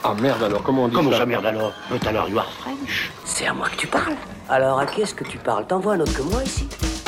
Ah merde alors, comment on dit Comment ça? ça merde alors? Tout à l'heure, you are French. C'est à moi que tu parles. Alors à qui est-ce que tu parles? T'en vois un autre que moi ici?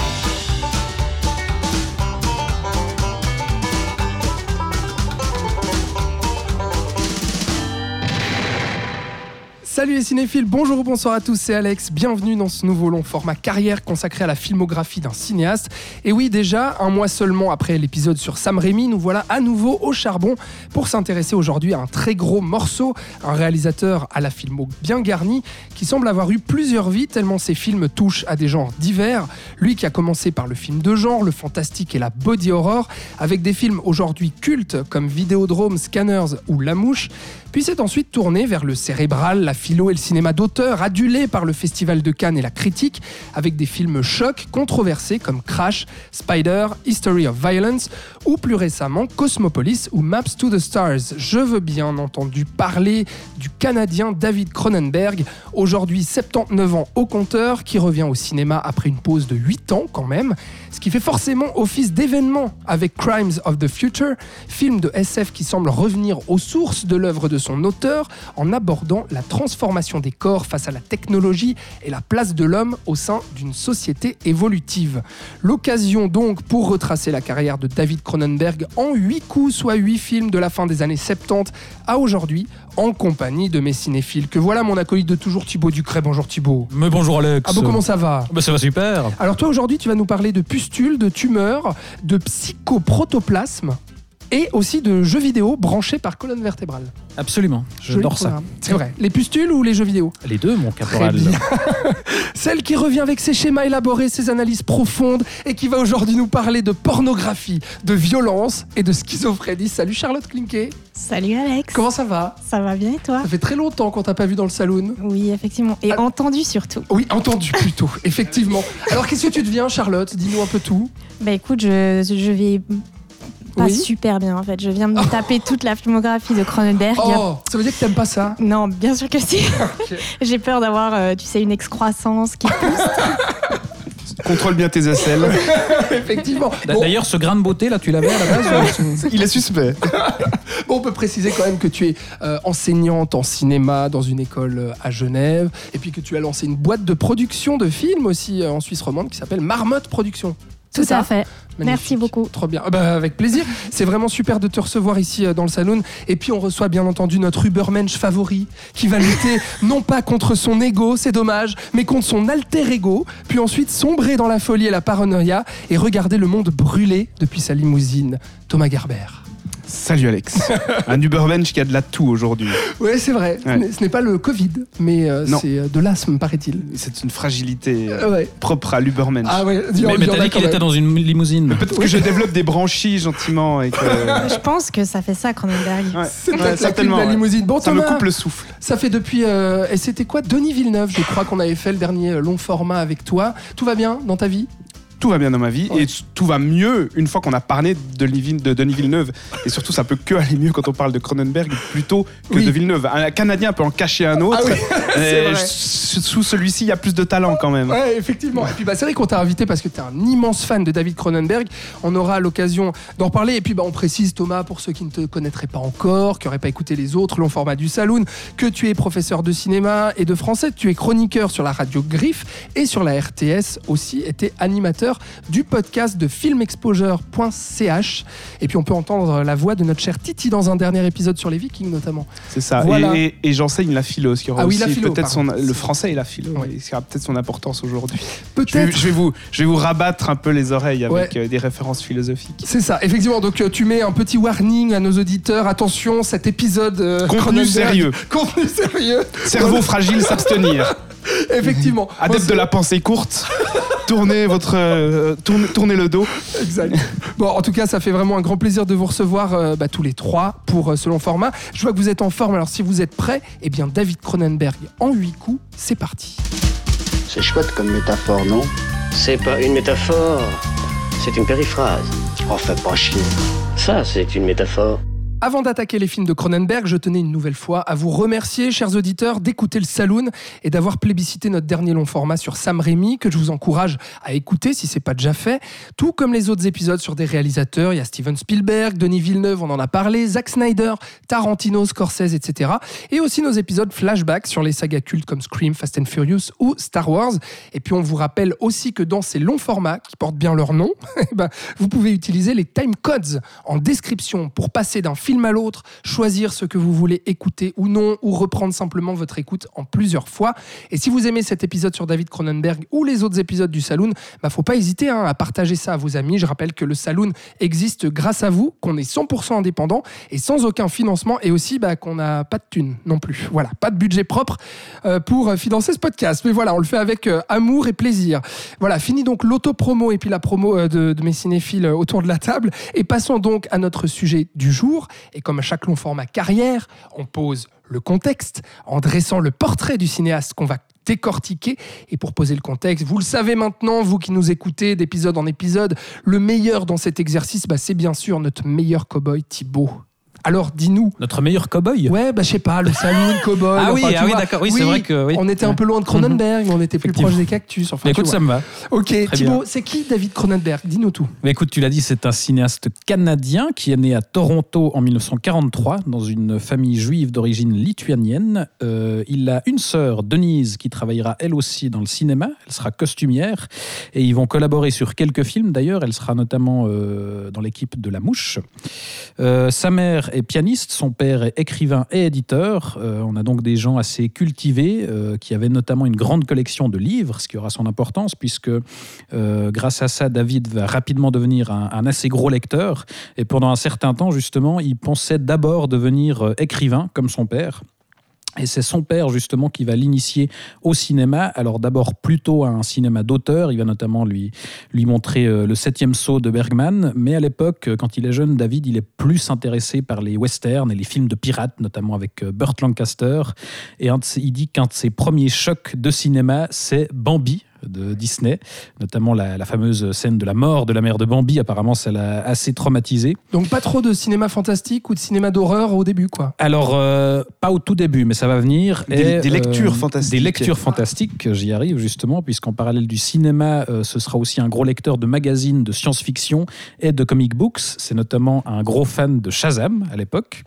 Salut les cinéphiles, bonjour ou bonsoir à tous, c'est Alex, bienvenue dans ce nouveau long format carrière consacré à la filmographie d'un cinéaste. Et oui, déjà, un mois seulement après l'épisode sur Sam Raimi, nous voilà à nouveau au charbon pour s'intéresser aujourd'hui à un très gros morceau, un réalisateur à la filmo bien garni qui semble avoir eu plusieurs vies tellement ses films touchent à des genres divers. Lui qui a commencé par le film de genre, le fantastique et la body horror, avec des films aujourd'hui cultes comme Vidéodrome, Scanners ou La Mouche, puis s'est ensuite tourné vers le cérébral, la philo et le cinéma d'auteur, adulé par le Festival de Cannes et la critique, avec des films chocs controversés comme Crash, Spider, History of Violence, ou plus récemment Cosmopolis ou Maps to the Stars. Je veux bien entendu parler du Canadien David Cronenberg, aujourd'hui 79 ans au compteur, qui revient au cinéma après une pause de 8 ans quand même, ce qui fait forcément office d'événement avec Crimes of the Future, film de SF qui semble revenir aux sources de l'œuvre de son auteur en abordant la transformation des corps face à la technologie et la place de l'homme au sein d'une société évolutive. L'occasion donc pour retracer la carrière de David Cronenberg en 8 coups, soit 8 films de la fin des années 70 à aujourd'hui, en compagnie de mes cinéphiles. Que voilà mon acolyte de toujours, Thibaut Ducret. Bonjour Thibaut. Mais bonjour Alex. Ah bon, comment ça va ? Ça va super. Alors toi aujourd'hui tu vas nous parler de pustules, de tumeurs, de psychoprotoplasme et aussi de jeux vidéo branchés par colonne vertébrale. Absolument, j'adore ça. C'est vrai. Les pustules ou les jeux vidéo ? Les deux, mon caporal. Très bien. Celle qui revient avec ses schémas élaborés, ses analyses profondes et qui va aujourd'hui nous parler de pornographie, de violence et de schizophrénie. Salut Charlotte Klinké. Salut Alex. Comment ça va ? Ça va bien et toi ? Ça fait très longtemps qu'on t'a pas vu dans le saloon. Oui, effectivement. Et entendu surtout. Oui, entendu plutôt, effectivement. Alors qu'est-ce que tu deviens Charlotte ? Dis-nous un peu tout. Bah écoute, je vais... Pas Oui. super bien en fait. Je viens de me taper toute la filmographie de Cronenberg. Oh, ça veut dire que t'aimes pas ça ? Non, bien sûr que si. Okay. J'ai peur d'avoir, tu sais, une excroissance qui pousse. Contrôle bien tes aisselles. Effectivement. Bon, D'ailleurs, ce grain de beauté, là, tu l'avais à la base Il est suspect. on peut préciser quand même que tu es enseignante en cinéma dans une école à Genève et puis que tu as lancé une boîte de production de films aussi en Suisse romande qui s'appelle Marmotte Productions. C'est Tout ça ? à fait. Magnifique. Merci beaucoup. Trop bien. Avec plaisir. C'est vraiment super de te recevoir ici dans le salon. Et puis on reçoit bien entendu notre Ubermensch favori qui va lutter non pas contre son ego, c'est dommage, mais contre son alter ego, puis ensuite sombrer dans la folie et la paranoïa et regarder le monde brûler depuis sa limousine. Thomas Gerber. Salut Alex. Un Ubermensch qui a de la toux aujourd'hui. Oui, c'est vrai. Ouais. Ce n'est pas le Covid, mais Non. c'est de l'asthme, paraît-il. C'est une fragilité Ouais. propre à l'Ubermensch. Ah ouais, Mais t'as dit qu'il était dans une limousine. Peut-être que je développe des branchies gentiment et que... Je pense que ça fait ça, Cronenberg. Ouais. C'est Ouais, peut-être la clim de certainement, la ouais. limousine. Bon, Ça me Thomas, coupe le souffle. ça fait depuis... et c'était quoi ? Denis Villeneuve, je crois qu'on avait fait le dernier long format avec toi. Tout va bien dans ta vie ? Tout va bien dans ma vie Ouais. et tout va mieux une fois qu'on a parlé de Denis Villeneuve. Et surtout, ça peut que aller mieux quand on parle de Cronenberg plutôt que Oui. de Villeneuve. Un Canadien peut en cacher un autre. Ah oui, c'est vrai. Sous celui-ci, il y a plus de talent quand même. Ouais, effectivement. Et puis c'est vrai qu'on t'a invité parce que t'es un immense fan de David Cronenberg. On aura l'occasion d'en reparler. Et puis on précise, Thomas, pour ceux qui ne te connaîtraient pas encore, qui n'auraient pas écouté les autres longs formats du Saloon, que tu es professeur de cinéma et de français. Tu es chroniqueur sur la radio Griffe et sur la RTS aussi. Et t'es animateur du podcast de filmexposure.ch. Et puis on peut entendre la voix de notre cher Titi dans un dernier épisode sur les Vikings notamment. C'est ça. Voilà. Et j'enseigne la philo, ce qui aura Ah oui, aussi la philo, peut-être pardon. le français et la philo, Oui. ce qui aura peut-être son importance aujourd'hui. Peut-être. Je vais vous rabattre un peu les oreilles avec Ouais. des références philosophiques. C'est ça, effectivement. Donc tu mets un petit warning à nos auditeurs. Attention, cet épisode Contenu Cronenberg- sérieux. Contenu sérieux. Cerveau fragile, s'abstenir. Effectivement. Adepte de la pensée courte, tournez le dos. Exact. Bon, en tout cas, ça fait vraiment un grand plaisir de vous recevoir tous les trois pour ce long format. Je vois que vous êtes en forme. Alors si vous êtes prêts, eh bien David Cronenberg en 8 coups, c'est parti. C'est chouette comme métaphore, non? C'est pas une métaphore, c'est une périphrase. Oh, fais pas chier. Ça, c'est une métaphore. Avant d'attaquer les films de Cronenberg, je tenais une nouvelle fois à vous remercier, chers auditeurs, d'écouter le Saloon et d'avoir plébiscité notre dernier long format sur Sam Raimi, que je vous encourage à écouter si ce n'est pas déjà fait. Tout comme les autres épisodes sur des réalisateurs, il y a Steven Spielberg, Denis Villeneuve, on en a parlé, Zack Snyder, Tarantino, Scorsese, etc. Et aussi nos épisodes flashback sur les sagas cultes comme Scream, Fast and Furious ou Star Wars. Et puis on vous rappelle aussi que dans ces longs formats, qui portent bien leur nom, vous pouvez utiliser les time codes en description pour passer d'un film à l'autre, choisir ce que vous voulez écouter ou non, ou reprendre simplement votre écoute en plusieurs fois. Et si vous aimez cet épisode sur David Cronenberg ou les autres épisodes du Saloon, faut pas hésiter à partager ça à vos amis. Je rappelle que le Saloon existe grâce à vous, qu'on est 100% indépendant et sans aucun financement, et aussi qu'on n'a pas de thunes non plus. Voilà, pas de budget propre pour financer ce podcast. Mais voilà, on le fait avec amour et plaisir. Voilà, fini donc l'auto-promo et puis la promo de mes cinéphiles autour de la table. Et passons donc à notre sujet du jour. Et comme à chaque long format carrière, on pose le contexte en dressant le portrait du cinéaste qu'on va décortiquer. Et pour poser le contexte, vous le savez maintenant, vous qui nous écoutez d'épisode en épisode, le meilleur dans cet exercice, c'est bien sûr notre meilleur cow-boy Thibaut. Alors, dis-nous. Notre meilleur cow-boy ? Ouais, je sais pas, le Saloon, cow-boy. Ah oui, d'accord. Oui, c'est vrai que. Oui. On était un peu loin de Cronenberg, mais on était plus proche des cactus. Enfin, écoute, ça me va. Ok, Très Thibaut, bien. c'est qui David Cronenberg ? Dis-nous tout. Mais écoute, tu l'as dit, c'est un cinéaste canadien qui est né à Toronto en 1943 dans une famille juive d'origine lituanienne. Il a une sœur, Denise, qui travaillera elle aussi dans le cinéma. Elle sera costumière et ils vont collaborer sur quelques films. D'ailleurs, elle sera notamment dans l'équipe de La Mouche. Sa mère est pianiste, son père est écrivain et éditeur. On a donc des gens assez cultivés qui avaient notamment une grande collection de livres, ce qui aura son importance puisque grâce à ça, David va rapidement devenir un assez gros lecteur. Et pendant un certain temps, justement, il pensait d'abord devenir écrivain comme son père. Et c'est son père, justement, qui va l'initier au cinéma. Alors d'abord, plutôt à un cinéma d'auteur. Il va notamment lui montrer le 7e saut de Bergman. Mais à l'époque, quand il est jeune, David, il est plus intéressé par les westerns et les films de pirates, notamment avec Burt Lancaster. Et il dit qu'un de ses premiers chocs de cinéma, c'est Bambi, de Disney, notamment la fameuse scène de la mort de la mère de Bambi. Apparemment, ça l'a assez traumatisé. Donc pas trop de cinéma fantastique ou de cinéma d'horreur au début, quoi. Alors, pas au tout début, mais ça va venir. Des lectures fantastiques. Des lectures fantastiques, j'y arrive justement, puisqu'en parallèle du cinéma, ce sera aussi un gros lecteur de magazines de science-fiction et de comic books. C'est notamment un gros fan de Shazam à l'époque.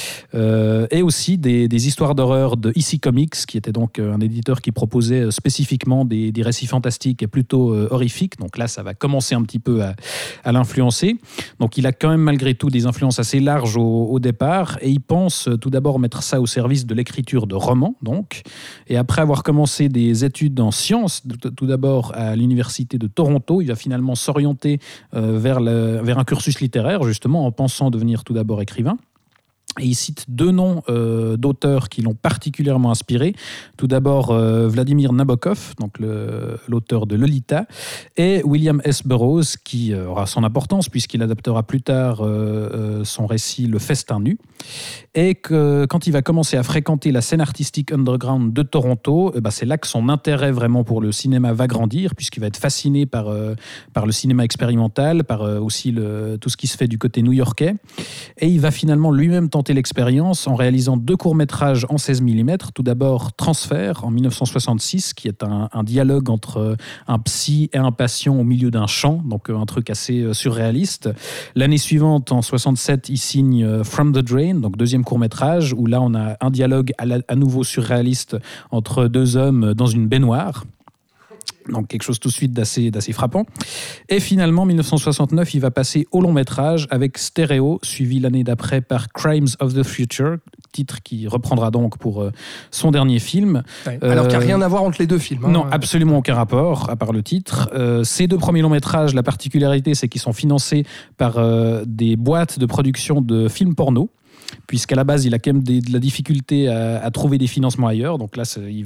Et aussi des histoires d'horreur de EC Comics, qui était donc un éditeur qui proposait spécifiquement des récits fantastique et plutôt horrifique. Donc là, ça va commencer un petit peu à l'influencer. Donc il a quand même malgré tout des influences assez larges au départ et il pense tout d'abord mettre ça au service de l'écriture de romans. Donc. Et après avoir commencé des études en sciences, tout d'abord à l'université de Toronto, il va finalement s'orienter vers un cursus littéraire, justement en pensant devenir tout d'abord écrivain. Et il cite deux noms d'auteurs qui l'ont particulièrement inspiré. Tout d'abord, Vladimir Nabokov, donc l'auteur de Lolita, et William S. Burroughs, qui aura son importance puisqu'il adaptera plus tard son récit Le Festin nu. Et que quand il va commencer à fréquenter la scène artistique underground de Toronto, c'est là que son intérêt vraiment pour le cinéma va grandir, puisqu'il va être fasciné par le cinéma expérimental, par aussi tout ce qui se fait du côté new-yorkais. Et il va finalement lui-même tenter l'expérience en réalisant 2 courts-métrages en 16 mm. Tout d'abord Transfert en 1966, qui est un dialogue entre un psy et un patient au milieu d'un champ, donc un truc assez surréaliste. L'année suivante, en 67, il signe From the Drain, donc 2e court-métrage, où là on a un dialogue à nouveau surréaliste entre 2 hommes dans une baignoire. Donc quelque chose tout de suite d'assez frappant. Et finalement, en 1969, il va passer au long métrage avec Stéréo, suivi l'année d'après par Crimes of the Future, titre qui reprendra donc pour son dernier film. Ouais. Alors qu'il n'y a rien à voir entre les 2 films. Non, absolument aucun rapport, à part le titre. Ces 2 premiers longs métrages, la particularité, c'est qu'ils sont financés par des boîtes de production de films porno. puisqu'à la base, il a quand même de la difficulté à trouver des financements ailleurs. Donc là,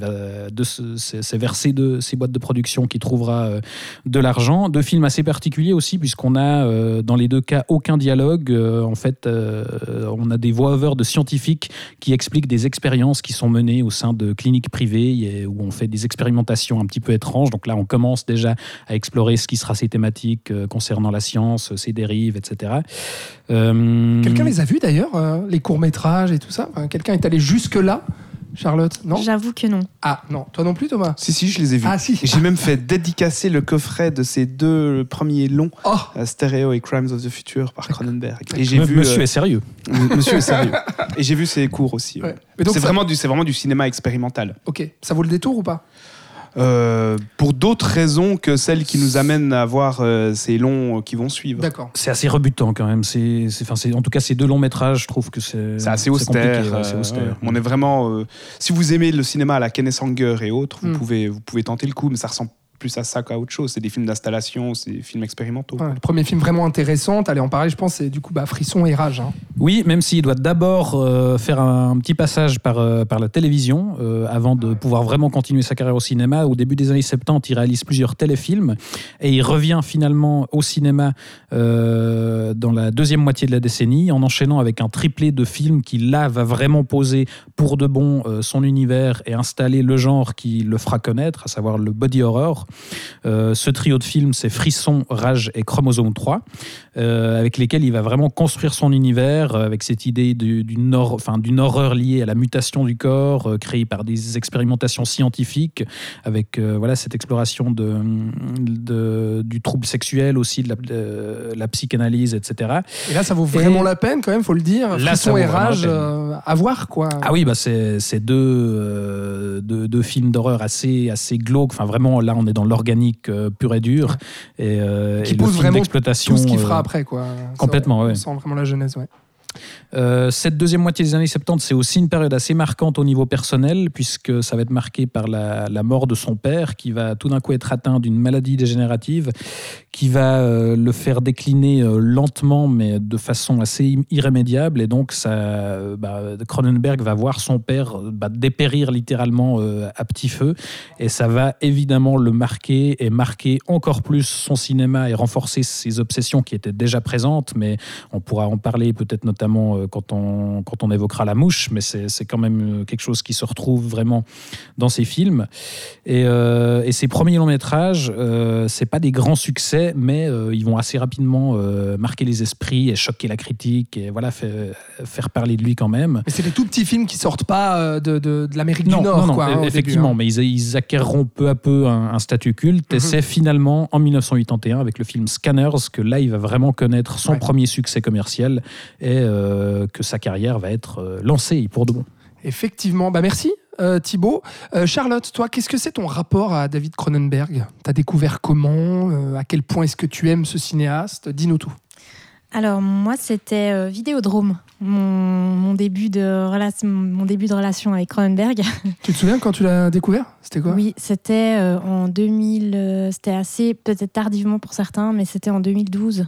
c'est versé de ces boîtes de production qui trouvera de l'argent. Deux films assez particuliers aussi, puisqu'on a dans les deux cas aucun dialogue. En fait, on a des voix-over de scientifiques qui expliquent des expériences qui sont menées au sein de cliniques privées où on fait des expérimentations un petit peu étranges. Donc là, on commence déjà à explorer ce qui sera ces thématiques concernant la science, ses dérives, etc. Quelqu'un les a vus d'ailleurs, les courts-métrages et tout ça? Quelqu'un est allé jusque-là? Charlotte, non? J'avoue que non. Ah non, toi non plus, Thomas? Si, je les ai vus. Ah si. Et j'ai même fait dédicacer le coffret de ces deux premiers longs, Stéréo et Crimes of the Future par Cronenberg. Et j'ai vu, Monsieur est sérieux. Monsieur est sérieux. Et j'ai vu ses cours aussi. Ouais. Mais donc c'est vraiment du cinéma expérimental. Ok, ça vaut le détour ou pas? Pour d'autres raisons que celles qui nous amènent à voir ces longs qui vont suivre. D'accord. C'est assez rebutant quand même. En tout cas, ces deux longs métrages, je trouve que c'est assez austère. C'est austère. On est vraiment. Si vous aimez le cinéma à la Kenneth Anger et autres, vous pouvez tenter le coup, mais ça ressemble plus à ça qu'à autre chose. C'est des films d'installation, c'est des films expérimentaux. Ouais, le premier film vraiment intéressant, t'allais en parler, je pense, c'est du coup Frisson et Rage. Hein. Oui, même s'il doit d'abord faire un petit passage par la télévision avant de pouvoir vraiment continuer sa carrière au cinéma. Au début des années 70, il réalise plusieurs téléfilms et il revient finalement au cinéma dans la deuxième moitié de la décennie en enchaînant avec un triplé de films qui là va vraiment poser pour de bon son univers et installer le genre qui le fera connaître, à savoir le body horror. Ce trio de films, c'est Frisson, Rage et Chromosome 3, avec lesquels il va vraiment construire son univers avec cette idée d'une horreur liée à la mutation du corps, créée par des expérimentations scientifiques, avec cette exploration du trouble sexuel aussi, de la psychanalyse, etc. Et là, ça vaut vraiment la peine quand même, faut le dire. Là, Frisson et Rage, à voir quoi. Ah oui, c'est deux films d'horreur assez glauques. Enfin, vraiment, là, on est dans l'organique pur et dur. Et qui le pose film vraiment d'exploitation, tout ce qu'il fera après, quoi. Complètement, on sent vraiment la genèse, ouais. Cette deuxième moitié des années 70, c'est aussi une période assez marquante au niveau personnel, puisque ça va être marqué par la mort de son père, qui va tout d'un coup être atteint d'une maladie dégénérative, qui va le faire décliner lentement, mais de façon assez irrémédiable. Et donc, Cronenberg va voir son père dépérir littéralement à petit feu. Et ça va évidemment le marquer et marquer encore plus son cinéma et renforcer ses obsessions qui étaient déjà présentes. Mais on pourra en parler peut-être notamment quand on évoquera La Mouche, mais c'est quand même quelque chose qui se retrouve vraiment dans ses films. Et ses premiers longs métrages, c'est pas des grands succès, mais ils vont assez rapidement marquer les esprits et choquer la critique et faire parler de lui quand même. Mais c'est des tout petits films qui sortent pas de l'Amérique du Nord, non, quoi. Effectivement, mais ils acquerront peu à peu un statut culte. Et c'est finalement en 1981 avec le film Scanners que là il va vraiment connaître son premier succès commercial et que sa carrière va être lancée pour de bon. Effectivement, merci Thibaut. Charlotte, toi, qu'est-ce que c'est ton rapport à David Cronenberg? T'as découvert comment? À quel point est-ce que tu aimes ce cinéaste? Dis-nous tout. Alors moi, c'était Vidéodrome, mon début de relation avec Cronenberg. Tu te souviens quand tu l'as découvert? C'était quoi? Oui, c'était en 2000, c'était assez peut-être tardivement pour certains, mais c'était en 2012.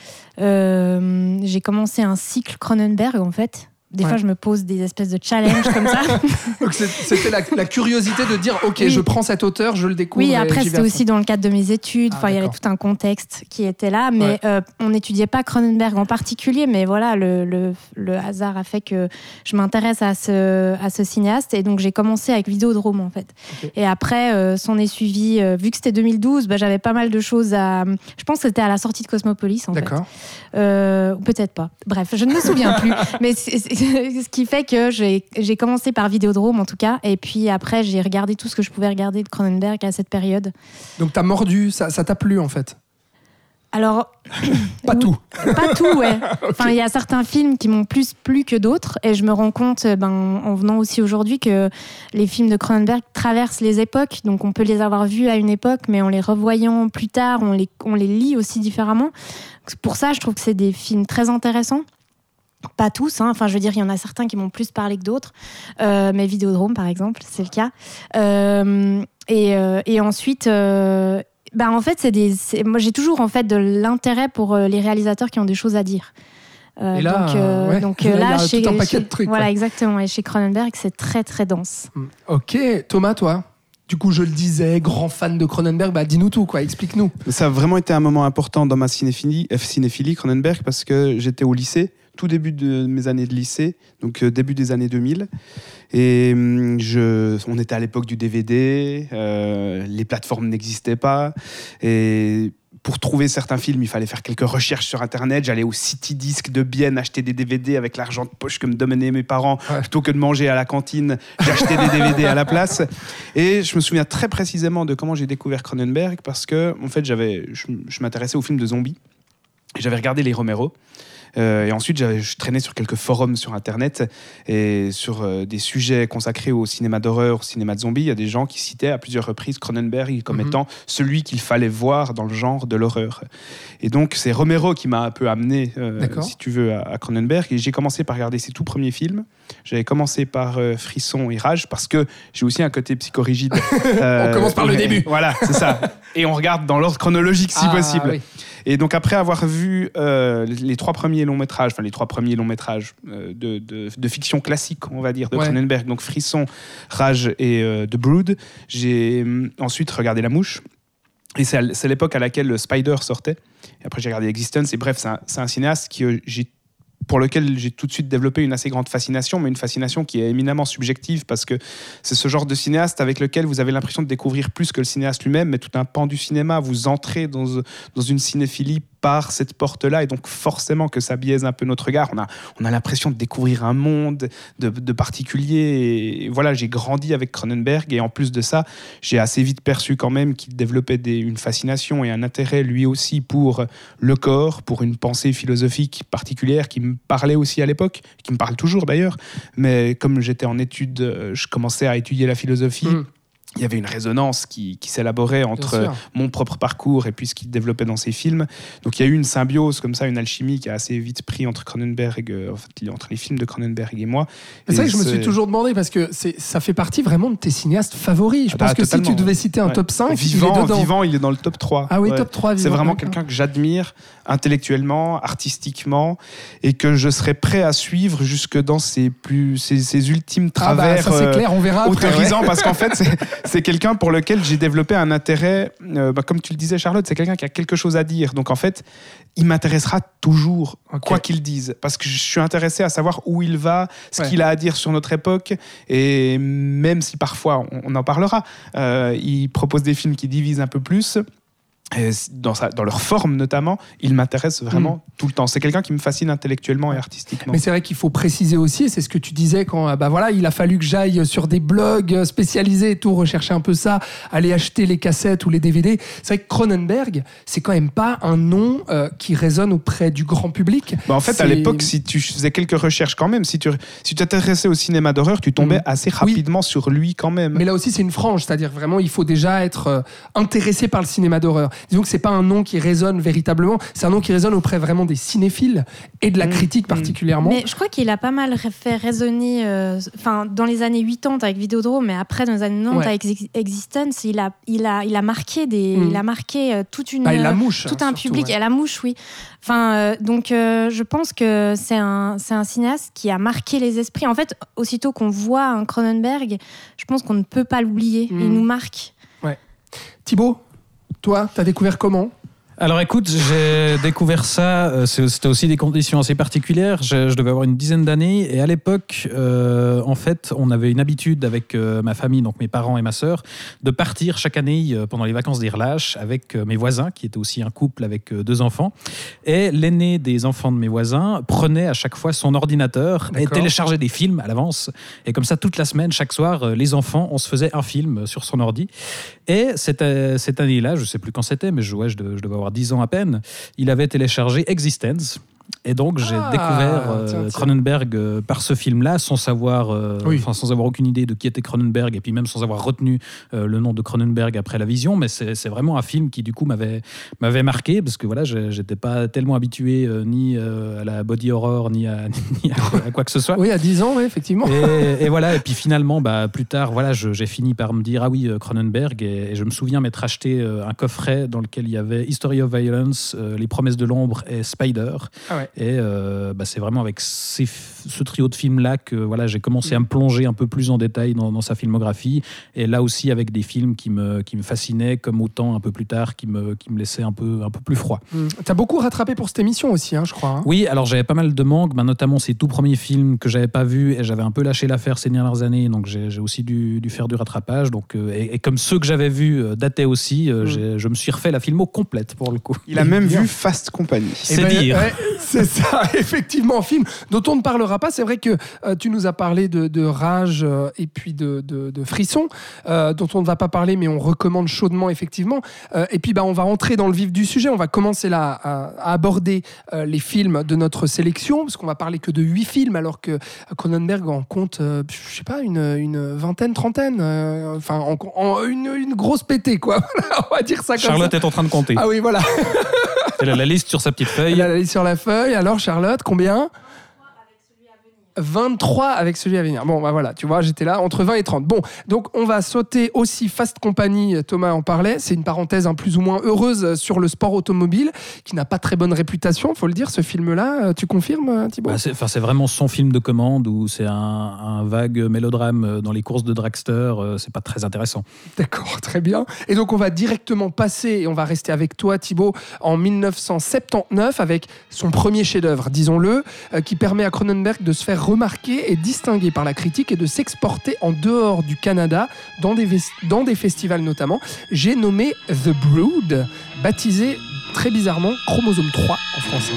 J'ai commencé un cycle Cronenberg en fait. Des fois, je me pose des espèces de challenges comme ça. Donc, c'était la curiosité de dire, OK, je prends cet auteur, je le découvre. Oui, après, c'était aussi dans le cadre de mes études. Il y avait tout un contexte qui était là. Mais on n'étudiait pas Cronenberg en particulier. Mais voilà, le hasard a fait que je m'intéresse à ce cinéaste. Et donc, j'ai commencé avec Vidéodrome, en fait. Okay. Et après, s'en est suivi... vu que c'était 2012, j'avais pas mal de choses à... Je pense que c'était à la sortie de Cosmopolis, en fait. D'accord. Peut-être pas. Bref, je ne me souviens plus. Mais ce qui fait que j'ai commencé par Vidéodrome en tout cas, et puis après j'ai regardé tout ce que je pouvais regarder de Cronenberg à cette période. Donc t'as mordu, ça t'a plu en fait? Alors... Pas tout. Pas tout, ouais. Enfin, il y a certains films qui m'ont plus plu que d'autres, et je me rends compte, en venant aussi aujourd'hui, que les films de Cronenberg traversent les époques, donc on peut les avoir vus à une époque, mais en les revoyant plus tard, on les lit aussi différemment. Pour ça, je trouve que c'est des films très intéressants. Pas tous, hein. Enfin, je veux dire, il y en a certains qui m'ont plus parlé que d'autres, mais Vidéodrome, par exemple, c'est le cas. Et ensuite, en fait, moi, j'ai toujours en fait de l'intérêt pour les réalisateurs qui ont des choses à dire. Et là, donc il y a là, tout un paquet de trucs. Voilà, quoi. exactement. Et chez Cronenberg, c'est très, très dense. Ok, Thomas, toi du coup, je le disais, grand fan de Cronenberg, dis-nous tout, quoi, explique-nous. Ça a vraiment été un moment important dans ma cinéphilie Cronenberg, parce que j'étais au lycée, tout début de mes années de lycée, donc début des années 2000. Et on était à l'époque du DVD, les plateformes n'existaient pas. Et pour trouver certains films, il fallait faire quelques recherches sur Internet. J'allais au City Disc de Bienne acheter des DVD avec l'argent de poche que me donnaient mes parents. Plutôt que de manger à la cantine, j'achetais des DVD à la place. Et je me souviens très précisément de comment j'ai découvert Cronenberg, parce que en fait, je m'intéressais aux films de zombies. J'avais regardé les Romero. Et ensuite, je traînais sur quelques forums sur Internet et sur des sujets consacrés au cinéma d'horreur, au cinéma de zombies. Il y a des gens qui citaient à plusieurs reprises Cronenberg comme étant celui qu'il fallait voir dans le genre de l'horreur. Et donc, c'est Romero qui m'a un peu amené, si tu veux, à Cronenberg. Et j'ai commencé par regarder ses tout premiers films. J'avais commencé par Frisson et Rage, parce que j'ai aussi un côté psychorigide. On commence par le début. Voilà, c'est ça. Et on regarde dans l'ordre chronologique si possible. Oui. Et donc après avoir vu les trois premiers longs métrages de fiction classique, on va dire, de Cronenberg, donc Frisson, Rage et The Brood, j'ai ensuite regardé La Mouche. Et c'est l'époque à laquelle Spider sortait. Et après j'ai regardé Existence. Et bref, c'est un cinéaste pour lequel j'ai tout de suite développé une assez grande fascination, mais une fascination qui est éminemment subjective, parce que c'est ce genre de cinéaste avec lequel vous avez l'impression de découvrir plus que le cinéaste lui-même, mais tout un pan du cinéma. Vous entrez dans une cinéphilie par cette porte-là, et donc forcément que ça biaise un peu notre regard. On a l'impression de découvrir un monde de particulier. Et voilà, j'ai grandi avec Cronenberg, et en plus de ça, j'ai assez vite perçu quand même qu'il développait une fascination et un intérêt lui aussi pour le corps, pour une pensée philosophique particulière qui me parlait aussi à l'époque, qui me parle toujours d'ailleurs. Mais comme j'étais en études, je commençais à étudier la philosophie. Il y avait une résonance qui s'élaborait entre mon propre parcours et puis ce qu'il développait dans ses films. Donc il y a eu une symbiose comme ça, une alchimie qui a assez vite pris entre les films de Cronenberg et moi. C'est ça que je me suis toujours demandé, parce que ça fait partie vraiment de tes cinéastes favoris. Je pense que totalement. Si tu devais citer un top 5, Vivant, il est dans le top 3. Ah oui, top 3. C'est vraiment quelqu'un que j'admire intellectuellement, artistiquement, et que je serais prêt à suivre jusque dans ses ultimes travers. Ça c'est clair, on verra après. Autorisant, parce qu'en fait, c'est quelqu'un pour lequel j'ai développé un intérêt, comme tu le disais Charlotte, c'est quelqu'un qui a quelque chose à dire. Donc en fait, il m'intéressera toujours, quoi qu'il dise, parce que je suis intéressé à savoir où il va, ce qu'il a à dire sur notre époque, et même si parfois, on en parlera, il propose des films qui divisent un peu plus. Dans leur forme notamment, il m'intéresse vraiment tout le temps. C'est quelqu'un qui me fascine intellectuellement et artistiquement. Mais c'est vrai qu'il faut préciser aussi, et c'est ce que tu disais quand il a fallu que j'aille sur des blogs spécialisés et tout, rechercher un peu ça, aller acheter les cassettes ou les DVD. C'est vrai que Cronenberg, c'est quand même pas un nom qui résonne auprès du grand public. En fait, à l'époque, si tu faisais quelques recherches quand même, si tu t'intéressais au cinéma d'horreur, tu tombais assez rapidement sur lui quand même. Mais là aussi, c'est une frange, c'est-à-dire vraiment, il faut déjà être intéressé par le cinéma d'horreur. Disons que c'est pas un nom qui résonne véritablement, c'est un nom qui résonne auprès vraiment des cinéphiles et de la critique particulièrement. Mais je crois qu'il a pas mal fait résonner dans les années 80 avec Vidéodrome, mais après dans les années 90 avec Existence, il a marqué toute une La Mouche, tout un public. Et La Mouche, oui. Donc je pense que c'est un cinéaste qui a marqué les esprits. En fait, aussitôt qu'on voit un Cronenberg, je pense qu'on ne peut pas l'oublier. Il nous marque. Ouais. Thibaut, toi, t'as découvert comment ? Alors écoute, j'ai découvert ça, c'était aussi des conditions assez particulières, je devais avoir une dizaine d'années, et à l'époque, en fait, on avait une habitude avec ma famille, donc mes parents et ma sœur, de partir chaque année pendant les vacances d'Irlach avec mes voisins, qui étaient aussi un couple avec 2 enfants, et l'aîné des enfants de mes voisins prenait à chaque fois son ordinateur et téléchargeait des films à l'avance, et comme ça, toute la semaine, chaque soir, les enfants, on se faisait un film sur son ordi, et cette année-là, je ne sais plus quand c'était, mais je devais avoir 10 ans à peine, il avait téléchargé Existence. Et donc j'ai découvert Cronenberg par ce film-là, sans avoir aucune idée de qui était Cronenberg, et puis même sans avoir retenu le nom de Cronenberg après la vision. Mais c'est vraiment un film qui du coup m'avait marqué, parce que voilà, j'étais pas tellement habitué ni à la body horror ni à quoi que ce soit. Oui, à 10 ans, oui, effectivement. Et voilà, et puis finalement, plus tard, voilà, j'ai fini par me dire Cronenberg, et je me souviens m'être acheté un coffret dans lequel il y avait History of Violence, Les Promesses de l'ombre et Spider. Et c'est vraiment avec ce trio de films-là que voilà, j'ai commencé à me plonger un peu plus en détail dans sa filmographie. Et là aussi avec des films qui me fascinaient, comme Autant un peu plus tard, qui me laissaient un peu plus froid. T'as beaucoup rattrapé pour cette émission aussi, je crois. Oui, alors j'avais pas mal de manques, notamment ces tout premiers films que j'avais pas vus et j'avais un peu lâché l'affaire ces dernières années, donc j'ai aussi dû faire du rattrapage. Donc, et comme ceux que j'avais vus dataient aussi, je me suis refait la filmo complète pour le coup. Il a même vu Fast Company. C'est dire. Ouais, c'est ça, effectivement, film dont on ne parlera pas. C'est vrai que tu nous as parlé de Rage et puis de Frisson, dont on ne va pas parler, mais on recommande chaudement, effectivement. Et puis, on va rentrer dans le vif du sujet. On va commencer là à aborder les films de notre sélection, parce qu'on va parler que de 8 films, alors que Cronenberg en compte, je sais pas, une vingtaine, trentaine, une grosse pétée, quoi. On va dire ça comme ça. Charlotte est en train de compter. Ah oui, voilà. Elle a la liste sur sa petite feuille. Elle a la liste sur la feuille. Alors, Charlotte, combien ? 23 avec celui à venir. Bon, voilà, tu vois, j'étais là entre 20 et 30. Bon, donc on va sauter aussi Fast Company, Thomas en parlait. C'est une parenthèse plus ou moins heureuse sur le sport automobile, qui n'a pas très bonne réputation, faut le dire, ce film-là. Tu confirmes, Thibaut ? C'est vraiment son film de commande, où c'est un vague mélodrame dans les courses de dragster. C'est pas très intéressant. D'accord, très bien. Et donc on va directement passer, et on va rester avec toi, Thibaut, en 1979, avec son premier chef-d'œuvre, disons-le, qui permet à Cronenberg de se faire remarqué et distingué par la critique et de s'exporter en dehors du Canada, dans des festivals notamment. J'ai nommé The Brood, baptisé très bizarrement Chromosome 3 en français.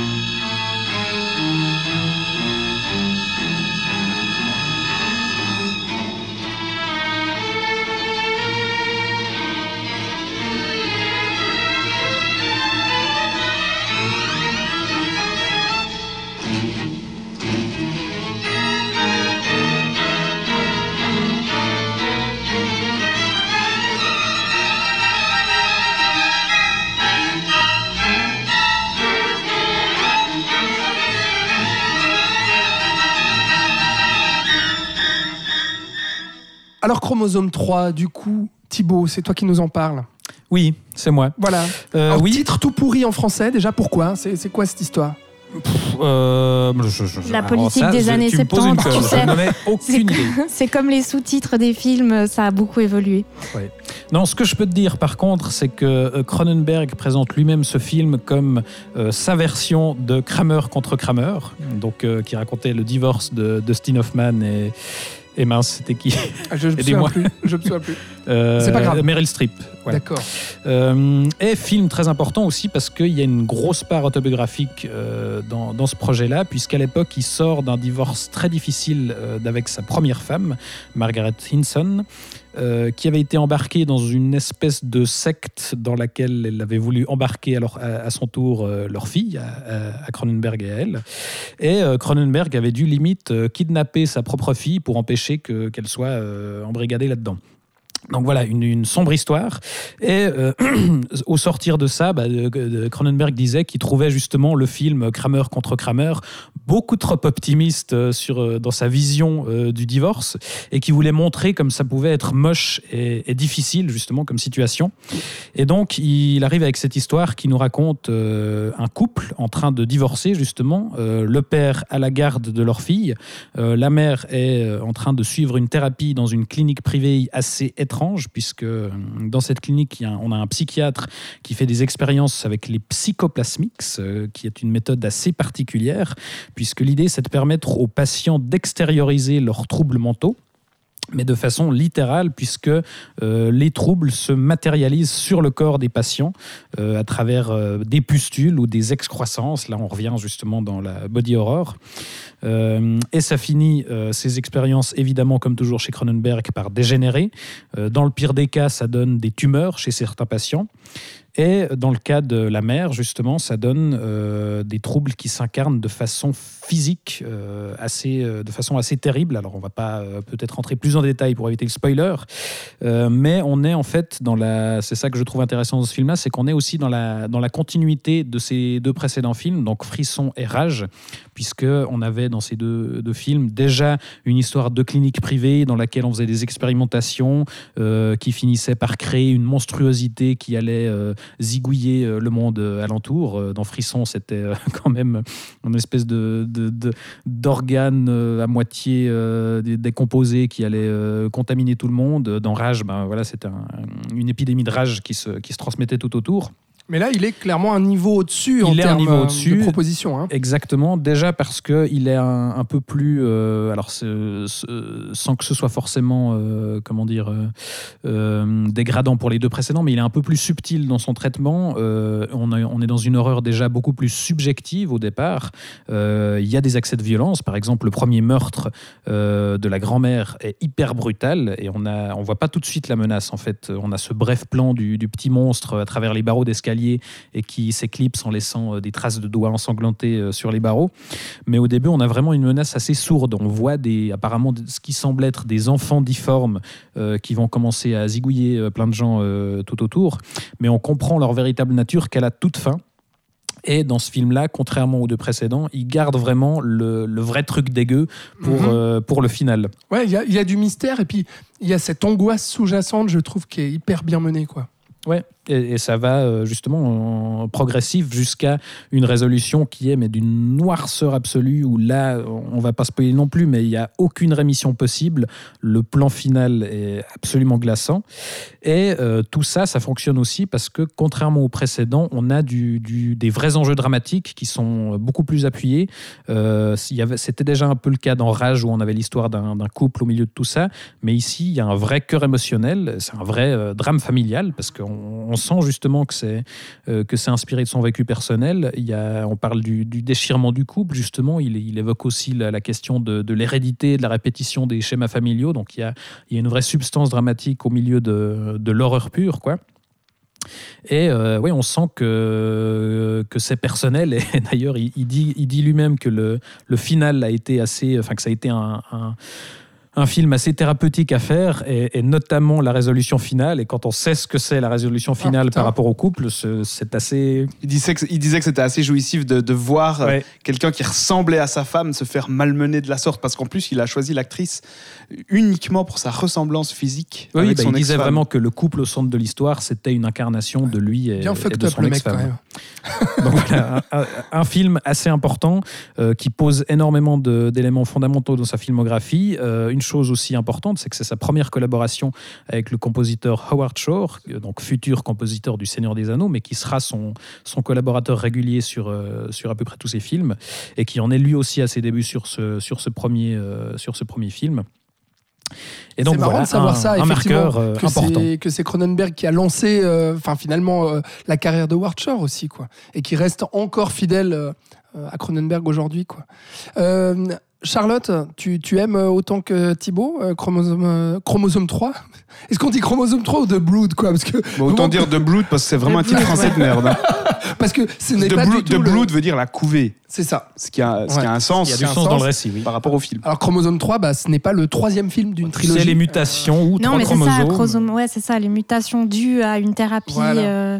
Alors, Chromosome 3, du coup, Thibaut, c'est toi qui nous en parles. Oui, c'est moi. Voilà. Oui. Titre tout pourri en français, déjà, pourquoi ? C'est quoi cette histoire ? La politique des années 70, tu sais. Je n'en ai aucune idée. C'est comme les sous-titres des films, ça a beaucoup évolué. Ouais. Non, ce que je peux te dire par contre, c'est que Cronenberg présente lui-même ce film comme sa version de Kramer contre Kramer, donc qui racontait le divorce de Dustin Hoffman et mince, c'était qui ? Je me souviens plus. C'est pas grave. Meryl Streep. Voilà. D'accord. Et film très important aussi parce qu'il y a une grosse part autobiographique dans ce projet-là, puisqu'à l'époque, il sort d'un divorce très difficile avec sa première femme, Margaret Hinson, qui avait été embarquée dans une espèce de secte dans laquelle elle avait voulu embarquer à son tour leur fille, à Cronenberg et à elle. Et Cronenberg avait dû limite kidnapper sa propre fille pour empêcher qu'elle soit embrigadée là-dedans. Donc voilà, une sombre histoire. Et au sortir de ça, Cronenberg disait qu'il trouvait justement le film Kramer contre Kramer beaucoup trop optimiste dans sa vision du divorce, et qu'il voulait montrer comme ça pouvait être moche et difficile justement comme situation. Et donc il arrive avec cette histoire qui nous raconte un couple en train de divorcer justement, le père à la garde de leur fille, la mère est en train de suivre une thérapie dans une clinique privée assez étrange, puisque dans cette clinique, on a un psychiatre qui fait des expériences avec les psychoplasmiques, qui est une méthode assez particulière, puisque l'idée, c'est de permettre aux patients d'extérioriser leurs troubles mentaux, mais de façon littérale, puisque les troubles se matérialisent sur le corps des patients à travers des pustules ou des excroissances. Là, on revient justement dans la body horror. Et ça finit, ces expériences, évidemment, comme toujours chez Cronenberg, par dégénérer. Dans le pire des cas, ça donne des tumeurs chez certains patients. Et dans le cas de la mère, justement, ça donne des troubles qui s'incarnent de façon physique, de façon assez terrible. Alors, on ne va pas peut-être rentrer plus en détail pour éviter le spoiler, mais on est en fait c'est ça que je trouve intéressant dans ce film-là, c'est qu'on est aussi dans la continuité de ces deux précédents films, donc Frisson et Rage, puisqu'on avait dans ces deux films déjà une histoire de clinique privée dans laquelle on faisait des expérimentations qui finissaient par créer une monstruosité qui allait zigouiller le monde alentour. Dans Frisson, c'était quand même une espèce d'organe à moitié décomposé qui allait contaminer tout le monde. Dans Rage, c'était une épidémie de rage qui se transmettait tout autour. Mais là, il est clairement un niveau au-dessus en termes de proposition. Hein. Exactement, déjà parce qu'il est un peu plus... sans que ce soit forcément dégradant pour les deux précédents, mais il est un peu plus subtil dans son traitement. On est dans une horreur déjà beaucoup plus subjective au départ. Il y a des accès de violence. Par exemple, le premier meurtre de la grand-mère est hyper brutal et on voit pas tout de suite la menace. En fait, on a ce bref plan du petit monstre à travers les barreaux d'escalier et qui s'éclipse en laissant des traces de doigts ensanglantés sur les barreaux. Mais au début, on a vraiment une menace assez sourde. On voit apparemment ce qui semble être des enfants difformes qui vont commencer à zigouiller plein de gens tout autour. Mais on comprend leur véritable nature qu'à la toute fin. Et dans ce film-là, contrairement aux deux précédents, il garde vraiment le vrai truc dégueu pour le final. Ouais, il y a du mystère et puis il y a cette angoisse sous-jacente, je trouve, qui est hyper bien menée, quoi. Ouais, et ça va justement en progressif jusqu'à une résolution qui est d'une noirceur absolue où là, on va pas spoiler non plus, mais il n'y a aucune rémission possible. Le plan final est absolument glaçant. Et tout ça fonctionne aussi parce que contrairement au précédent, on a des vrais enjeux dramatiques qui sont beaucoup plus appuyés. C'était déjà un peu le cas dans Rage où on avait l'histoire d'un couple au milieu de tout ça, mais ici, il y a un vrai cœur émotionnel, c'est un vrai drame familial parce qu'on sent justement que c'est inspiré de son vécu personnel. On parle du déchirement du couple, justement. Il évoque aussi la question de l'hérédité, de la répétition des schémas familiaux. Donc il y a une vraie substance dramatique au milieu de l'horreur pure, quoi. Et on sent que c'est personnel. Et d'ailleurs, il dit lui-même que le final a été que ça a été un film assez thérapeutique à faire, et notamment la résolution finale. Et quand on sait ce que c'est la résolution finale par rapport au couple, c'est assez... Il disait que c'était assez jouissif de voir quelqu'un qui ressemblait à sa femme se faire malmener de la sorte, parce qu'en plus, il a choisi l'actrice uniquement pour sa ressemblance physique. Oui, avec son il disait ex-femme. vraiment que le couple au centre de l'histoire, c'était une incarnation de lui et de son ex-femme. Donc voilà, un film assez important qui pose énormément d'éléments fondamentaux dans sa filmographie. Une chose aussi importante, c'est que c'est sa première collaboration avec le compositeur Howard Shore, donc futur compositeur du Seigneur des Anneaux, mais qui sera son collaborateur régulier sur à peu près tous ses films, et qui en est lui aussi à ses débuts sur ce premier film. Et donc, c'est marrant de savoir ça, un marqueur important. Que c'est Cronenberg qui a lancé finalement la carrière de Howard Shore aussi, quoi, et qui reste encore fidèle à Cronenberg aujourd'hui, quoi. Charlotte, tu aimes autant que Thibaut Chromosome 3 ? Est-ce qu'on dit Chromosome 3 ou The Blood, quoi ? Parce que autant dire The Blood parce que c'est vraiment un titre français de merde. Hein. Parce que ce n'est pas du tout The Blood veut dire la couvée. C'est ça. Ce qui a un sens. Il y a du sens dans le récit, oui. Par rapport au film. Alors Chromosome 3, ce n'est pas le troisième film d'une trilogie. C'est les mutations ou non, 3 mais chromosomes. Ouais, c'est ça, les mutations dues à une thérapie. Voilà.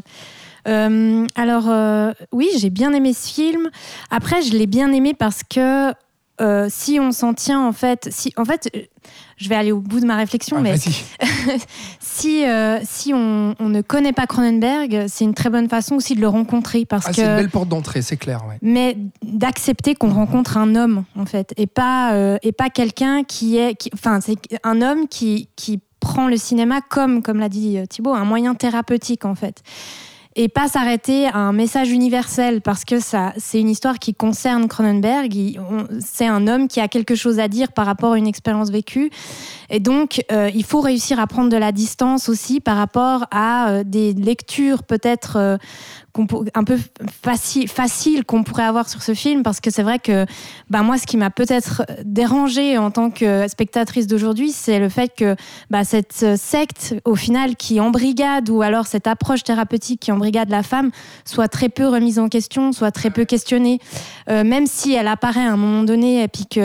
Oui, j'ai bien aimé ce film. Après, je l'ai bien aimé parce que si on s'en tient, je vais aller au bout de ma réflexion, mais si on ne connaît pas Cronenberg, c'est une très bonne façon aussi de le rencontrer, parce que c'est une belle porte d'entrée, c'est clair. Ouais. Mais d'accepter qu'on rencontre un homme, en fait, et pas quelqu'un c'est un homme qui prend le cinéma comme l'a dit Thibaut, un moyen thérapeutique, en fait. Et pas s'arrêter à un message universel, parce que c'est une histoire qui concerne Cronenberg. C'est un homme qui a quelque chose à dire par rapport à une expérience vécue. Et donc, il faut réussir à prendre de la distance aussi par rapport à des lectures peut-être un peu facile qu'on pourrait avoir sur ce film, parce que c'est vrai que moi, ce qui m'a peut-être dérangée en tant que spectatrice d'aujourd'hui, c'est le fait que cette secte, au final, qui embrigade, ou alors cette approche thérapeutique qui embrigade la femme, soit très peu remise en question, soit très peu questionnée, même si elle apparaît à un moment donné et puis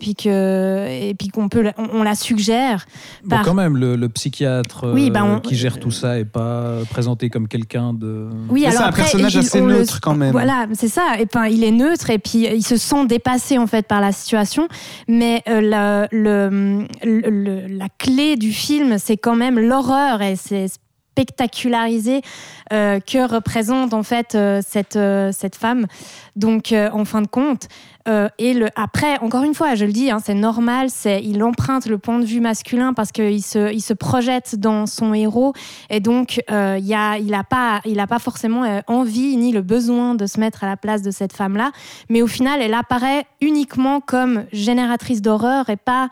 qu'on la suggère. Bon, quand même, le psychiatre qui gère tout ça est pas présenté comme quelqu'un de... Oui, alors après, c'est un personnage assez neutre quand même. Voilà, c'est ça. Et il est neutre, et puis il se sent dépassé en fait par la situation. Mais la clé du film, c'est quand même l'horreur, et c'est spectacularisé que représente en fait cette femme. Donc en fin de compte, après, encore une fois, je le dis, c'est normal, il emprunte le point de vue masculin parce qu'il se projette dans son héros et donc il n'a pas forcément envie ni le besoin de se mettre à la place de cette femme-là, mais au final, elle apparaît uniquement comme génératrice d'horreur et pas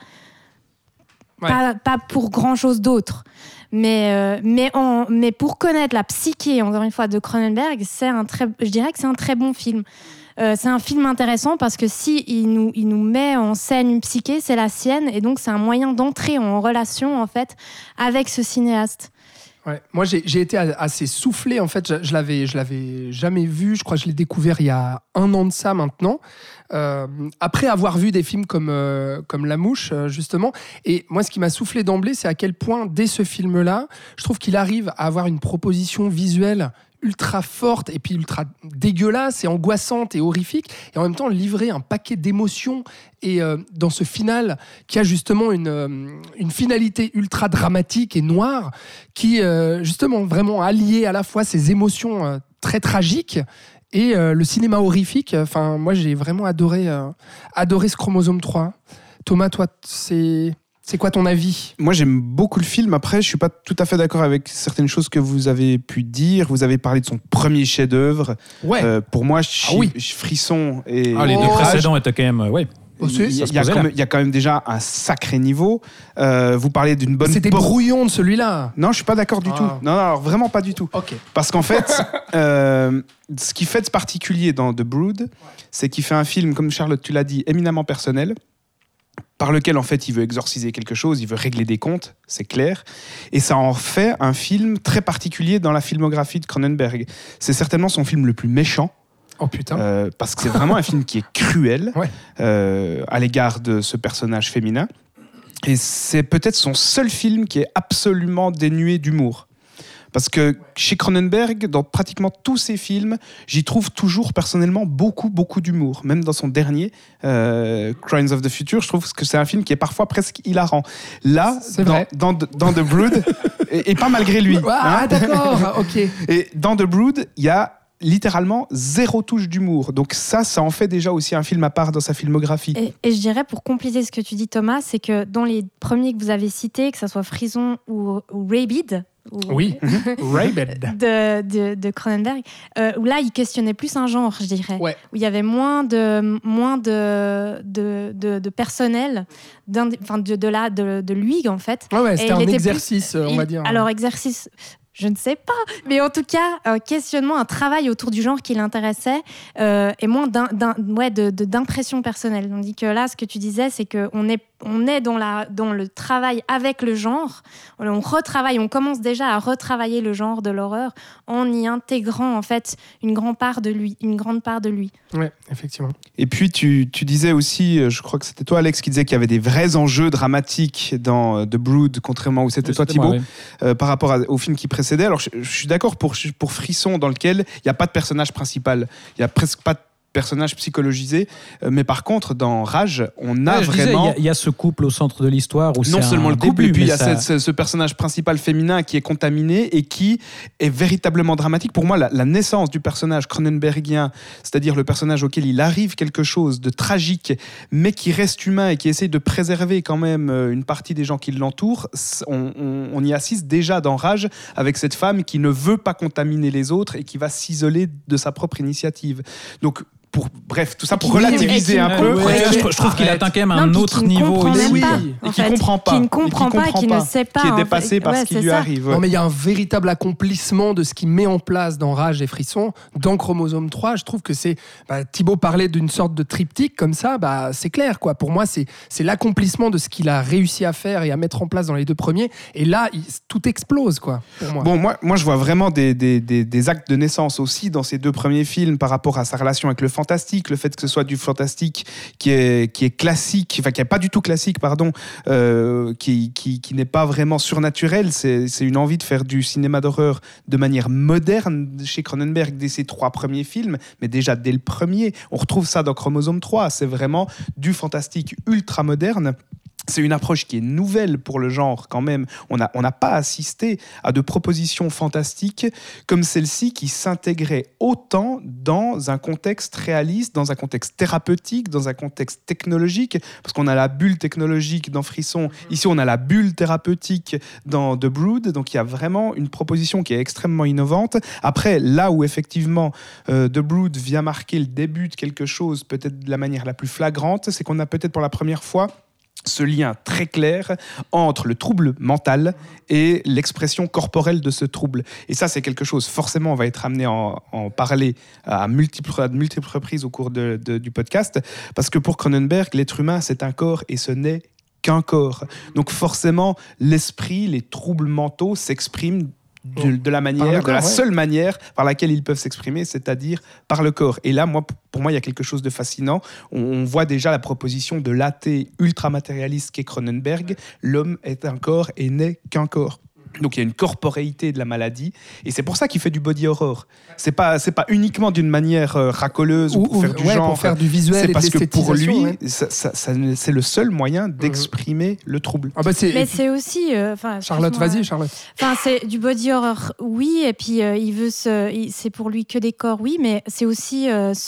pour grand-chose d'autre. Mais pour connaître la psyché, encore une fois, de Cronenberg, je dirais que c'est un très bon film. C'est un film intéressant parce que il nous met en scène une psyché, c'est la sienne, et donc c'est un moyen d'entrer en relation en fait avec ce cinéaste. Ouais. Moi, j'ai été assez soufflé. En fait, je l'avais jamais vu. Je crois que je l'ai découvert il y a 1 an de ça maintenant. Après avoir vu des films comme La Mouche, justement. Et moi, ce qui m'a soufflé d'emblée, c'est à quel point, dès ce film-là, je trouve qu'il arrive à avoir une proposition visuelle ultra forte et puis ultra dégueulasse et angoissante et horrifique, et en même temps livrer un paquet d'émotions, et dans ce final qui a justement une finalité ultra dramatique et noire qui justement vraiment allie à la fois ces émotions très tragiques et le cinéma horrifique. Enfin, moi j'ai vraiment adoré ce Chromosome 3. Thomas, toi, c'est quoi ton avis ? Moi, j'aime beaucoup le film. Après, je ne suis pas tout à fait d'accord avec certaines choses que vous avez pu dire. Vous avez parlé de son premier chef-d'œuvre. Ouais. Pour moi, Frisson et... les 2 précédents étaient quand même... Ouais. Il y a quand même déjà un sacré niveau. Vous parlez d'une bonne... C'était brouillon de celui-là. Non, je ne suis pas d'accord du tout. Non, alors vraiment pas du tout. Okay. Parce qu'en fait, ce qui fait de particulier dans The Brood, c'est qu'il fait un film, comme Charlotte, tu l'as dit, éminemment personnel, par lequel, en fait, il veut exorciser quelque chose, il veut régler des comptes, c'est clair. Et ça en fait un film très particulier dans la filmographie de Cronenberg. C'est certainement son film le plus méchant. Oh putain. Parce que c'est vraiment un film qui est cruel à l'égard de ce personnage féminin. Et c'est peut-être son seul film qui est absolument dénué d'humour. Parce que chez Cronenberg, dans pratiquement tous ses films, j'y trouve toujours personnellement beaucoup, beaucoup d'humour. Même dans son dernier, Crimes of the Future, je trouve que c'est un film qui est parfois presque hilarant. Là, dans The Brood, et pas malgré lui. Ah, d'accord, ok. Et dans The Brood, il y a littéralement 0 touche d'humour. Donc ça en fait déjà aussi un film à part dans sa filmographie. Et je dirais, pour compléter ce que tu dis, Thomas, c'est que dans les premiers que vous avez cités, que ce soit Frisson ou Rabid, Rabid de Cronenberg, où là il questionnait plus un genre, je dirais, où il y avait moins de personnel, de lui en fait. C'était un exercice, on va dire. Alors exercice. Je ne sais pas, mais en tout cas, un questionnement, un travail autour du genre qui l'intéressait, et moins d'impression personnelle. Tandis que là, ce que tu disais, c'est qu'on est dans le travail avec le genre. On commence déjà à retravailler le genre de l'horreur en y intégrant en fait une grande part de lui. Oui, effectivement. Et puis tu disais aussi, je crois que c'était toi Alex qui disait qu'il y avait des vrais enjeux dramatiques dans The Brood, contrairement où c'était toi Thibaut, par rapport au film qui précédait. Alors je suis d'accord pour Frisson, dans lequel il n'y a pas de personnage principal, il n'y a presque pas de personnage psychologisé, mais par contre dans Rage on a vraiment il y a ce couple au centre de l'histoire où non seulement le couple, et puis il y a ce personnage principal féminin qui est contaminé et qui est véritablement dramatique. Pour moi, la naissance du personnage cronenbergien, c'est-à-dire le personnage auquel il arrive quelque chose de tragique mais qui reste humain et qui essaye de préserver quand même une partie des gens qui l'entourent, on y assiste déjà dans Rage, avec cette femme qui ne veut pas contaminer les autres et qui va s'isoler de sa propre initiative. Donc bref, tout ça pour relativiser un peu. Je trouve qu'il atteint quand même un autre niveau ici. Et qui ne comprend pas. Qui ne comprend pas, qui ne sait pas. Qui est dépassé par ce qui lui arrive. Non, mais il y a un véritable accomplissement de ce qu'il met en place dans Rage et Frisson. Dans Chromosome 3, je trouve que c'est... Thibaut parlait d'une sorte de triptyque comme ça, c'est clair, quoi. Pour moi, c'est l'accomplissement de ce qu'il a réussi à faire et à mettre en place dans les 2 premiers. Et là, tout explose, quoi, pour moi. Bon, moi, je vois vraiment des actes de naissance aussi dans ces 2 premiers films par rapport à sa relation avec le fantastique, le fait que ce soit du fantastique qui est classique, enfin qui n'est pas du tout classique, pardon, qui n'est pas vraiment surnaturel. C'est une envie de faire du cinéma d'horreur de manière moderne chez Cronenberg dès ses 3 premiers films, mais déjà dès le premier, on retrouve ça dans Chromosome 3. C'est vraiment du fantastique ultra moderne. C'est une approche qui est nouvelle pour le genre quand même. On n'a pas assisté à de propositions fantastiques comme celle-ci qui s'intégraient autant dans un contexte réaliste, dans un contexte thérapeutique, dans un contexte technologique, parce qu'on a la bulle technologique dans Frisson, ici on a la bulle thérapeutique dans The Brood, donc il y a vraiment une proposition qui est extrêmement innovante. Après, là où effectivement The Brood vient marquer le début de quelque chose, peut-être de la manière la plus flagrante, c'est qu'on a peut-être pour la première fois ce lien très clair entre le trouble mental et l'expression corporelle de ce trouble. Et ça, c'est quelque chose, forcément, on va être amené à en parler à multiples reprises au cours du podcast, parce que pour Cronenberg, l'être humain, c'est un corps et ce n'est qu'un corps. Donc forcément, l'esprit, les troubles mentaux s'expriment de la manière, de la seule manière par laquelle ils peuvent s'exprimer, c'est-à-dire par le corps. Et là, pour moi, il y a quelque chose de fascinant. On voit déjà la proposition de l'athée ultra-matérialiste qu'est Cronenberg. L'homme est un corps et n'est qu'un corps. Donc il y a une corporéité de la maladie, et c'est pour ça qu'il fait du body horror. C'est pas uniquement d'une manière racoleuse ou pour faire du genre, pour faire du visuel. C'est parce que pour lui, ouais. c'est le seul moyen d'exprimer le trouble. Mais c'est aussi, Charlotte, vas-y, Charlotte. Enfin, c'est du body horror, oui, et puis c'est pour lui que des corps, oui, mais c'est aussi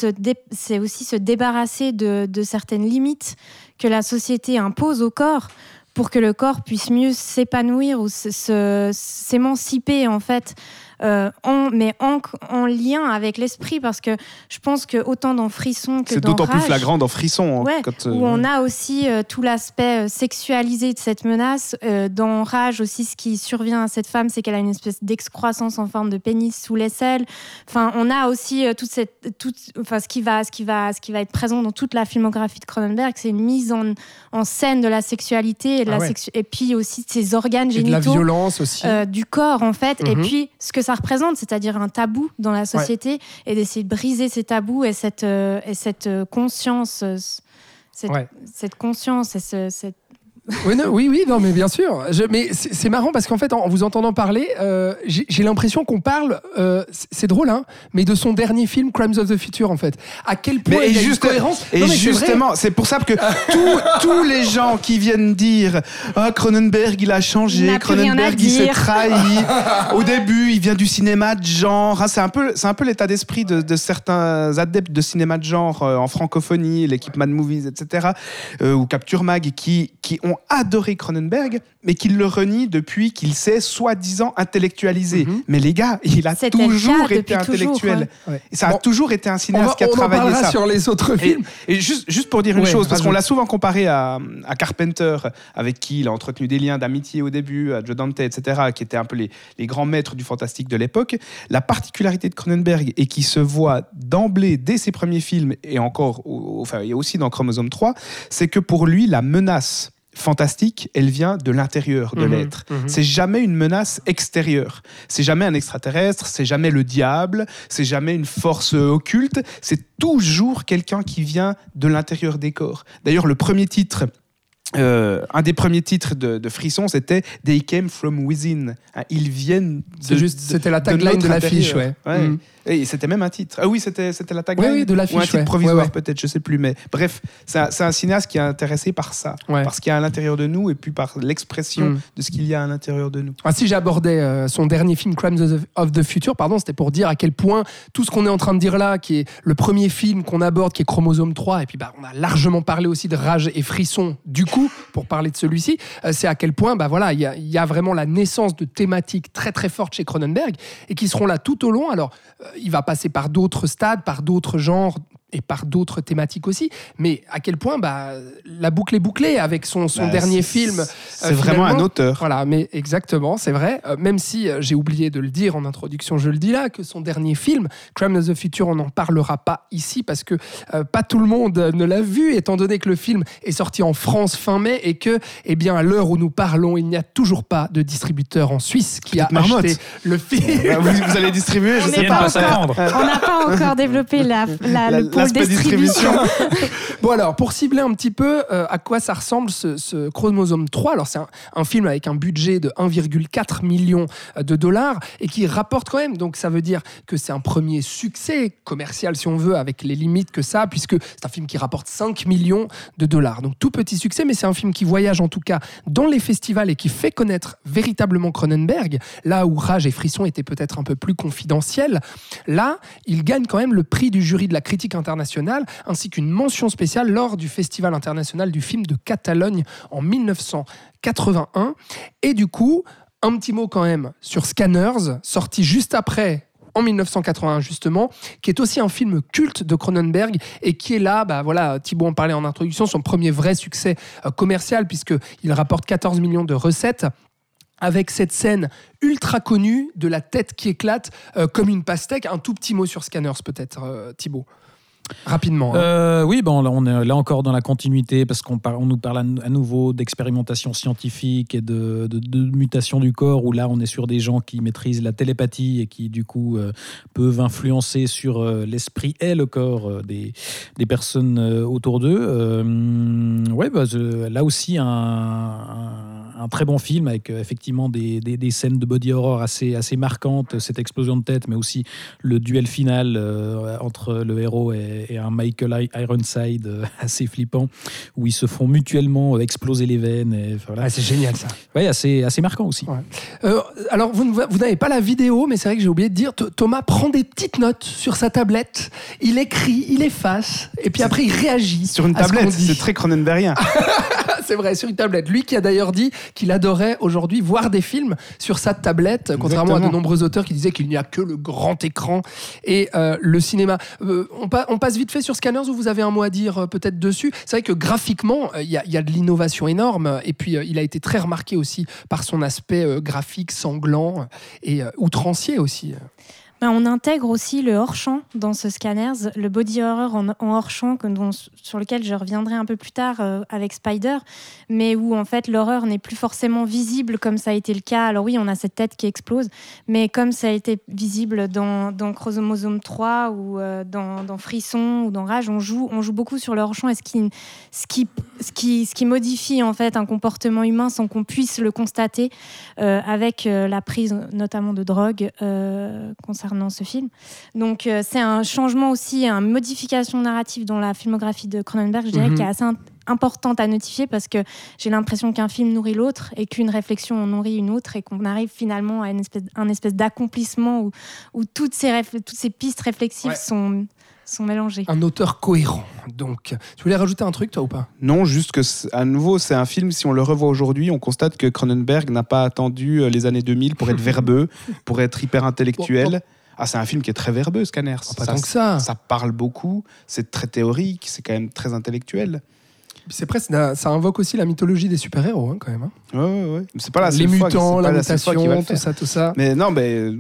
se débarrasser de certaines limites que la société impose au corps, pour que le corps puisse mieux s'épanouir ou s'émanciper, en fait, mais en lien avec l'esprit, parce que je pense que autant dans Frisson que c'est dans Rage... C'est d'autant plus flagrant dans Frisson. Où on a aussi tout l'aspect sexualisé de cette menace. Dans Rage aussi, ce qui survient à cette femme, c'est qu'elle a une espèce d'excroissance en forme de pénis sous l'aisselle. Enfin, on a aussi ce qui va être présent dans toute la filmographie de Cronenberg, c'est une mise en scène de la sexualité et, et puis aussi de ses organes génitaux. Et de la violence aussi. Du corps, en fait. Et puis, ce que ça représente, c'est-à-dire un tabou dans la société, et d'essayer de briser ces tabous et cette conscience, cette conscience et cette... Oui, non, mais bien sûr. Mais c'est marrant parce qu'en fait, en vous entendant parler, j'ai l'impression qu'on parle, c'est drôle, hein, mais de son dernier film, Crimes of the Future, en fait. À quel point il y a une cohérence. Et justement, c'est pour ça que tous les gens qui viennent dire Cronenberg, il a changé, Cronenberg, il s'est trahi. Au début, il vient du cinéma de genre. C'est un peu l'état d'esprit de certains adeptes de cinéma de genre en francophonie, l'équipe Mad Movies, etc., ou Capture Mag, qui ont adoré Cronenberg, mais qui le renient depuis qu'il s'est soi-disant intellectualisé. Mais les gars, il a toujours été intellectuel. Et ça a toujours été un cinéaste qui a travaillé ça. On en parlera sur les autres films. Et juste pour dire une chose, parce qu'on l'a souvent comparé à Carpenter, avec qui il a entretenu des liens d'amitié au début, à Joe Dante, etc., qui étaient un peu les grands maîtres du fantastique de l'époque. La particularité de Cronenberg, et qui se voit d'emblée dès ses premiers films, et encore, il y a aussi dans Chromosome 3, c'est que pour lui, la menace fantastique, elle vient de l'intérieur de l'être. C'est jamais une menace extérieure. C'est jamais un extraterrestre, c'est jamais le diable, c'est jamais une force occulte, c'est toujours quelqu'un qui vient de l'intérieur des corps. D'ailleurs, le premier titre, un des premiers titres de Frisson, c'était They Came From Within. Ils viennent c'était la tagline de l'affiche, ouais. Et c'était même un titre. Ah oui, c'était la tagline de l'affiche, ou un titre provisoire peut-être, je sais plus. Mais bref, c'est un cinéaste qui est intéressé par ça, par ce qu'il y a à l'intérieur de nous et puis par l'expression de ce qu'il y a à l'intérieur de nous. Si j'abordais son dernier film, Crimes of the Future, c'était pour dire à quel point tout ce qu'on est en train de dire là, qui est le premier film qu'on aborde, qui est Chromosome 3, et puis on a largement parlé aussi de Rage et Frisson, du coup, pour parler de celui-ci, c'est à quel point il y a vraiment la naissance de thématiques très très fortes chez Cronenberg et qui seront là tout au long. Alors, il va passer par d'autres stades, par d'autres genres et par d'autres thématiques aussi, mais à quel point la boucle est bouclée avec son dernier film. C'est vraiment un auteur. Voilà, mais exactement, c'est vrai. Même si j'ai oublié de le dire en introduction, je le dis là, que son dernier film, Crimes of the Future, on n'en parlera pas ici parce que pas tout le monde ne l'a vu, étant donné que le film est sorti en France fin mai et que, à l'heure où nous parlons, il n'y a toujours pas de distributeur en Suisse qui a acheté le film. Vous allez distribuer, je sais pas. On n'a pas encore développé la l'aspect distribution. Bon alors, pour cibler un petit peu à quoi ça ressemble ce Chromosome 3, alors c'est un film avec un budget de 1,4 million de dollars et qui rapporte quand même, donc ça veut dire que c'est un premier succès commercial si on veut, avec les limites que ça a, puisque c'est un film qui rapporte 5 millions de dollars. Donc tout petit succès, mais c'est un film qui voyage en tout cas dans les festivals et qui fait connaître véritablement Cronenberg, là où Rage et Frisson étaient peut-être un peu plus confidentiels. Là, il gagne quand même le prix du jury de la critique internationale, ainsi qu'une mention spéciale lors du Festival international du film de Catalogne en 1981. Et du coup, un petit mot quand même sur Scanners, sorti juste après, en 1981 justement, qui est aussi un film culte de Cronenberg et qui est là, Thibaut en parlait en introduction, son premier vrai succès commercial, puisqu'il rapporte 14 millions de recettes, avec cette scène ultra connue de la tête qui éclate comme une pastèque. Un tout petit mot sur Scanners peut-être, Thibaut. Rapidement. Oui, on est là encore dans la continuité parce qu'on nous parle à nouveau d'expérimentation scientifique et de mutation du corps, où là on est sur des gens qui maîtrisent la télépathie et qui du coup peuvent influencer sur l'esprit et le corps des personnes autour d'eux. Là aussi un très bon film avec effectivement des scènes de body horror assez marquantes, cette explosion de tête, mais aussi le duel final entre le héros et un Michael Ironside assez flippant, où ils se font mutuellement exploser les veines. Et, voilà. C'est génial ça. Oui, assez marquant aussi. Ouais. Alors vous n'avez pas la vidéo, mais c'est vrai que j'ai oublié de dire, Thomas prend des petites notes sur sa tablette, il écrit, il efface, et puis après il réagit. Sur une tablette, c'est très Cronenbergien. C'est vrai, sur une tablette. Lui qui a d'ailleurs dit qu'il adorait aujourd'hui voir des films sur sa tablette, contrairement à de nombreux auteurs qui disaient qu'il n'y a que le grand écran et le cinéma. On passe vite fait sur Scanners, où vous avez un mot à dire peut-être dessus. C'est vrai que graphiquement, il y a de l'innovation énorme, et puis il a été très remarqué aussi par son aspect graphique sanglant et outrancier aussi. On intègre aussi le hors-champ dans ce Scanners, le body horror en hors-champ, sur lequel je reviendrai un peu plus tard avec Spider, mais où en fait l'horreur n'est plus forcément visible comme ça a été le cas. Alors oui, on a cette tête qui explose, mais comme ça a été visible dans Chromosome 3 ou dans Frisson ou dans Rage, on joue beaucoup sur le hors-champ, et ce qui modifie en fait un comportement humain sans qu'on puisse le constater avec la prise notamment de drogue concernant ce film. Donc c'est un changement aussi, une modification narrative dans la filmographie de Cronenberg, je dirais, qui est assez importante à notifier, parce que j'ai l'impression qu'un film nourrit l'autre et qu'une réflexion en nourrit une autre, et qu'on arrive finalement à un espèce d'accomplissement où toutes ces pistes réflexives sont mélangées. Un auteur cohérent. Donc, tu voulais rajouter un truc, toi, ou pas ? Non, juste que, à nouveau, c'est un film, si on le revoit aujourd'hui, on constate que Cronenberg n'a pas attendu les années 2000 pour être verbeux, pour être hyper intellectuel. C'est un film qui est très verbeux, Scanners. Pas tant que ça. Ça parle beaucoup, c'est très théorique, c'est quand même très intellectuel. C'est presque, ça invoque aussi la mythologie des super-héros, quand même. Ouais. C'est pas la seule les fois, mutants, la mutation, tout ça. Mais non,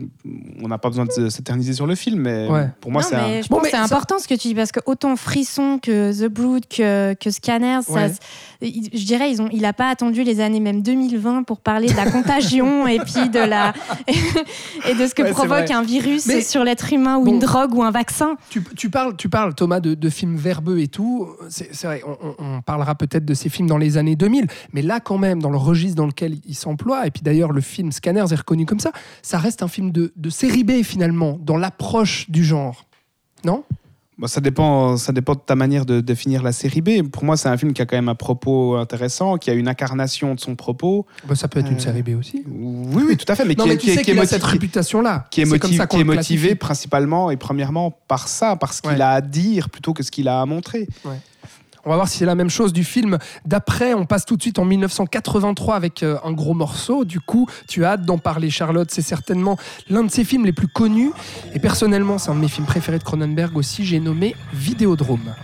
on n'a pas besoin de s'éterniser sur le film, mais pour moi, je pense que c'est important ce que tu dis, parce que autant Frisson que The Brood que Scanners, je dirais, il n'a pas attendu les années même 2020 pour parler de la contagion et puis et de ce que provoque un virus sur l'être humain, ou une drogue ou un vaccin. Tu parles, Thomas, de films verbeux et tout. C'est vrai, on parlera peut-être de ces films dans les années 2000, mais là, quand même, dans le registre dans lequel il s'emploie, et puis d'ailleurs, le film Scanners est reconnu comme ça reste un film de série B, finalement, dans l'approche du genre. Non ? Ça dépend de ta manière de définir la série B. Pour moi, c'est un film qui a quand même un propos intéressant, qui a une incarnation de son propos. Ça peut être une série B aussi. Oui, tout à fait. Mais qui a cette réputation-là. Qui est motivé principalement et premièrement par ça, parce qu'il a à dire plutôt que ce qu'il a à montrer. Ouais. On va voir si c'est la même chose du film d'après. On passe tout de suite en 1983 avec un gros morceau. Du coup, tu as hâte d'en parler, Charlotte. C'est certainement l'un de ses films les plus connus. Et personnellement, c'est un de mes films préférés de Cronenberg aussi. J'ai nommé Vidéodrome.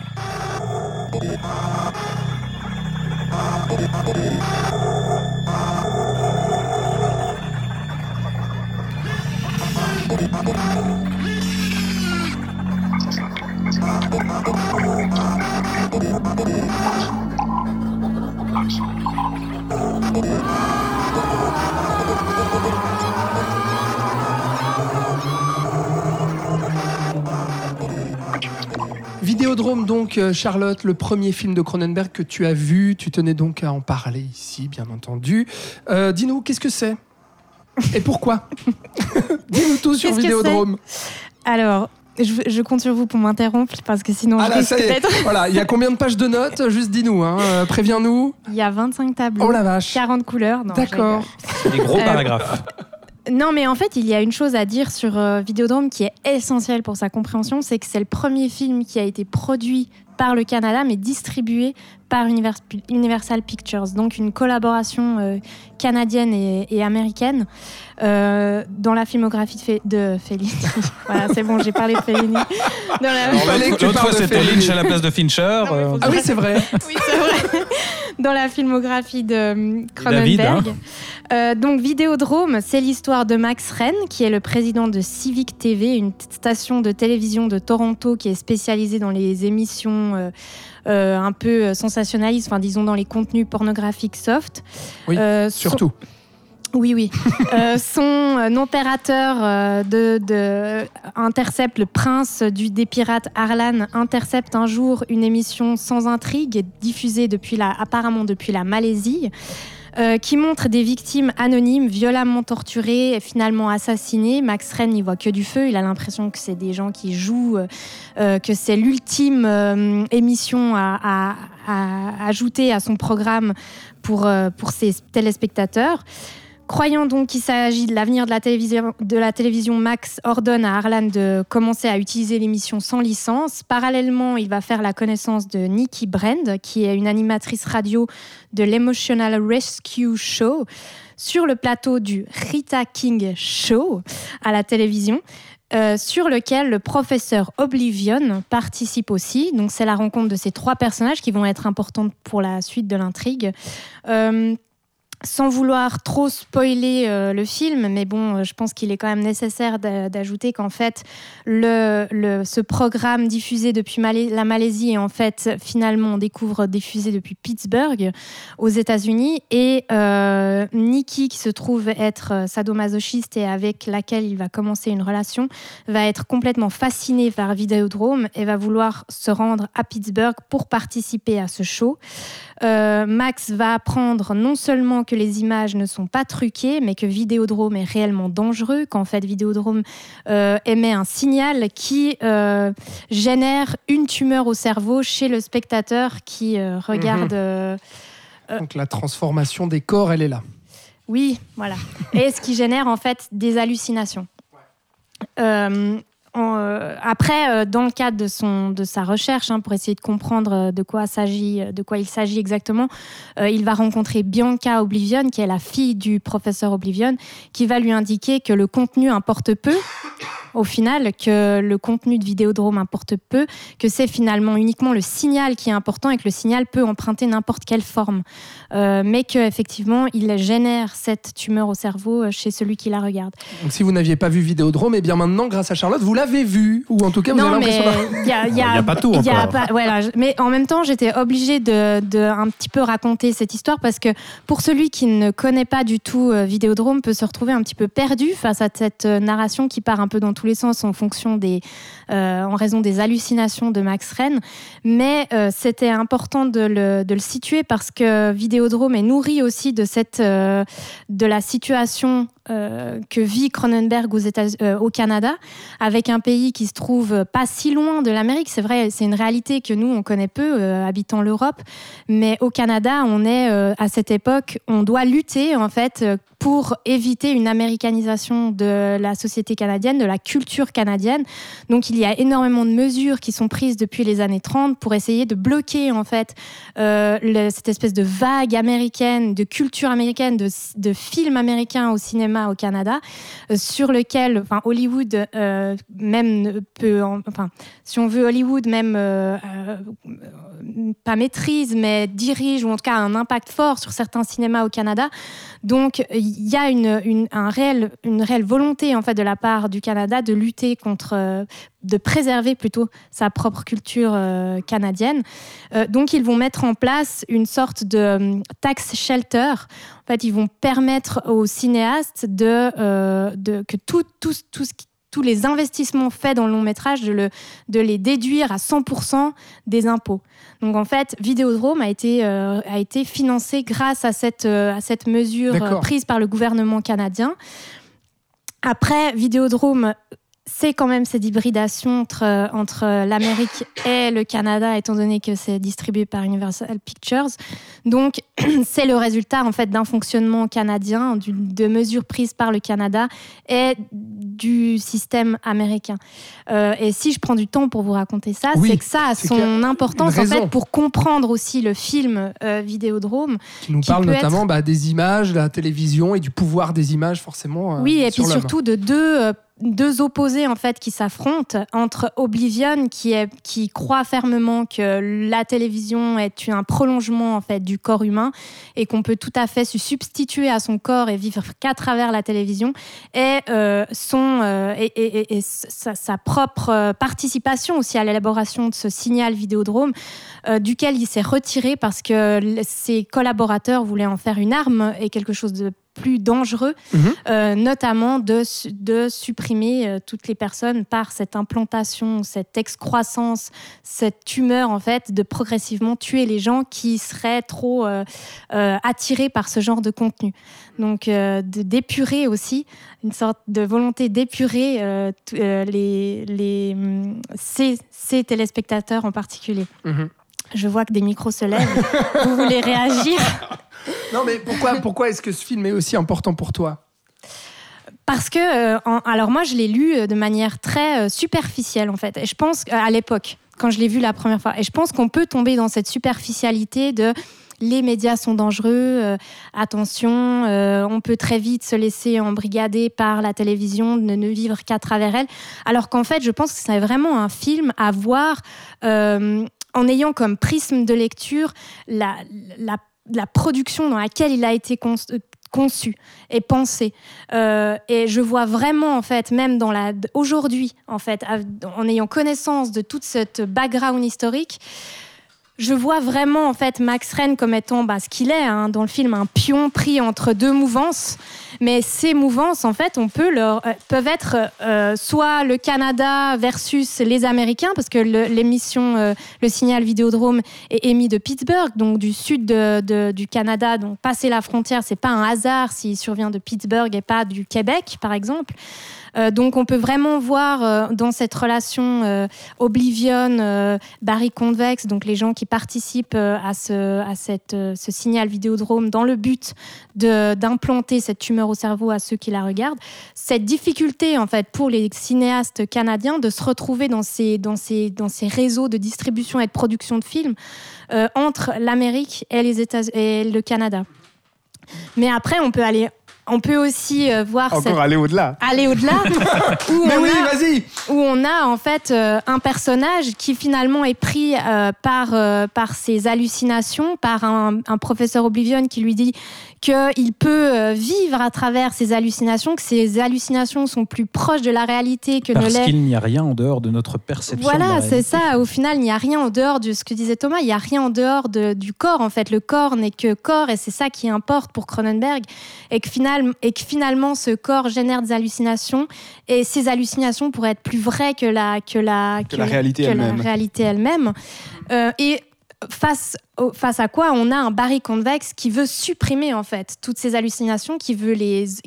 Vidéodrome, donc, Charlotte, le premier film de Cronenberg que tu as vu. Tu tenais donc à en parler ici, bien entendu. Dis-nous, qu'est-ce que c'est ? Et pourquoi ? Dis-nous tout sur Vidéodrome. Alors, je compte sur vous pour m'interrompre parce que sinon je risque d'être... Voilà, il y a combien de pages de notes ? Juste dis-nous, préviens-nous. Il y a 25 tableaux, oh la vache. 40 couleurs. Non, d'accord. Des gros paragraphes. Non, mais en fait, il y a une chose à dire sur Vidéodrome qui est essentielle pour sa compréhension, c'est que c'est le premier film qui a été produit par le Canada, mais distribué par Universal Pictures. Donc une collaboration canadienne et américaine dans la filmographie de Fellini. Voilà, c'est bon, j'ai parlé de Fellini. L'autre fois, c'était Lynch à la place de Fincher. Ah oui, c'est vrai. Oui, c'est vrai. Dans la filmographie de Cronenberg. Donc Vidéodrome, c'est l'histoire de Max Renn, qui est le président de Civic TV, une station de télévision de Toronto qui est spécialisée dans les émissions un peu sensationnalistes, enfin disons dans les contenus pornographiques soft. Oui, surtout. Oui. Son opérateur intercepte, le prince des pirates Arlan intercepte un jour une émission sans intrigue diffusée apparemment depuis la Malaisie. Qui montre des victimes anonymes, violemment torturées et finalement assassinées. Max Renn n'y voit que du feu. Il a l'impression que c'est des gens qui jouent, que c'est l'ultime émission à ajouter à son programme pour ses téléspectateurs. Croyant donc qu'il s'agit de l'avenir de la télévision, Max ordonne à Arlan de commencer à utiliser l'émission sans licence. Parallèlement, il va faire la connaissance de Nikki Brand, qui est une animatrice radio de l'Emotional Rescue Show, sur le plateau du Rita King Show à la télévision. Sur lequel le professeur Oblivion participe aussi. Donc c'est la rencontre de ces 3 personnages qui vont être importantes pour la suite de l'intrigue. Sans vouloir trop spoiler le film, mais bon, je pense qu'il est quand même nécessaire d'ajouter qu'en fait, ce programme diffusé depuis la Malaisie est en fait, finalement, on découvre diffusé depuis Pittsburgh, aux États-Unis, et Nikki, qui se trouve être sadomasochiste et avec laquelle il va commencer une relation, va être complètement fascinée par Vidéodrome et va vouloir se rendre à Pittsburgh pour participer à ce show. Max va apprendre non seulement que les images ne sont pas truquées, mais que Vidéodrome est réellement dangereux, qu'en fait Vidéodrome émet un signal qui génère une tumeur au cerveau chez le spectateur qui regarde... Donc la transformation des corps, elle est là. Oui, voilà. Et ce qui génère en fait des hallucinations. Après, dans le cadre de sa recherche, pour essayer de comprendre de quoi il s'agit exactement, il va rencontrer Bianca Oblivion, qui est la fille du professeur Oblivion, qui va lui indiquer que le contenu importe peu, au final, que le contenu de Vidéodrome importe peu, que c'est finalement uniquement le signal qui est important et que le signal peut emprunter n'importe quelle forme, mais qu'effectivement, il génère cette tumeur au cerveau chez celui qui la regarde. Donc si vous n'aviez pas vu Vidéodrome, et bien maintenant, grâce à Charlotte, vous l'avez vu, ou en tout cas, vous avez l'impression il n'y a pas tout encore. Voilà, mais en même temps, j'étais obligée de un petit peu raconter cette histoire parce que pour celui qui ne connaît pas du tout Vidéodrome peut se retrouver un petit peu perdu face à cette narration qui part un peu dans tous les sens en raison des hallucinations de Max Renn. Mais c'était important de le situer parce que Vidéodrome est nourri aussi de la situation que vit Cronenberg au Canada, avec un pays qui se trouve pas si loin de l'Amérique. C'est vrai, c'est une réalité que nous, on connaît peu, habitant l'Europe. Mais au Canada, on est, à cette époque, on doit lutter, en fait, pour éviter une américanisation de la société canadienne, de la culture canadienne. Donc, il y a énormément de mesures qui sont prises depuis les années 30 pour essayer de bloquer, en fait, cette espèce de vague américaine, de culture américaine, de films américains au cinéma au Canada, sur lequel Hollywood même peut, si on veut, Hollywood même pas maîtrise, mais dirige, ou en tout cas a un impact fort sur certains cinémas au Canada. Donc il y a une réelle volonté en fait de la part du Canada de lutter contre, de préserver plutôt sa propre culture canadienne. Donc ils vont mettre en place une sorte de tax shelter. En fait, ils vont permettre aux cinéastes que tous les investissements faits dans le long métrage, de les déduire à 100% des impôts. Donc en fait, Vidéodrome a été financé grâce à cette mesure prise par le gouvernement canadien. Après, Vidéodrome, c'est quand même cette hybridation entre l'Amérique et le Canada, étant donné que c'est distribué par Universal Pictures. Donc, c'est le résultat en fait d'un fonctionnement canadien, de mesures prises par le Canada et du système américain. Et si je prends du temps pour vous raconter ça, c'est que ça a son importance en fait pour comprendre aussi le film Vidéodrome. Qui nous parle notamment des images, de la télévision et du pouvoir des images forcément. Oui, et puis surtout de deux opposés en fait qui s'affrontent, entre Oblivion qui croit fermement que la télévision est un prolongement en fait du corps humain et qu'on peut tout à fait se substituer à son corps et vivre qu'à travers la télévision, et sa propre participation aussi à l'élaboration de ce signal Vidéodrome, duquel il s'est retiré parce que ses collaborateurs voulaient en faire une arme et quelque chose de plus dangereux, notamment de supprimer toutes les personnes par cette implantation, cette excroissance, cette tumeur en fait, de progressivement tuer les gens qui seraient trop attirés par ce genre de contenu. Donc d'épurer aussi, une sorte de volonté d'épurer ces téléspectateurs en particulier. Je vois que des micros se lèvent. Vous voulez réagir ? Non, mais pourquoi est-ce que ce film est aussi important pour toi ? Parce que, alors moi, je l'ai lu de manière très superficielle, en fait. Et je pense qu'à l'époque, quand je l'ai vu la première fois, et je pense qu'on peut tomber dans cette superficialité de les médias sont dangereux, attention, on peut très vite se laisser embrigader par la télévision, ne vivre qu'à travers elle. Alors qu'en fait, je pense que c'est vraiment un film à voir en ayant comme prisme de lecture la production dans laquelle il a été conçu et pensé. Et je vois vraiment, en fait, même aujourd'hui, en fait, en ayant connaissance de toute cette background historique, je vois vraiment, en fait, Max Rennes comme étant ce qu'il est, dans le film, un pion pris entre deux mouvances. Mais ces mouvances, en fait, peuvent être soit le Canada versus les Américains, parce que l'émission Le Signal Vidéodrome est émis de Pittsburgh, donc du sud du Canada. Donc passer la frontière, c'est pas un hasard s'il survient de Pittsburgh et pas du Québec, par exemple. Donc on peut vraiment voir dans cette relation Oblivion, Barry Convex, donc les gens qui participent à ce signal Vidéodrome dans le but d'implanter cette tumeur au cerveau à ceux qui la regardent. Cette difficulté en fait pour les cinéastes canadiens de se retrouver dans ces réseaux de distribution et de production de films entre l'Amérique et les États et le Canada. Mais après on peut aussi voir aller au-delà. Aller au-delà. Où on a en fait un personnage qui finalement est pris par ses hallucinations, par un professeur Oblivion qui lui dit qu'il peut vivre à travers ces hallucinations, que ces hallucinations sont plus proches de la réalité que ne l'est. Parce qu'il n'y a rien en dehors de notre perception. Voilà, c'est ça. Au final, il n'y a rien en dehors de ce que disait Thomas. Il n'y a rien en dehors du corps. En fait, le corps n'est que corps, et c'est ça qui importe pour Cronenberg. Et que finalement, ce corps génère des hallucinations, et ces hallucinations pourraient être plus vraies que la réalité elle-même. Et face à quoi on a un Barry Convex qui veut supprimer en fait toutes ces hallucinations, qui veut les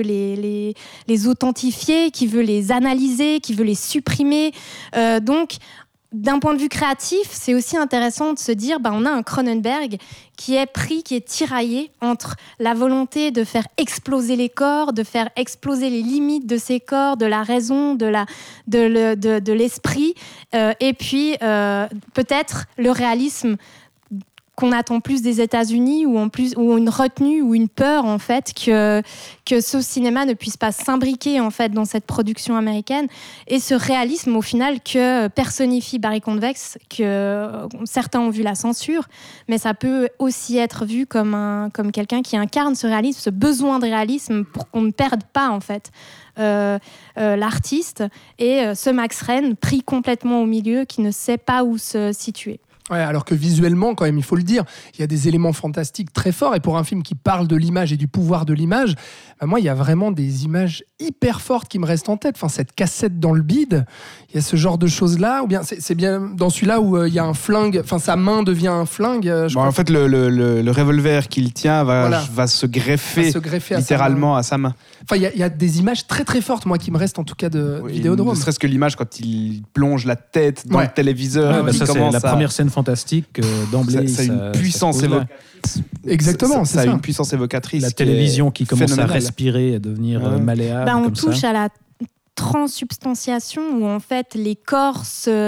authentifier, qui veut les analyser, qui veut les supprimer. Donc d'un point de vue créatif, c'est aussi intéressant de se dire on a un Cronenberg qui est tiraillé entre la volonté de faire exploser les corps, de faire exploser les limites de ces corps, de la raison, de l'esprit, et puis peut-être le réalisme qu'on attend plus des États-Unis, ou une retenue ou une peur en fait que ce cinéma ne puisse pas s'imbriquer en fait dans cette production américaine, et ce réalisme au final que personnifie Barry Convex, que certains ont vu la censure, mais ça peut aussi être vu comme quelqu'un qui incarne ce réalisme, ce besoin de réalisme pour qu'on ne perde pas en fait l'artiste, et ce Max Rennes pris complètement au milieu qui ne sait pas où se situer. Ouais, alors que visuellement, quand même, il faut le dire, il y a des éléments fantastiques très forts. Et pour un film qui parle de l'image et du pouvoir de l'image, moi, il y a vraiment des images hyper fortes qui me restent en tête. Enfin, cette cassette dans le bide, il y a ce genre de choses-là. Ou bien c'est bien dans celui-là où il y a un flingue, enfin, sa main devient un flingue. En fait, le revolver qu'il tient va se greffer littéralement à sa main. Enfin, il y a des images très très fortes, moi, qui me restent en tout cas de Vidéodrome. Ne serait-ce que l'image quand il plonge la tête dans le téléviseur. Ça, c'est la première scène fantastique d'emblée. Ça a une puissance évocatrice. Exactement, ça a une puissance évocatrice. La télévision qui commence à respirer, à devenir malléable. On touche à la transsubstantiation où en fait les corps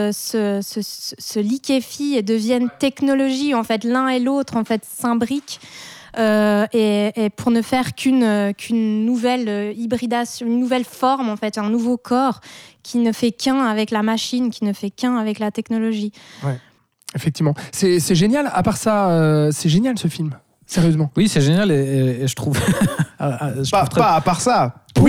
se liquéfient et deviennent technologie. En fait, l'un et l'autre en fait s'imbriquent. Et pour ne faire qu'une nouvelle hybridation, une nouvelle forme en fait, un nouveau corps qui ne fait qu'un avec la machine, qui ne fait qu'un avec la technologie. Ouais, effectivement. C'est génial. À part ça, c'est génial ce film. Sérieusement. Oui, c'est génial et je trouve. Pas à part ça. Pour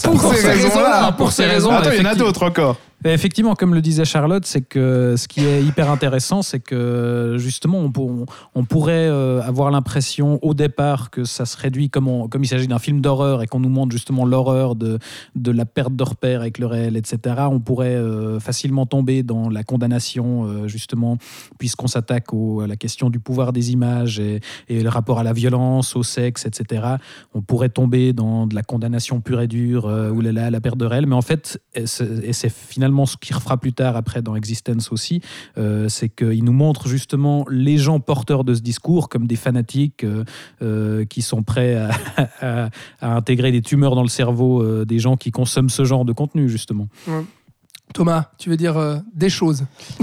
ces raisons. Attends, il y en a d'autres encore. Et effectivement, comme le disait Charlotte, c'est que ce qui est hyper intéressant, c'est que justement, on pourrait avoir l'impression au départ que ça se réduit comme il s'agit d'un film d'horreur et qu'on nous montre justement l'horreur de la perte de repère avec le réel, etc. On pourrait facilement tomber dans la condamnation, justement, puisqu'on s'attaque à la question du pouvoir des images et le rapport à la violence, au sexe, etc. On pourrait tomber dans de la condamnation pure et dure, oulala, la perte de réel. Mais en fait, et c'est finalement ce qu'il refera plus tard après dans Existence aussi, c'est qu'il nous montre justement les gens porteurs de ce discours comme des fanatiques qui sont prêts à intégrer des tumeurs dans le cerveau des gens qui consomment ce genre de contenu justement. Ouais. Thomas, tu veux dire des choses?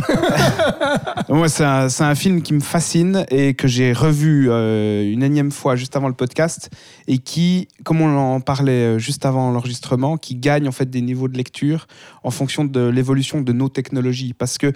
Moi, c'est un film qui me fascine et que j'ai revu une énième fois juste avant le podcast et qui, comme on en parlait juste avant l'enregistrement, qui gagne en fait des niveaux de lecture en fonction de l'évolution de nos technologies. Parce que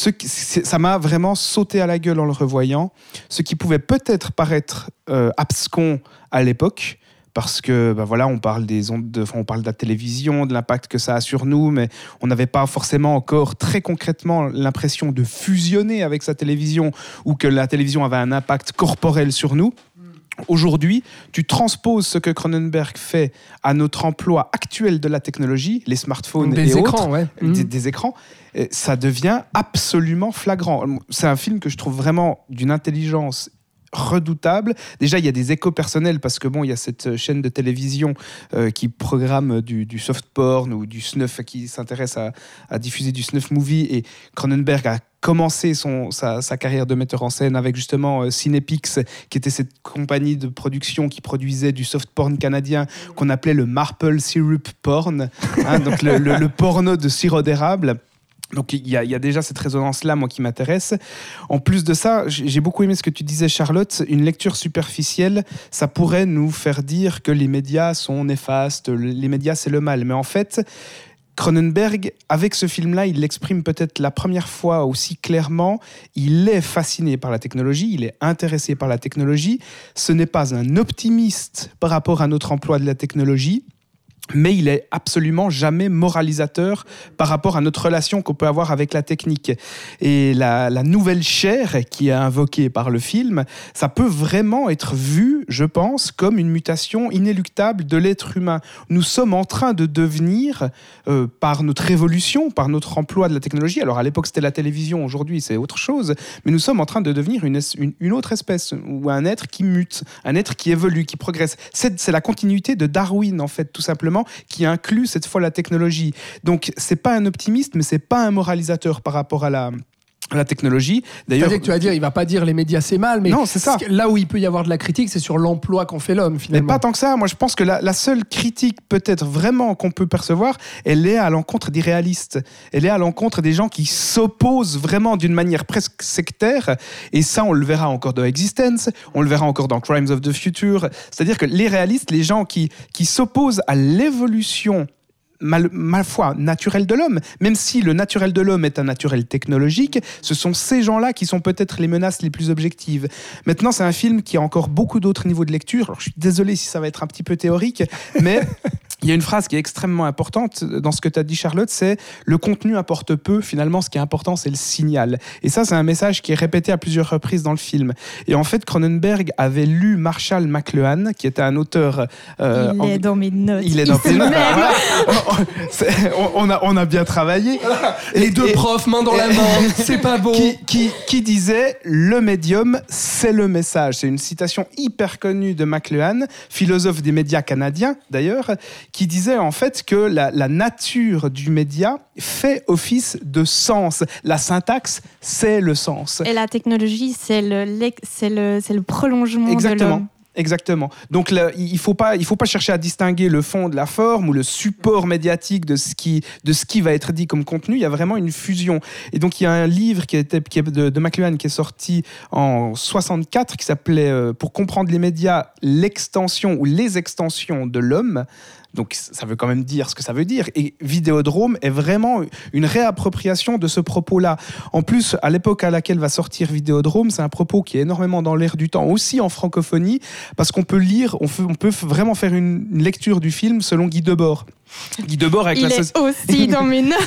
ça m'a vraiment sauté à la gueule en le revoyant. Ce qui pouvait peut-être paraître abscon à l'époque, parce que on parle des ondes, on parle de la télévision, de l'impact que ça a sur nous, mais on n'avait pas forcément encore très concrètement l'impression de fusionner avec sa télévision ou que la télévision avait un impact corporel sur nous. Aujourd'hui, tu transposes ce que Cronenberg fait à notre emploi actuel de la technologie, les smartphones et écrans, autres, des écrans, ça devient absolument flagrant. C'est un film que je trouve vraiment d'une intelligence redoutable. Déjà, il y a des échos personnels parce que il y a cette chaîne de télévision qui programme du soft porn ou du snuff, qui s'intéresse à diffuser du snuff movie, et Cronenberg a commencé sa carrière de metteur en scène avec justement Cinepix, qui était cette compagnie de production qui produisait du soft porn canadien qu'on appelait le maple syrup porn, donc le porno de sirop d'érable. Donc il y a déjà cette résonance-là, moi, qui m'intéresse. En plus de ça, j'ai beaucoup aimé ce que tu disais, Charlotte. Une lecture superficielle, ça pourrait nous faire dire que les médias sont néfastes, les médias, c'est le mal. Mais en fait, Cronenberg, avec ce film-là, il l'exprime peut-être la première fois aussi clairement. Il est fasciné par la technologie, il est intéressé par la technologie. Ce n'est pas un optimiste par rapport à notre emploi de la technologie, mais il est absolument jamais moralisateur par rapport à notre relation qu'on peut avoir avec la technique. Et la nouvelle chair qui est invoquée par le film, ça peut vraiment être vu, je pense, comme une mutation inéluctable de l'être humain. Nous sommes en train de devenir, par notre évolution, par notre emploi de la technologie, alors à l'époque c'était la télévision, aujourd'hui c'est autre chose, mais nous sommes en train de devenir une autre espèce, ou un être qui mute, un être qui évolue, qui progresse. C'est la continuité de Darwin, en fait, tout simplement, qui inclut cette fois la technologie. Donc c'est pas un optimiste, mais c'est pas un moralisateur par rapport à la technologie. D'ailleurs, c'est-à-dire que tu vas dire, il va pas dire les médias c'est mal, mais non, c'est ça. Là où il peut y avoir de la critique, c'est sur l'emploi qu'en fait l'homme, finalement. Mais pas tant que ça. Moi, je pense que la seule critique peut-être vraiment qu'on peut percevoir, elle est à l'encontre des réalistes. Elle est à l'encontre des gens qui s'opposent vraiment d'une manière presque sectaire. Et ça, on le verra encore dans Existence, on le verra encore dans Crimes of the Future. C'est-à-dire que les réalistes, les gens qui s'opposent à l'évolution ma foi, naturel de l'homme. Même si le naturel de l'homme est un naturel technologique, ce sont ces gens-là qui sont peut-être les menaces les plus objectives. Maintenant, c'est un film qui a encore beaucoup d'autres niveaux de lecture. Alors, je suis désolé si ça va être un petit peu théorique, mais il y a une phrase qui est extrêmement importante dans ce que tu as dit, Charlotte, c'est « le contenu apporte peu, finalement, ce qui est important, c'est le signal ». Et ça, c'est un message qui est répété à plusieurs reprises dans le film. Et en fait, Cronenberg avait lu Marshall McLuhan, qui était un auteur... il est dans mes notes. Il est dans tes notes. Voilà. On a bien travaillé. Les deux profs, main dans la main, c'est pas beau. Qui disait « le médium, c'est le message ». C'est une citation hyper connue de McLuhan, philosophe des médias canadiens, d'ailleurs, qui disait en fait que la nature du média fait office de sens. La syntaxe, c'est le sens. Et la technologie, c'est le prolongement de l'homme. Exactement. Donc là, il faut pas chercher à distinguer le fond de la forme ou le support médiatique de ce qui va être dit comme contenu. Il y a vraiment une fusion. Et donc il y a un livre qui est de McLuhan qui est sorti en 64 qui s'appelait Pour comprendre les médias, l'extension ou les extensions de l'homme. Donc ça veut quand même dire ce que ça veut dire. Et Vidéodrome est vraiment une réappropriation de ce propos-là. En plus, à l'époque à laquelle va sortir Vidéodrome, c'est un propos qui est énormément dans l'air du temps, aussi en francophonie, parce qu'on peut lire, on peut vraiment faire une lecture du film selon Guy Debord. Guy Debord avec il est aussi dans mes notes.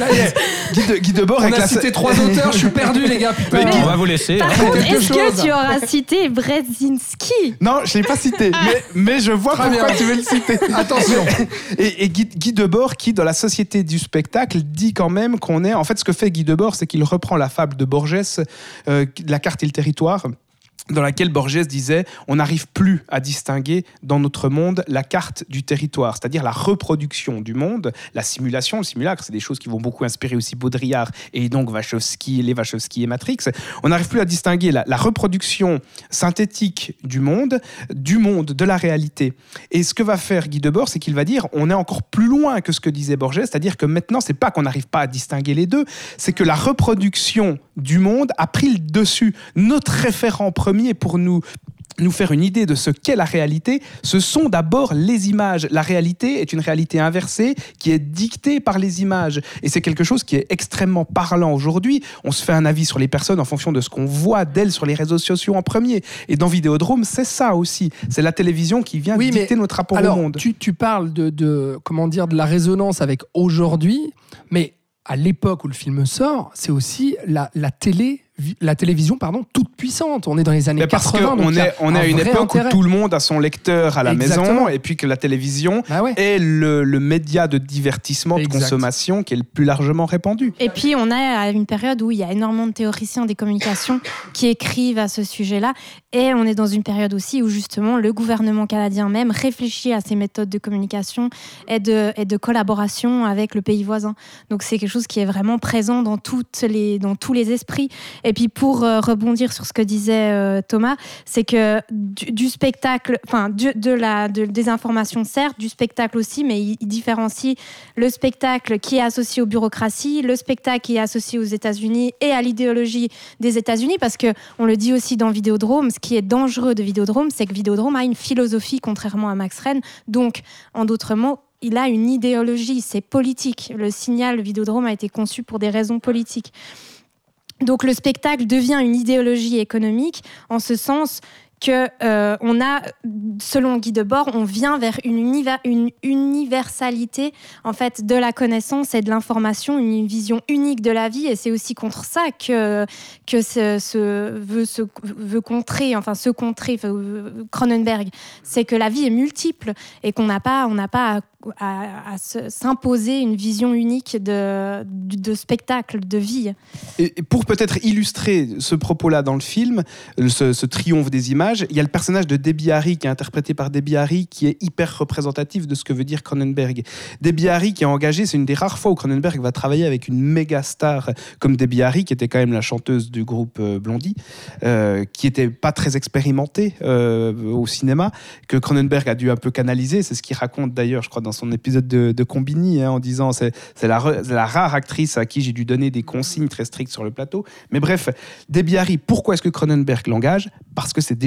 Guy Debord avec a cité 3 auteurs, je suis perdu les gars. Putain. On va vous laisser. Par contre, est-ce que tu auras cité Brzezinski ? Non, je l'ai pas cité, mais je vois pourquoi tu veux le citer. Attention. Et Guy Debord, qui dans la société du spectacle dit quand même qu'on est. En fait, ce que fait Guy Debord, c'est qu'il reprend la fable de Borges, La carte et le territoire, dans laquelle Borges disait « on n'arrive plus à distinguer dans notre monde la carte du territoire », c'est-à-dire la reproduction du monde, la simulation, le simulacre, c'est des choses qui vont beaucoup inspirer aussi Baudrillard et donc les Wachowski et Matrix. On n'arrive plus à distinguer la reproduction synthétique du monde, de la réalité. Et ce que va faire Guy Debord, c'est qu'il va dire on est encore plus loin que ce que disait Borges, c'est-à-dire que maintenant, c'est pas qu'on n'arrive pas à distinguer les deux, c'est que la reproduction du monde a pris le dessus. Notre référent premier pour nous faire une idée de ce qu'est la réalité, ce sont d'abord les images. La réalité est une réalité inversée qui est dictée par les images. Et c'est quelque chose qui est extrêmement parlant aujourd'hui. On se fait un avis sur les personnes en fonction de ce qu'on voit d'elles sur les réseaux sociaux en premier. Et dans Vidéodrome, c'est ça aussi. C'est la télévision qui vient dicter notre rapport au monde. Tu parles de la résonance avec aujourd'hui, mais à l'époque où le film sort, c'est aussi la télévision toute puissante. On est dans les années 80. On est à une époque où tout le monde a son lecteur à la maison et puis que la télévision est le média de divertissement, de consommation qui est le plus largement répandu. Et puis on est à une période où il y a énormément de théoriciens des communications qui écrivent à ce sujet-là. Et on est dans une période aussi où justement le gouvernement canadien même réfléchit à ces méthodes de communication et de collaboration avec le pays voisin. Donc c'est quelque chose qui est vraiment présent dans tous les esprits. Et puis pour rebondir sur ce que disait Thomas, c'est que du spectacle, des informations certes, du spectacle aussi, mais il différencie le spectacle qui est associé aux bureaucraties, le spectacle qui est associé aux États-Unis et à l'idéologie des États-Unis, parce que on le dit aussi dans Vidéodrome, ce qui est dangereux de Vidéodrome, c'est que Vidéodrome a une philosophie, contrairement à Max Rennes. Donc, en d'autres mots, il a une idéologie, c'est politique. Le signal Vidéodrome a été conçu pour des raisons politiques. Donc le spectacle devient une idéologie économique en ce sens que on a, selon Guy Debord, on vient vers une universalité en fait de la connaissance et de l'information, une vision unique de la vie, et c'est aussi contre ça que veut contrer Cronenberg, c'est que la vie est multiple et qu'on n'a pas à s'imposer une vision unique de spectacle, de vie. Et pour peut-être illustrer ce propos-là dans le film, ce triomphe des images, il y a le personnage de Debbie Harry qui est interprété par Debbie Harry qui est hyper représentatif de ce que veut dire Cronenberg. Debbie Harry qui est engagée, c'est une des rares fois où Cronenberg va travailler avec une méga star comme Debbie Harry, qui était quand même la chanteuse du groupe Blondie, qui était pas très expérimentée au cinéma, que Cronenberg a dû un peu canaliser. C'est ce qu'il raconte d'ailleurs, je crois, dans son épisode de Combini, en disant c'est la rare actrice à qui j'ai dû donner des consignes très strictes sur le plateau. Mais bref, Debbie Harry, pourquoi est-ce que Cronenberg l'engage ? Parce que c'est déjà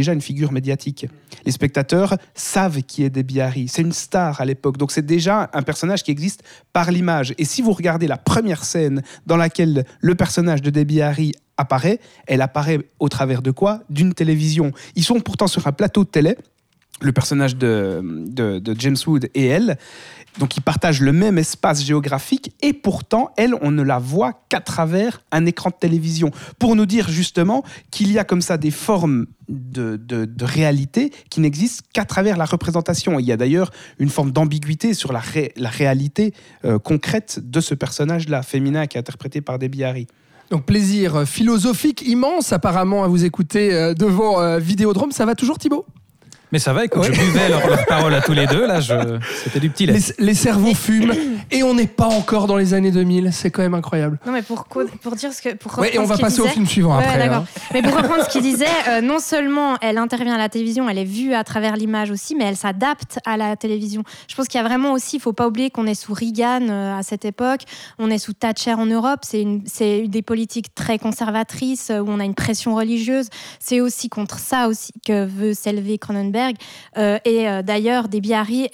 déjà une figure médiatique. Les spectateurs savent qui est Debbie Harry. C'est une star à l'époque. Donc c'est déjà un personnage qui existe par l'image. Et si vous regardez la première scène dans laquelle le personnage de Debbie Harry apparaît, elle apparaît au travers de quoi ? D'une télévision. Ils sont pourtant sur un plateau de télé, le personnage de James Wood et elle. Donc ils partagent le même espace géographique et pourtant, elle, on ne la voit qu'à travers un écran de télévision. Pour nous dire justement qu'il y a comme ça des formes de réalité qui n'existent qu'à travers la représentation. Il y a d'ailleurs une forme d'ambiguïté sur la réalité concrète de ce personnage-là, féminin, qui est interprété par Debbie Harry. Donc plaisir philosophique immense apparemment à vous écouter devant Vidéodrome. Ça va toujours, Thibaut ? Mais ça va, écoute, je buvais leurs paroles à tous les deux, là, c'était du petit lait. Les cerveaux fument et on n'est pas encore dans les années 2000, c'est quand même incroyable. Non mais pour dire ce que... Ouais, et on va passer au film suivant après. D'accord. Hein. Mais pour reprendre ce qu'il disait, non seulement elle intervient à la télévision, elle est vue à travers l'image aussi, mais elle s'adapte à la télévision. Je pense qu'il y a vraiment aussi, il ne faut pas oublier qu'on est sous Reagan à cette époque, on est sous Thatcher en Europe, c'est des politiques très conservatrices où on a une pression religieuse. C'est aussi contre ça aussi que veut s'élever Cronenberg. D'ailleurs, Debbie Harry,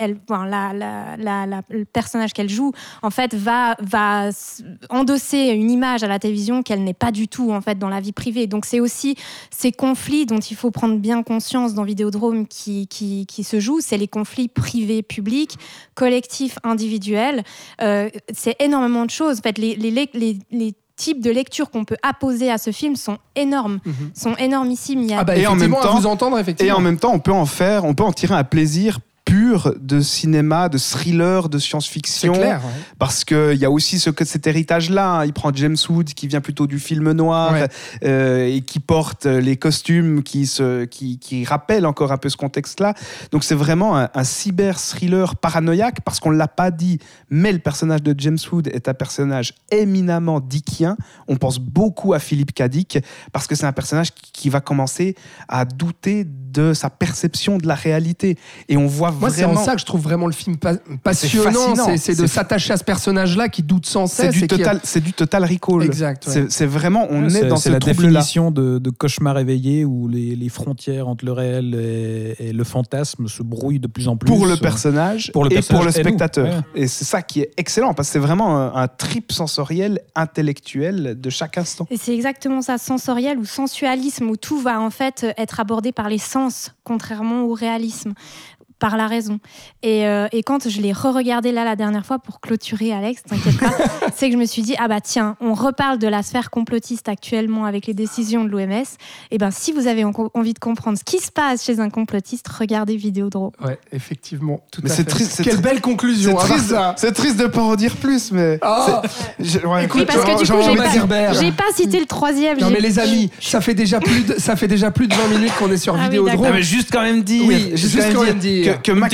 le personnage qu'elle joue, en fait, va endosser une image à la télévision qu'elle n'est pas du tout en fait dans la vie privée. Donc c'est aussi ces conflits dont il faut prendre bien conscience dans Vidéodrome qui se jouent, c'est les conflits privés-publics, collectifs, individuels. C'est énormément de choses. En fait, les types de lectures qu'on peut apposer à ce film sont énormes, sont énormissimes. Et en même temps, à vous entendre, effectivement. Et en même temps, on peut en tirer un plaisir pur de cinéma, de thriller, de science-fiction. C'est clair, ouais. Parce qu'il y a aussi cet héritage-là. Hein. Il prend James Wood, qui vient plutôt du film noir, et qui porte les costumes qui rappellent encore un peu ce contexte-là. Donc c'est vraiment un cyber-thriller paranoïaque, parce qu'on ne l'a pas dit, mais le personnage de James Wood est un personnage éminemment dickien. On pense beaucoup à Philip K. Dick, parce que c'est un personnage qui va commencer à douter de sa perception de la réalité. Et on voit moi, vraiment... c'est en ça que je trouve vraiment le film passionnant. C'est de s'attacher à ce personnage-là qui doute sans cesse. C'est du Total Recall. Exact. Ouais. C'est vraiment, on est dans ce trouble-là. C'est la définition de cauchemar éveillé où les frontières entre le réel et le fantasme se brouillent de plus en plus. Pour le personnage et pour le spectateur. Et c'est ça qui est excellent, parce que c'est vraiment un trip sensoriel, intellectuel de chaque instant. Et c'est exactement ça, sensoriel ou sensualisme, où tout va en fait être abordé par les sens, contrairement au réalisme. Par la raison. Et quand je l'ai re-regardé là la dernière fois pour clôturer, Alex, t'inquiète pas, c'est que je me suis dit, ah bah tiens, on reparle de la sphère complotiste actuellement avec les décisions de l'OMS. Et ben si vous avez envie de comprendre ce qui se passe chez un complotiste, regardez Vidéodrome. Ouais, effectivement, tout mais à fait. Triste, quelle belle conclusion. C'est triste de pas en dire plus, mais... Écoute, parce que du coup, j'ai pas cité le troisième. Non mais les amis, ça fait déjà plus de 20 minutes qu'on est sur Vidéodrome. Oui, mais juste quand même dire... Oui, juste quand même dire...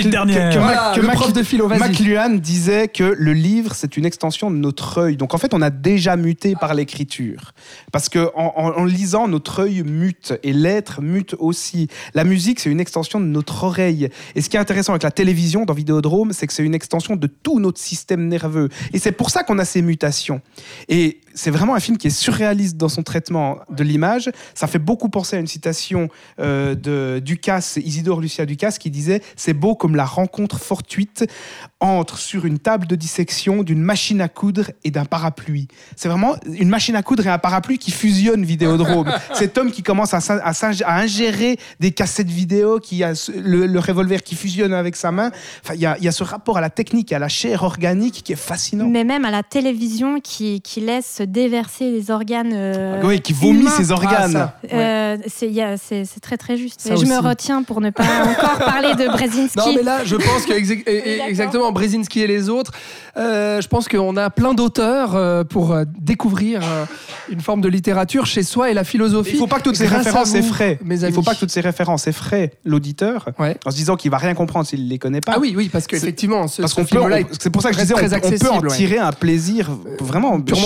le prof de philo, McLuhan disait que le livre, c'est une extension de notre œil. Donc en fait, on a déjà muté par l'écriture. Parce qu'en lisant, notre œil mute et l'être mute aussi. La musique, c'est une extension de notre oreille. Et ce qui est intéressant avec la télévision dans Vidéodrome, c'est que c'est une extension de tout notre système nerveux. Et c'est pour ça qu'on a ces mutations. Et c'est vraiment un film qui est surréaliste dans son traitement de l'image. Ça fait beaucoup penser à une citation de Ducasse, Isidore Lucia Ducasse, qui disait « C'est beau comme la rencontre fortuite entre sur une table de dissection d'une machine à coudre et d'un parapluie. » C'est vraiment une machine à coudre et un parapluie qui fusionnent Vidéodrome. Cet homme qui commence à ingérer des cassettes vidéo, qui a le revolver qui fusionne avec sa main. Enfin, il y a ce rapport à la technique et à la chair organique qui est fascinant. Mais même à la télévision qui laisse se déverser les organes oui, qui vomit humains. Ses organes. C'est très très juste. Ça et je aussi. me retiens pour ne pas encore parler de Brzezinski. Non mais là, je pense que exactement Brzezinski et les autres, je pense qu'on a plein d'auteurs pour découvrir une forme de littérature chez soi et la philosophie. Il ne faut pas que toutes ces références effraient. Mes amis. Il ne faut pas que toutes ces références effraient l'auditeur en se disant qu'il ne va rien comprendre s'il ne les connaît pas. Ah oui, parce qu'effectivement, c'est pour ça que je disais, on peut en tirer un plaisir vraiment purement cinématographique.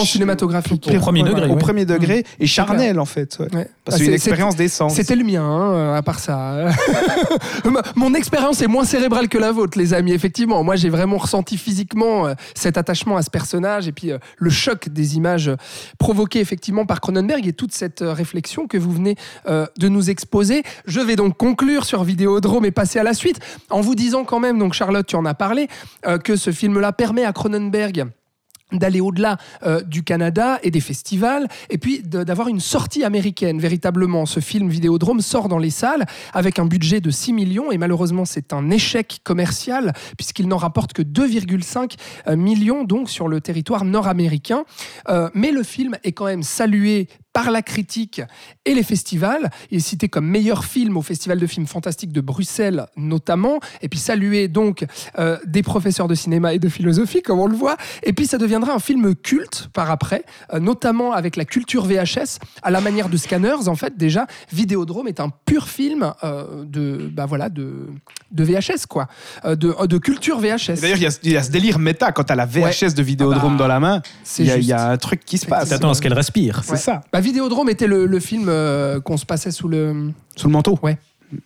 cinématographique. Au premier degré. Au premier degré et charnel, en fait. Ouais. Ouais. Parce que c'est une expérience d'essence. C'était le mien, à part ça. Mon expérience est moins cérébrale que la vôtre, les amis, effectivement. Moi, j'ai vraiment ressenti physiquement cet attachement à ce personnage et puis le choc des images provoquées effectivement par Cronenberg et toute cette réflexion que vous venez de nous exposer. Je vais donc conclure sur Vidéodrome et passer à la suite en vous disant quand même, donc Charlotte, tu en as parlé, que ce film-là permet à Cronenberg d'aller au-delà du Canada et des festivals, et puis d'avoir une sortie américaine, véritablement. Ce film Vidéodrome sort dans les salles avec un budget de 6 millions, et malheureusement, c'est un échec commercial, puisqu'il n'en rapporte que 2,5 millions, donc, sur le territoire nord-américain. Mais le film est quand même salué par la critique et les festivals. Il est cité comme meilleur film au Festival de films fantastiques de Bruxelles, notamment, et puis salué donc des professeurs de cinéma et de philosophie, comme on le voit. Et puis ça deviendra un film culte par après, notamment avec la culture VHS, à la manière de Scanners. En fait, déjà, Vidéodrome est un pur film de VHS, quoi, de culture VHS. Et d'ailleurs, il y a ce délire méta quand t'as la VHS de Vidéodrome dans la main. Il y a un truc qui se passe. T'attends à ce qu'elle respire. C'est ça. Vidéodrome était le film qu'on se passait sous le manteau. Ouais.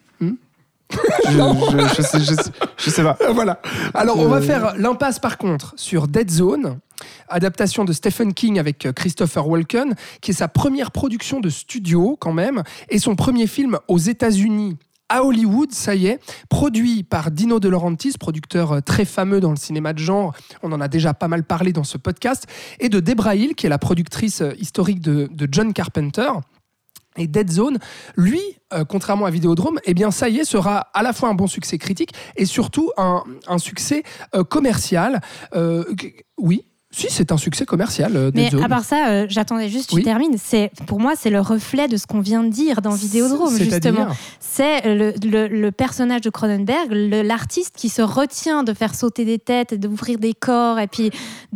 Je sais pas. Voilà. Alors, on va faire l'impasse par contre sur Dead Zone, adaptation de Stephen King avec Christopher Walken, qui est sa première production de studio quand même, et son premier film aux États-Unis. À Hollywood, ça y est, produit par Dino De Laurentiis, producteur très fameux dans le cinéma de genre, on en a déjà pas mal parlé dans ce podcast, et de Debra Hill, qui est la productrice historique de John Carpenter. Et Dead Zone, lui, contrairement à Vidéodrome, eh bien ça y est, sera à la fois un bon succès critique et surtout un succès commercial. Oui. Si, c'est un succce commercial. Mais à part ça, j'attendais juste que tu termines. Pour moi, c'est le reflet de ce qu'on vient de dire dans Vidéodrome, justement. C'est le personnage de Cronenberg, l'artiste qui se retient de faire sauter des têtes, d'ouvrir des corps et puis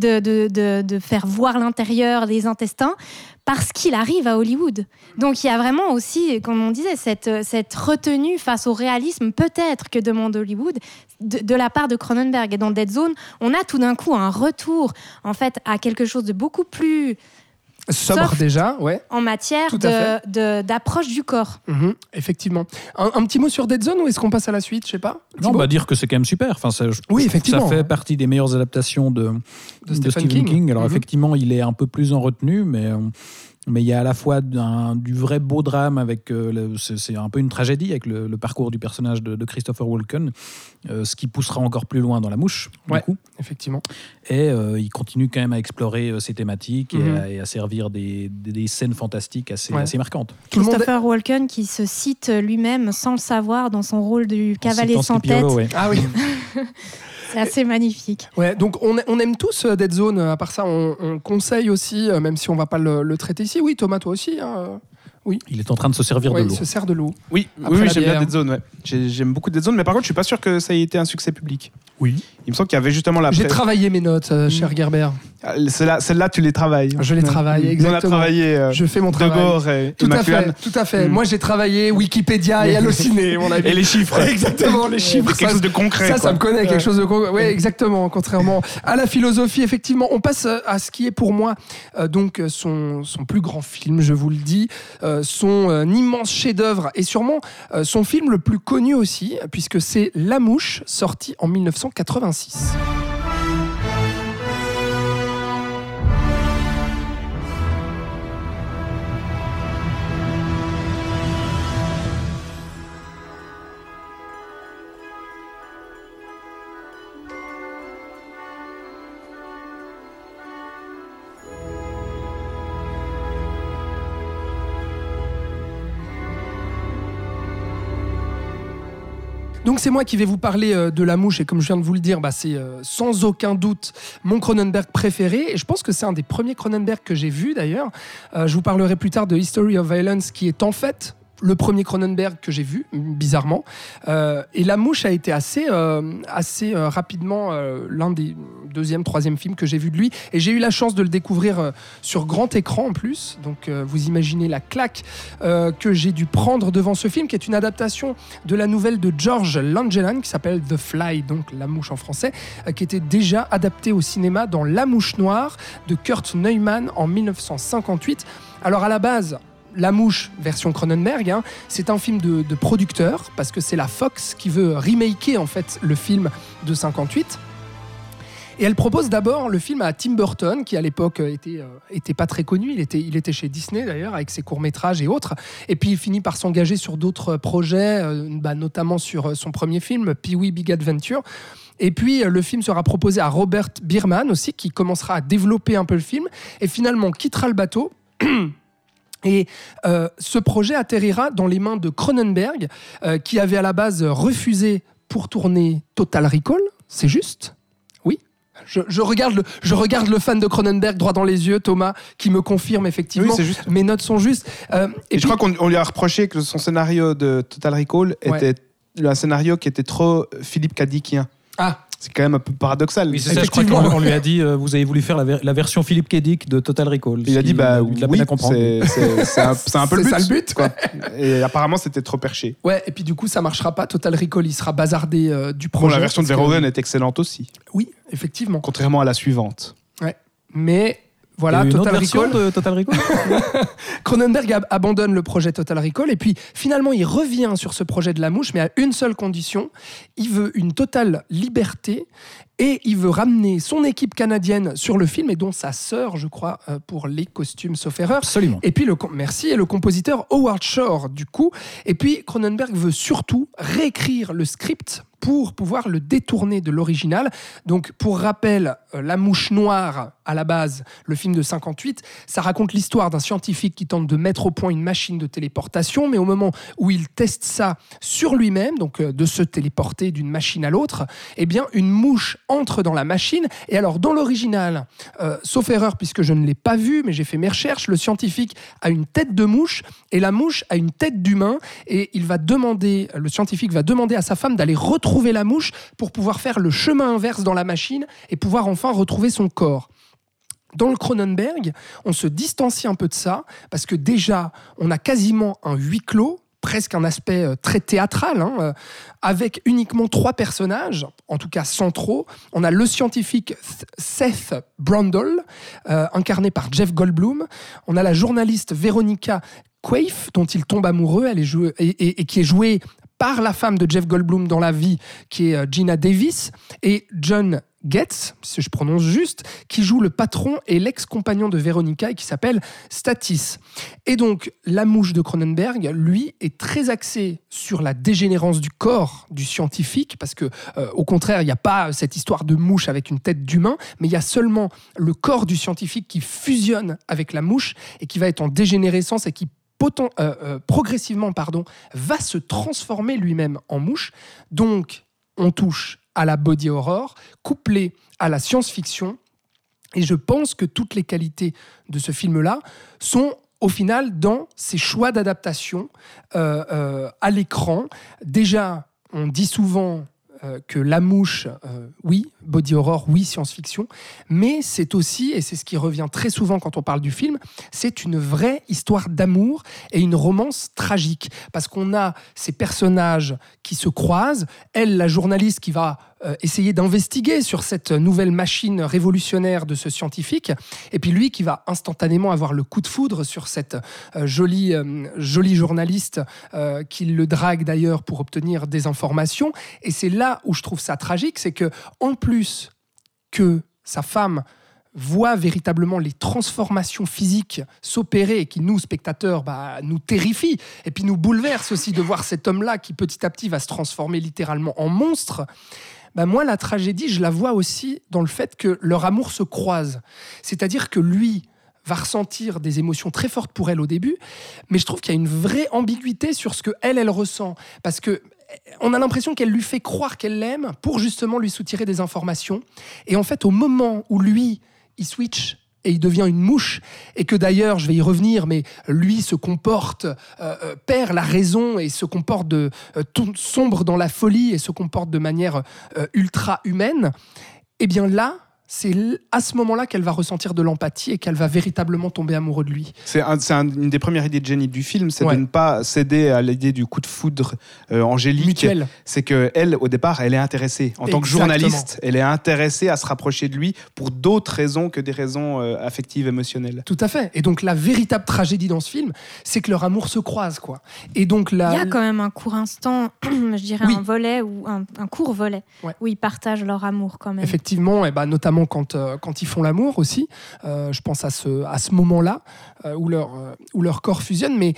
de faire voir l'intérieur, les intestins, parce qu'il arrive à Hollywood. Donc il y a vraiment aussi, comme on disait, cette retenue face au réalisme peut-être que demande Hollywood de la part de Cronenberg. Et dans Dead Zone, on a tout d'un coup un retour en fait à quelque chose de beaucoup plus sobre déjà, ouais. En matière d'approche du corps. Effectivement. Un petit mot sur Dead Zone ou est-ce qu'on passe à la suite, je sais pas. Non, on va dire que c'est quand même super. Enfin, oui, effectivement. Ça fait partie des meilleures adaptations de Stephen King. Alors effectivement, il est un peu plus en retenue, mais il y a à la fois du vrai beau drame avec c'est un peu une tragédie avec le parcours du personnage de Christopher Walken, ce qui poussera encore plus loin dans La Mouche, du coup. Effectivement. Et il continue quand même à explorer ces thématiques et à servir des scènes fantastiques assez marquantes. Christopher Walken qui se cite lui-même sans le savoir dans son rôle du cavalier sans tête. Ouais. Ah oui. C'est assez magnifique. Ouais, donc on aime tous Dead Zone. À part ça, on conseille aussi, même si on ne va pas le traiter ici. Oui, Thomas, toi aussi. Oui. Il est en train de se servir de l'eau. Il se sert de l'eau. Oui, j'aime bien Dead Zone. Ouais. J'aime beaucoup Dead Zone, mais par contre, je suis pas sûr que ça ait été un succès public. Oui. Il me semble qu'il y avait justement la. J'ai travaillé mes notes, cher Gerber. Celle-là, tu les travailles. Je les travaille, exactement. On a travaillé. Je fais mon travail. Debord et tout à fait. Moi, j'ai travaillé Wikipédia et Allociné, mon ami. Et les chiffres. Exactement, les chiffres. Quelque chose de concret. Ça me connaît, quelque chose de concret. Oui, exactement. Contrairement à la philosophie, effectivement, on passe à ce qui est pour moi donc son plus grand film, je vous le dis, son immense chef-d'œuvre et sûrement son film le plus connu aussi, puisque c'est La Mouche, sorti en 1986. Donc c'est moi qui vais vous parler de La Mouche et comme je viens de vous le dire, c'est sans aucun doute mon Cronenberg préféré et je pense que c'est un des premiers Cronenberg que j'ai vu d'ailleurs. Je vous parlerai plus tard de History of Violence qui est en fait le premier Cronenberg que j'ai vu, bizarrement. Et La Mouche a été assez rapidement l'un des deuxième, troisième films que j'ai vu de lui. Et j'ai eu la chance de le découvrir sur grand écran en plus. Donc vous imaginez la claque que j'ai dû prendre devant ce film, qui est une adaptation de la nouvelle de George Langeland, qui s'appelle The Fly, donc La Mouche en français, qui était déjà adaptée au cinéma dans La Mouche Noire de Kurt Neumann en 1958. Alors à la base, La Mouche, version Cronenberg, c'est un film de producteur, parce que c'est la Fox qui veut remaker en fait le film de 58. Et elle propose d'abord le film à Tim Burton, qui à l'époque était pas très connu. Il était chez Disney d'ailleurs, avec ses courts-métrages et autres. Et puis il finit par s'engager sur d'autres projets, notamment sur son premier film, Pee-wee Big Adventure. Et puis le film sera proposé à Robert Bierman aussi, qui commencera à développer un peu le film, et finalement quittera le bateau. Et ce projet atterrira dans les mains de Cronenberg, qui avait à la base refusé pour tourner Total Recall. C'est juste ? Oui. Je regarde le fan de Cronenberg droit dans les yeux, Thomas, qui me confirme effectivement. Oui, c'est juste. Mes notes sont justes. Et je crois qu'on lui a reproché que son scénario de Total Recall était un scénario qui était trop Philippe K. Dickien. Ah. C'est quand même un peu paradoxal. Oui, c'est ça, je crois qu'on lui a dit vous avez voulu faire la version Philippe K. Dick de Total Recall. Il a dit oui, c'est un peu le but. C'est ça le but, quoi. Et apparemment c'était trop perché. Ouais, et puis du coup ça marchera pas. Total Recall, il sera bazardé du projet. Bon, la version de Verhoeven est excellente aussi. Oui, effectivement. Contrairement à la suivante. Ouais, mais voilà, Total Recall. De Total Recall. Cronenberg abandonne le projet Total Recall, et puis finalement il revient sur ce projet de La Mouche, mais à une seule condition. Il veut une totale liberté, et il veut ramener son équipe canadienne sur le film, et dont sa sœur, je crois, pour les costumes, sauf erreur. Absolument. Et puis et le compositeur Howard Shore, du coup. Et puis Cronenberg veut surtout réécrire le script pour pouvoir le détourner de l'original. Donc, pour rappel, La Mouche Noire, à la base, le film de 58, ça raconte l'histoire d'un scientifique qui tente de mettre au point une machine de téléportation, mais au moment où il teste ça sur lui-même, donc de se téléporter d'une machine à l'autre, eh bien, une mouche entre dans la machine. Et alors, dans l'original, sauf erreur, puisque je ne l'ai pas vu, mais j'ai fait mes recherches, le scientifique a une tête de mouche, et la mouche a une tête d'humain, et le scientifique va demander à sa femme d'aller retrouver la mouche pour pouvoir faire le chemin inverse dans la machine et pouvoir enfin retrouver son corps. Dans le Cronenberg, on se distancie un peu de ça, parce que déjà, on a quasiment un huis clos, presque un aspect très théâtral, avec uniquement 3 personnages, en tout cas centraux. On a le scientifique Seth Brundle, incarné par Jeff Goldblum. On a la journaliste Veronica Quaife, dont il tombe amoureux, elle est jouée, et qui est jouée par la femme de Jeff Goldblum dans la vie, qui est Gina Davis, et John Getz, si je prononce juste, qui joue le patron et l'ex-compagnon de Veronica et qui s'appelle Statis. Et donc, La Mouche de Cronenberg, lui, est très axé sur la dégénérance du corps du scientifique, parce que, au contraire, il n'y a pas cette histoire de mouche avec une tête d'humain, mais il y a seulement le corps du scientifique qui fusionne avec la mouche et qui va être en dégénérescence et qui progressivement, va se transformer lui-même en mouche. Donc, on touche à la body horror, couplée à la science-fiction. Et je pense que toutes les qualités de ce film-là sont, au final, dans ses choix d'adaptation à l'écran. Déjà, on dit souvent que La Mouche, oui, body horror, oui, science-fiction, mais c'est aussi, et c'est ce qui revient très souvent quand on parle du film, c'est une vraie histoire d'amour et une romance tragique, parce qu'on a ces personnages qui se croisent, elle, la journaliste qui va essayer d'investiguer sur cette nouvelle machine révolutionnaire de ce scientifique, et puis lui qui va instantanément avoir le coup de foudre sur cette jolie journaliste qui le drague d'ailleurs pour obtenir des informations. Et c'est là où je trouve ça tragique, c'est que en plus que sa femme voit véritablement les transformations physiques s'opérer et qui, nous, spectateurs, nous terrifient et puis nous bouleverse aussi de voir cet homme-là qui, petit à petit, va se transformer littéralement en monstre. Moi, la tragédie, je la vois aussi dans le fait que leur amour se croise. C'est-à-dire que lui va ressentir des émotions très fortes pour elle au début, mais je trouve qu'il y a une vraie ambiguïté sur ce qu'elle ressent. Parce qu'on a l'impression qu'elle lui fait croire qu'elle l'aime pour justement lui soutirer des informations. Et en fait, au moment où lui, il switch et il devient une mouche, et que d'ailleurs, je vais y revenir, mais lui se comporte, perd la raison et se comporte sombre dans la folie et se comporte de manière ultra humaine, et bien là, c'est à ce moment-là qu'elle va ressentir de l'empathie et qu'elle va véritablement tomber amoureuse de lui. C'est une des premières idées de génie du film, c'est de ne pas céder à l'idée du coup de foudre angélique. Mutuel. C'est qu'elle, au départ, elle est intéressée. En tant que journaliste, elle est intéressée à se rapprocher de lui pour d'autres raisons que des raisons affectives, émotionnelles. Tout à fait. Et donc, la véritable tragédie dans ce film, c'est que leur amour se croise, quoi. Et donc, il y a quand même un court instant, je dirais un volet, ou un court volet, où ils partagent leur amour quand même. Effectivement, et notamment quand ils font l'amour aussi, je pense à ce moment-là où leur corps fusionne, mais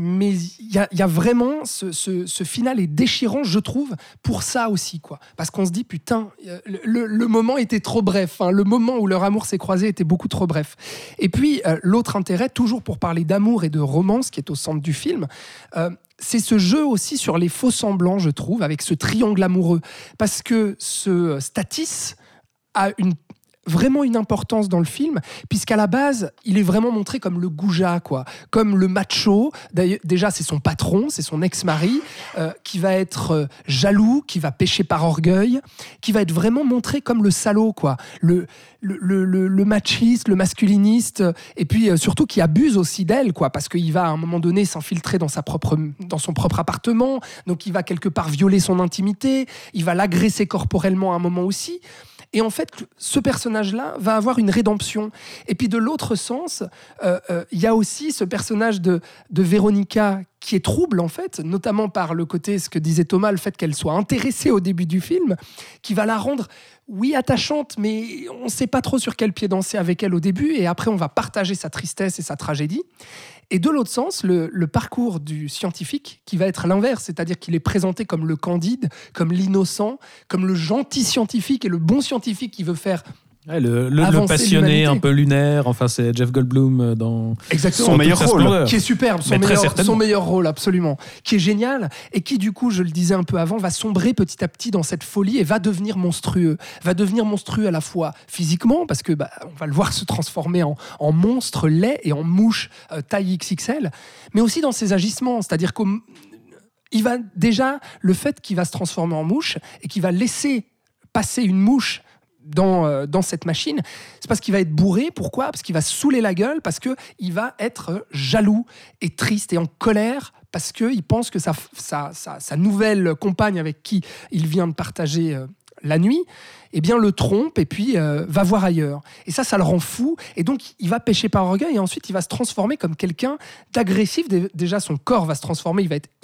il y a vraiment ce final est déchirant, je trouve, pour ça aussi, quoi. Parce qu'on se dit, putain, le moment était trop bref, hein, le moment où leur amour s'est croisé était beaucoup trop bref. Et puis, l'autre intérêt, toujours pour parler d'amour et de romance qui est au centre du film, c'est ce jeu aussi sur les faux semblants, je trouve, avec ce triangle amoureux. Parce que ce Stathis a vraiment une importance dans le film, puisqu'à la base, il est vraiment montré comme le goujat, quoi, comme le macho. Déjà, c'est son patron, c'est son ex-mari, qui va être jaloux, qui va pécher par orgueil, qui va être vraiment montré comme le salaud, quoi, le machiste, le masculiniste, et puis surtout qui abuse aussi d'elle, quoi, parce qu'il va à un moment donné s'infiltrer dans son propre appartement, donc il va quelque part violer son intimité, il va l'agresser corporellement à un moment aussi. Et en fait, ce personnage-là va avoir une rédemption. Et puis de l'autre sens, il y a aussi ce personnage de Véronica qui est trouble, en fait, notamment par le côté, ce que disait Thomas, le fait qu'elle soit intéressée au début du film, qui va la rendre, oui, attachante, mais on ne sait pas trop sur quel pied danser avec elle au début, et après on va partager sa tristesse et sa tragédie. Et de l'autre sens, le parcours du scientifique qui va être l'inverse, c'est-à-dire qu'il est présenté comme le candide, comme l'innocent, comme le gentil scientifique et le bon scientifique qui veut faire le passionné un peu lunaire, enfin c'est Jeff Goldblum dans son meilleur rôle, qui est superbe, son meilleur rôle absolument, qui est génial et qui du coup, je le disais un peu avant, va sombrer petit à petit dans cette folie et va devenir monstrueux à la fois physiquement parce que on va le voir se transformer en monstre laid et en mouche taille XXL, mais aussi dans ses agissements, c'est-à-dire qu'il va déjà, le fait qu'il va se transformer en mouche et qu'il va laisser passer une mouche dans cette machine, c'est parce qu'il va être bourré. Pourquoi ? Parce qu'il va saouler la gueule, parce qu'il va être jaloux et triste et en colère, parce qu'il pense que sa nouvelle compagne avec qui il vient de partager la nuit, eh bien le trompe et puis va voir ailleurs. Et ça le rend fou. Et donc, il va pécher par orgueil et ensuite, il va se transformer comme quelqu'un d'agressif. Déjà, son corps va se transformer. Il va être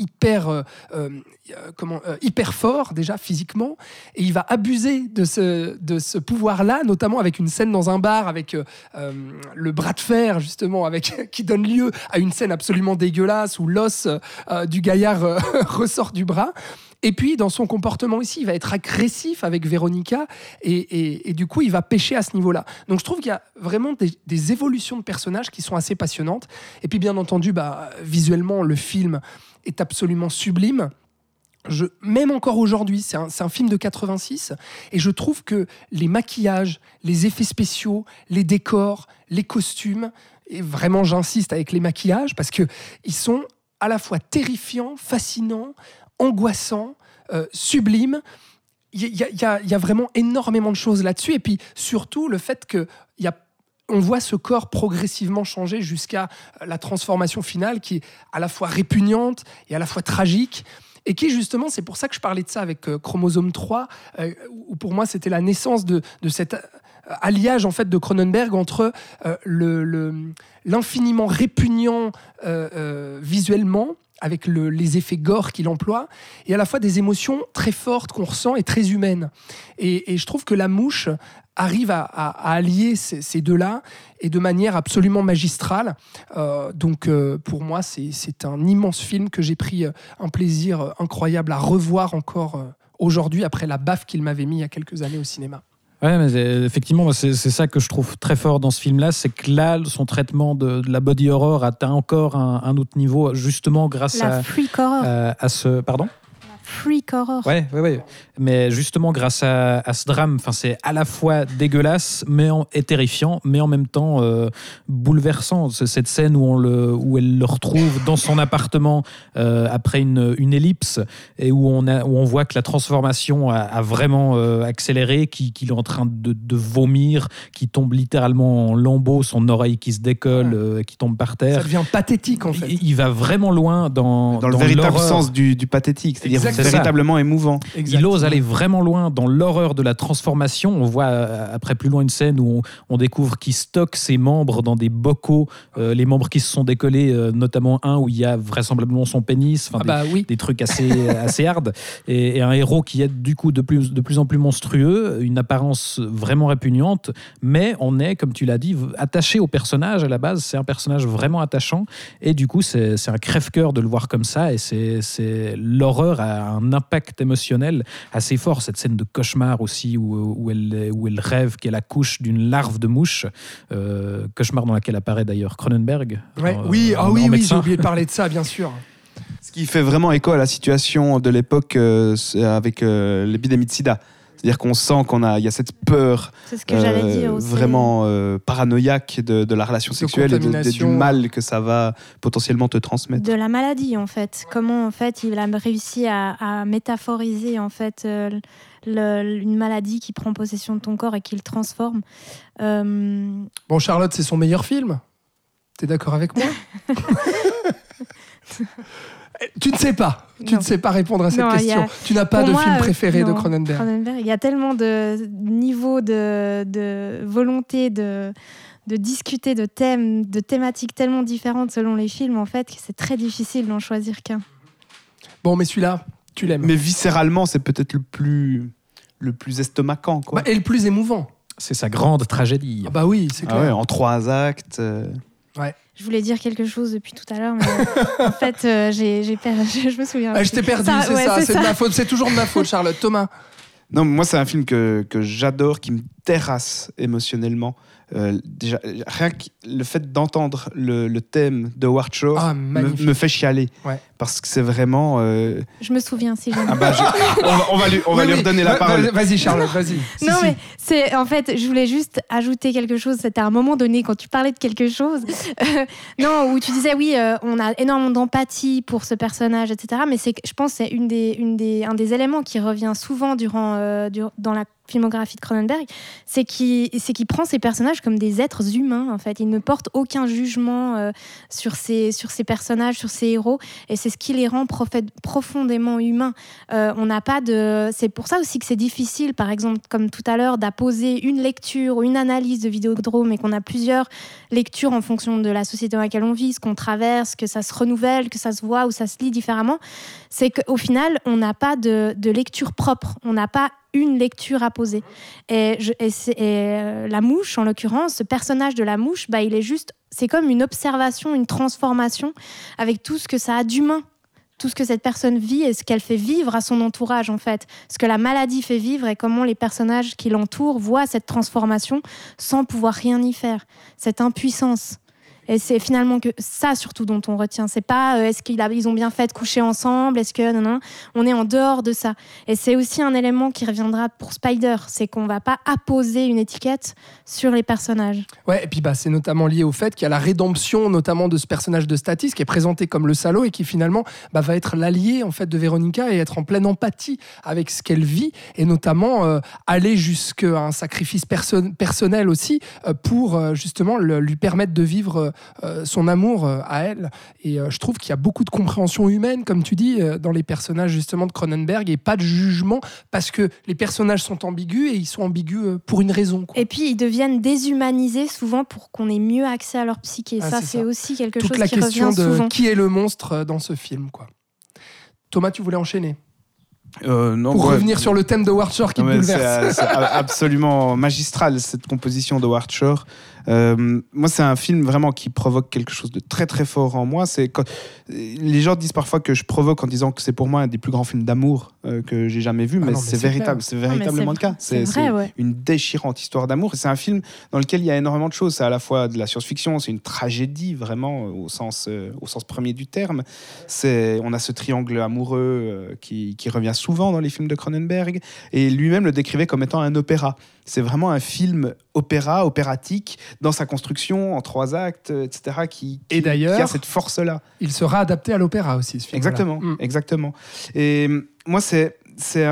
hyper fort, déjà, physiquement. Et il va abuser de ce pouvoir-là, notamment avec une scène dans un bar avec le bras de fer, justement, qui donne lieu à une scène absolument dégueulasse où l'os du gaillard ressort du bras. Et puis, dans son comportement aussi, il va être agressif avec Véronica et du coup, il va pécher à ce niveau-là. Donc, je trouve qu'il y a vraiment des évolutions de personnages qui sont assez passionnantes. Et puis, bien entendu, visuellement, le film est absolument sublime. Même encore aujourd'hui, c'est un film de 86 et je trouve que les maquillages, les effets spéciaux, les décors, les costumes, et vraiment j'insiste avec les maquillages parce qu'ils sont à la fois terrifiants, fascinants, angoissant, sublime. Il y a vraiment énormément de choses là-dessus. Et puis surtout, le fait qu'on voit ce corps progressivement changer jusqu'à la transformation finale qui est à la fois répugnante et à la fois tragique. Et qui, justement, c'est pour ça que je parlais de ça avec Chromosome 3, où pour moi, c'était la naissance de cet alliage en fait, de Cronenberg entre l'infiniment répugnant visuellement, avec les effets gore qu'il emploie, et à la fois des émotions très fortes qu'on ressent et très humaines. Et je trouve que La Mouche arrive à allier ces deux-là, et de manière absolument magistrale. Donc pour moi, c'est un immense film que j'ai pris un plaisir incroyable à revoir encore aujourd'hui, après la baffe qu'il m'avait mis il y a quelques années au cinéma. Ouais, mais effectivement, c'est ça que je trouve très fort dans ce film-là, c'est que là, son traitement de la body horror atteint encore un autre niveau, justement grâce freak horror. à ce... Pardon ? freak horror. Ouais. Mais justement, grâce à ce drame, c'est à la fois dégueulasse et terrifiant, mais en même temps bouleversant. C'est cette scène où elle le retrouve dans son appartement après une ellipse et où on voit que la transformation a vraiment accéléré, qu'il est en train de vomir, qui tombe littéralement en lambeaux, son oreille qui se décolle, qui tombe par terre. Ça devient pathétique en fait. Il va vraiment loin dans le véritable l'horreur. Sens du pathétique, c'est-à-dire véritablement émouvant. Il ose aller vraiment loin dans l'horreur de la transformation. On voit après plus loin une scène où on découvre qu'il stocke ses membres dans des bocaux, les membres qui se sont décollés, notamment un où il y a vraisemblablement son pénis, des trucs assez hard, et un héros qui est du coup de plus en plus monstrueux, une apparence vraiment répugnante, mais on est, comme tu l'as dit, attaché au personnage à la base. C'est un personnage vraiment attachant, et du coup c'est un crève-cœur de le voir comme ça, et l'horreur a un impact émotionnel assez fort. Cette scène de cauchemar aussi où elle rêve qu'elle accouche d'une larve de mouche, cauchemar dans laquelle apparaît d'ailleurs Cronenberg. Oui, j'ai oublié de parler de ça, bien sûr. Ce qui fait vraiment écho à la situation de l'époque avec l'épidémie de sida. C'est-à-dire qu'on sent il y a cette peur vraiment paranoïaque de la relation sexuelle et du mal que ça va potentiellement te transmettre. De la maladie, en fait. Comment, en fait, il a réussi à métaphoriser, en fait, une maladie qui prend possession de ton corps et qui le transforme. Bon, Charlotte, c'est son meilleur film. T'es d'accord avec moi? Tu ne sais pas. Tu ne sais pas répondre à cette question. Tu n'as pas de film préféré de Cronenberg. Il y a tellement de niveaux de volonté de discuter de thèmes, de thématiques tellement différentes selon les films, en fait, que c'est très difficile d'en choisir qu'un. Bon, mais celui-là, tu l'aimes. Mais viscéralement, c'est peut-être le plus estomacant, quoi. Et le plus émouvant. C'est sa grande tragédie. Bah oui, c'est clair. En 3 actes. Ouais. Je voulais dire quelque chose depuis tout à l'heure, mais en fait, je me souviens. Je t'ai perdu, c'est de ma faute. C'est toujours de ma faute, Charlotte. Thomas? Non, moi, c'est un film que j'adore, qui me terrasse émotionnellement. Déjà, rien que le fait d'entendre le thème de Howard Shore me fait chialer. Ouais. Parce que c'est vraiment... Je me souviens, si jamais. On va lui redonner la parole. Vas-y, Charlotte, vas-y. Mais c'est... En fait, je voulais juste ajouter quelque chose. C'était à un moment donné, quand tu parlais de quelque chose, où tu disais, oui, on a énormément d'empathie pour ce personnage, etc. Mais je pense que c'est un des éléments qui revient souvent dans la filmographie de Cronenberg, c'est qu'il prend ces personnages comme des êtres humains, en fait. Il ne porte aucun jugement sur ces personnages, sur ces héros, et c'est ce qui les rend profondément humains. On n'a pas de... C'est pour ça aussi que c'est difficile, par exemple, comme tout à l'heure, d'apposer une lecture ou une analyse de Vidéodrome, et qu'on a plusieurs lectures en fonction de la société dans laquelle on vit, ce qu'on traverse, que ça se renouvelle, que ça se voit ou ça se lit différemment. C'est qu'au final, on n'a pas de lecture propre. On n'a pas une lecture à poser. Et la mouche, en l'occurrence, ce personnage de la mouche, c'est comme une observation, une transformation avec tout ce que ça a d'humain, tout ce que cette personne vit et ce qu'elle fait vivre à son entourage, en fait. Ce que la maladie fait vivre et comment les personnages qui l'entourent voient cette transformation sans pouvoir rien y faire. Cette impuissance. Et c'est finalement que ça, surtout, dont on retient. C'est pas est-ce qu'ils ont bien fait de coucher ensemble, est-ce que... Non. On est en dehors de ça. Et c'est aussi un élément qui reviendra pour Spider, c'est qu'on va pas apposer une étiquette sur les personnages. Ouais, et puis c'est notamment lié au fait qu'il y a la rédemption, notamment de ce personnage de Statis, qui est présenté comme le salaud et qui finalement va être l'allié, en fait, de Véronica et être en pleine empathie avec ce qu'elle vit, et notamment aller jusqu'à un sacrifice personnel aussi pour justement lui permettre de vivre son amour à elle. Et je trouve qu'il y a beaucoup de compréhension humaine, comme tu dis, dans les personnages justement de Cronenberg, et pas de jugement, parce que les personnages sont ambigus, et ils sont ambigus pour une raison, quoi. Et puis ils deviennent déshumanisés souvent pour qu'on ait mieux accès à leur psyché. C'est aussi quelque chose qui revient souvent. Toute la question de qui est le monstre dans ce film, quoi. Thomas, tu voulais enchaîner? Non, pour revenir sur le thème de Howard Shore qui te bouleverse. C'est absolument magistral, cette composition de Howard Shore. Moi, c'est un film vraiment qui provoque quelque chose de très très fort en moi. Les gens disent parfois que je provoque en disant que c'est pour moi un des plus grands films d'amour que j'ai jamais vu, mais c'est véritablement le cas. C'est une déchirante histoire d'amour. Et c'est un film dans lequel il y a énormément de choses. C'est à la fois de la science-fiction, c'est une tragédie vraiment au sens premier du terme. On a ce triangle amoureux qui revient souvent dans les films de Cronenberg, et lui-même le décrivait comme étant un opéra. C'est vraiment un film opératique, dans sa construction, en 3 actes, etc., qui a cette force-là. Il sera adapté à l'opéra aussi, ce film. Exactement. Et moi, c'est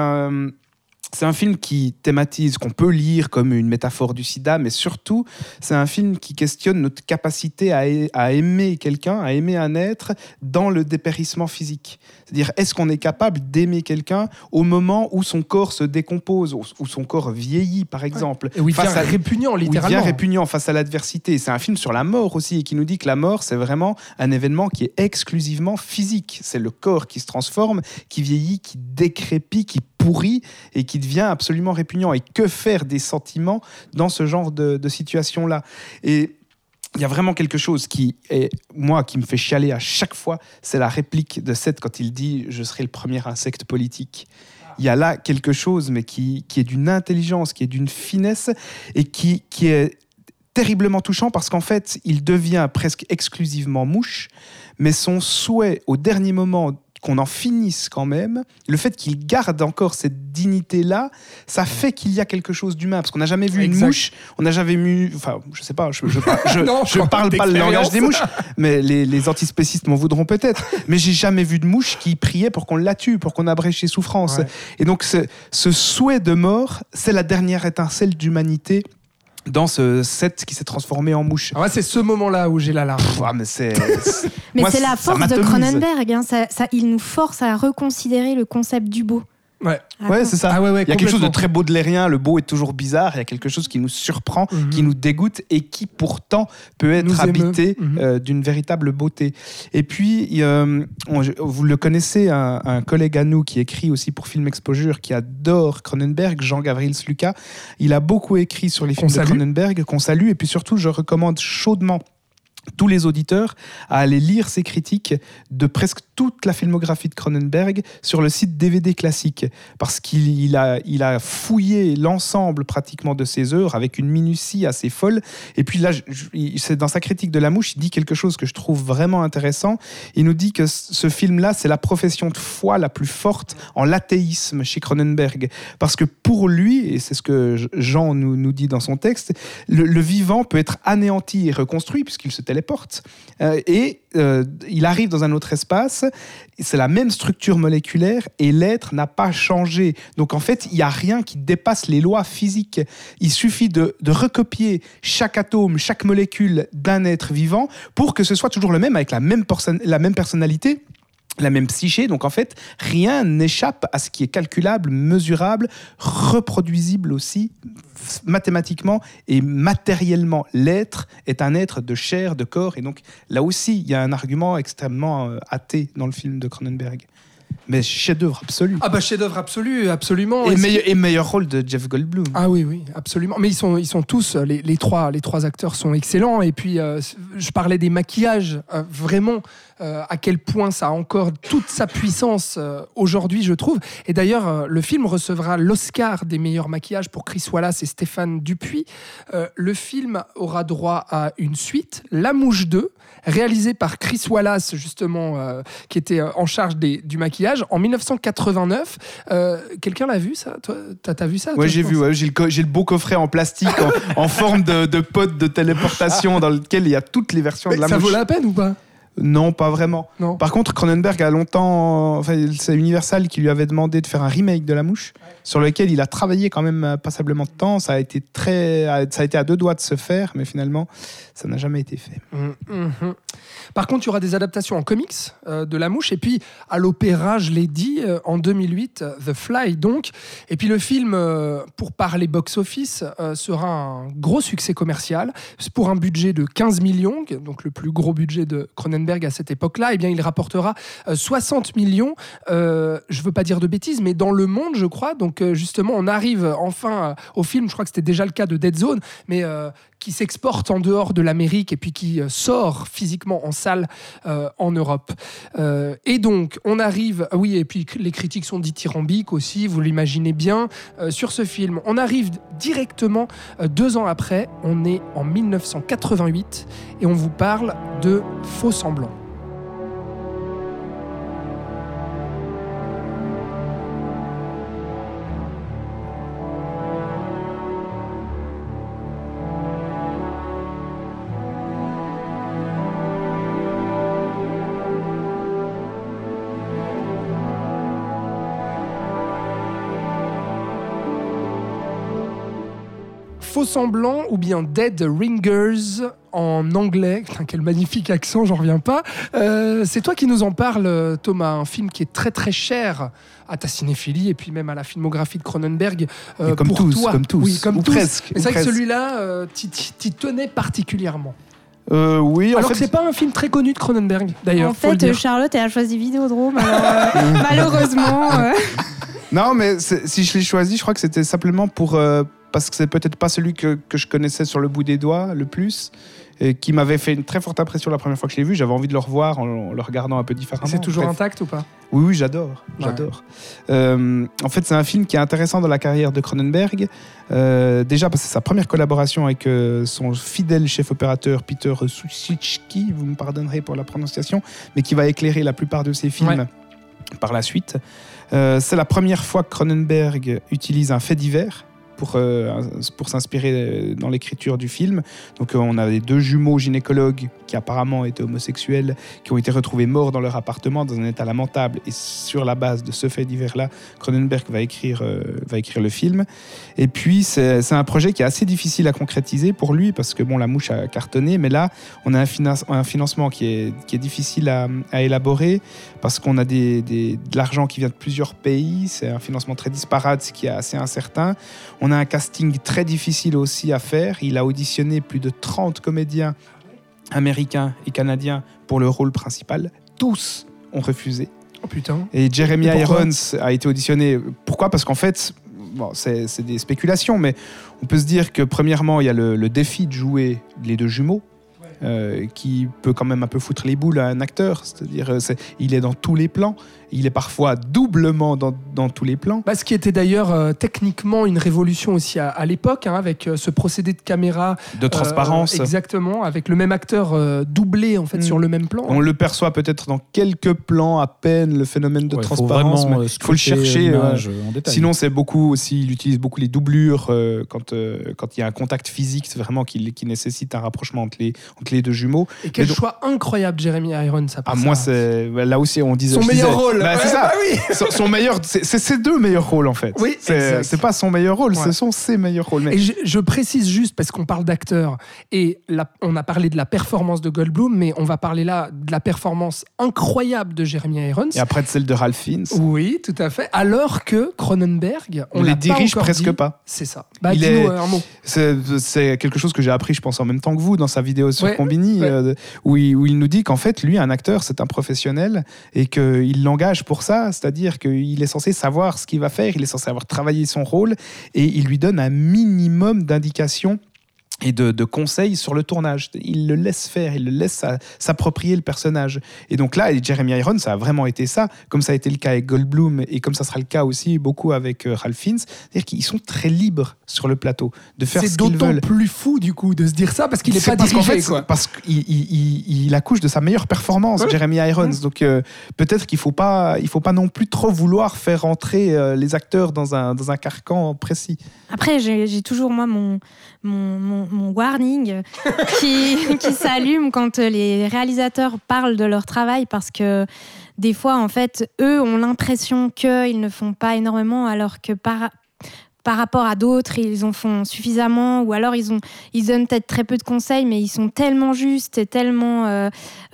un film qui thématise, qu'on peut lire comme une métaphore du sida, mais surtout, c'est un film qui questionne notre capacité à aimer quelqu'un, à aimer un être dans le dépérissement physique. C'est-à-dire, est-ce qu'on est capable d'aimer quelqu'un au moment où son corps se décompose, où son corps vieillit, par exemple. Et où il devient répugnant, littéralement. Où il devient répugnant face à l'adversité. C'est un film sur la mort aussi, et qui nous dit que la mort, c'est vraiment un événement qui est exclusivement physique. C'est le corps qui se transforme, qui vieillit, qui décrépit, qui pourri et qui devient absolument répugnant. Et que faire des sentiments dans ce genre de situation-là ? Et il y a vraiment quelque chose qui me fait chialer à chaque fois, c'est la réplique de Seth quand il dit « Je serai le premier insecte politique ». Il y a là quelque chose, mais qui est d'une intelligence, qui est d'une finesse et qui est terriblement touchant, parce qu'en fait, il devient presque exclusivement mouche, mais son souhait au dernier moment qu'on en finisse quand même, le fait qu'il garde encore cette dignité-là, ça fait qu'il y a quelque chose d'humain, parce qu'on n'a jamais vu une mouche, on n'a jamais vu, enfin, je sais pas, je parle pas le langage des mouches, mais les antispécistes m'en voudront peut-être, mais j'ai jamais vu de mouche qui priait pour qu'on la tue, pour qu'on abrège ses souffrances. Ouais. Et donc, ce souhait de mort, c'est la dernière étincelle d'humanité dans ce set qui s'est transformé en mouche. C'est ce moment-là où j'ai l'alarme. Mais c'est la force de Cronenberg. Il nous force à reconsidérer le concept du beau. Ouais, c'est ça. Il y a quelque chose de très baudelairien. Le beau est toujours bizarre. Il y a quelque chose qui nous surprend, qui nous dégoûte et qui pourtant peut être habité d'une véritable beauté. Et puis, vous le connaissez, un collègue à nous qui écrit aussi pour Film Exposure, qui adore Cronenberg, Jean-Gavril Sluka. Il a beaucoup écrit sur les films de Cronenberg, qu'on salue. Et puis surtout, je recommande chaudement tous les auditeurs à aller lire ses critiques de presque toute la filmographie de Cronenberg sur le site DVD Classique, parce qu'il a fouillé l'ensemble pratiquement de ses œuvres avec une minutie assez folle. Et puis là, c'est dans sa critique de La Mouche, il dit quelque chose que je trouve vraiment intéressant. Il nous dit que ce film-là, c'est la profession de foi la plus forte en l'athéisme chez Cronenberg, parce que pour lui, et c'est ce que Jean nous dit dans son texte, le vivant peut être anéanti et reconstruit puisqu'il se téléporte. Il arrive dans un autre espace, c'est la même structure moléculaire et l'être n'a pas changé. Donc en fait, il n'y a rien qui dépasse les lois physiques. Il suffit de recopier chaque atome, chaque molécule d'un être vivant pour que ce soit toujours le même, avec la même personnalité, la même psyché. Donc en fait, rien n'échappe à ce qui est calculable, mesurable, reproduisible aussi, mathématiquement et matériellement. L'être est un être de chair, de corps, et donc là aussi, il y a un argument extrêmement athée dans le film de Cronenberg. Mais chef-d'œuvre absolu. Chef-d'œuvre absolu, absolument. Et meilleur rôle de Jeff Goldblum. Oui, absolument. Mais ils sont tous, les trois acteurs sont excellents. Et puis, je parlais des maquillages, vraiment, à quel point ça a encore toute sa puissance aujourd'hui, je trouve. Et d'ailleurs, le film recevra l'Oscar des meilleurs maquillages pour Chris Wallace et Stéphane Dupuis. Le film aura droit à une suite, La Mouche 2, réalisée par Chris Wallace, justement, qui était en charge du maquillage, en 1989. Quelqu'un l'a vu, ça ? Toi, t'as vu ça ? Oui, j'ai vu. J'ai le beau coffret en plastique, en forme de pod de téléportation, dans lequel il y a toutes les versions de La Mouche. Ça vaut la peine ou pas ? Non, pas vraiment. Non. Par contre, Cronenberg a longtemps... c'est Universal qui lui avait demandé de faire un remake de La Mouche, sur lequel il a travaillé quand même passablement de temps. Ça a été à 2 doigts de se faire, mais finalement, ça n'a jamais été fait. Par contre, il y aura des adaptations en comics de La Mouche, et puis à l'opéra, je l'ai dit, en 2008, The Fly, donc. Et puis le film, pour parler box-office, sera un gros succès commercial. Pour un budget de 15 millions, donc le plus gros budget de Cronenberg à cette époque-là, il rapportera 60 millions, je ne veux pas dire de bêtises, mais dans le monde, je crois. Donc justement, on arrive enfin au film, je crois que c'était déjà le cas de Dead Zone, mais qui s'exporte en dehors de l'Amérique et puis qui sort physiquement en salle en Europe. Et donc, on arrive... Oui, et puis les critiques sont dithyrambiques aussi, vous l'imaginez bien, sur ce film. On arrive directement 2 ans après, on est en 1988 et on vous parle de Faux semblants. Faux semblants ou bien Dead Ringers en anglais. Putain, quel magnifique accent, j'en reviens pas. C'est toi qui nous en parles, Thomas. Un film qui est très très cher à ta cinéphilie et puis même à la filmographie de Cronenberg. Comme pour tous, toi. comme tous. Oui, comme ou tous. presque. Mais c'est vrai que celui-là, t'y tenais particulièrement. Oui, alors que c'est pas un film très connu de Cronenberg, d'ailleurs. En fait, Charlotte, elle a choisi Vidéodrome. Alors, malheureusement. Non, mais si je l'ai choisi, je crois que c'était simplement pour... parce que c'est peut-être pas celui que je connaissais sur le bout des doigts le plus, et qui m'avait fait une très forte impression la première fois que je l'ai vu. J'avais envie de le revoir en le regardant un peu différemment. C'est toujours intact ou pas ? Oui, j'adore. En fait, c'est un film qui est intéressant dans la carrière de Cronenberg. Déjà parce que c'est sa première collaboration avec son fidèle chef opérateur Peter Suschitzky, vous me pardonnerez pour la prononciation, mais qui va éclairer la plupart de ses films par la suite. C'est la première fois que Cronenberg utilise un fait divers pour s'inspirer dans l'écriture du film. Donc on a les 2 jumeaux gynécologues qui apparemment étaient homosexuels, qui ont été retrouvés morts dans leur appartement dans un état lamentable, et sur la base de ce fait divers-là, Cronenberg va écrire le film. Et puis c'est un projet qui est assez difficile à concrétiser pour lui, parce que bon, la mouche a cartonné, mais là on a un financement qui est difficile à élaborer, parce qu'on a de l'argent qui vient de plusieurs pays, c'est un financement très disparate, ce qui est assez incertain. On a un casting très difficile aussi à faire. Il a auditionné plus de 30 comédiens américains et canadiens pour le rôle principal. Tous ont refusé. Oh putain. Et Jeremy Irons a été auditionné. Pourquoi ? Parce qu'en fait, bon, c'est des spéculations, mais on peut se dire que premièrement, il y a le défi de jouer les 2 jumeaux. Qui peut quand même un peu foutre les boules à un acteur, c'est-à-dire il est dans tous les plans, il est parfois doublement dans tous les plans. Ce qui était d'ailleurs techniquement une révolution aussi à l'époque, avec ce procédé de caméra de transparence, exactement, avec le même acteur doublé en fait sur le même plan. On le perçoit peut-être dans quelques plans à peine, le phénomène de transparence, mais il faut le chercher. En détail. Sinon, c'est beaucoup aussi, il utilise beaucoup les doublures quand il y a un contact physique, c'est vraiment qui nécessite un rapprochement entre les 2 jumeaux. Et quel choix incroyable, Jeremy Irons. Moi, c'est là aussi on disait son meilleur rôle. C'est ça. Son meilleur, c'est ses 2 meilleurs rôles en fait. Oui, c'est pas son meilleur rôle, ce sont ses meilleurs rôles. Mais... Et je précise juste parce qu'on parle d'acteurs et on a parlé de la performance de Goldblum, mais on va parler là de la performance incroyable de Jeremy Irons. Et après de celle de Ralph Fiennes. Oui, tout à fait. Alors que Cronenberg, on les dirige presque dit. pas. C'est ça. Dis-nous un mot. C'est quelque chose que j'ai appris, je pense, en même temps que vous, dans sa vidéo sur Combini, où il nous dit qu'en fait, lui, un acteur, c'est un professionnel et qu'il l'engage pour ça, c'est-à-dire qu'il est censé savoir ce qu'il va faire, il est censé avoir travaillé son rôle et il lui donne un minimum d'indications et de conseils sur le tournage. Il le laisse faire, il le laisse s'approprier le personnage. Et donc là, Jeremy Irons, ça a vraiment été ça, comme ça a été le cas avec Goldblum et comme ça sera le cas aussi beaucoup avec Ralph Fiennes. C'est-à-dire qu'ils sont très libres sur le plateau de faire ce qu'ils veulent. C'est d'autant plus fou du coup de se dire ça parce qu'il n'est pas dirigé. Parce qu'il accouche de sa meilleure performance, Jeremy Irons. Donc peut-être qu'il faut pas non plus trop vouloir faire rentrer les acteurs dans un carcan précis. Après, j'ai toujours moi mon warning qui s'allume quand les réalisateurs parlent de leur travail, parce que des fois, en fait, eux ont l'impression qu'ils ne font pas énormément, alors que par rapport à d'autres, ils en font suffisamment, ou alors ils donnent peut-être très peu de conseils, mais ils sont tellement justes et tellement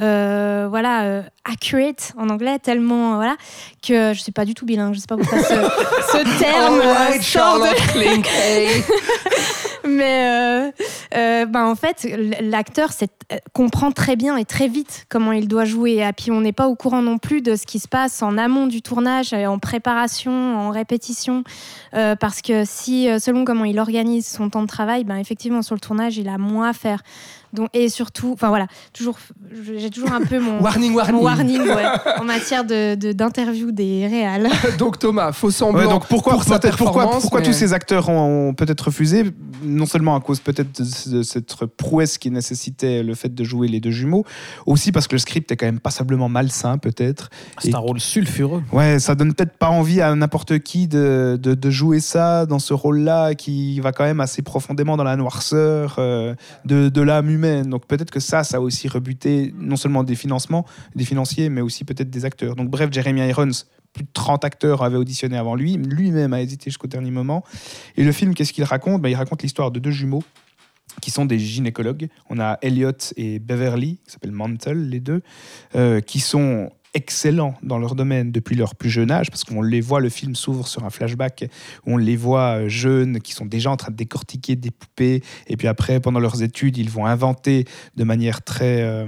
accurate en anglais, tellement que je suis pas du tout bilingue, je sais pas pourquoi ce terme Charlotte Klink, hey. mais En fait, l'acteur comprend très bien et très vite comment il doit jouer. Et puis, on n'est pas au courant non plus de ce qui se passe en amont du tournage, en préparation, en répétition. Parce que selon comment il organise son temps de travail, effectivement, sur le tournage, il a moins à faire. Donc, et surtout, j'ai toujours un peu mon warning en matière d'interview des réals. Donc Thomas, faux semblant. Donc pourquoi mais... tous ces acteurs ont peut-être refusé, non seulement à cause peut-être de cette prouesse qui nécessitait le fait de jouer les deux jumeaux, aussi parce que le script est quand même passablement malsain peut-être. C'est un rôle sulfureux. Ouais, ça donne peut-être pas envie à n'importe qui de jouer ça dans ce rôle-là qui va quand même assez profondément dans la noirceur de l'âme humaine. Donc peut-être que ça a aussi rebuté non seulement des financiers, mais aussi peut-être des acteurs. Donc bref, Jeremy Irons, plus de 30 acteurs avaient auditionné avant lui. Lui-même a hésité jusqu'au dernier moment. Et le film, qu'est-ce qu'il raconte ? Il raconte l'histoire de deux jumeaux qui sont des gynécologues. On a Elliot et Beverly, qui s'appellent Mantle, les deux, qui sont excellents dans leur domaine depuis leur plus jeune âge, parce qu'on les voit, le film s'ouvre sur un flashback où on les voit jeunes qui sont déjà en train de décortiquer des poupées, et puis après, pendant leurs études, ils vont inventer de manière très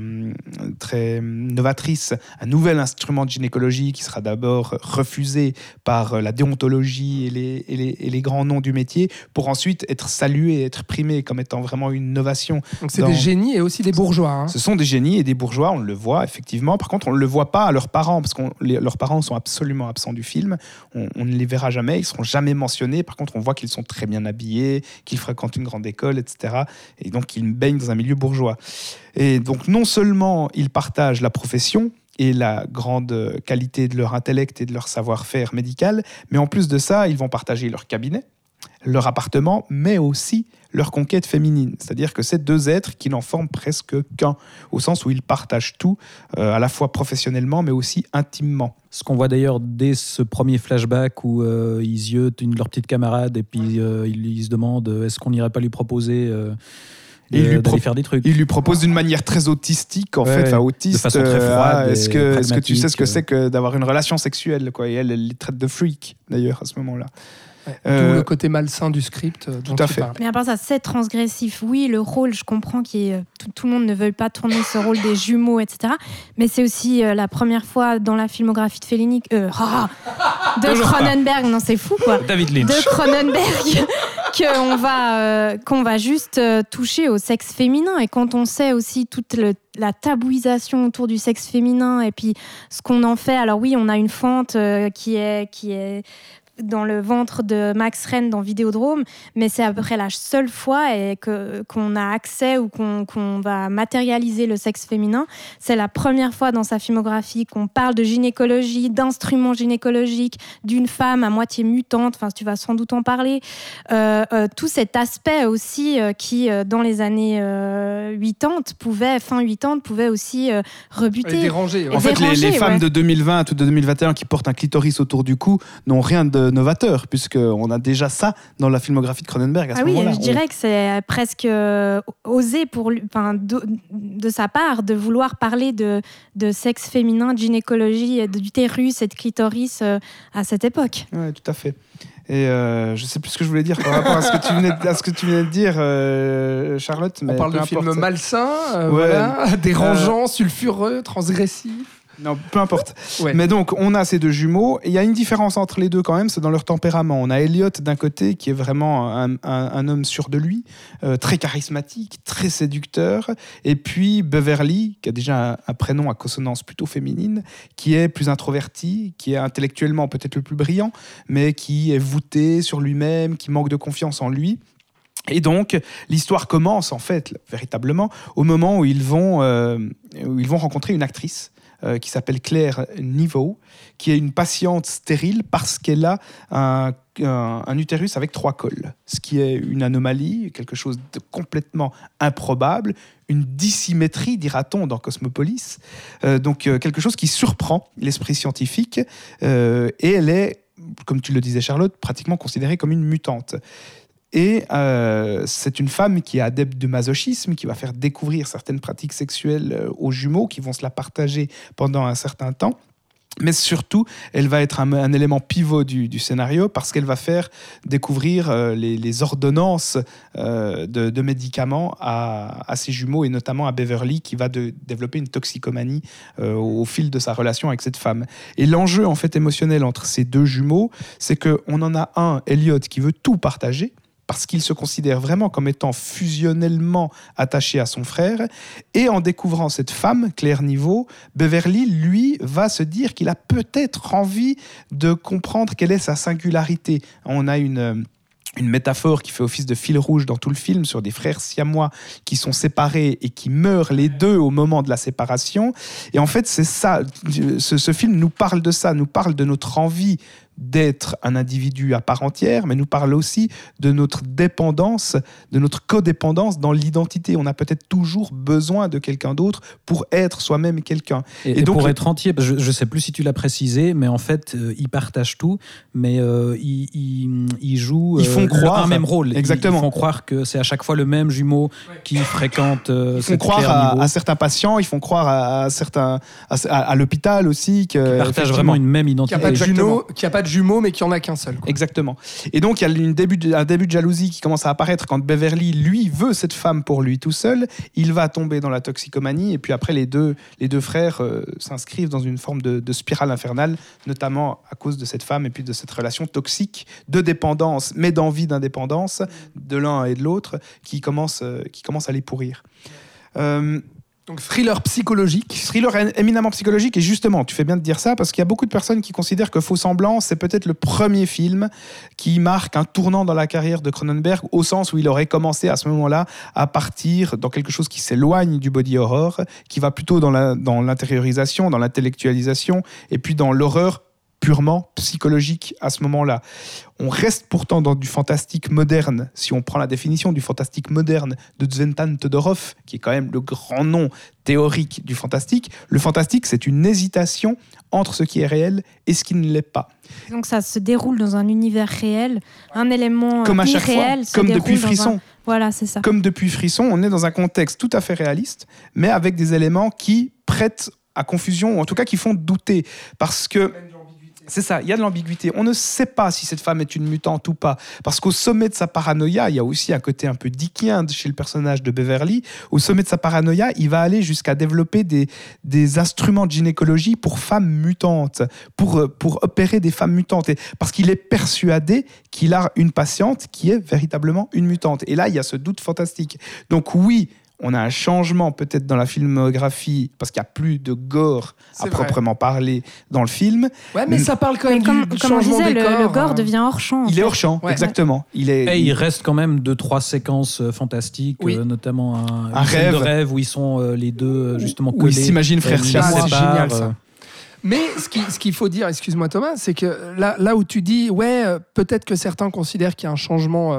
novatrice un nouvel instrument de gynécologie qui sera d'abord refusé par la déontologie et les grands noms du métier, pour ensuite être salué, être primé comme étant vraiment une innovation. Donc c'est des génies et aussi des bourgeois. Hein. Ce sont des génies et des bourgeois, on le voit effectivement. Par contre, on ne le voit pas à leurs parents, parce que leurs parents sont absolument absents du film. On ne les verra jamais, ils ne seront jamais mentionnés. Par contre, on voit qu'ils sont très bien habillés, qu'ils fréquentent une grande école, etc. Et donc, ils baignent dans un milieu bourgeois. Et donc, non seulement ils partagent la profession et la grande qualité de leur intellect et de leur savoir-faire médical, mais en plus de ça, ils vont partager leur cabinet, leur appartement, mais aussi leur conquête féminine. C'est-à-dire que c'est deux êtres qui n'en forment presque qu'un, au sens où ils partagent tout, à la fois professionnellement, mais aussi intimement. Ce qu'on voit d'ailleurs dès ce premier flashback où ils ziotent une de leurs petites camarades et puis ils se demandent est-ce qu'on n'irait pas lui proposer d'aller faire des trucs. Il lui propose d'une manière très autistique, en fait, autiste. De façon très froide. Est-ce que tu sais ce que c'est que d'avoir une relation sexuelle, quoi. Et elle les traite de freak, d'ailleurs, à ce moment-là. Ouais, d'où le côté malsain du script. Tout à fait. Mais à part ça, c'est transgressif. Oui, le rôle, je comprends que tout le monde ne veuille pas tourner ce rôle des jumeaux, etc. Mais c'est aussi la première fois dans la filmographie de Fellini, de Cronenberg, non c'est fou quoi. David Lynch. De Cronenberg, qu'on va juste toucher au sexe féminin. Et quand on sait aussi toute la tabouisation autour du sexe féminin et puis ce qu'on en fait. Alors oui, on a une fente qui est dans le ventre de Max Rennes dans Vidéodrome, mais c'est à peu près la seule fois qu'on a accès ou qu'on va matérialiser le sexe féminin. C'est la première fois dans sa filmographie qu'on parle de gynécologie, d'instruments gynécologiques, d'une femme à moitié mutante, enfin tu vas sans doute en parler. Tout cet aspect aussi qui, dans les années 80, fin 80, pouvait aussi rebuter. Et déranger. En fait, les femmes de 2020 ou de 2021 qui portent un clitoris autour du cou n'ont rien de novateur, puisqu'on a déjà ça dans la filmographie de Cronenberg à ce moment-là. Oui, je dirais que c'est presque osé de sa part de vouloir parler de sexe féminin, de gynécologie, d'utérus et de clitoris à cette époque. Oui, tout à fait. Et je sais plus ce que je voulais dire par rapport à ce que tu venais de dire, Charlotte. Mais on parle de films malsains, voilà, dérangeants, sulfureux, transgressifs. Non, peu importe. Ouais. Mais donc, on a ces deux jumeaux. Il y a une différence entre les deux quand même, c'est dans leur tempérament. On a Elliot d'un côté, qui est vraiment un homme sûr de lui, très charismatique, très séducteur. Et puis Beverly, qui a déjà un prénom à consonance plutôt féminine, qui est plus introverti, qui est intellectuellement peut-être le plus brillant, mais qui est voûté sur lui-même, qui manque de confiance en lui. Et donc, l'histoire commence, en fait, véritablement, au moment où ils vont rencontrer une actrice qui s'appelle Claire Niveau, qui est une patiente stérile parce qu'elle a un utérus avec 3 cols, ce qui est une anomalie, quelque chose de complètement improbable, une dissymétrie, dira-t-on, dans Cosmopolis, donc quelque chose qui surprend l'esprit scientifique, et elle est, comme tu le disais Charlotte, pratiquement considérée comme une mutante. Et c'est une femme qui est adepte de masochisme, qui va faire découvrir certaines pratiques sexuelles aux jumeaux, qui vont se la partager pendant un certain temps. Mais surtout, elle va être un élément pivot du scénario parce qu'elle va faire découvrir les ordonnances de médicaments à ses jumeaux et notamment à Beverly qui va développer une toxicomanie au fil de sa relation avec cette femme. Et l'enjeu en fait émotionnel entre ces deux jumeaux, c'est qu'on en a un, Elliot, qui veut tout partager parce qu'il se considère vraiment comme étant fusionnellement attaché à son frère. Et en découvrant cette femme, Claire Niveau, Beverly, lui, va se dire qu'il a peut-être envie de comprendre quelle est sa singularité. On a une métaphore qui fait office de fil rouge dans tout le film sur des frères siamois qui sont séparés et qui meurent les deux au moment de la séparation. Et en fait, c'est ça. Ce film nous parle de ça, nous parle de notre envie d'être un individu à part entière, mais nous parle aussi de notre dépendance, de notre codépendance dans l'identité. On a peut-être toujours besoin de quelqu'un d'autre pour être soi-même quelqu'un. Et donc, pour être entier, je ne sais plus si tu l'as précisé, mais en fait, ils partagent tout, mais ils jouent ils font croire, un même rôle. Exactement. Ils font croire que c'est à chaque fois le même jumeau qui fréquente ils font croire à certains patients, ils font croire à l'hôpital aussi. Qui partagent vraiment une même identité. Qu'il n'y a pas de jumeaux, mais qu'il n'y en a qu'un seul. Quoi. Exactement. Et donc, il y a un début de jalousie qui commence à apparaître quand Beverly, lui, veut cette femme pour lui tout seul. Il va tomber dans la toxicomanie. Et puis après, les deux frères s'inscrivent dans une forme de spirale infernale, notamment à cause de cette femme et puis de cette relation toxique de dépendance, mais d'envie d'indépendance de l'un et de l'autre qui commence à les pourrir. Donc thriller psychologique. Thriller éminemment psychologique, et justement, tu fais bien de dire ça, parce qu'il y a beaucoup de personnes qui considèrent que Faux Semblant, c'est peut-être le premier film qui marque un tournant dans la carrière de Cronenberg, au sens où il aurait commencé à ce moment-là à partir dans quelque chose qui s'éloigne du body horror, qui va plutôt dans l'intériorisation, dans l'intellectualisation, et puis dans l'horreur purement psychologique à ce moment-là. On reste pourtant dans du fantastique moderne. Si on prend la définition du fantastique moderne de Zventan Todorov, qui est quand même le grand nom théorique du fantastique, le fantastique, c'est une hésitation entre ce qui est réel et ce qui ne l'est pas. Donc ça se déroule dans un univers réel, un élément comme à chaque irréel fois, comme depuis Frisson. Voilà, c'est ça. Comme depuis Frisson, on est dans un contexte tout à fait réaliste, mais avec des éléments qui prêtent à confusion, ou en tout cas qui font douter. Parce que c'est ça, il y a de l'ambiguïté. On ne sait pas si cette femme est une mutante ou pas. Parce qu'au sommet de sa paranoïa, il y a aussi un côté un peu dickien chez le personnage de Beverly. Au sommet de sa paranoïa, il va aller jusqu'à développer des instruments de gynécologie pour femmes mutantes, pour opérer des femmes mutantes. Parce qu'il est persuadé qu'il a une patiente qui est véritablement une mutante. Et là, il y a ce doute fantastique. Donc oui, on a un changement peut-être dans la filmographie parce qu'il n'y a plus de gore proprement parler dans le film. Ouais, mais ça parle quand même du changement on disait, des corps. Le gore devient hors champ. Il est hors champ, exactement. Il reste quand même 2-3 séquences fantastiques, notamment un rêve. De rêve où ils sont les deux justement collés. Où ils s'imaginent frères siamois. C'est génial ça. Mais ce qu'il faut dire, excuse-moi Thomas, c'est que là où tu dis, peut-être que certains considèrent qu'il y a un changement,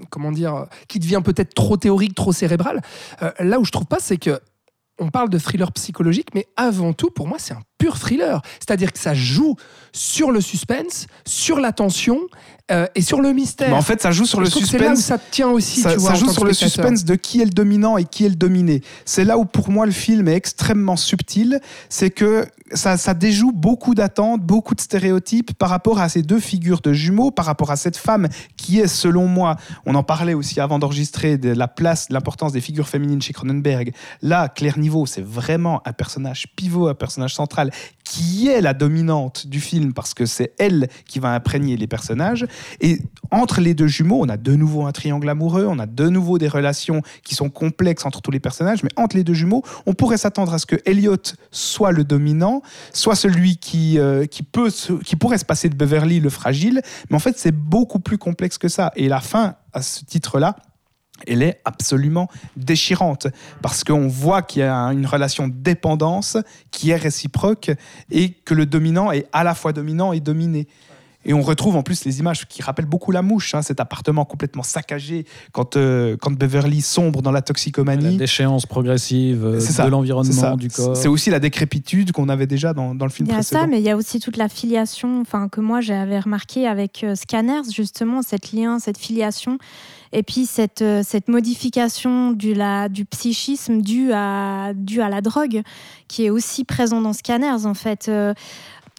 qui devient peut-être trop théorique, trop cérébral. Là où je trouve pas, c'est que on parle de thriller psychologique, mais avant tout, pour moi, c'est un pur thriller. C'est-à-dire que ça joue sur le suspense, sur la tension et sur le mystère. Mais en fait, ça joue sur le suspense. C'est là où ça tient aussi. Ça joue sur le suspense de qui est le dominant et qui est le dominé. C'est là où, pour moi, le film est extrêmement subtil. C'est que ça déjoue beaucoup d'attentes, beaucoup de stéréotypes par rapport à ces deux figures de jumeaux, par rapport à cette femme qui est, selon moi, on en parlait aussi avant d'enregistrer, de la place, de l'importance des figures féminines chez Cronenberg. Là, Claire Niveau, c'est vraiment un personnage pivot, un personnage central qui est la dominante du film parce que c'est elle qui va imprégner les personnages. Et entre les deux jumeaux, on a de nouveau un triangle amoureux, on a de nouveau des relations qui sont complexes entre tous les personnages, mais entre les deux jumeaux, on pourrait s'attendre à ce que Elliot soit le dominant, soit celui qui pourrait se passer de Beverly, le fragile, mais en fait, c'est beaucoup plus complexe que ça. Et la fin, à ce titre-là, elle est absolument déchirante parce qu'on voit qu'il y a une relation de dépendance qui est réciproque et que le dominant est à la fois dominant et dominé. Et on retrouve en plus les images qui rappellent beaucoup La Mouche, cet appartement complètement saccagé quand Beverly sombre dans la toxicomanie. La déchéance progressive de l'environnement, du corps. C'est aussi la décrépitude qu'on avait déjà dans le film précédent. Il y a ça, mais il y a aussi toute la filiation que moi j'avais remarqué avec Scanners, justement, cette filiation. Et puis cette modification du psychisme due à la drogue, qui est aussi présent dans Scanners, en fait.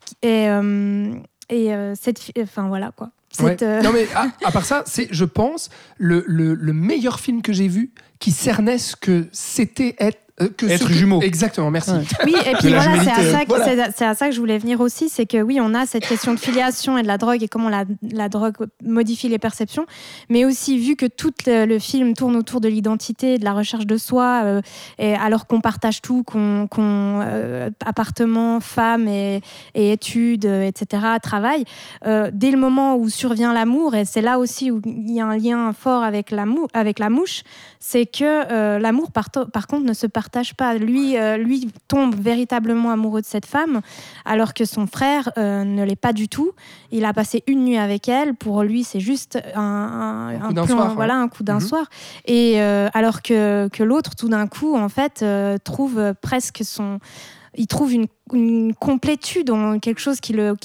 Enfin voilà quoi. Non mais à part ça, c'est, je pense, le meilleur film que j'ai vu qui cernait ce que c'était être jumeau. Exactement, merci. Ouais. Oui, et puis voilà, c'est à ça que je voulais venir aussi, c'est que oui, on a cette question de filiation et de la drogue et comment la drogue modifie les perceptions, mais aussi vu que tout le film tourne autour de l'identité, de la recherche de soi, et alors qu'on partage tout, appartement, femme et études, etc., travail, dès le moment où survient l'amour, et c'est là aussi où il y a un lien fort avec la mouche, c'est que l'amour par contre ne se partage pas. Lui tombe véritablement amoureux de cette femme, alors que son frère ne l'est pas du tout. Il a passé une nuit avec elle. Pour lui, c'est juste un coup d'un soir. Et alors que l'autre, tout d'un coup, en fait, trouve presque il trouve une complétude en quelque chose qui le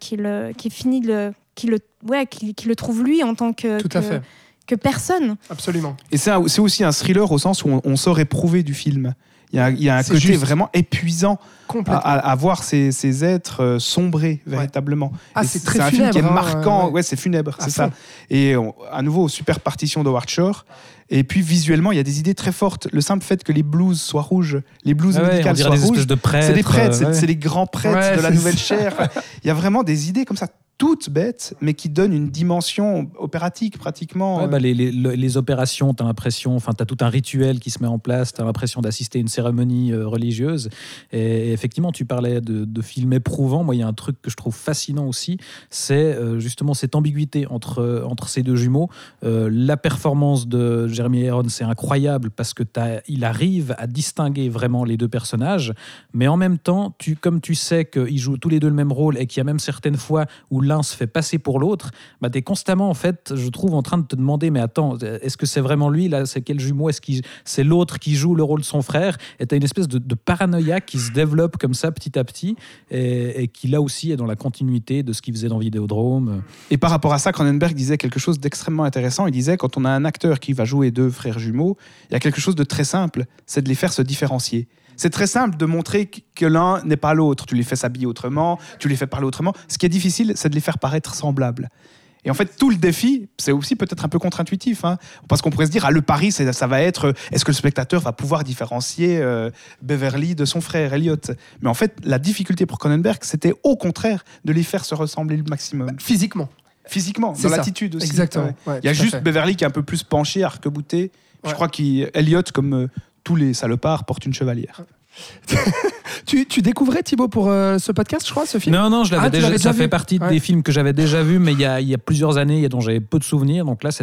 trouve lui en tant que. Tout à fait. Que personne. Absolument. Et c'est aussi un thriller au sens où on sort éprouvé du film. Il y a un côté vraiment épuisant à voir ces êtres sombrer véritablement. C'est très un funèbre. Film qui est marquant. Ouais, c'est funèbre, c'est ça. Et à nouveau, super partition d'Howard Shore. Et puis visuellement, il y a des idées très fortes. Le simple fait que les blues soient rouges, les blues médicales soient rouges, c'est des prêtres, c'est les grands prêtres de la nouvelle chair. Il y a vraiment des idées comme ça, toutes bêtes, mais qui donnent une dimension opératique pratiquement. Ouais, les opérations, t'as l'impression, t'as tout un rituel qui se met en place, t'as l'impression d'assister à une cérémonie religieuse. Et effectivement, tu parlais de films éprouvants. Moi, il y a un truc que je trouve fascinant aussi, c'est justement cette ambiguïté entre ces deux jumeaux. La performance de Jeremy Irons, c'est incroyable parce que il arrive à distinguer vraiment les deux personnages, mais en même temps, comme tu sais qu'ils jouent tous les deux le même rôle et qu'il y a même certaines fois où l'un se fait passer pour l'autre, tu es constamment, en fait, je trouve, en train de te demander, mais attends, est-ce que c'est vraiment lui, là, c'est quel jumeau, est-ce que c'est l'autre qui joue le rôle de son frère? Et tu as une espèce de paranoïa qui se développe comme ça petit à petit et qui là aussi est dans la continuité de ce qu'il faisait dans Vidéodrome. Et par rapport à ça, Cronenberg disait quelque chose d'extrêmement intéressant. Il disait, quand on a un acteur qui va jouer deux frères jumeaux, il y a quelque chose de très simple, c'est de les faire se différencier. C'est très simple de montrer que l'un n'est pas l'autre. Tu les fais s'habiller autrement, tu les fais parler autrement. Ce qui est difficile, c'est de les faire paraître semblables. Et en fait, tout le défi, c'est aussi peut-être un peu contre-intuitif, parce qu'on pourrait se dire, le pari, ça va être, est-ce que le spectateur va pouvoir différencier Beverly de son frère Elliot? Mais en fait, la difficulté pour Cronenberg, c'était au contraire de les faire se ressembler le maximum. Physiquement, dans l'attitude aussi. Exactement. Il y a juste Beverly qui est un peu plus penché, arc-bouté. Je crois qu'Elliot, comme tous les salopards, porte une chevalière. Tu découvrais, Thibaut, pour ce podcast, je crois, ce film? Non, je l'avais déjà. Ça fait partie des films que j'avais déjà vus, mais il y a plusieurs années et dont j'avais peu de souvenirs. Donc là, ça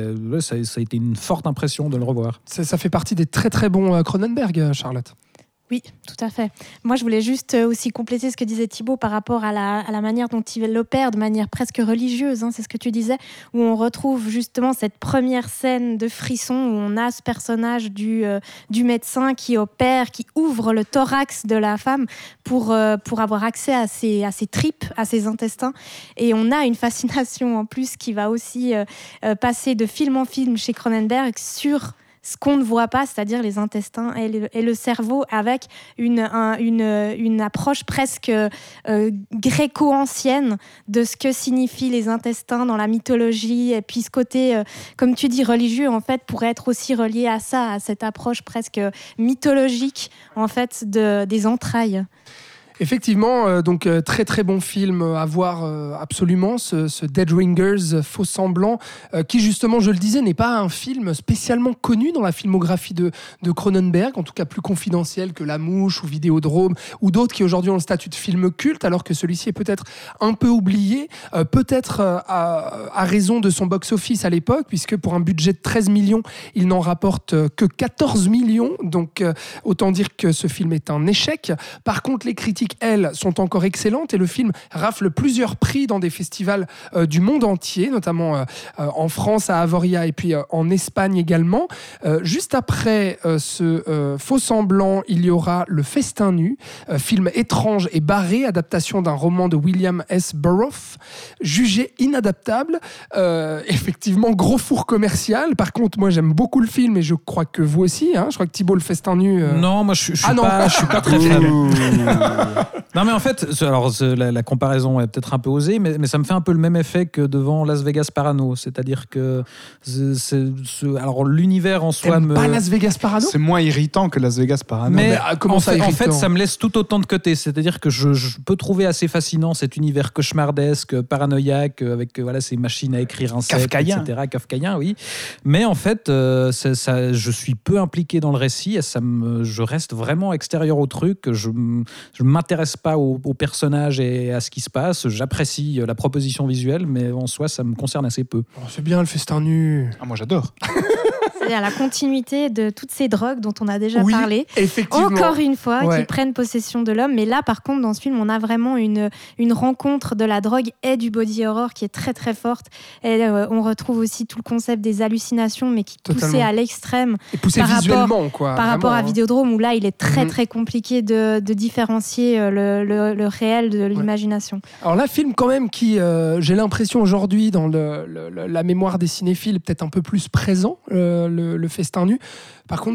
a été une forte impression de le revoir. Ça fait partie des très très bons Cronenberg, Charlotte. Oui, tout à fait. Moi, je voulais juste aussi compléter ce que disait Thibaut par rapport à la manière dont il l'opère, de manière presque religieuse, c'est ce que tu disais, où on retrouve justement cette première scène de frisson, où on a ce personnage du médecin qui opère, qui ouvre le thorax de la femme pour avoir accès à ses tripes, à ses intestins. Et on a une fascination en plus qui va aussi passer de film en film chez Cronenberg sur ce qu'on ne voit pas, c'est-à-dire les intestins et le cerveau, avec une approche presque gréco-ancienne de ce que signifient les intestins dans la mythologie. Et puis ce côté, comme tu dis, religieux, en fait, pourrait être aussi relié à ça, à cette approche presque mythologique, en fait, des entrailles. Effectivement, donc très très bon film à voir absolument, ce Dead Ringers, Faux Semblants, qui justement, je le disais, n'est pas un film spécialement connu dans la filmographie de Cronenberg, en tout cas plus confidentiel que La Mouche ou Vidéodrome ou d'autres qui aujourd'hui ont le statut de film culte, alors que celui-ci est peut-être un peu oublié, peut-être à raison de son box-office à l'époque, puisque pour un budget de 13 millions, il n'en rapporte que 14 millions, donc autant dire que ce film est un échec. Par contre, les critiques, elles, sont encore excellentes et le film rafle plusieurs prix dans des festivals du monde entier, notamment en France, à Avoria et puis en Espagne également. Juste après ce Faux Semblant, il y aura Le Festin nu, film étrange et barré, adaptation d'un roman de William S. Burroughs, jugé inadaptable. Effectivement, gros four commercial. Par contre, moi, j'aime beaucoup le film et je crois que vous aussi. Je crois que Thibaut, Le Festin nu... Non, moi, je suis pas très fan. Non, mais en fait, la comparaison est peut-être un peu osée, mais ça me fait un peu le même effet que devant Las Vegas Parano. C'est-à-dire que alors l'univers en soi pas Las Vegas Parano ? C'est moins irritant que Las Vegas Parano. Mais comment ça irritant ? En fait, ça me laisse tout autant de côté. C'est-à-dire que je peux trouver assez fascinant cet univers cauchemardesque, paranoïaque, avec ces machines à écrire insectes, Kafkaïen. etc. Kafkaïen, oui. Mais en fait, je suis peu impliqué dans le récit et je reste vraiment extérieur au truc. Je ne m'intéresse pas aux personnages et à ce qui se passe. J'apprécie la proposition visuelle, mais en soi, ça me concerne assez peu. Oh, c'est bien le festin nu. Ah, moi, j'adore. C'est-à-dire la continuité de toutes ces drogues dont on a déjà parlé. Effectivement. Encore une fois, qui prennent possession de l'homme. Mais là, par contre, dans ce film, on a vraiment une rencontre de la drogue et du body horror qui est très, très forte. Et on retrouve aussi tout le concept des hallucinations, mais qui est poussé à l'extrême. Et poussé visuellement, quoi. Par rapport à Vidéodrome, où là, il est très, très compliqué de différencier le réel de l'imagination. Alors là, film quand même qui, j'ai l'impression aujourd'hui, dans la mémoire des cinéphiles, peut-être un peu plus présent, le festin nu. Par contre,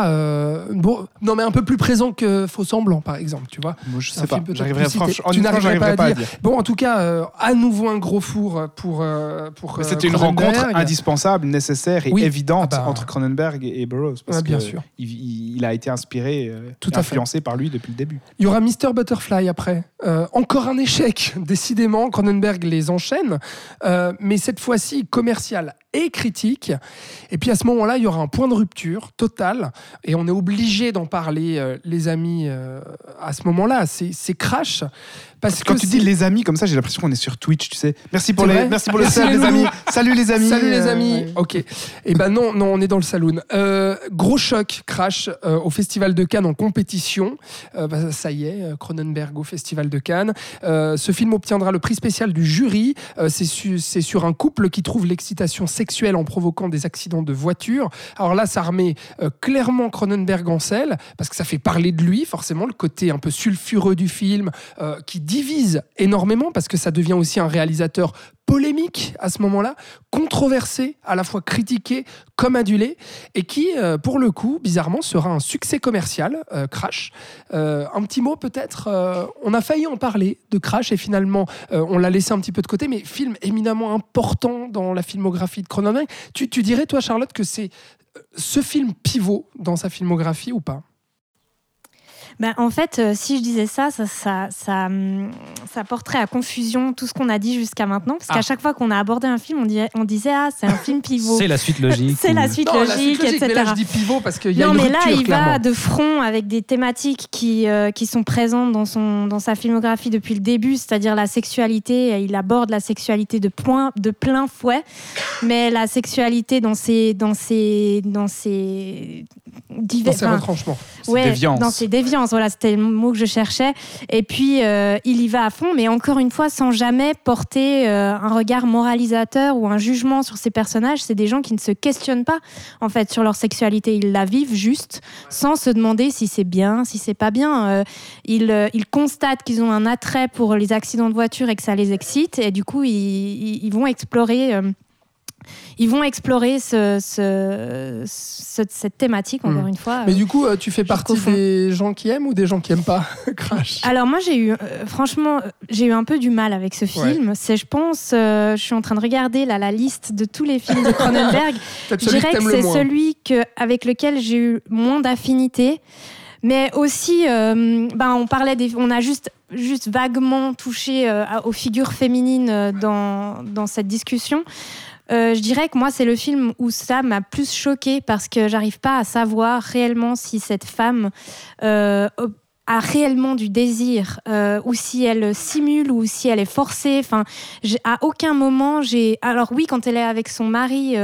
non, mais un peu plus présent que Faux Semblant, par exemple, tu vois. Moi, je sais pas. Tu n'arriverais pas à dire. Bon, en tout cas, à nouveau un gros four pour c'était une rencontre indispensable, nécessaire et évidente entre Cronenberg et Burroughs. Parce bien que sûr. Il a été inspiré, influencé par lui depuis le début. Il y aura Mr. Butterfly après. Encore un échec, décidément. Cronenberg les enchaîne, mais cette fois-ci commercial et critique. Et puis à ce moment-là, il y aura un point de rupture total. Et on est obligé d'en parler, les amis, à ce moment-là. C'est Crash. Parce Quand que tu dis les amis, comme ça, j'ai l'impression qu'on est sur Twitch, tu sais. Merci pour le sub, les loulous. amis. Salut les amis. Salut les amis. Ok. Et non, on est dans le saloon. Gros choc, Crash, au Festival de Cannes en compétition. Ça y est, Cronenberg au Festival de Cannes. Ce film obtiendra le prix spécial du jury. C'est sur un couple qui trouve l'excitation sexuelle en provoquant des accidents de voiture. Alors là, ça remet clairement Cronenberg en selle, parce que ça fait parler de lui, forcément, le côté un peu sulfureux du film, qui divise énormément, parce que ça devient aussi un réalisateur polémique à ce moment-là, controversé, à la fois critiqué comme adulé, et qui, pour le coup, bizarrement, sera un succès commercial, Crash. Un petit mot peut-être, on a failli en parler de Crash, et finalement, on l'a laissé un petit peu de côté, mais film éminemment important dans la filmographie de Cronenberg. Tu dirais, toi, Charlotte, que c'est ce film pivot dans sa filmographie ou pas ? En fait, si je disais ça porterait à confusion tout ce qu'on a dit jusqu'à maintenant, parce qu'à chaque fois qu'on a abordé un film, on disait c'est un film pivot. C'est la suite logique. La suite logique, etc. Mais là, je dis pivot parce qu'il y a une rupture, mais là, il clairement. va de front avec des thématiques qui sont présentes dans sa filmographie depuis le début, c'est-à-dire la sexualité. Il aborde la sexualité de plein fouet, mais la sexualité dans ses retranchements. Dans ses déviances. Voilà, c'était le mot que je cherchais. Et puis, il y va à fond, mais encore une fois, sans jamais porter un regard moralisateur ou un jugement sur ces personnages. C'est des gens qui ne se questionnent pas, en fait, sur leur sexualité. Ils la vivent juste, sans se demander si c'est bien, si c'est pas bien. Ils constatent qu'ils ont un attrait pour les accidents de voiture et que ça les excite. Et du coup, ils vont explorer... cette thématique, encore une fois. Mais du coup, tu fais partie des gens qui aiment ou des gens qui n'aiment pas Crash ? Alors moi, j'ai eu un peu du mal avec ce film. Je suis en train de regarder la liste de tous les films de Cronenberg. Je dirais que c'est celui avec lequel j'ai eu moins d'affinité. Mais aussi, on a juste vaguement touché aux figures féminines dans cette discussion. Je dirais que moi, c'est le film où ça m'a plus choquée parce que j'arrive pas à savoir réellement si cette femme a réellement du désir ou si elle simule ou si elle est forcée. Enfin, à aucun moment alors oui, quand elle est avec son mari,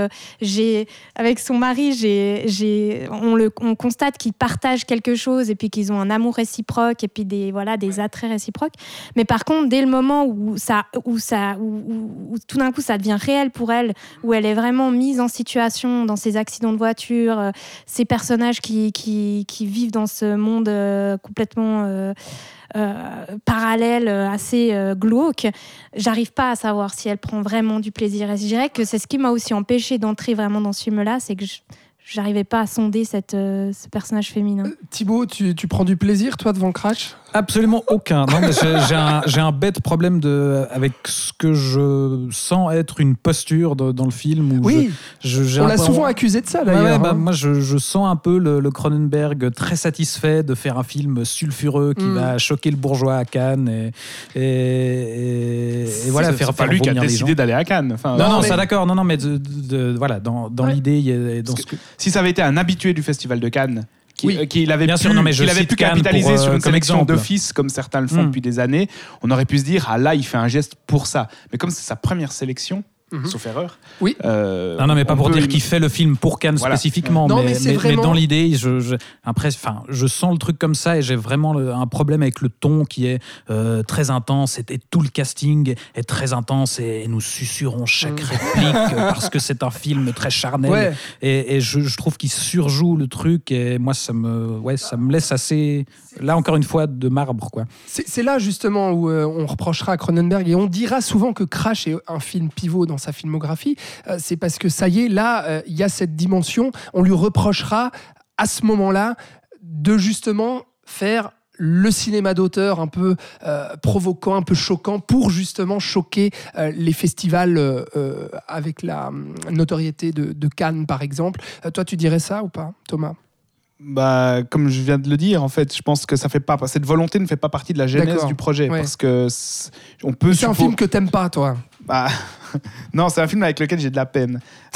on constate qu'ils partagent quelque chose et puis qu'ils ont un amour réciproque et puis des attraits réciproques. Mais par contre, dès le moment où tout d'un coup ça devient réel pour elle, où elle est vraiment mise en situation dans ces accidents de voiture, ces personnages qui vivent dans ce monde complètement parallèle, assez glauque, j'arrive pas à savoir si elle prend vraiment du plaisir. Et je dirais que c'est ce qui m'a aussi empêché d'entrer vraiment dans ce film-là, c'est que j'arrivais pas à sonder ce personnage féminin. Thibaut, tu prends du plaisir, toi, devant Crash ? Absolument aucun. Non, mais j'ai un bête problème avec ce que je sens être une posture dans le film. Où oui, on l'a souvent accusé de ça d'ailleurs. Ouais, moi, je sens un peu le Cronenberg très satisfait de faire un film sulfureux qui va choquer le bourgeois à Cannes et voilà, faire pas lui qui a décidé d'aller à Cannes. Enfin, non, ça d'accord. Non, mais voilà, dans l'idée, si ça avait été un habitué du Festival de Cannes. Qu'il avait pu Cannes capitaliser sur une sélection exemple. d'office comme certains le font depuis des années, on aurait pu se dire là il fait un geste pour ça. Mais comme c'est sa première sélection, sauf erreur. Oui. Non, mais pas pour dire qu'il fait le film pour Cannes spécifiquement, non, mais vraiment... dans l'idée, je sens le truc comme ça et j'ai vraiment un problème avec le ton qui est très intense et tout le casting est très intense et nous susurrons chaque réplique parce que c'est un film très charnel. Ouais. Et je trouve qu'il surjoue le truc et moi ça me laisse assez, là encore une fois, de marbre, quoi. C'est là justement où on reprochera à Cronenberg et on dira souvent que Crash est un film pivot dans sa filmographie, c'est parce que ça y est, là, il y a cette dimension. On lui reprochera à ce moment-là de justement faire le cinéma d'auteur un peu provoquant, un peu choquant, pour justement choquer les festivals avec la notoriété de Cannes, par exemple. Toi, tu dirais ça ou pas, Thomas ? Bah, comme je viens de le dire, en fait, je pense que cette volonté ne fait pas partie de la genèse du projet, parce que on peut. C'est un film que t'aimes pas, toi. Bah, non, c'est un film avec lequel j'ai de la peine.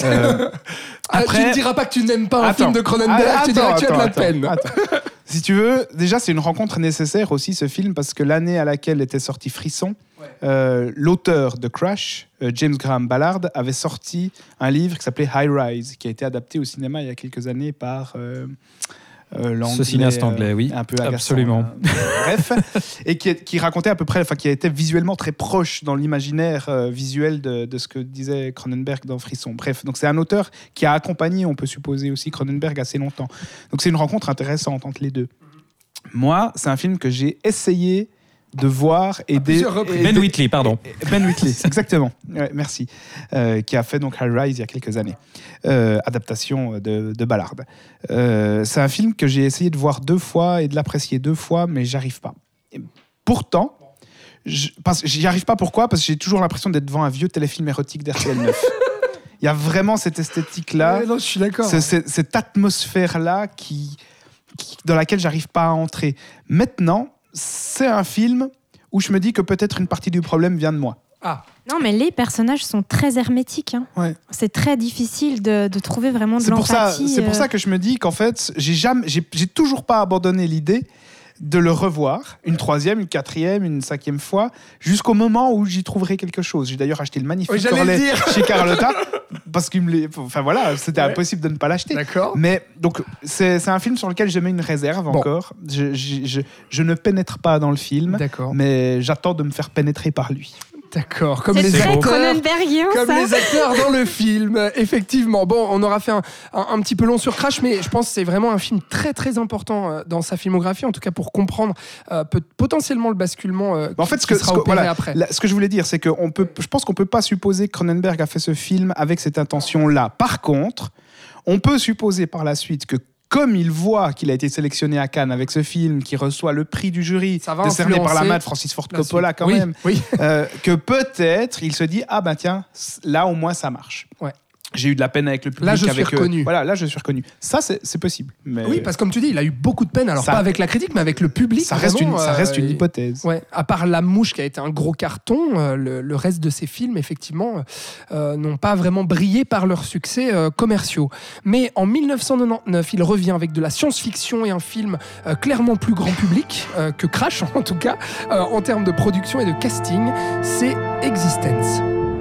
Après, tu ne diras pas que tu n'aimes pas un film de Cronenberg, tu diras que tu as de la peine. Si tu veux, déjà, c'est une rencontre nécessaire aussi, ce film, parce que l'année à laquelle était sorti Frisson, l'auteur de Crash, James Graham Ballard, avait sorti un livre qui s'appelait High Rise, qui a été adapté au cinéma il y a quelques années par ce cinéaste anglais, oui, un peu agaçant, absolument. Bref, et qui racontait à peu près, qui a été visuellement très proche dans l'imaginaire visuel de ce que disait Cronenberg dans Frisson. Bref, donc c'est un auteur qui a accompagné, on peut supposer aussi, Cronenberg assez longtemps. Donc c'est une rencontre intéressante entre les deux. Moi, c'est un film que j'ai essayé de voir et Ben Wheatley, pardon. Ben Wheatley, exactement. Ouais, merci. Qui a fait donc High Rise il y a quelques années. Adaptation de Ballard. C'est un film que j'ai essayé de voir 2 fois et de l'apprécier 2 fois, mais j'arrive pas. Et pourtant, j'y arrive pas. Pourquoi ? Parce que j'ai toujours l'impression d'être devant un vieux téléfilm érotique d'RTL 9. Il y a vraiment cette esthétique-là. Ouais, non, je suis d'accord. Cette atmosphère-là dans laquelle j'arrive pas à entrer. Maintenant, c'est un film où je me dis que peut-être une partie du problème vient de moi. Ah. Non, mais les personnages sont très hermétiques. Hein. Ouais. C'est très difficile de trouver vraiment de l'empathie. C'est pour ça que je me dis qu'en fait, j'ai toujours pas abandonné l'idée de le revoir une 3e, une 4e, une 5e fois, jusqu'au moment où j'y trouverai quelque chose. J'ai d'ailleurs acheté le magnifique Corlet chez Carlotta, parce qu'il c'était impossible de ne pas l'acheter. D'accord. Mais donc, c'est un film sur lequel je mets une réserve encore. Je ne pénètre pas dans le film, mais j'attends de me faire pénétrer par lui. D'accord, comme les acteurs dans le film, effectivement. Bon, on aura fait un petit peu long sur Crash, mais je pense que c'est vraiment un film très très important dans sa filmographie, en tout cas pour comprendre potentiellement le basculement qui sera opéré après. Ce que je voulais dire, c'est que je pense qu'on peut pas supposer que Cronenberg a fait ce film avec cette intention-là. Par contre, on peut supposer par la suite que comme il voit qu'il a été sélectionné à Cannes avec ce film, qui reçoit le prix du jury, décerné par la main de Francis Ford Coppola quand même, que peut-être il se dit « Ah ben tiens, là au moins ça marche ouais. ». J'ai eu de la peine avec le public. Là, je suis reconnu. Là, je suis reconnu. Ça, c'est possible. Mais oui, parce que comme tu dis, il a eu beaucoup de peine. Alors, pas avec la critique, mais avec le public. Ça reste une hypothèse. Ouais. À part La Mouche, qui a été un gros carton, le reste de ses films, effectivement, n'ont pas vraiment brillé par leurs succès commerciaux. Mais en 1999, il revient avec de la science-fiction et un film clairement plus grand public que Crash, en tout cas, en termes de production et de casting. C'est Existence.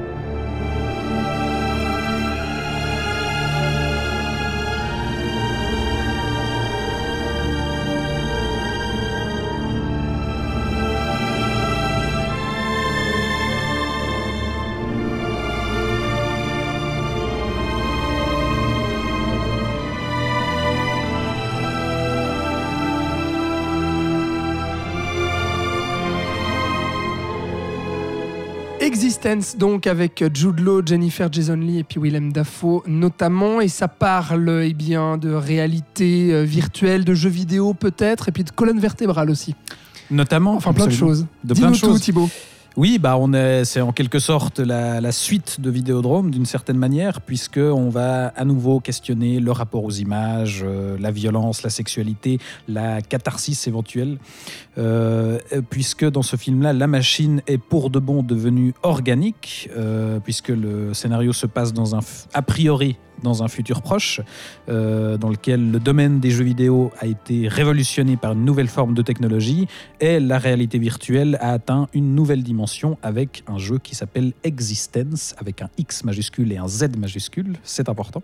Existence, donc, avec Jude Law, Jennifer Jason Leigh et puis Willem Dafoe notamment, et ça parle de réalité virtuelle, de jeux vidéo peut-être, et puis de colonne vertébrale aussi. Notamment. Enfin, plein de choses. Dis-nous tout, Thibaut. Oui, c'est en quelque sorte la suite de Vidéodrome d'une certaine manière, puisqu'on va à nouveau questionner le rapport aux images, la violence, la sexualité, la catharsis éventuelle, puisque dans ce film-là, la machine est pour de bon devenue organique, puisque le scénario se passe a priori dans un futur proche, dans lequel le domaine des jeux vidéo a été révolutionné par une nouvelle forme de technologie et la réalité virtuelle a atteint une nouvelle dimension avec un jeu qui s'appelle Existence, avec un X majuscule et un Z majuscule, c'est important.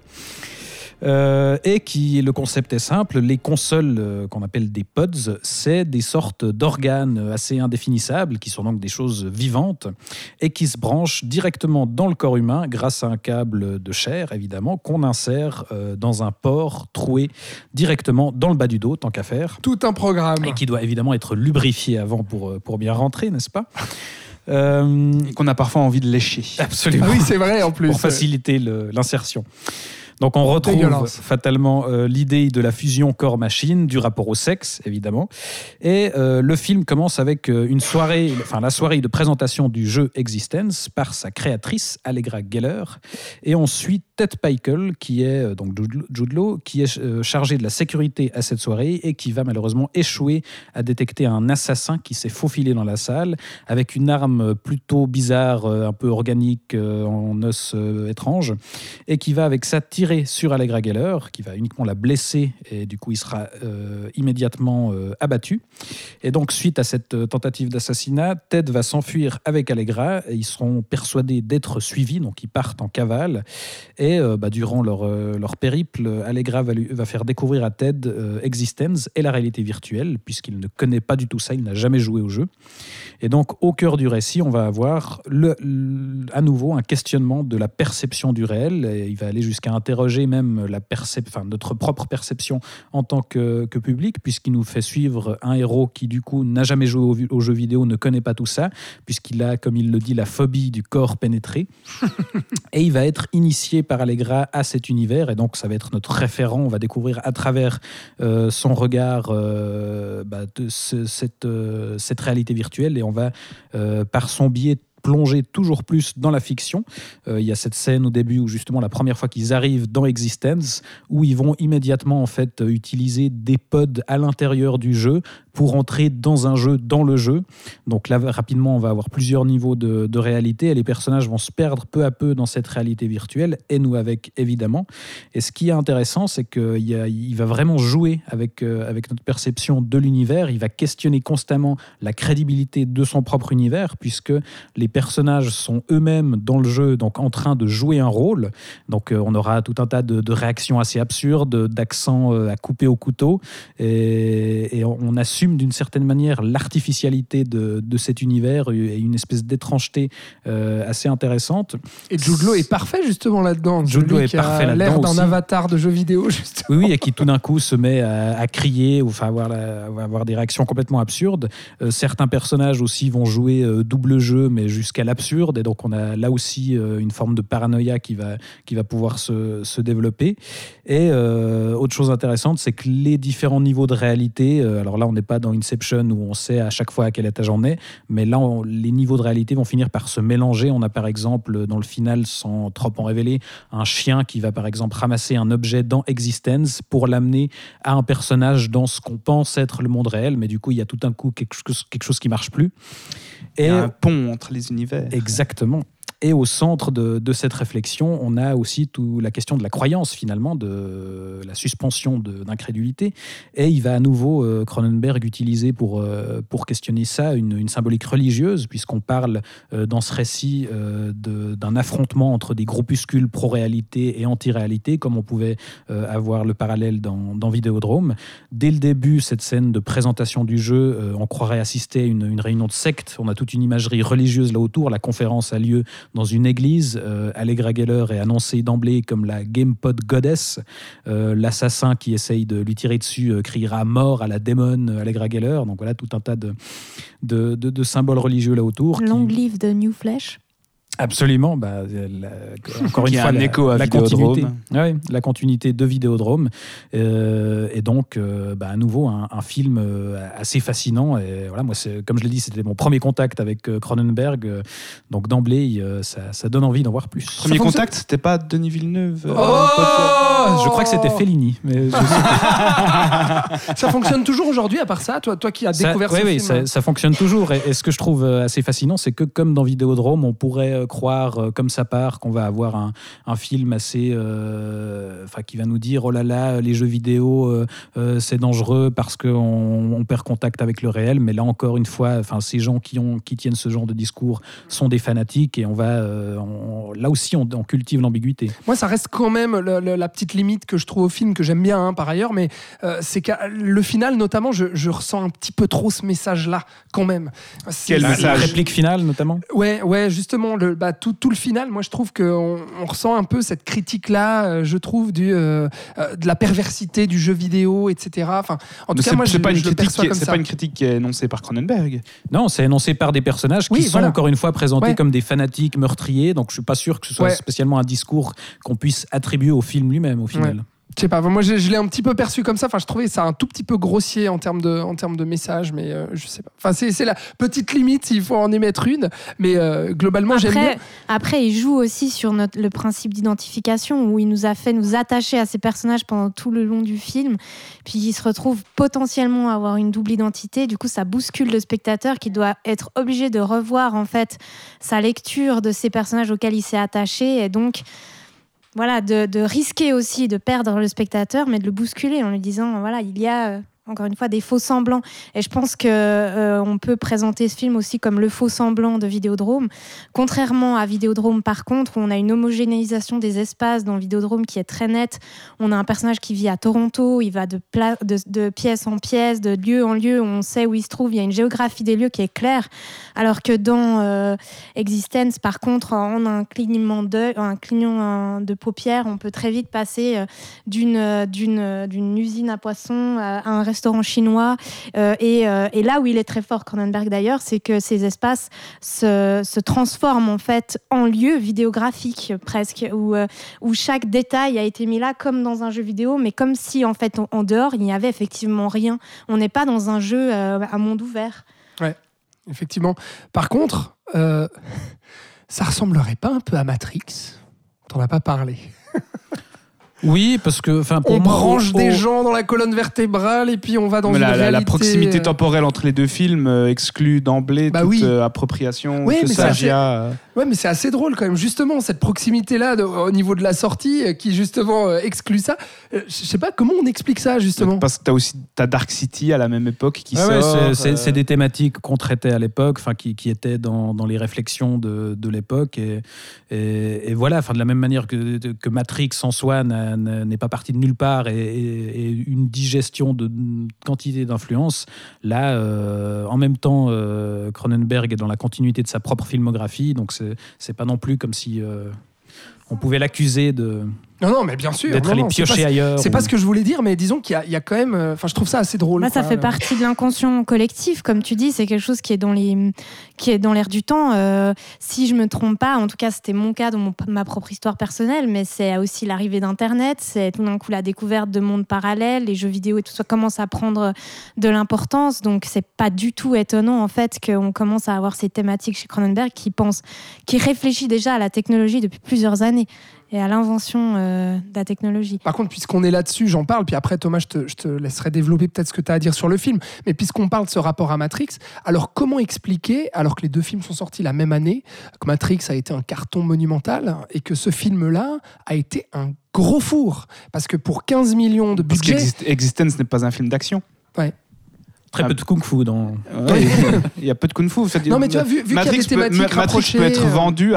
Le concept est simple, les consoles qu'on appelle des pods, c'est des sortes d'organes assez indéfinissables, qui sont donc des choses vivantes, et qui se branchent directement dans le corps humain grâce à un câble de chair, évidemment, qu'on insère dans un port troué directement dans le bas du dos, tant qu'à faire. Tout un programme. Et qui doit évidemment être lubrifié avant pour bien rentrer, n'est-ce pas ? Et qu'on a parfois envie de lécher. Absolument. Ah oui, c'est vrai, en plus. Pour faciliter l'insertion. Donc on retrouve fatalement l'idée de la fusion corps-machine, du rapport au sexe, évidemment. Et le film commence avec la soirée de présentation du jeu Existence par sa créatrice, Allegra Geller. Et on suit Ted Pickle, qui est donc Jude Law, qui est chargé de la sécurité à cette soirée et qui va malheureusement échouer à détecter un assassin qui s'est faufilé dans la salle avec une arme plutôt bizarre, un peu organique, en os étrange, et qui va avec ça tirer sur Allegra Geller, qui va uniquement la blesser, et du coup il sera immédiatement abattu. Et donc suite à cette tentative d'assassinat, Ted va s'enfuir avec Allegra, et ils seront persuadés d'être suivis, donc ils partent en cavale, et durant leur périple, Allegra va faire découvrir à Ted Existence et la réalité virtuelle, puisqu'il ne connaît pas du tout ça, il n'a jamais joué au jeu. Et donc au cœur du récit, on va avoir à nouveau un questionnement de la perception du réel, et il va aller jusqu'à interroger même notre propre perception en tant que public, puisqu'il nous fait suivre un héros qui du coup n'a jamais joué aux jeux vidéo, ne connaît pas tout ça, puisqu'il a, comme il le dit, la phobie du corps pénétré. Et il va être initié par Allegra à cet univers, et donc ça va être notre référent. On va découvrir à travers son regard cette réalité virtuelle, et on va par son biais plonger toujours plus dans la fiction. Il y a cette scène au début où justement la première fois qu'ils arrivent dans Existence, où ils vont immédiatement en fait utiliser des pods à l'intérieur du jeu pour entrer dans un jeu, dans le jeu. Donc là, rapidement, on va avoir plusieurs niveaux de réalité, et les personnages vont se perdre peu à peu dans cette réalité virtuelle, et nous avec, évidemment. Et ce qui est intéressant, c'est qu'il va vraiment jouer avec notre perception de l'univers. Il va questionner constamment la crédibilité de son propre univers, puisque les personnages sont eux-mêmes dans le jeu, donc en train de jouer un rôle. Donc on aura tout un tas de réactions assez absurdes, d'accents à couper au couteau, et on assume d'une certaine manière l'artificialité de cet univers et une espèce d'étrangeté assez intéressante. Et Jude Law est parfait justement là-dedans. Jude Law est parfait là-dedans, l'air d'un aussi. avatar de jeu vidéo justement. Oui, et qui tout d'un coup se met à crier, ou enfin avoir des réactions complètement absurdes. Certains personnages aussi vont jouer double jeu, mais jusqu'à l'absurde, et donc on a là aussi une forme de paranoïa qui va pouvoir se développer. Et autre chose intéressante, c'est que les différents niveaux de réalité, alors là on n'est pas dans Inception où on sait à chaque fois à quel étage on est, mais là les niveaux de réalité vont finir par se mélanger. On a par exemple dans le final, sans trop en révéler, un chien qui va par exemple ramasser un objet dans Existence pour l'amener à un personnage dans ce qu'on pense être le monde réel, mais du coup il y a tout un coup quelque chose qui marche plus. Et il y a un pont entre les univers. Exactement. Et au centre de cette réflexion, on a aussi la question de la croyance, finalement, de la suspension d'incrédulité. Et il va à nouveau, Cronenberg, utiliser pour questionner ça une symbolique religieuse, puisqu'on parle dans ce récit d'un affrontement entre des groupuscules pro-réalité et anti-réalité, comme on pouvait avoir le parallèle dans Vidéodrome. Dès le début, cette scène de présentation du jeu, on croirait assister à une réunion de secte. On a toute une imagerie religieuse là autour. La conférence a lieu dans une église. Allegra Geller est annoncée d'emblée comme la GamePod Goddess. L'assassin qui essaye de lui tirer dessus criera mort à la démon Allegra Geller. Donc voilà, tout un tas de symboles religieux là autour. Long live the new flesh. Absolument. Encore une fois, un écho à continuité, Vidéodrome. la continuité de Vidéodrome. Et donc, à nouveau, un film assez fascinant. Et voilà, moi, comme je l'ai dit, c'était mon premier contact avec Cronenberg. Donc, d'emblée, ça donne envie d'en voir plus. Premier contact, c'était pas Denis Villeneuve Je crois que c'était Fellini. Mais Ça fonctionne toujours aujourd'hui, à part ça, toi qui as découvert ce film. Oui, ça fonctionne toujours. Et ce que je trouve assez fascinant, c'est que comme dans Vidéodrome, on pourrait croire, comme ça part, qu'on va avoir un film assez... qui va nous dire, oh là là, les jeux vidéo, c'est dangereux parce qu'on perd contact avec le réel. Mais là, encore une fois, ces gens qui tiennent ce genre de discours sont des fanatiques et là aussi, on cultive l'ambiguïté. Moi, ça reste quand même la petite limite que je trouve au film, que j'aime bien par ailleurs, mais c'est que le final, notamment, je ressens un petit peu trop ce message-là, quand même. Quel message ? La réplique finale, notamment ? Ouais, justement, tout le final, moi, je trouve qu'on ressent un peu cette critique-là, je trouve, de la perversité du jeu vidéo, etc. En tout cas, moi, je le perçois comme ça. C'est pas une critique qui est énoncée par Cronenberg. Non, c'est énoncé par des personnages qui sont, encore une fois, présentés comme des fanatiques meurtriers, donc je suis pas sûr que ce soit spécialement un discours qu'on puisse attribuer au film lui-même, au final. Ouais. Je sais pas, moi je l'ai un petit peu perçu comme ça. Je trouvais ça un tout petit peu grossier en termes de message, mais je sais pas. C'est la petite limite s'il faut en émettre une, mais globalement j'aime bien. Après, il joue aussi sur le principe d'identification où il nous a fait nous attacher à ces personnages pendant tout le long du film, puis il se retrouve potentiellement à avoir une double identité. Du coup, ça bouscule le spectateur qui doit être obligé de revoir en fait sa lecture de ces personnages auxquels il s'est attaché, et donc voilà, de risquer aussi de perdre le spectateur, mais de le bousculer en lui disant, voilà, il y a encore une fois des faux semblants. Et je pense qu'on peut présenter ce film aussi comme le faux semblant de Vidéodrome. Contrairement à Vidéodrome, par contre, où on a une homogénéisation des espaces dans Vidéodrome qui est très nette. On a un personnage qui vit à Toronto, il va de pièce en pièce, de lieu en lieu, on sait où il se trouve, il y a une géographie des lieux qui est claire. Alors que dans Existence, par contre, en un clignement de paupières, on peut très vite passer d'une usine à poissons à un restaurant chinois. Et là où il est très fort, Cronenberg d'ailleurs, c'est que ces espaces se transforment en fait en lieux vidéographiques presque, où chaque détail a été mis là comme dans un jeu vidéo, mais comme si en fait en dehors il n'y avait effectivement rien. On n'est pas dans un jeu à monde ouvert. Ouais, effectivement. Par contre, ça ressemblerait pas un peu à Matrix ? T'en as pas parlé. Oui, parce que on branche des gens dans la colonne vertébrale et puis on va dans une réalité... La proximité temporelle entre les deux films exclut d'emblée toute appropriation. Oui, mais c'est assez drôle quand même. Justement, cette proximité-là au niveau de la sortie qui justement exclut ça. Je sais pas, comment on explique ça justement ? Parce que t'as Dark City à la même époque qui sort. Ouais, c'est des thématiques qu'on traitait à l'époque, qui étaient dans les réflexions de l'époque. Et voilà, de la même manière que Matrix en soi n'est pas parti de nulle part et une digestion de quantité d'influence. Là, en même temps, Cronenberg est dans la continuité de sa propre filmographie, donc c'est pas non plus comme si on pouvait l'accuser de... Non, mais bien sûr. D'être allé piocher ailleurs. C'est pas ce que je voulais dire, mais disons qu'il y a quand même... je trouve ça assez drôle. Ça fait partie de l'inconscient collectif, comme tu dis. C'est quelque chose qui est dans l'air du temps. Si je me trompe pas, en tout cas, c'était mon cas dans ma propre histoire personnelle, mais c'est aussi l'arrivée d'Internet. C'est tout d'un coup la découverte de mondes parallèles, les jeux vidéo et tout ça commence à prendre de l'importance. Donc, c'est pas du tout étonnant, en fait, qu'on commence à avoir ces thématiques chez Cronenberg qui réfléchit déjà à la technologie depuis plusieurs années et à l'invention de la technologie. Par contre, puisqu'on est là-dessus, j'en parle, puis après, Thomas, je te laisserai développer peut-être ce que tu as à dire sur le film, mais puisqu'on parle de ce rapport à Matrix, alors comment expliquer, alors que les deux films sont sortis la même année, que Matrix a été un carton monumental, et que ce film-là a été un gros four ? Parce que pour 15 millions de budget... Parce qu'Existence n'est pas un film d'action. Ouais. Très peu de kung-fu dans... Il y a peu de kung-fu. Non, mais tu vois, vu qu'il y a des thématiques rapprochées... Matrix peut être vendu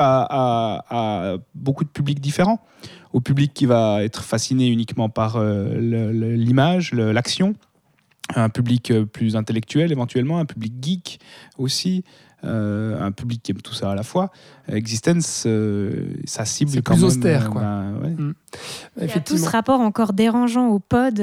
à beaucoup de publics différents. Au public qui va être fasciné uniquement par l'image, l'action. Un public plus intellectuel éventuellement, un public geek aussi. un public qui aime tout ça à la fois. Existence, ça cible c'est quand plus même... austère, quoi. Ouais. Il y a tout ce rapport encore dérangeant au pod,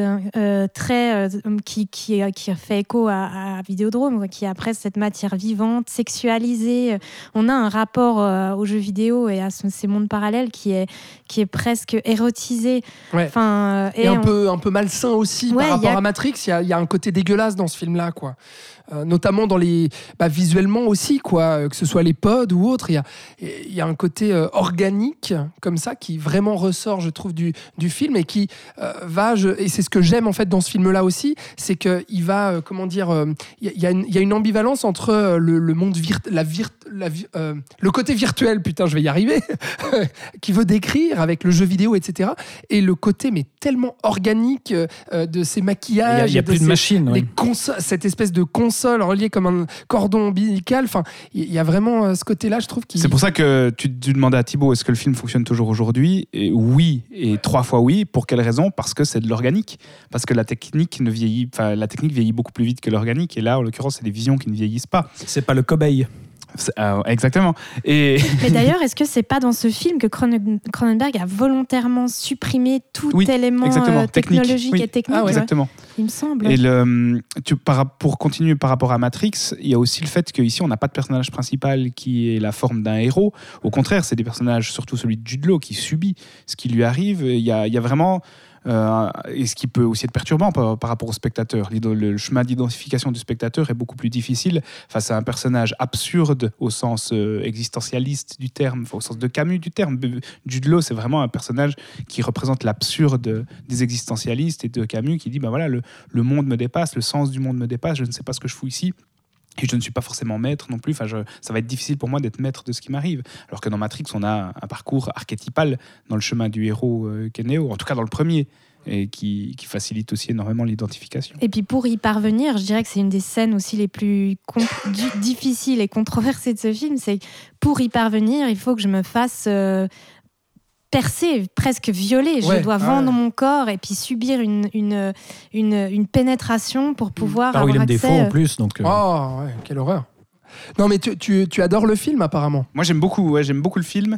qui fait écho à Vidéodrome, quoi, qui est après cette matière vivante, sexualisée. On a un rapport aux jeux vidéo et à ces mondes parallèles qui est presque érotisé. Ouais. Enfin, et un peu malsain aussi par rapport à Matrix. Il y a un côté dégueulasse dans ce film-là, quoi. Notamment dans visuellement aussi, quoi, que ce soit les pods ou autres, il y a un côté organique comme ça qui vraiment ressort, je trouve, du film et qui et c'est ce que j'aime en fait dans ce film-là aussi, c'est que il va il y a une ambivalence entre le monde le côté virtuel, putain, je vais y arriver, qui veut décrire avec le jeu vidéo, etc. et le côté mais tellement organique de ces maquillages, il y a plus de machines, cette espèce de console reliée comme un cordon ombilical. Enfin, il y a vraiment ce côté-là, je trouve. C'est pour ça que tu demandais à Thibaut, est-ce que le film fonctionne toujours aujourd'hui ? Et oui, et 3 fois oui. Pour quelle raison ? Parce que c'est de l'organique. Parce que la technique vieillit beaucoup plus vite que l'organique. Et là, en l'occurrence, c'est des visions qui ne vieillissent pas. C'est pas le cobaye. Exactement. Mais d'ailleurs, est-ce que c'est pas dans ce film que Cronenberg a volontairement supprimé tout élément technologique et technique? Ah, ouais. Exactement. Il me semble. Et pour continuer par rapport à Matrix, il y a aussi le fait qu'ici, on n'a pas de personnage principal qui est la forme d'un héros. Au contraire, c'est des personnages, surtout celui de Jude Law, qui subit ce qui lui arrive. Il y a vraiment... et ce qui peut aussi être perturbant par rapport au spectateur. Le chemin d'identification du spectateur est beaucoup plus difficile face à un personnage absurde au sens existentialiste du terme, au sens de Camus du terme. Jude Law, c'est vraiment un personnage qui représente l'absurde des existentialistes et de Camus, qui dit voilà, le monde me dépasse, le sens du monde me dépasse, je ne sais pas ce que je fous ici. Et je ne suis pas forcément maître non plus. Ça va être difficile pour moi d'être maître de ce qui m'arrive. Alors que dans Matrix, on a un parcours archétypal dans le chemin du héros qu'est Neo, en tout cas dans le premier, et qui facilite aussi énormément l'identification. Et puis pour y parvenir, je dirais que c'est une des scènes aussi les plus difficiles et controversées de ce film. C'est que pour y parvenir, il faut que je me fasse... percé, presque violé. Je dois vendre mon corps et puis subir une pénétration pour pouvoir avoir Willem accès... Dafoe en plus. Donc, Oh, ouais, quelle horreur. Non, mais tu adores le film, apparemment. Moi, j'aime beaucoup le film.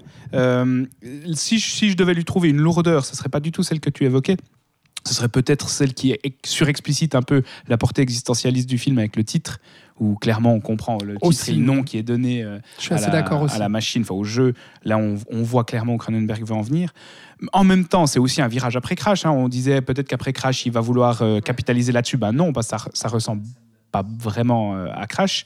Si je devais lui trouver une lourdeur, ce ne serait pas du tout celle que tu évoquais. Ce serait peut-être celle qui surexplicite un peu la portée existentialiste du film avec le titre, où clairement on comprend le titre aussi, et le nom qui est donné à la machine, au jeu. Là, on voit clairement où Cronenberg veut en venir. En même temps, c'est aussi un virage après Crash. On disait peut-être qu'après Crash, il va vouloir capitaliser là-dessus. Non, parce que ça ressemble pas vraiment à Crash.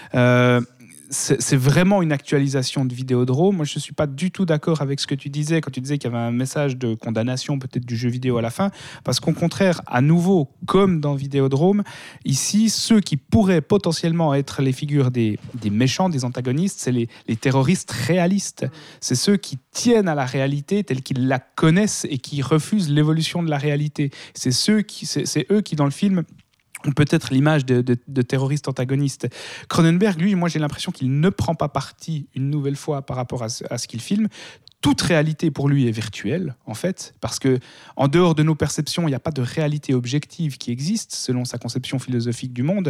C'est vraiment une actualisation de Vidéodrome. Moi, je ne suis pas du tout d'accord avec ce que tu disais quand tu disais qu'il y avait un message de condamnation peut-être du jeu vidéo à la fin, parce qu'au contraire, à nouveau, comme dans Vidéodrome, ici, ceux qui pourraient potentiellement être les figures des méchants, des antagonistes, c'est les terroristes réalistes. C'est ceux qui tiennent à la réalité telle qu'ils la connaissent et qui refusent l'évolution de la réalité. C'est eux qui, dans le film, ont peut-être l'image de terroristes antagonistes. Cronenberg, lui, moi j'ai l'impression qu'il ne prend pas parti une nouvelle fois par rapport à ce qu'il filme. Toute réalité pour lui est virtuelle, en fait, parce que en dehors de nos perceptions, il n'y a pas de réalité objective qui existe, selon sa conception philosophique du monde.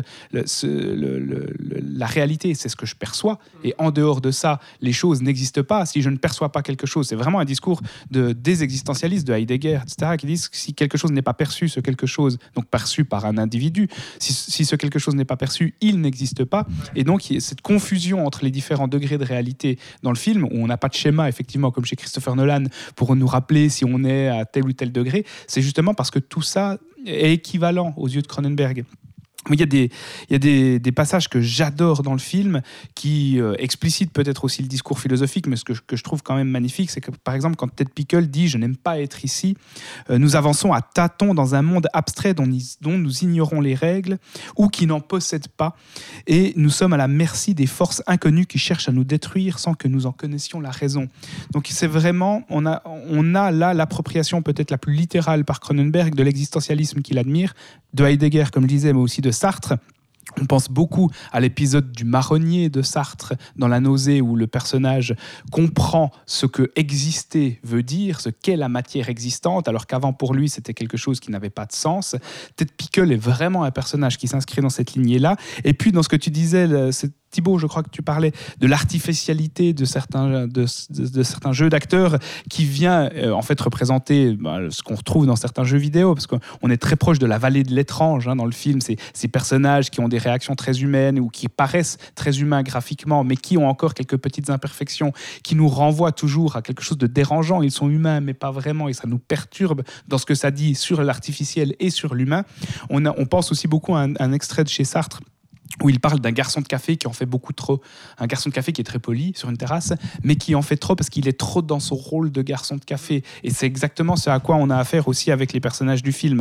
La réalité, c'est ce que je perçois, et en dehors de ça, les choses n'existent pas. Si je ne perçois pas quelque chose, c'est vraiment un discours des existentialistes de Heidegger, etc., qui disent que si quelque chose n'est pas perçu, ce quelque chose, donc perçu par un individu, si ce quelque chose n'est pas perçu, il n'existe pas. Et donc, il y a cette confusion entre les différents degrés de réalité dans le film, où on n'a pas de schéma, effectivement, comme chez Christopher Nolan, pour nous rappeler si on est à tel ou tel degré, c'est justement parce que tout ça est équivalent aux yeux de Cronenberg. Il y a des passages que j'adore dans le film qui explicitent peut-être aussi le discours philosophique, mais ce que je trouve quand même magnifique, c'est que par exemple quand Ted Pickle dit « Je n'aime pas être ici », nous avançons à tâtons dans un monde abstrait dont nous ignorons les règles ou qui n'en possède pas, et nous sommes à la merci des forces inconnues qui cherchent à nous détruire sans que nous en connaissions la raison. Donc c'est vraiment, on a là l'appropriation peut-être la plus littérale par Cronenberg de l'existentialisme qu'il admire, de Heidegger comme je disais, mais aussi de Sartre. On pense beaucoup à l'épisode du marronnier de Sartre dans La nausée, où le personnage comprend ce que exister veut dire, ce qu'est la matière existante, alors qu'avant pour lui c'était quelque chose qui n'avait pas de sens. Ted Pickle est vraiment un personnage qui s'inscrit dans cette lignée-là. Et puis dans ce que tu disais, cette Thibaut, je crois que tu parlais de l'artificialité de certains jeux d'acteurs qui vient en fait représenter ce qu'on retrouve dans certains jeux vidéo, parce qu'on est très proche de la vallée de l'étrange dans le film. Ces personnages qui ont des réactions très humaines ou qui paraissent très humains graphiquement, mais qui ont encore quelques petites imperfections, qui nous renvoient toujours à quelque chose de dérangeant. Ils sont humains, mais pas vraiment, et ça nous perturbe dans ce que ça dit sur l'artificiel et sur l'humain. On pense aussi beaucoup à un extrait de chez Sartre, où il parle d'un garçon de café qui en fait beaucoup trop. Un garçon de café qui est très poli sur une terrasse, mais qui en fait trop parce qu'il est trop dans son rôle de garçon de café. Et c'est exactement ce à quoi on a affaire aussi avec les personnages du film.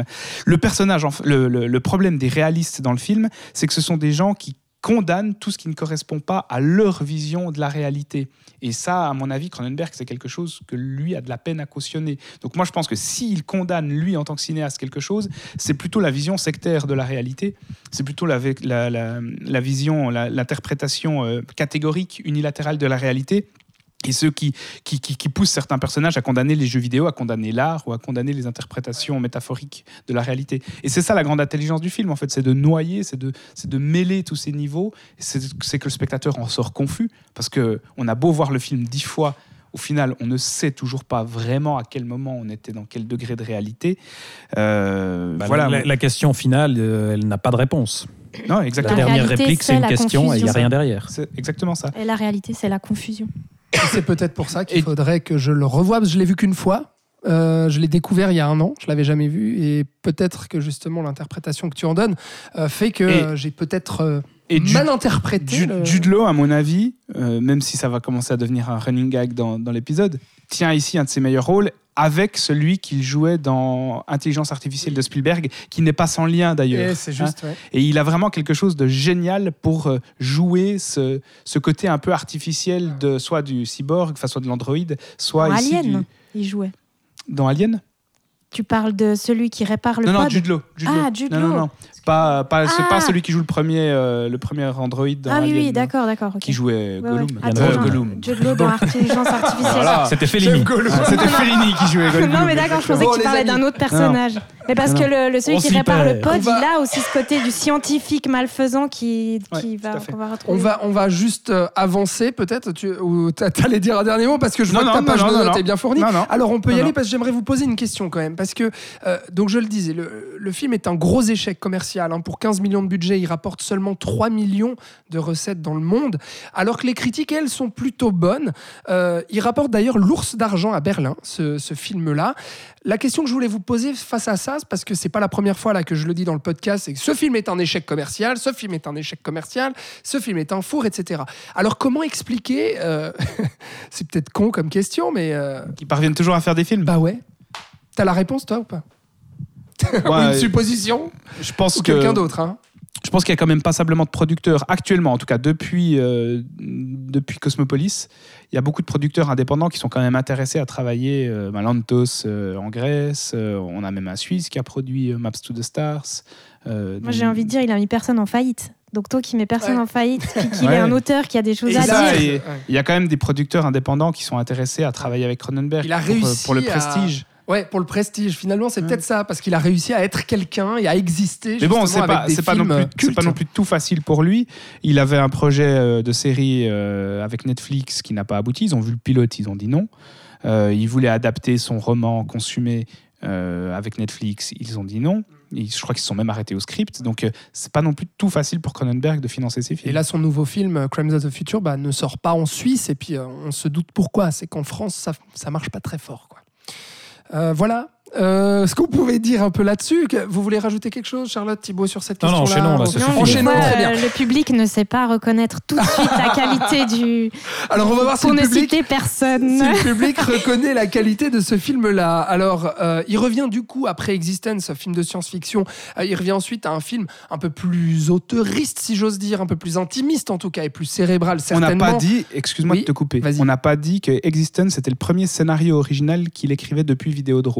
Le problème des réalistes dans le film, c'est que ce sont des gens qui condamnent tout ce qui ne correspond pas à leur vision de la réalité. Et ça, à mon avis, Cronenberg, c'est quelque chose que lui a de la peine à cautionner. Donc moi, je pense que s'il condamne, lui, en tant que cinéaste, quelque chose, c'est plutôt la vision sectaire de la réalité, c'est plutôt la vision, l'interprétation catégorique, unilatérale de la réalité. Et ceux qui poussent certains personnages à condamner les jeux vidéo, à condamner l'art ou à condamner les interprétations métaphoriques de la réalité. Et c'est ça la grande intelligence du film, en fait, c'est de noyer, c'est de mêler tous ces niveaux. C'est que le spectateur en sort confus, parce qu'on a beau voir le film 10 fois, au final, on ne sait toujours pas vraiment à quel moment on était, dans quel degré de réalité. Voilà. La question finale, elle n'a pas de réponse. Non, exactement. La dernière réplique, c'est une question et il n'y a rien derrière. C'est exactement ça. Et la réalité, c'est la confusion. Et c'est peut-être pour ça qu'il faudrait que je le revoie, parce que je l'ai vu qu'une fois. Je l'ai découvert il y a 1 an, je ne l'avais jamais vu. Et peut-être que justement l'interprétation que tu en donnes fait que j'ai peut-être mal interprété. Jude Law, à mon avis, même si ça va commencer à devenir un running gag dans l'épisode, tient ici un de ses meilleurs rôles, avec celui qu'il jouait dans Intelligence artificielle de Spielberg, qui n'est pas sans lien d'ailleurs. Et c'est juste, ouais. Et il a vraiment quelque chose de génial pour jouer ce côté un peu artificiel de soit du cyborg, soit de l'androïde, soit dans ici Alien, il jouait. Dans Alien ? Tu parles de celui qui répare le pod ? Non, Jude Law. Jude Law. Non. C'est pas celui qui joue le premier androïde dans Alien. Oui, d'accord. Okay. Qui jouait Gollum. Gollum. Jude Law dans Intelligence artificielle. Voilà. C'était Fellini. C'était Fellini qui jouait Gollum. Non, mais d'accord, je pensais que tu parlais d'un autre personnage. Mais parce que celui qui répare le pod, il a aussi ce côté du scientifique malfaisant qu'on va retrouver. On va juste avancer peut-être, ou t'allais dire un dernier mot, parce que je vois que ta page de notes est bien fournie. Alors on peut y aller, parce que j'aimerais vous poser une question quand même, parce que, donc je le disais, le film est un gros échec commercial. Pour 15 millions de budget, il rapporte seulement 3 millions de recettes dans le monde, alors que les critiques, elles, sont plutôt bonnes. Il rapporte d'ailleurs l'Ours d'argent à Berlin, ce film-là. La question que je voulais vous poser face à ça, parce que c'est pas la première fois là que je le dis dans le podcast, c'est que ce film est un échec commercial, ce film est un échec commercial, ce film est un four, etc. Alors comment expliquer, c'est peut-être con comme question, mais... Qu'ils parviennent toujours à faire des films. Bah ouais. T'as la réponse toi ou pas ? Ou une supposition ? Je pense ou quelqu'un d'autre, hein ? Je pense qu'il y a quand même passablement de producteurs, actuellement, en tout cas depuis Cosmopolis, il y a beaucoup de producteurs indépendants qui sont quand même intéressés à travailler. Lantos en Grèce, on a même un Suisse qui a produit Maps to the Stars. Moi j'ai envie de dire, il a mis personne en faillite. Donc toi qui mets personne en faillite, puis qu'il est un auteur qui a des choses à dire. Il y a quand même des producteurs indépendants qui sont intéressés à travailler avec Cronenberg pour le prestige. Ouais, pour le prestige. Finalement, c'est peut-être ça, parce qu'il a réussi à être quelqu'un et à exister. Mais bon, c'est pas non plus tout facile pour lui. Il avait un projet de série avec Netflix qui n'a pas abouti. Ils ont vu le pilote, ils ont dit non. Il voulait adapter son roman Consumé avec Netflix, ils ont dit non. Je crois qu'ils se sont même arrêtés au script. Donc, c'est pas non plus tout facile pour Cronenberg de financer ses films. Et là, son nouveau film, Crimes of the Future, ne sort pas en Suisse. Et puis, on se doute pourquoi. C'est qu'en France, ça marche pas très fort, quoi. Voilà. Ce qu'on pouvait dire un peu là-dessus, vous voulez rajouter quelque chose, Charlotte, Thibaut, sur cette question-là ? Non, enchaînons, là, c'est suffisant. Enchaînons, très bien. Le public ne sait pas reconnaître tout de suite la qualité du... Alors, on va voir si le public... citer personne. Si le public reconnaît la qualité de ce film-là. Alors, il revient du coup, après Existence, film de science-fiction, il revient ensuite à un film un peu plus auteuriste, si j'ose dire, un peu plus intimiste en tout cas, et plus cérébral, certainement. On n'a pas dit, excuse-moi de te couper, on n'a pas dit que Existence, c'était le premier scénario original qu'il écrivait depuis Vidéodrome.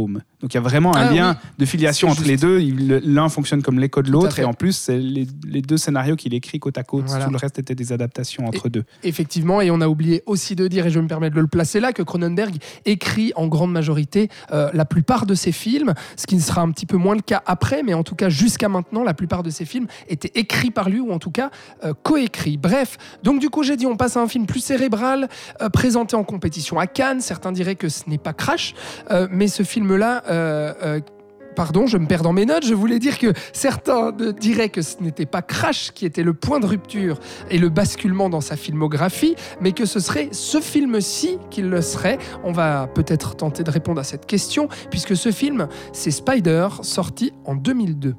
Donc il y a vraiment un lien de filiation entre les deux. L'un fonctionne comme l'écho de l'autre, et en plus, c'est les deux scénarios qu'il écrit côte à côte. Tout le reste était des adaptations entre deux. Effectivement, et on a oublié aussi de dire, et je me permets de le placer là, que Cronenberg écrit en grande majorité la plupart de ses films, ce qui sera un petit peu moins le cas après, mais en tout cas jusqu'à maintenant, la plupart de ses films étaient écrits par lui, ou en tout cas coécrits. Bref, donc du coup j'ai dit on passe à un film plus cérébral, présenté en compétition à Cannes. Certains diraient que ce n'est pas Crash, mais ce film-là... Pardon, je me perds dans mes notes. Je voulais dire que certains diraient que ce n'était pas Crash qui était le point de rupture et le basculement dans sa filmographie, mais que ce serait ce film-ci qui le serait. On va peut-être tenter de répondre à cette question, puisque ce film, c'est Spider, sorti en 2002.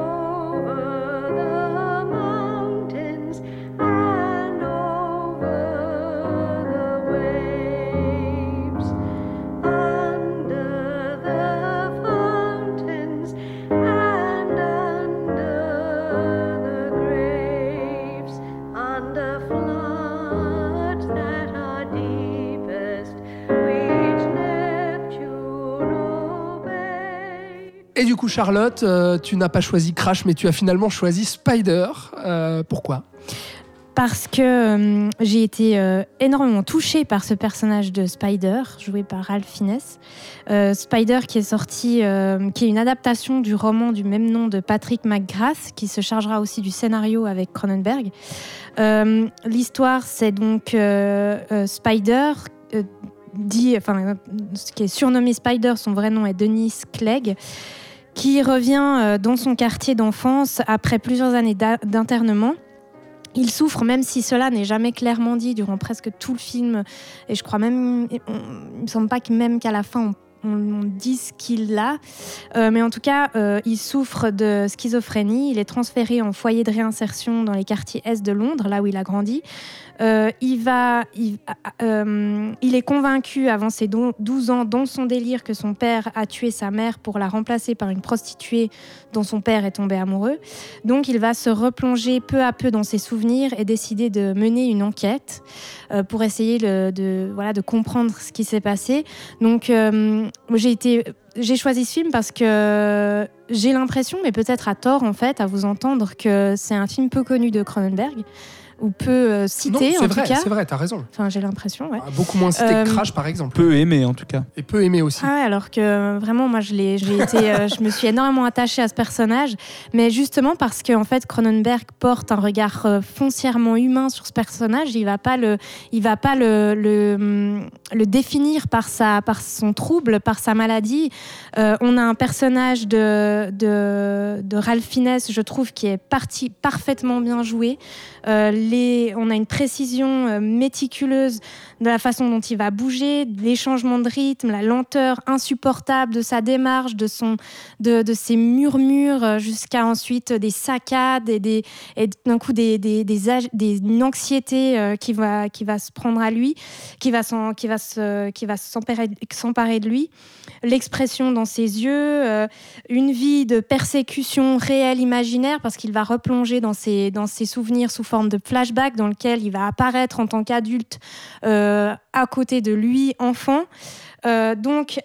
Et du coup, Charlotte, tu n'as pas choisi Crash, mais tu as finalement choisi Spider. Pourquoi ? Parce que j'ai été énormément touchée par ce personnage de Spider, joué par Ralph Fiennes. Spider qui est sorti, qui est une adaptation du roman du même nom de Patrick McGrath, qui se chargera aussi du scénario avec Cronenberg. L'histoire, c'est donc Spider... qui est surnommé Spider, son vrai nom est Dennis Clegg, qui revient dans son quartier d'enfance après plusieurs années d'internement. Il souffre, même si cela n'est jamais clairement dit durant presque tout le film, et je crois même, il me semble pas que même qu'à la fin on dise qu'il l'a, mais en tout cas, il souffre de schizophrénie. Il est transféré en foyer de réinsertion dans les quartiers est de Londres, là où il a grandi. Il est convaincu avant ses 12 ans, dans son délire, que son père a tué sa mère pour la remplacer par une prostituée dont son père est tombé amoureux. Donc il va se replonger peu à peu dans ses souvenirs et décider de mener une enquête pour essayer de comprendre ce qui s'est passé. Donc j'ai choisi ce film parce que j'ai l'impression, mais peut-être à tort en fait, à vous entendre, que c'est un film peu connu de Cronenberg, ou peu cité, en tout cas. C'est vrai, t'as raison. Enfin, j'ai l'impression, ouais. Beaucoup moins cité que Crash, par exemple. Peu aimé, en tout cas. Et peu aimé aussi. Ah ouais, alors que vraiment, moi, je me suis énormément attachée à ce personnage, mais justement parce que, en fait, Cronenberg porte un regard foncièrement humain sur ce personnage. Il va pas le définir par son trouble, par sa maladie. On a un personnage de Ralph Fiennes, je trouve, qui est parfaitement bien joué. On a une précision méticuleuse de la façon dont il va bouger, les changements de rythme, la lenteur insupportable de sa démarche, de ses murmures, jusqu'à ensuite des saccades et d'un coup une anxiété qui va se prendre à lui, qui va s'emparer de lui. L'expression dans ses yeux, une vie de persécution réelle, imaginaire, parce qu'il va replonger dans ses souvenirs sous forme de flashback dans lequel il va apparaître en tant qu'adulte à côté de lui, enfant. Donc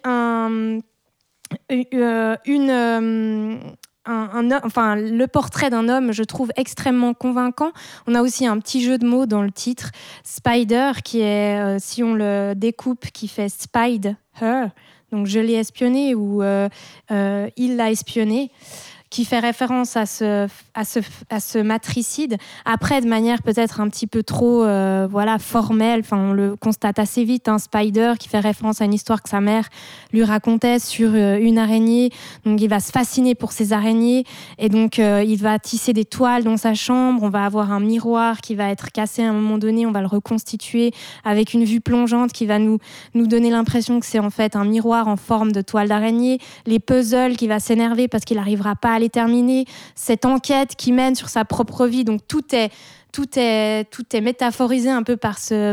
le portrait d'un homme, je trouve extrêmement convaincant. On a aussi un petit jeu de mots dans le titre, Spider, qui est, si on le découpe, qui fait Spied Her, donc je l'ai espionné, ou il l'a espionné, qui fait référence à ce matricide. Après, de manière peut-être un petit peu trop formelle, on le constate assez vite, Spider qui fait référence à une histoire que sa mère lui racontait sur une araignée. Donc il va se fasciner pour ces araignées, et donc il va tisser des toiles dans sa chambre. On va avoir un miroir qui va être cassé à un moment donné, on va le reconstituer avec une vue plongeante qui va nous donner l'impression que c'est en fait un miroir en forme de toile d'araignée. Les puzzles qui va s'énerver parce qu'il n'arrivera pas à les terminer, cette enquête qui mène sur sa propre vie. Donc tout est tout est métaphorisé un peu par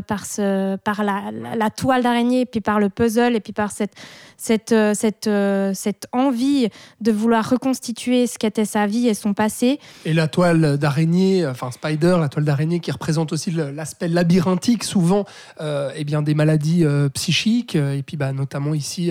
la toile d'araignée, et puis par le puzzle, et puis par cette envie de vouloir reconstituer ce qu'était sa vie et son passé. Et la toile d'araignée, enfin Spider, la toile d'araignée qui représente aussi l'aspect labyrinthique, souvent des maladies psychiques, et puis notamment ici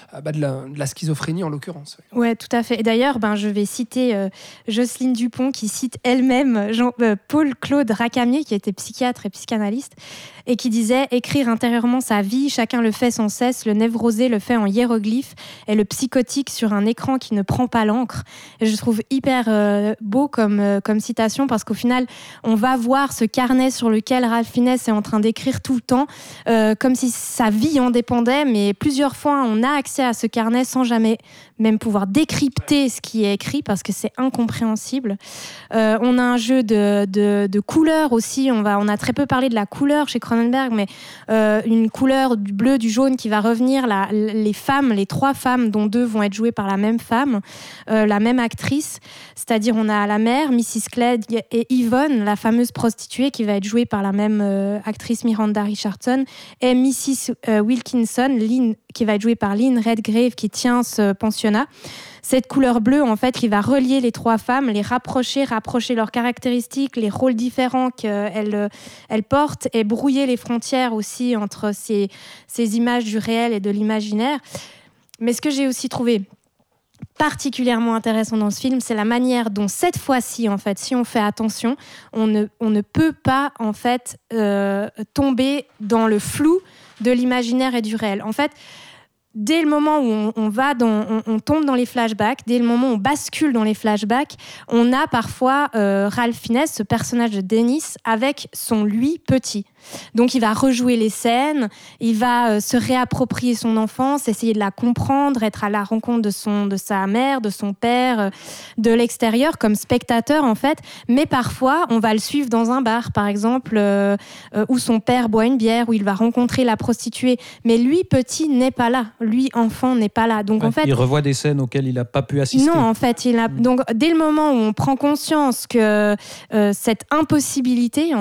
de la schizophrénie en l'occurrence. Ouais, tout à fait. Et d'ailleurs, je vais citer Jocelyne Dupont qui cite elle-même Paul-Claude Racamier, qui était psychiatre et psychanalyste, et qui disait « Écrire intérieurement sa vie, chacun le fait sans cesse, le névrosé le fait en hiéroglyphe, et le psychotique sur un écran qui ne prend pas l'encre. » Et je trouve hyper beau comme citation, parce qu'au final, on va voir ce carnet sur lequel Ralph Fiennes est en train d'écrire tout le temps, comme si sa vie en dépendait, mais plusieurs fois, on a accès à ce carnet sans jamais même pouvoir décrypter ce qui est écrit, parce que c'est incompréhensible. On a un jeu de couleurs aussi. On a très peu parlé de la couleur chez Cronenberg, mais une couleur du bleu, du jaune qui va revenir. Les 3 femmes, dont 2 vont être jouées par la même femme, la même actrice. C'est-à-dire, on a la mère, Mrs. Clegg, et Yvonne, la fameuse prostituée, qui va être jouée par la même actrice Miranda Richardson, et Mrs. Wilkinson, Lynn, qui va être jouée par Lynn Redgrave, qui tient ce pensionnat. Cette couleur bleue, en fait, qui va relier les 3 femmes, les rapprocher leurs caractéristiques, les rôles différents qu'elles portent, et brouiller les frontières aussi entre ces images du réel et de l'imaginaire. Mais ce que j'ai aussi trouvé particulièrement intéressant dans ce film, c'est la manière dont cette fois-ci, en fait, si on fait attention, on ne peut pas, en fait, tomber dans le flou de l'imaginaire et du réel. En fait, dès le moment où on tombe dans les flashbacks, dès le moment où on bascule dans les flashbacks, on a parfois Ralph Fiennes, ce personnage de Dennis, avec son lui petit. Donc il va rejouer les scènes, il va se réapproprier son enfance, essayer de la comprendre, être à la rencontre de sa mère, de son père, de l'extérieur comme spectateur en fait. Mais parfois on va le suivre dans un bar par exemple, où son père boit une bière, où il va rencontrer la prostituée. Mais lui petit n'est pas là, lui enfant n'est pas là. Donc en fait, il revoit des scènes auxquelles il n'a pas pu assister. Non, en fait, donc dès le moment où on prend conscience que cette impossibilité,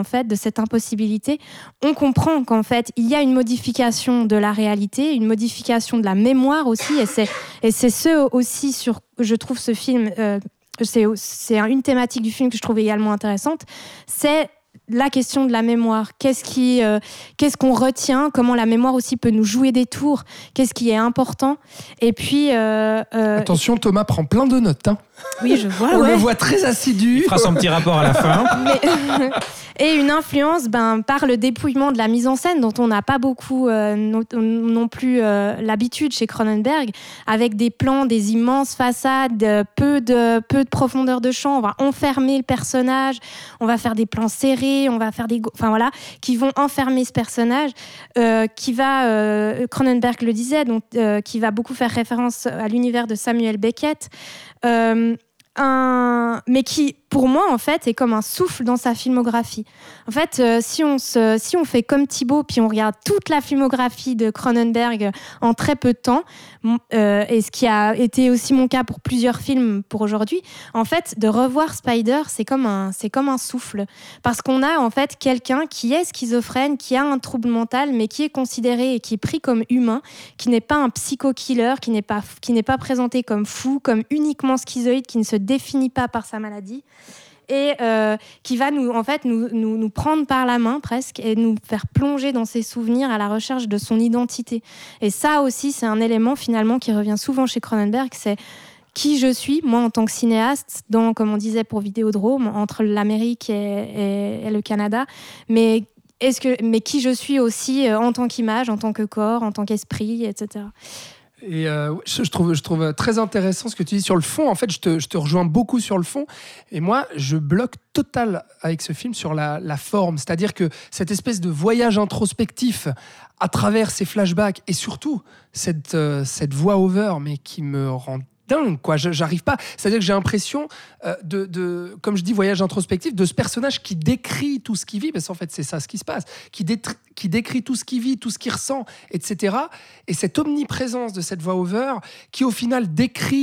on comprend qu'en fait, il y a une modification de la réalité, une modification de la mémoire aussi, et c'est ce aussi sur, je trouve ce film, c'est une thématique du film que je trouve également intéressante, c'est la question de la mémoire. Qu'est-ce qu'on retient, comment la mémoire aussi peut nous jouer des tours, qu'est-ce qui est important. Et puis attention, Thomas prend plein de notes, hein. Oui, je vois. On le voit très assidu. Il fera son petit rapport à la fin. Et une influence par le dépouillement de la mise en scène, dont on n'a pas beaucoup non plus l'habitude chez Cronenberg, avec des plans, des immenses façades, peu de profondeur de champ. On va enfermer le personnage, on va faire des plans serrés, on va faire qui vont enfermer ce personnage, Cronenberg le disait, donc qui va beaucoup faire référence à l'univers de Samuel Beckett. Mais qui, pour moi, en fait, est comme un souffle dans sa filmographie. En fait, si on fait comme Thibaut, puis on regarde toute la filmographie de Cronenberg en très peu de temps, et ce qui a été aussi mon cas pour plusieurs films pour aujourd'hui, en fait, de revoir Spider, c'est comme un souffle. Parce qu'on a, en fait, quelqu'un qui est schizophrène, qui a un trouble mental, mais qui est considéré et qui est pris comme humain, qui n'est pas un psycho-killer, qui n'est pas présenté comme fou, comme uniquement schizoïde, qui ne se définit pas par sa maladie, et qui va nous prendre par la main presque et nous faire plonger dans ses souvenirs à la recherche de son identité. Et ça aussi, c'est un élément finalement qui revient souvent chez Cronenberg, c'est qui je suis, moi en tant que cinéaste, comme on disait pour Vidéodrome, entre l'Amérique et le Canada, mais qui je suis aussi en tant qu'image, en tant que corps, en tant qu'esprit, etc. Et je trouve très intéressant ce que tu dis sur le fond. En fait, je te rejoins beaucoup sur le fond. Et moi, je bloque total avec ce film sur la forme. C'est-à-dire que cette espèce de voyage introspectif à travers ces flashbacks et surtout cette voix-over, mais qui me rend dingue, quoi. J'arrive pas. C'est-à-dire que j'ai l'impression comme je dis, voyage introspectif, de ce personnage qui décrit tout ce qu'il vit, parce qu'en fait, c'est ça ce qui se passe, qui décrit tout ce qu'il vit, tout ce qu'il ressent, etc. Et cette omniprésence de cette voix-over qui, au final, décrit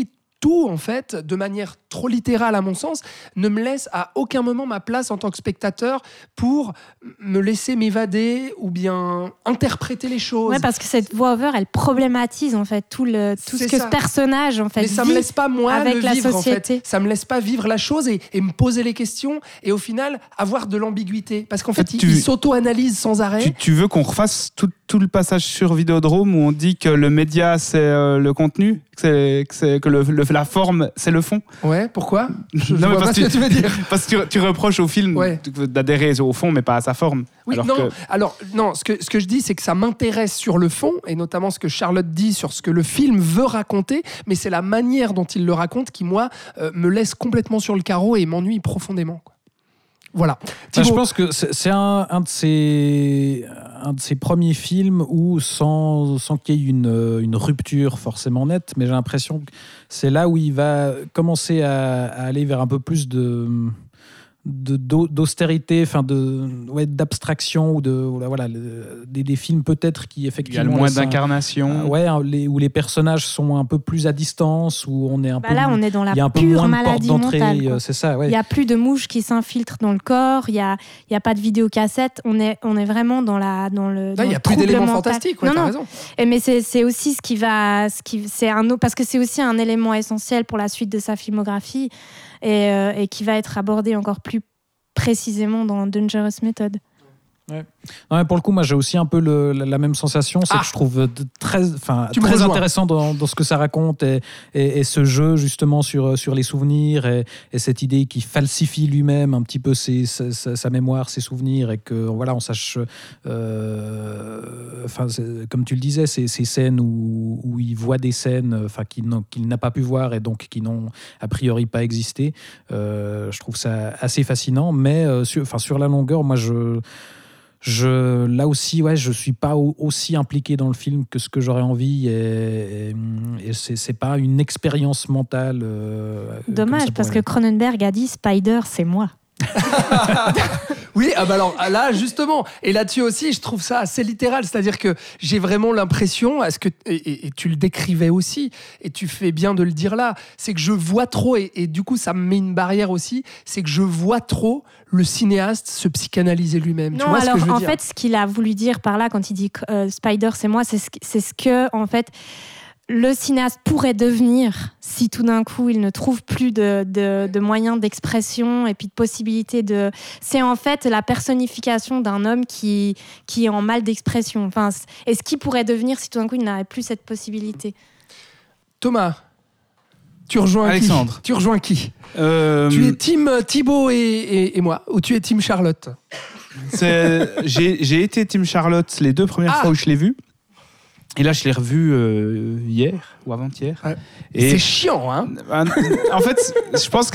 tout, en fait, de manière trop littérale à mon sens, ne me laisse à aucun moment ma place en tant que spectateur pour me laisser m'évader ou bien interpréter les choses. Ouais, parce que cette voix-over, elle problématise en fait tout ce que ce personnage en fait. Mais ça me laisse pas moi avec le la vivre société. en fait. Ça me laisse pas vivre la chose et me poser les questions et au final avoir de l'ambiguïté. Parce qu'en fait, il s'auto-analyse sans arrêt. Tu veux qu'on refasse tout le passage sur Vidéodrome où on dit que le média c'est le contenu, que la forme c'est le fond? Ouais, pourquoi? Non, mais ce que tu veux dire. Parce que tu reproches au film d'adhérer au fond mais pas à sa forme. Oui, ce que je dis, c'est que ça m'intéresse sur le fond, et notamment ce que Charlotte dit sur ce que le film veut raconter, mais c'est la manière dont il le raconte qui, moi, me laisse complètement sur le carreau et m'ennuie profondément, quoi. Voilà. Je pense que c'est un de ces premiers films où, sans qu'il y ait une rupture forcément nette, mais j'ai l'impression que c'est là où il va commencer à aller vers un peu plus d'austérité, d'abstraction ou des films peut-être qui effectivement il y a le moins d'incarnation, où les personnages sont un peu plus à distance, où on est un peu là on est dans la il y a un peu pure moins de maladie portes d'entrée, mentale, c'est ça. Ouais. Il y a plus de mouches qui s'infiltrent dans le corps, il y a pas de vidéocassette, on est vraiment dans le il y a plus d'éléments fantastiques, t'as raison. Mais c'est aussi parce que c'est aussi un élément essentiel pour la suite de sa filmographie et qui va être abordé encore plus précisément dans Dangerous Method. Ouais. Non, mais pour le coup, moi j'ai aussi un peu la même sensation, c'est que je trouve très intéressant dans ce que ça raconte et ce jeu justement sur les souvenirs et cette idée qui falsifie lui-même un petit peu sa mémoire, ses souvenirs, et que voilà, on sache comme tu le disais, ces scènes où il voit des scènes qu'il n'a pas pu voir et donc qui n'ont a priori pas existé. Je trouve ça assez fascinant, mais sur la longueur, moi là aussi, je suis pas aussi impliqué dans le film que ce que j'aurais envie, et c'est pas une expérience mentale. Dommage, parce que Cronenberg a dit Spider, c'est moi. Oui, alors là justement, et là-dessus aussi, je trouve ça assez littéral, c'est-à-dire que j'ai vraiment l'impression, et tu le décrivais aussi, et tu fais bien de le dire là, c'est que je vois trop, et du coup ça me met une barrière aussi, c'est que je vois trop le cinéaste se psychanalyser lui-même. Non, tu vois alors ce que je veux en dire ? fait, ce qu'il a voulu dire par là quand il dit Spider, c'est moi, c'est ce que en fait le cinéaste pourrait devenir si tout d'un coup il ne trouve plus de moyens d'expression et puis de possibilités de... C'est en fait la personnification d'un homme qui est en mal d'expression. Enfin, et ce qu'il pourrait devenir si tout d'un coup il n'avait plus cette possibilité. Thomas, tu rejoins Alexandre. Tu rejoins qui Tu es team Thibaut et moi, ou tu es team Charlotte? J'ai été team Charlotte les 2 premières fois où je l'ai vu. Et là, je l'ai revu hier ou avant-hier. Ouais. Et c'est chiant, hein. En fait, je pense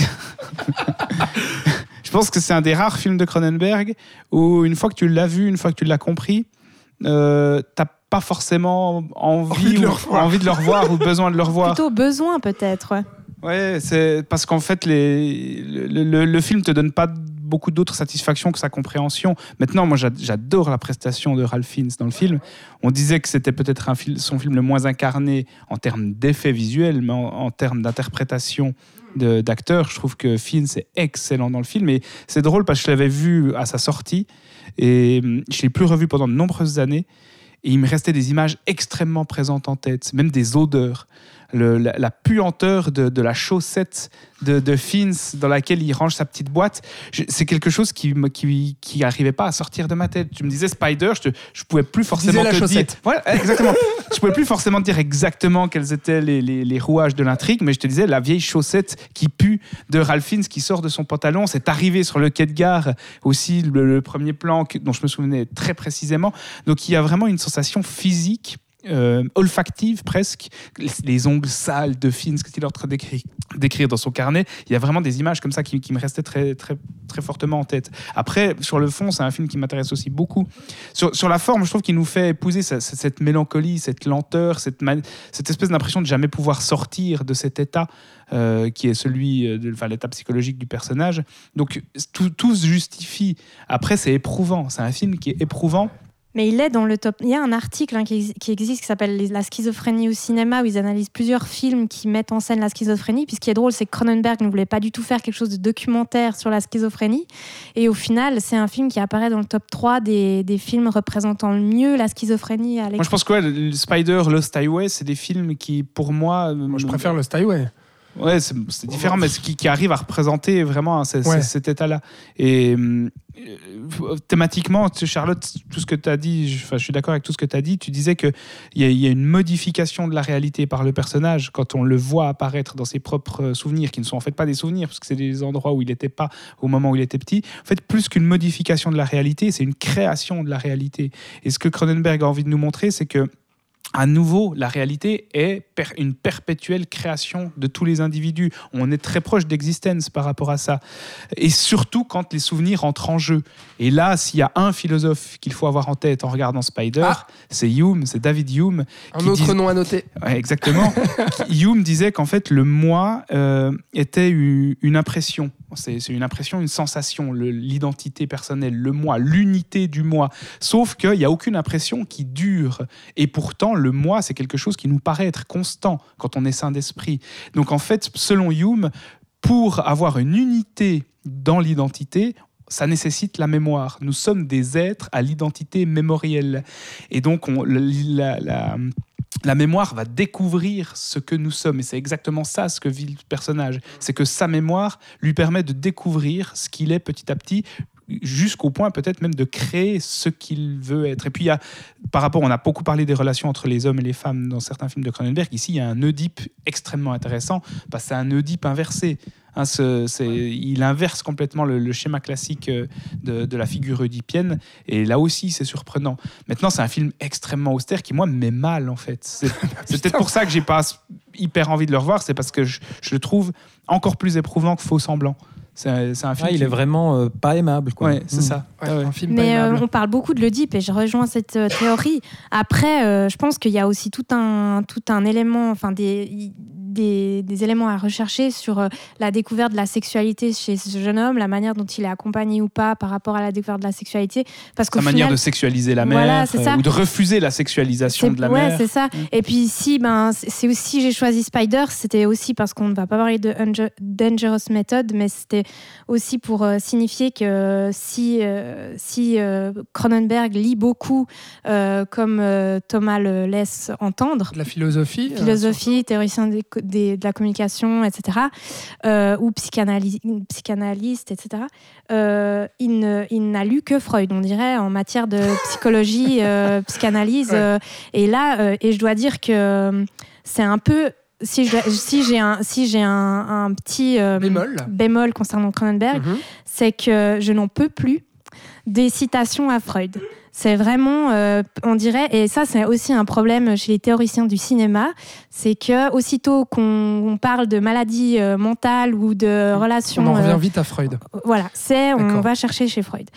que c'est un des rares films de Cronenberg où une fois que tu l'as vu, une fois que tu l'as compris, t'as pas forcément envie de le revoir ou besoin de le revoir. Plutôt besoin peut-être. Ouais, c'est parce qu'en fait le film te donne pas beaucoup d'autres satisfactions que sa compréhension. Maintenant, moi, j'adore la prestation de Ralph Fiennes dans le film. On disait que c'était peut-être son film le moins incarné en termes d'effets visuels, mais en termes d'interprétation d'acteur, je trouve que Fiennes est excellent dans le film. Et c'est drôle parce que je l'avais vu à sa sortie et je l'ai plus revu pendant de nombreuses années. Et il me restait des images extrêmement présentes en tête, même des odeurs. La puanteur de la chaussette de Fiennes dans laquelle il range sa petite boîte, c'est quelque chose qui n'arrivait pas à sortir de ma tête. Tu me disais Spider, je pouvais plus forcément te dire... Ouais, exactement. Je pouvais plus forcément te dire exactement quels étaient les rouages de l'intrigue, mais je te disais la vieille chaussette qui pue de Ralph Fiennes qui sort de son pantalon. C'est arrivé sur le quai de gare aussi, le premier plan dont je me souvenais très précisément. Donc il y a vraiment une sensation physique, olfactive presque, les ongles sales de Fiennes que il est en train d'écrire dans son carnet. Il y a vraiment des images comme ça qui me restaient très, très, très fortement en tête. Après, sur le fond, c'est un film qui m'intéresse aussi beaucoup. Sur la forme, je trouve qu'il nous fait épouser cette mélancolie, cette lenteur, cette espèce d'impression de jamais pouvoir sortir de cet état qui est celui de l'état psychologique du personnage. Donc tout se justifie. Après, c'est éprouvant. C'est un film qui est éprouvant. Mais il est dans le top. Il y a un article qui existe qui s'appelle La schizophrénie au cinéma, où ils analysent plusieurs films qui mettent en scène la schizophrénie. Puis ce qui est drôle, c'est que Cronenberg ne voulait pas du tout faire quelque chose de documentaire sur la schizophrénie. Et au final, c'est un film qui apparaît dans le top 3 des films représentant le mieux la schizophrénie à l'écran. Moi, je pense que le Spider, Lost Highway, c'est des films qui, pour moi... Moi, je préfère Lost Highway. Ouais, c'est différent, mais qui arrive à représenter vraiment cet état-là. Et thématiquement, Charlotte, tout ce que tu as dit, je suis d'accord avec tout ce que tu as dit. Tu disais qu'il y a une modification de la réalité par le personnage quand on le voit apparaître dans ses propres souvenirs, qui ne sont en fait pas des souvenirs, parce que c'est des endroits où il n'était pas au moment où il était petit. En fait, plus qu'une modification de la réalité, c'est une création de la réalité. Et ce que Cronenberg a envie de nous montrer, c'est que à nouveau, la réalité est une perpétuelle création de tous les individus. On est très proche d'Existence par rapport à ça. Et surtout quand les souvenirs entrent en jeu. Et là, s'il y a un philosophe qu'il faut avoir en tête en regardant Spider, c'est Hume, c'est David Hume. Un autre nom à noter. Ouais, exactement. Hume disait qu'en fait, le moi était une impression. C'est une impression, une sensation, l'identité personnelle, le moi, l'unité du moi. Sauf qu'il n'y a aucune impression qui dure. Et pourtant, le moi, c'est quelque chose qui nous paraît être constant quand on est sain d'esprit. Donc en fait, selon Hume, pour avoir une unité dans l'identité, ça nécessite la mémoire. Nous sommes des êtres à l'identité mémorielle. Et donc, la mémoire va découvrir ce que nous sommes. Et c'est exactement ça ce que vit le personnage. C'est que sa mémoire lui permet de découvrir ce qu'il est petit à petit, jusqu'au point peut-être même de créer ce qu'il veut être. Et puis, par rapport, on a beaucoup parlé des relations entre les hommes et les femmes dans certains films de Cronenberg. Ici, il y a un Oedipe extrêmement intéressant, parce que c'est un Oedipe inversé. Il inverse complètement le schéma classique de la figure oedipienne, et là aussi c'est surprenant. Maintenant, c'est un film extrêmement austère qui, moi, me met mal en fait. C'est peut-être pour ça que j'ai pas hyper envie de le revoir, c'est parce que je le trouve encore plus éprouvant que Faux Semblant. C'est un film il est vraiment pas aimable, quoi. Ouais, c'est ça. Un film mais pas aimable. on parle beaucoup de l'Oedipe et je rejoins cette théorie. Après, je pense qu'il y a aussi tout un élément, enfin des éléments à rechercher sur la découverte de la sexualité chez ce jeune homme, la manière dont il est accompagné ou pas par rapport à la découverte de la sexualité. Parce sa manière de sexualiser la mère, ou de refuser la sexualisation de la mère. Ouais, c'est ça. Et puis ici, c'est aussi, j'ai choisi Spider, c'était aussi parce qu'on ne va pas parler de Dangerous Method, mais c'était aussi pour signifier que si Cronenberg lit beaucoup, comme Thomas le laisse entendre, de la philosophie, théoricien de la communication, etc., ou psychanalyste, etc., il n'a lu que Freud, on dirait, en matière de psychologie, psychanalyse. Ouais. Et là, et je dois dire que c'est un peu... Si j'ai un petit bémol concernant Cronenberg, c'est que je n'en peux plus des citations à Freud. C'est vraiment, on dirait, et ça c'est aussi un problème chez les théoriciens du cinéma, c'est que aussitôt qu'on parle de maladie mentale ou de relations... On en revient vite à Freud. Voilà, on va chercher chez Freud.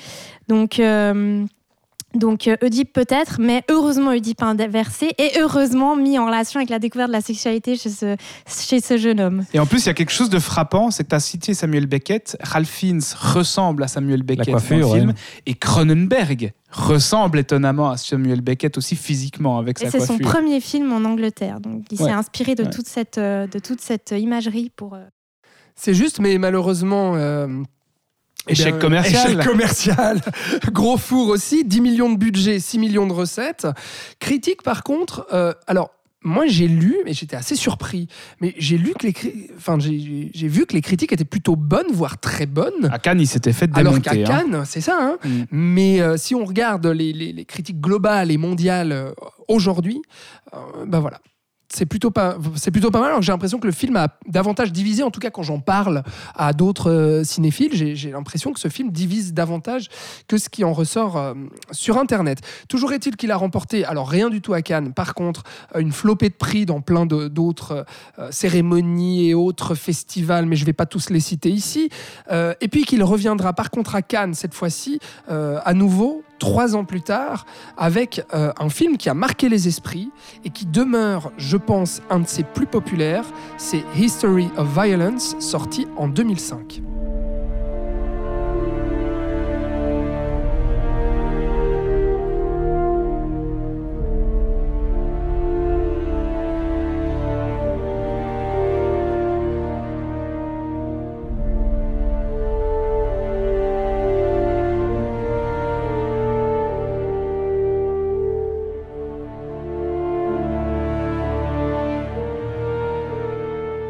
Donc Oedipe peut-être, mais heureusement Oedipe inversé et heureusement mis en relation avec la découverte de la sexualité chez ce jeune homme. Et en plus, il y a quelque chose de frappant, c'est que tu as cité Samuel Beckett. Ralph Fiennes ressemble à Samuel Beckett dans le film, et Cronenberg ressemble étonnamment à Samuel Beckett aussi physiquement avec sa coiffure. C'est son premier film en Angleterre, donc il s'est inspiré de toute cette imagerie pour... C'est juste, mais malheureusement... Échec commercial. Gros four aussi, 10 millions de budget, 6 millions de recettes. Critique par contre, alors moi j'ai lu, mais j'étais assez surpris, mais j'ai vu que les critiques étaient plutôt bonnes, voire très bonnes. À Cannes, il s'était fait démonter. Alors qu'à Cannes, c'est ça, hein. Mais si on regarde les critiques globales et mondiales aujourd'hui, voilà. C'est plutôt pas mal. Alors j'ai l'impression que le film a davantage divisé, en tout cas quand j'en parle à d'autres cinéphiles, j'ai l'impression que ce film divise davantage que ce qui en ressort sur Internet. Toujours est-il qu'il a remporté, alors rien du tout à Cannes, par contre, une flopée de prix dans plein d'autres cérémonies et autres festivals, mais je ne vais pas tous les citer ici. Et puis qu'il reviendra par contre à Cannes, cette fois-ci, à nouveau, 3 ans plus tard, avec un film qui a marqué les esprits et qui demeure, je pense, un de ses plus populaires, c'est History of Violence, sorti en 2005.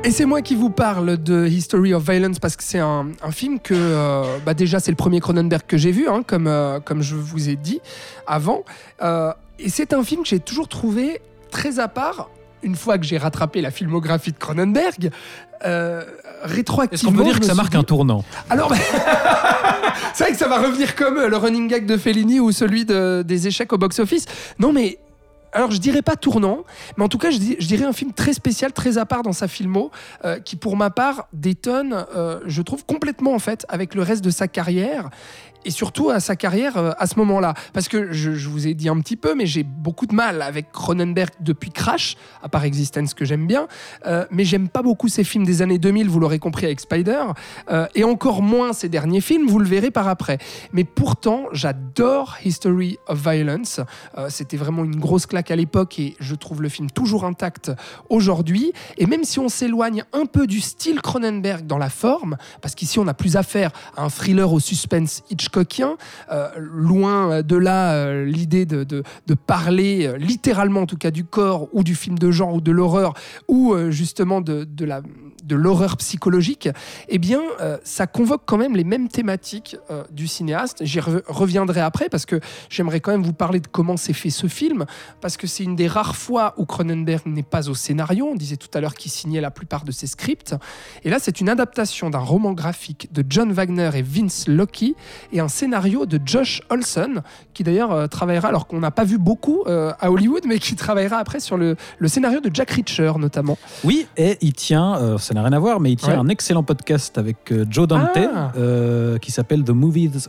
Et c'est moi qui vous parle de History of Violence parce que c'est un film que, déjà, c'est le premier Cronenberg que j'ai vu, hein, comme je vous ai dit avant. Et c'est un film que j'ai toujours trouvé très à part, une fois que j'ai rattrapé la filmographie de Cronenberg. Rétroactivement. Est-ce qu'on peut dire que ça marque un tournant ? Alors, c'est vrai que ça va revenir comme le running gag de Fellini ou celui des échecs au box-office. Non, mais alors je dirais pas tournant, mais en tout cas je dirais un film très spécial, très à part dans sa filmo, qui pour ma part détonne, je trouve complètement en fait avec le reste de sa carrière. Et surtout à sa carrière à ce moment-là. Parce que je vous ai dit un petit peu, mais j'ai beaucoup de mal avec Cronenberg depuis Crash, à part Existence que j'aime bien. Mais j'aime pas beaucoup ses films des années 2000, vous l'aurez compris avec Spider. Et encore moins ses derniers films, vous le verrez par après. Mais pourtant, j'adore History of Violence. C'était vraiment une grosse claque à l'époque et je trouve le film toujours intact aujourd'hui. Et même si on s'éloigne un peu du style Cronenberg dans la forme, parce qu'ici on a plus affaire à un thriller au suspense Hitchcockien, loin de là l'idée de parler littéralement en tout cas du corps ou du film de genre ou de l'horreur ou justement de l'horreur psychologique, eh bien ça convoque quand même les mêmes thématiques du cinéaste. J'y reviendrai après parce que j'aimerais quand même vous parler de comment s'est fait ce film, parce que c'est une des rares fois où Cronenberg n'est pas au scénario. On disait tout à l'heure qu'il signait la plupart de ses scripts, et là c'est une adaptation d'un roman graphique de John Wagner et Vince Locke et un scénario de Josh Olson, qui d'ailleurs travaillera, alors qu'on n'a pas vu beaucoup à Hollywood, mais qui travaillera après sur le scénario de Jack Reacher notamment. Oui, et il tient, ça n'a rien à voir, mais il tient un excellent podcast avec Joe Dante qui s'appelle The Movies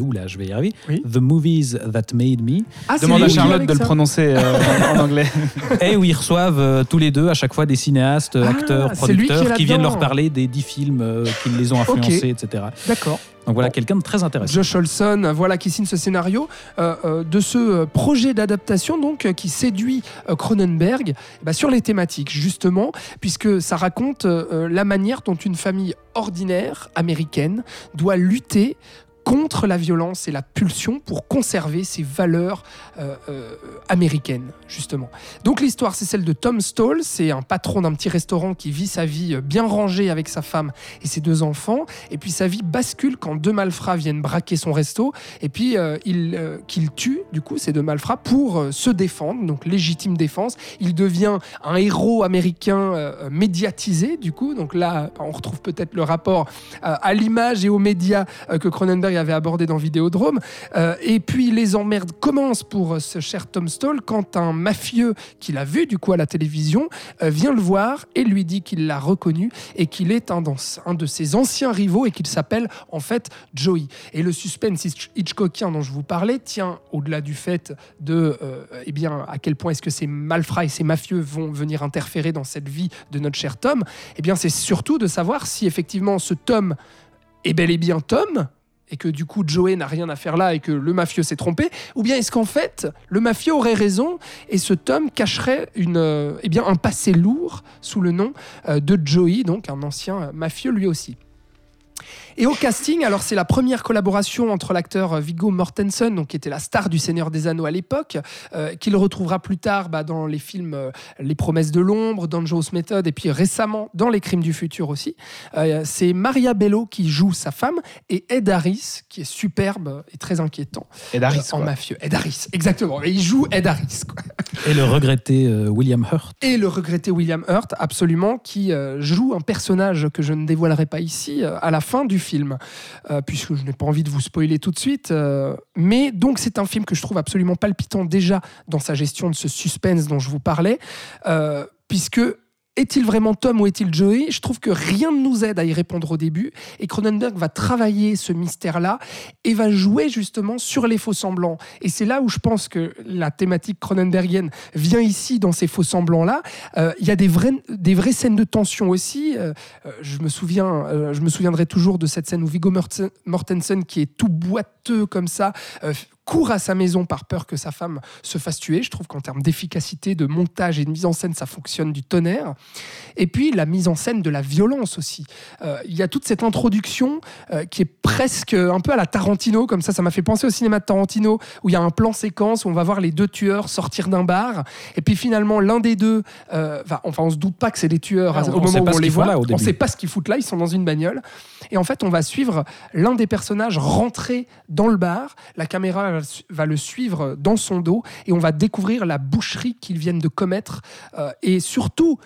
That Made Me. Demande à Charlotte de le prononcer en anglais. Et où ils reçoivent tous les deux à chaque fois des cinéastes, acteurs, producteurs qui viennent leur parler des 10 films qui les ont influencés, etc. D'accord. Donc voilà, quelqu'un de très intéressant. Josh Olson, voilà, qui signe ce scénario de ce projet d'adaptation donc qui séduit Cronenberg sur les thématiques justement, puisque ça raconte la manière dont une famille ordinaire américaine doit lutter contre la violence et la pulsion pour conserver ses valeurs américaines, justement. Donc l'histoire, c'est celle de Tom Stall, c'est un patron d'un petit restaurant qui vit sa vie bien rangée avec sa femme et ses 2 enfants, et puis sa vie bascule quand 2 malfrats viennent braquer son resto, et puis qu'il tue, du coup, ces 2 malfrats pour se défendre, donc légitime défense. Il devient un héros américain médiatisé, du coup, donc là, on retrouve peut-être le rapport à l'image et aux médias que Cronenberg avait abordé dans Vidéodrome. Et puis les emmerdes commencent pour ce cher Tom Stall quand un mafieux qu'il a vu du coup à la télévision vient le voir et lui dit qu'il l'a reconnu et qu'il est un de ses anciens rivaux et qu'il s'appelle en fait Joey. Et le suspense Hitchcockien dont je vous parlais tient au-delà du fait de à quel point est-ce que ces malfrats et ces mafieux vont venir interférer dans cette vie de notre cher Tom. C'est surtout de savoir si effectivement ce Tom est bel et bien Tom, et que du coup Joey n'a rien à faire là et que le mafieux s'est trompé, ou bien est-ce qu'en fait le mafieux aurait raison et ce Tom cacherait un passé lourd sous le nom de Joey, donc un ancien mafieux lui aussi. Et au casting, alors c'est la première collaboration entre l'acteur Viggo Mortensen, donc qui était la star du Seigneur des Anneaux à l'époque, qu'il retrouvera plus tard dans les films Les Promesses de l'Ombre, Dangerous Method, et puis récemment dans Les Crimes du Futur aussi. C'est Maria Bello qui joue sa femme et Ed Harris qui est superbe et très inquiétant. Ed Harris, en mafieux. Ed Harris, exactement. Et il joue Ed Harris, quoi. Et le regretté William Hurt. Et le regretté William Hurt, absolument, qui joue un personnage que je ne dévoilerai pas ici à la fin du film, puisque je n'ai pas envie de vous spoiler tout de suite. Mais donc c'est un film que je trouve absolument palpitant déjà dans sa gestion de ce suspense dont je vous parlais, puisque est-il vraiment Tom ou est-il Joey ? Je trouve que rien ne nous aide à y répondre au début et Cronenberg va travailler ce mystère-là et va jouer justement sur les faux-semblants. Et c'est là où je pense que la thématique cronenbergienne vient ici dans ces faux-semblants-là. Il y a des vraies scènes de tension aussi. Je me souviendrai toujours de cette scène où Viggo Mortensen, qui est tout boiteux comme ça, court à sa maison par peur que sa femme se fasse tuer. Je trouve qu'en termes d'efficacité, de montage et de mise en scène, ça fonctionne du tonnerre. Et puis la mise en scène de la violence aussi. Il y a toute cette introduction qui est presque un peu à la Tarantino, comme ça m'a fait penser au cinéma de Tarantino, où il y a un plan séquence où on va voir les 2 tueurs sortir d'un bar, et puis finalement l'un des deux, on se doute pas que c'est des tueurs au moment où on les voit, on sait pas ce qu'ils foutent là, ils sont dans une bagnole, et en fait on va suivre l'un des personnages rentrer dans le bar, la caméra va le suivre dans son dos, et on va découvrir la boucherie qu'ils viennent de commettre, et surtout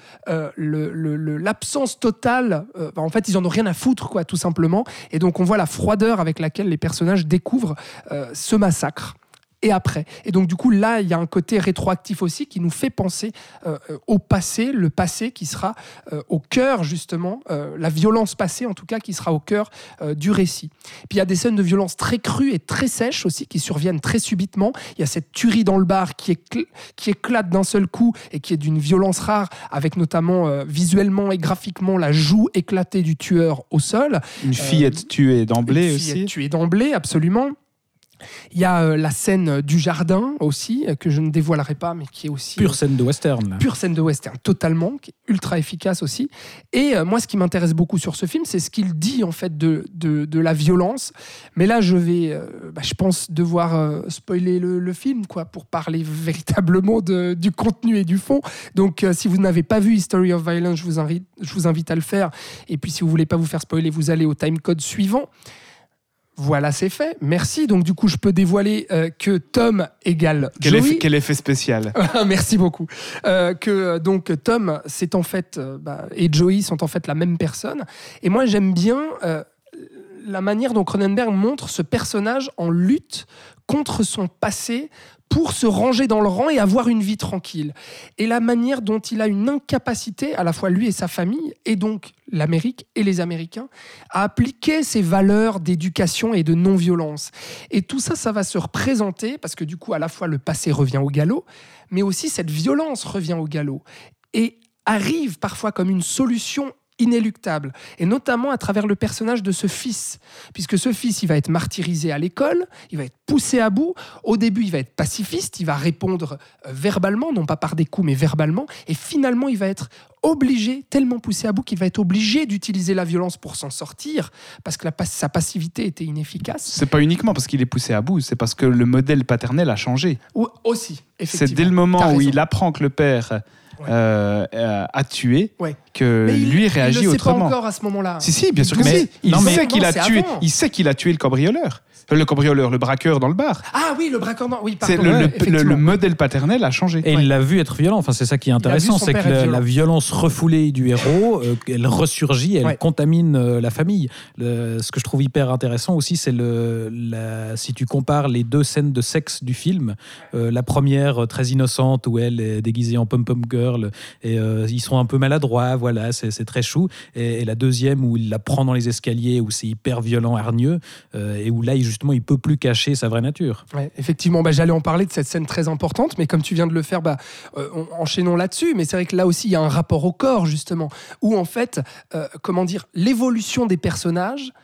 l'absence totale, en fait ils en ont rien à foutre quoi, tout simplement, et donc on voit la froideur avec laquelle les personnages découvrent ce massacre. Et après. Et donc, du coup, là, il y a un côté rétroactif aussi qui nous fait penser au passé, le passé qui sera au cœur, justement, la violence passée, en tout cas, qui sera au cœur du récit. Puis, il y a des scènes de violence très crues et très sèches aussi, qui surviennent très subitement. Il y a cette tuerie dans le bar qui éclate d'un seul coup et qui est d'une violence rare, avec notamment visuellement et graphiquement la joue éclatée du tueur au sol. Une fillette tuée d'emblée aussi. Une fillette tuée d'emblée, absolument. Il y a la scène du jardin aussi, que je ne dévoilerai pas, mais qui est aussi... Pure scène de western. Là. Pure scène de western, totalement, qui est ultra efficace aussi. Et moi, ce qui m'intéresse beaucoup sur ce film, c'est ce qu'il dit, en fait, de la violence. Mais là, je vais, je pense, devoir spoiler le film, quoi, pour parler véritablement du contenu et du fond. Donc, si vous n'avez pas vu History of Violence, je vous invite à le faire. Et puis, si vous ne voulez pas vous faire spoiler, vous allez au timecode suivant. Voilà, c'est fait. Merci. Donc, du coup, je peux dévoiler que Tom égale Joey. Quel effet spécial. Merci beaucoup. Donc, Tom, c'est en fait... et Joey sont en fait la même personne. Et moi, j'aime bien la manière dont Cronenberg montre ce personnage en lutte contre son passé pour se ranger dans le rang et avoir une vie tranquille. Et la manière dont il a une incapacité, à la fois lui et sa famille, et donc l'Amérique et les Américains, à appliquer ces valeurs d'éducation et de non-violence. Et tout ça, ça va se représenter, parce que du coup, à la fois le passé revient au galop, mais aussi cette violence revient au galop. Et arrive parfois comme une solution inéluctable, et notamment à travers le personnage de ce fils, puisque ce fils, il va être martyrisé à l'école, il va être poussé à bout. Au début, il va être pacifiste, il va répondre verbalement, non pas par des coups, mais verbalement, et finalement, il va être obligé, tellement poussé à bout qu'il va être obligé d'utiliser la violence pour s'en sortir, parce que sa passivité était inefficace. C'est pas uniquement parce qu'il est poussé à bout, c'est parce que le modèle paternel a changé. Ou aussi, effectivement. C'est dès le moment où il apprend que le père a tué, que lui réagit autrement. Il ne sait pas encore à ce moment-là. Si, bien sûr que si. Il sait qu'il a tué le cambrioleur. Le braqueur dans le bar. Ah oui, le braqueur dans... Oui, pardon. Le modèle paternel a changé. Et il l'a vu être violent. Enfin, c'est ça qui est intéressant, c'est que la violence refoulée du héros, elle ressurgit, elle contamine la famille. Ce que je trouve hyper intéressant aussi, c'est si tu compares les 2 scènes de sexe du film, la première très innocente où elle est déguisée en pom-pom girl et ils sont un peu maladroits, voilà, c'est très chou. Et la deuxième où il la prend dans les escaliers, où c'est hyper violent, hargneux, et où là, justement, il peut plus cacher sa vraie nature. Ouais, effectivement, j'allais en parler de cette scène très importante, mais comme tu viens de le faire, enchaînons là-dessus. Mais c'est vrai que là aussi, il y a un rapport au corps, justement, où en fait, l'évolution des personnages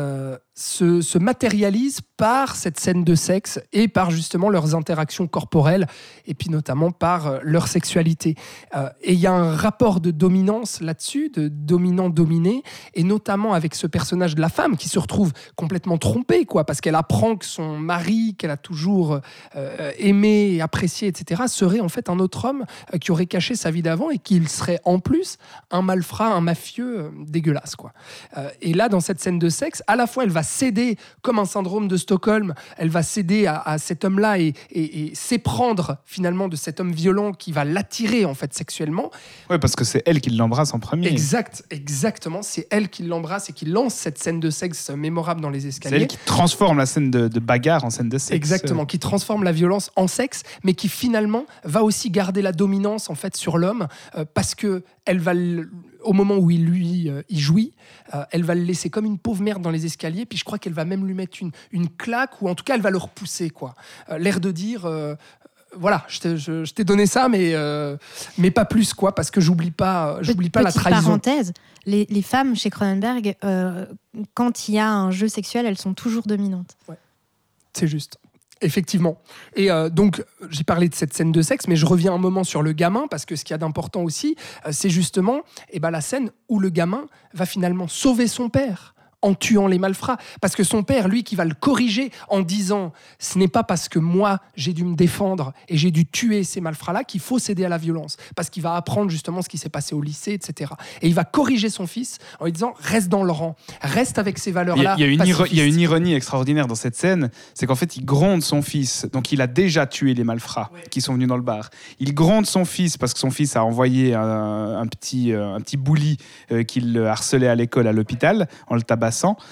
se matérialise par cette scène de sexe et par justement leurs interactions corporelles et puis notamment par leur sexualité. Et il y a un rapport de dominance là-dessus, de dominant-dominé, et notamment avec ce personnage de la femme qui se retrouve complètement trompée, quoi, parce qu'elle apprend que son mari, qu'elle a toujours aimé et apprécié, etc., serait en fait un autre homme qui aurait caché sa vie d'avant et qu'il serait en plus un malfrat, un mafieux dégueulasse, quoi. Et là, dans cette scène de sexe, à la fois elle va céder comme un syndrome de Stockholm, elle va céder à cet homme-là et s'éprendre finalement de cet homme violent qui va l'attirer en fait sexuellement. Oui, parce que c'est elle qui l'embrasse en premier. Exactement, c'est elle qui l'embrasse et qui lance cette scène de sexe mémorable dans les escaliers. C'est elle qui transforme la scène de bagarre en scène de sexe. Exactement, qui transforme la violence en sexe, mais qui finalement va aussi garder la dominance en fait sur l'homme parce que elle va au moment où il jouit, elle va le laisser comme une pauvre merde dans les escaliers, puis je crois qu'elle va même lui mettre une claque, ou en tout cas elle va le repousser, quoi. L'air de dire voilà, je t'ai donné ça, mais pas plus, quoi, parce que j'oublie pas la trahison. Parenthèse, les femmes chez Cronenberg, quand il y a un jeu sexuel, elles sont toujours dominantes. Ouais. C'est juste. Effectivement. Et donc, j'ai parlé de cette scène de sexe, mais je reviens un moment sur le gamin, parce que ce qu'il y a d'important aussi, c'est justement la scène où le gamin va finalement sauver son père en tuant les malfrats. Parce que son père, lui, qui va le corriger en disant « Ce n'est pas parce que moi, j'ai dû me défendre et j'ai dû tuer ces malfrats-là qu'il faut céder à la violence. » Parce qu'il va apprendre justement ce qui s'est passé au lycée, etc. Et il va corriger son fils en lui disant « Reste dans le rang, reste avec ces valeurs-là. » Il y a une ironie extraordinaire dans cette scène, c'est qu'en fait, il gronde son fils. Donc, il a déjà tué les malfrats qui sont venus dans le bar. Il gronde son fils parce que son fils a envoyé un petit bully qui le harcelait à l'école, à l'hôpital, en le tabassant.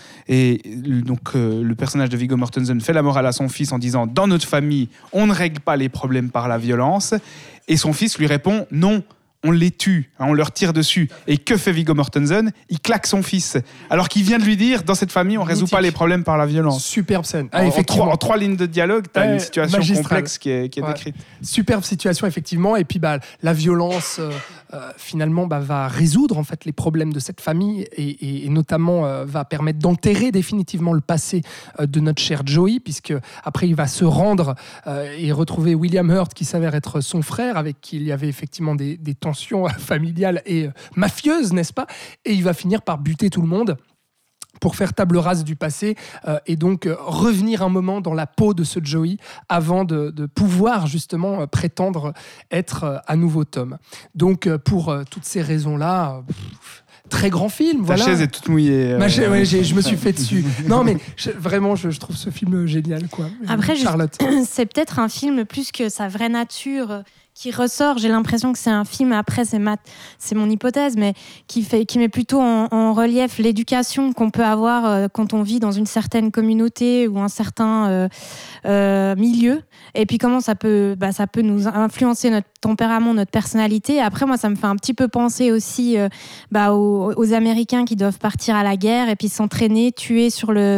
Et donc le personnage de Viggo Mortensen fait la morale à son fils en disant « Dans notre famille, on ne règle pas les problèmes par la violence ». Et son fils lui répond « Non, on les tue, on leur tire dessus ». Et que fait Viggo Mortensen ? Il claque son fils. Alors qu'il vient de lui dire « Dans cette famille, on ne résout pas les problèmes par la violence ». Superbe scène. En trois lignes de dialogue, tu as une situation complexe qui est décrite. Superbe situation, effectivement. Et puis la violence, finalement, va résoudre en fait, les problèmes de cette famille et notamment va permettre d'enterrer définitivement le passé de notre cher Joey, puisque après il va se rendre et retrouver William Hurt, qui s'avère être son frère, avec qui il y avait effectivement des tensions familiales et mafieuses, n'est-ce pas ? Et il va finir par buter tout le monde pour faire table rase du passé et donc revenir un moment dans la peau de ce Joey avant de pouvoir justement prétendre être à nouveau Tom. Donc pour toutes ces raisons-là... Très grand film, voilà. Ta chaise est toute mouillée. Je me suis fait dessus. Non, mais vraiment, je trouve ce film génial, quoi. Après, Charlotte. C'est peut-être un film plus que sa vraie nature qui ressort. J'ai l'impression que c'est un film, après c'est mon hypothèse, mais qui met plutôt en relief l'éducation qu'on peut avoir quand on vit dans une certaine communauté ou un certain milieu, et puis comment ça peut nous influencer notre tempérament, notre personnalité. Après, moi, ça me fait un petit peu penser aussi aux Américains qui doivent partir à la guerre et puis s'entraîner, tuer sur les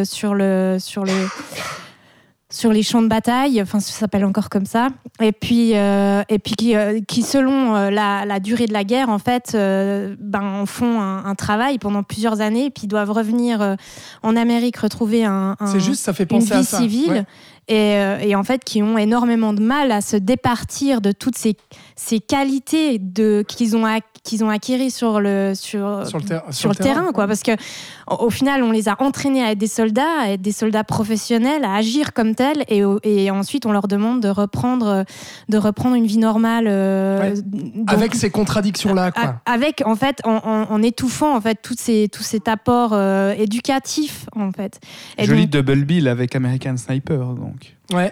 champs de bataille, enfin ça s'appelle encore comme ça, et puis qui selon la durée de la guerre en fait en font un travail pendant plusieurs années, et puis doivent revenir en Amérique retrouver c'est juste, ça fait penser une vie à ça. civile. Ouais. Et en fait qui ont énormément de mal à se départir de toutes ces qualités qu'ils ont acquis sur le terrain, quoi. Parce que au final on les a entraînés à être des soldats professionnels, à agir comme tels, et ensuite on leur demande de reprendre une vie normale avec ces contradictions là, quoi. Avec en fait en étouffant en fait tout cet apport éducatif en fait. Joli double bill avec American Sniper, donc. Ouais.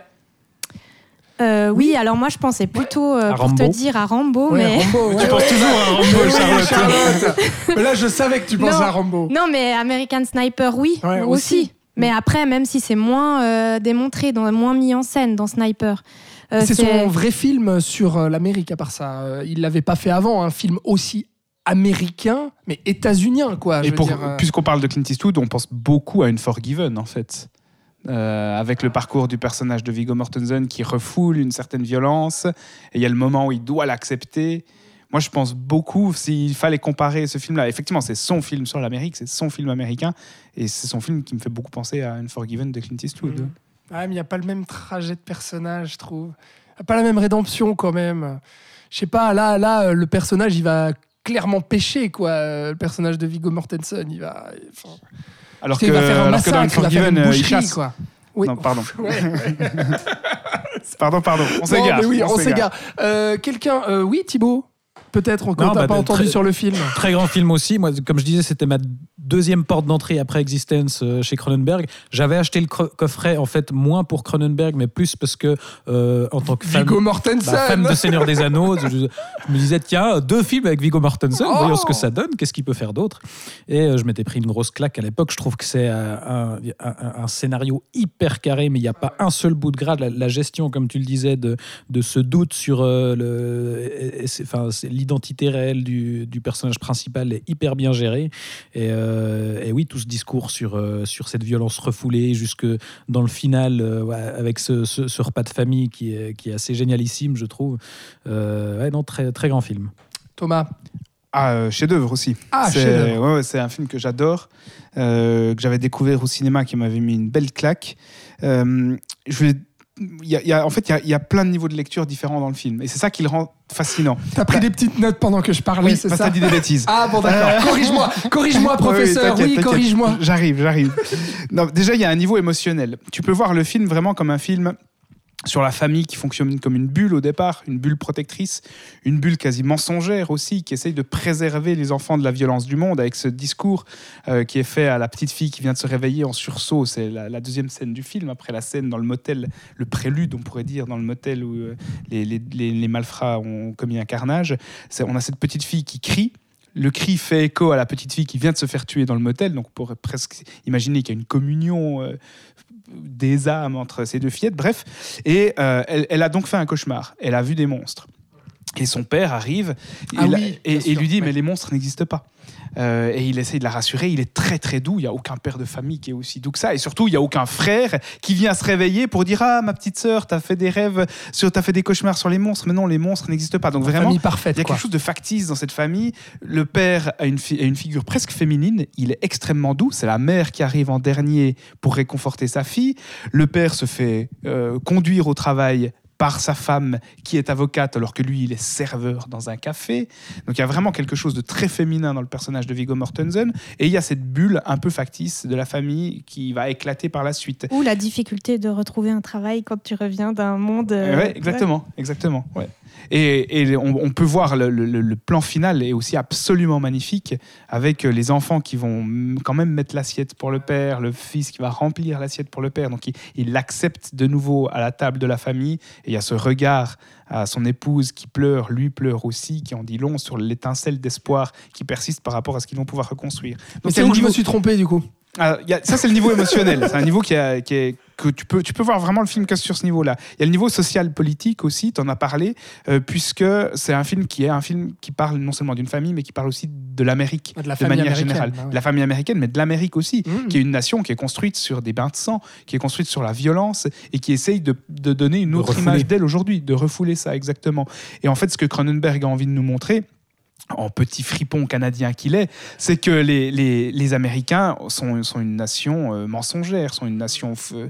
Oui, alors moi je pensais plutôt pour te dire à Rambo, mais Rambo, tu penses toujours à Rambo, Charlotte. Mais là, je savais que tu pensais à Rambo. Non, mais American Sniper, oui, aussi. Mais après, même si c'est moins démontré, moins mis en scène dans Sniper. C'est son vrai film sur l'Amérique, à part ça. Il l'avait pas fait avant, un film aussi américain, mais états-unien, quoi. Puisqu'on parle de Clint Eastwood, on pense beaucoup à Unforgiven, en fait. Avec le parcours du personnage de Viggo Mortensen qui refoule une certaine violence, et il y a le moment où il doit l'accepter. Moi, je pense beaucoup, s'il fallait comparer ce film-là, effectivement, c'est son film sur l'Amérique, c'est son film américain, et c'est son film qui me fait beaucoup penser à Unforgiven de Clint Eastwood. Mais il n'y a pas le même trajet de personnage, je trouve. Il n'y a pas la même rédemption, quand même. Je sais pas, là, le personnage, il va clairement pécher, quoi. Le personnage de Viggo Mortensen, il va... Alors que dans Unforgiven, il chasse. Quoi. Oui. Non, pardon. Pardon, on s'égare. Mais oui, on s'égare. Quelqu'un... oui, Thibaut ? Peut-être, on t'a pas entendu sur le film. Très grand film aussi. Moi, comme je disais, c'était ma deuxième porte d'entrée après Existence chez Cronenberg. J'avais acheté le coffret, en fait, moins pour Cronenberg, mais plus parce que, en tant que Viggo Mortensen, fan de Seigneur des Anneaux, je me disais, tiens, 2 films avec Viggo Mortensen, voyons ce que ça donne, qu'est-ce qu'il peut faire d'autre. Et je m'étais pris une grosse claque à l'époque. Je trouve que c'est un scénario hyper carré, mais il n'y a pas un seul bout de gras. La gestion, comme tu le disais, de ce doute sur l'identité réelle du personnage principal est hyper bien gérée, et oui, tout ce discours sur cette violence refoulée jusque dans le final, avec ce repas de famille qui est assez génialissime, je trouve. Très, très grand film. Thomas. Chef-d'œuvre aussi. Chef-d'œuvre. C'est un film que j'adore, que j'avais découvert au cinéma, qui m'avait mis une belle claque. Je vais il y a plein de niveaux de lecture différents dans le film. Et c'est ça qui le rend fascinant. T'as pris des petites notes pendant que je parlais, Oui, c'est parce ça? que t'as dit des bêtises. Ah bon, d'accord. Corrige-moi, professeur. T'inquiète. Corrige-moi. J'arrive. Non, déjà, il y a un niveau émotionnel. Tu peux voir le film vraiment comme un film sur la famille qui fonctionne comme une bulle au départ, une bulle protectrice, une bulle quasi mensongère aussi, qui essaye de préserver les enfants de la violence du monde, avec ce discours qui est fait à la petite fille qui vient de se réveiller en sursaut. C'est la deuxième scène du film, après la scène dans le motel, le prélude, on pourrait dire, dans le motel où les malfrats ont commis un carnage. On a cette petite fille qui crie. Le cri fait écho à la petite fille qui vient de se faire tuer dans le motel, donc on pourrait presque imaginer qu'il y a une communion des âmes entre ces deux fillettes, bref. Et elle a donc fait un cauchemar. Elle a vu des monstres. Et son père arrive et lui dit « mais les monstres n'existent pas ». Et il essaye de la rassurer. Il est très très doux. Il n'y a aucun père de famille qui est aussi doux que ça. Et surtout, il n'y a aucun frère qui vient se réveiller pour dire « Ah, ma petite sœur, t'as fait des rêves, t'as fait des cauchemars sur les monstres. Mais non, les monstres n'existent pas. » Donc vraiment, il y a quelque chose de factice dans cette famille. Le père a une figure presque féminine. Il est extrêmement doux. C'est la mère qui arrive en dernier pour réconforter sa fille. Le père se fait conduire au travail par sa femme qui est avocate alors que lui il est serveur dans un café. Donc il y a vraiment quelque chose de très féminin dans le personnage de Viggo Mortensen, et il y a cette bulle un peu factice de la famille qui va éclater par la suite. Ou la difficulté de retrouver un travail quand tu reviens d'un monde... Ouais, exactement. Ouais. Et on peut voir le plan final est aussi absolument magnifique, avec les enfants qui vont quand même mettre l'assiette pour le père, le fils qui va remplir l'assiette pour le père, donc il l'accepte de nouveau à la table de la famille, et il y a ce regard à son épouse qui pleure, lui pleure aussi, qui en dit long sur l'étincelle d'espoir qui persiste par rapport à ce qu'ils vont pouvoir reconstruire. Donc, mais c'est où je me suis trompé du coup. Ça c'est le niveau émotionnel, c'est un niveau que tu peux voir vraiment le film que sur ce niveau-là. Il y a le niveau social-politique aussi, tu en as parlé, puisque c'est un film qui parle non seulement d'une famille, mais qui parle aussi de l'Amérique, de manière générale. Bah ouais. De la famille américaine, mais de l'Amérique aussi, qui est une nation qui est construite sur des bains de sang, qui est construite sur la violence, et qui essaye de donner une autre image d'elle aujourd'hui, de refouler ça exactement. Et en fait, ce que Cronenberg a envie de nous montrer, en petit fripon canadien qu'il est, c'est que les Américains sont une nation mensongère, sont une nation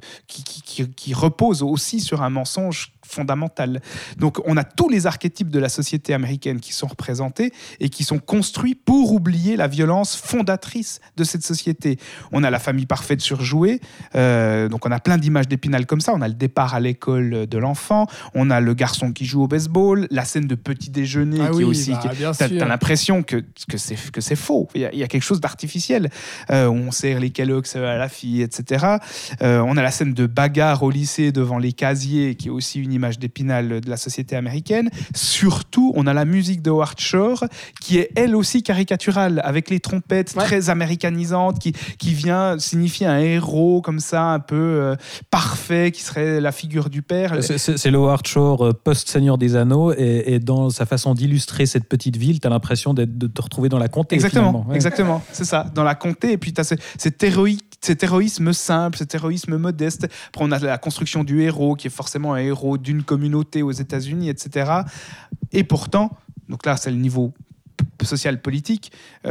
qui repose aussi sur un mensonge fondamental. Donc on a tous les archétypes de la société américaine qui sont représentés et qui sont construits pour oublier la violence fondatrice de cette société. On a la famille parfaite surjouée, donc on a plein d'images d'Épinal comme ça. On a le départ à l'école de l'enfant, on a le garçon qui joue au baseball, la scène de petit déjeuner qui est aussi... T'as l'impression que c'est faux. Il y a quelque chose d'artificiel. On sert les Kellogg's à la fille, etc. On a la scène de bagarre au lycée devant les casiers qui est aussi une image d'Épinal de la société américaine. Surtout, on a la musique de Howard Shore qui est elle aussi caricaturale, avec les trompettes très américanisantes qui vient signifier un héros comme ça, un peu parfait, qui serait la figure du père. C'est le Howard Shore post-Seigneur des Anneaux, et dans sa façon d'illustrer cette petite ville, tu as l'impression de te retrouver dans la comté. Exactement, c'est ça, dans la comté, et puis tu as cet héroïsme simple, cet héroïsme modeste. Après, on a la construction du héros, qui est forcément un héros d'une communauté aux États-Unis, etc. Et pourtant, donc là, c'est le niveau social-politique,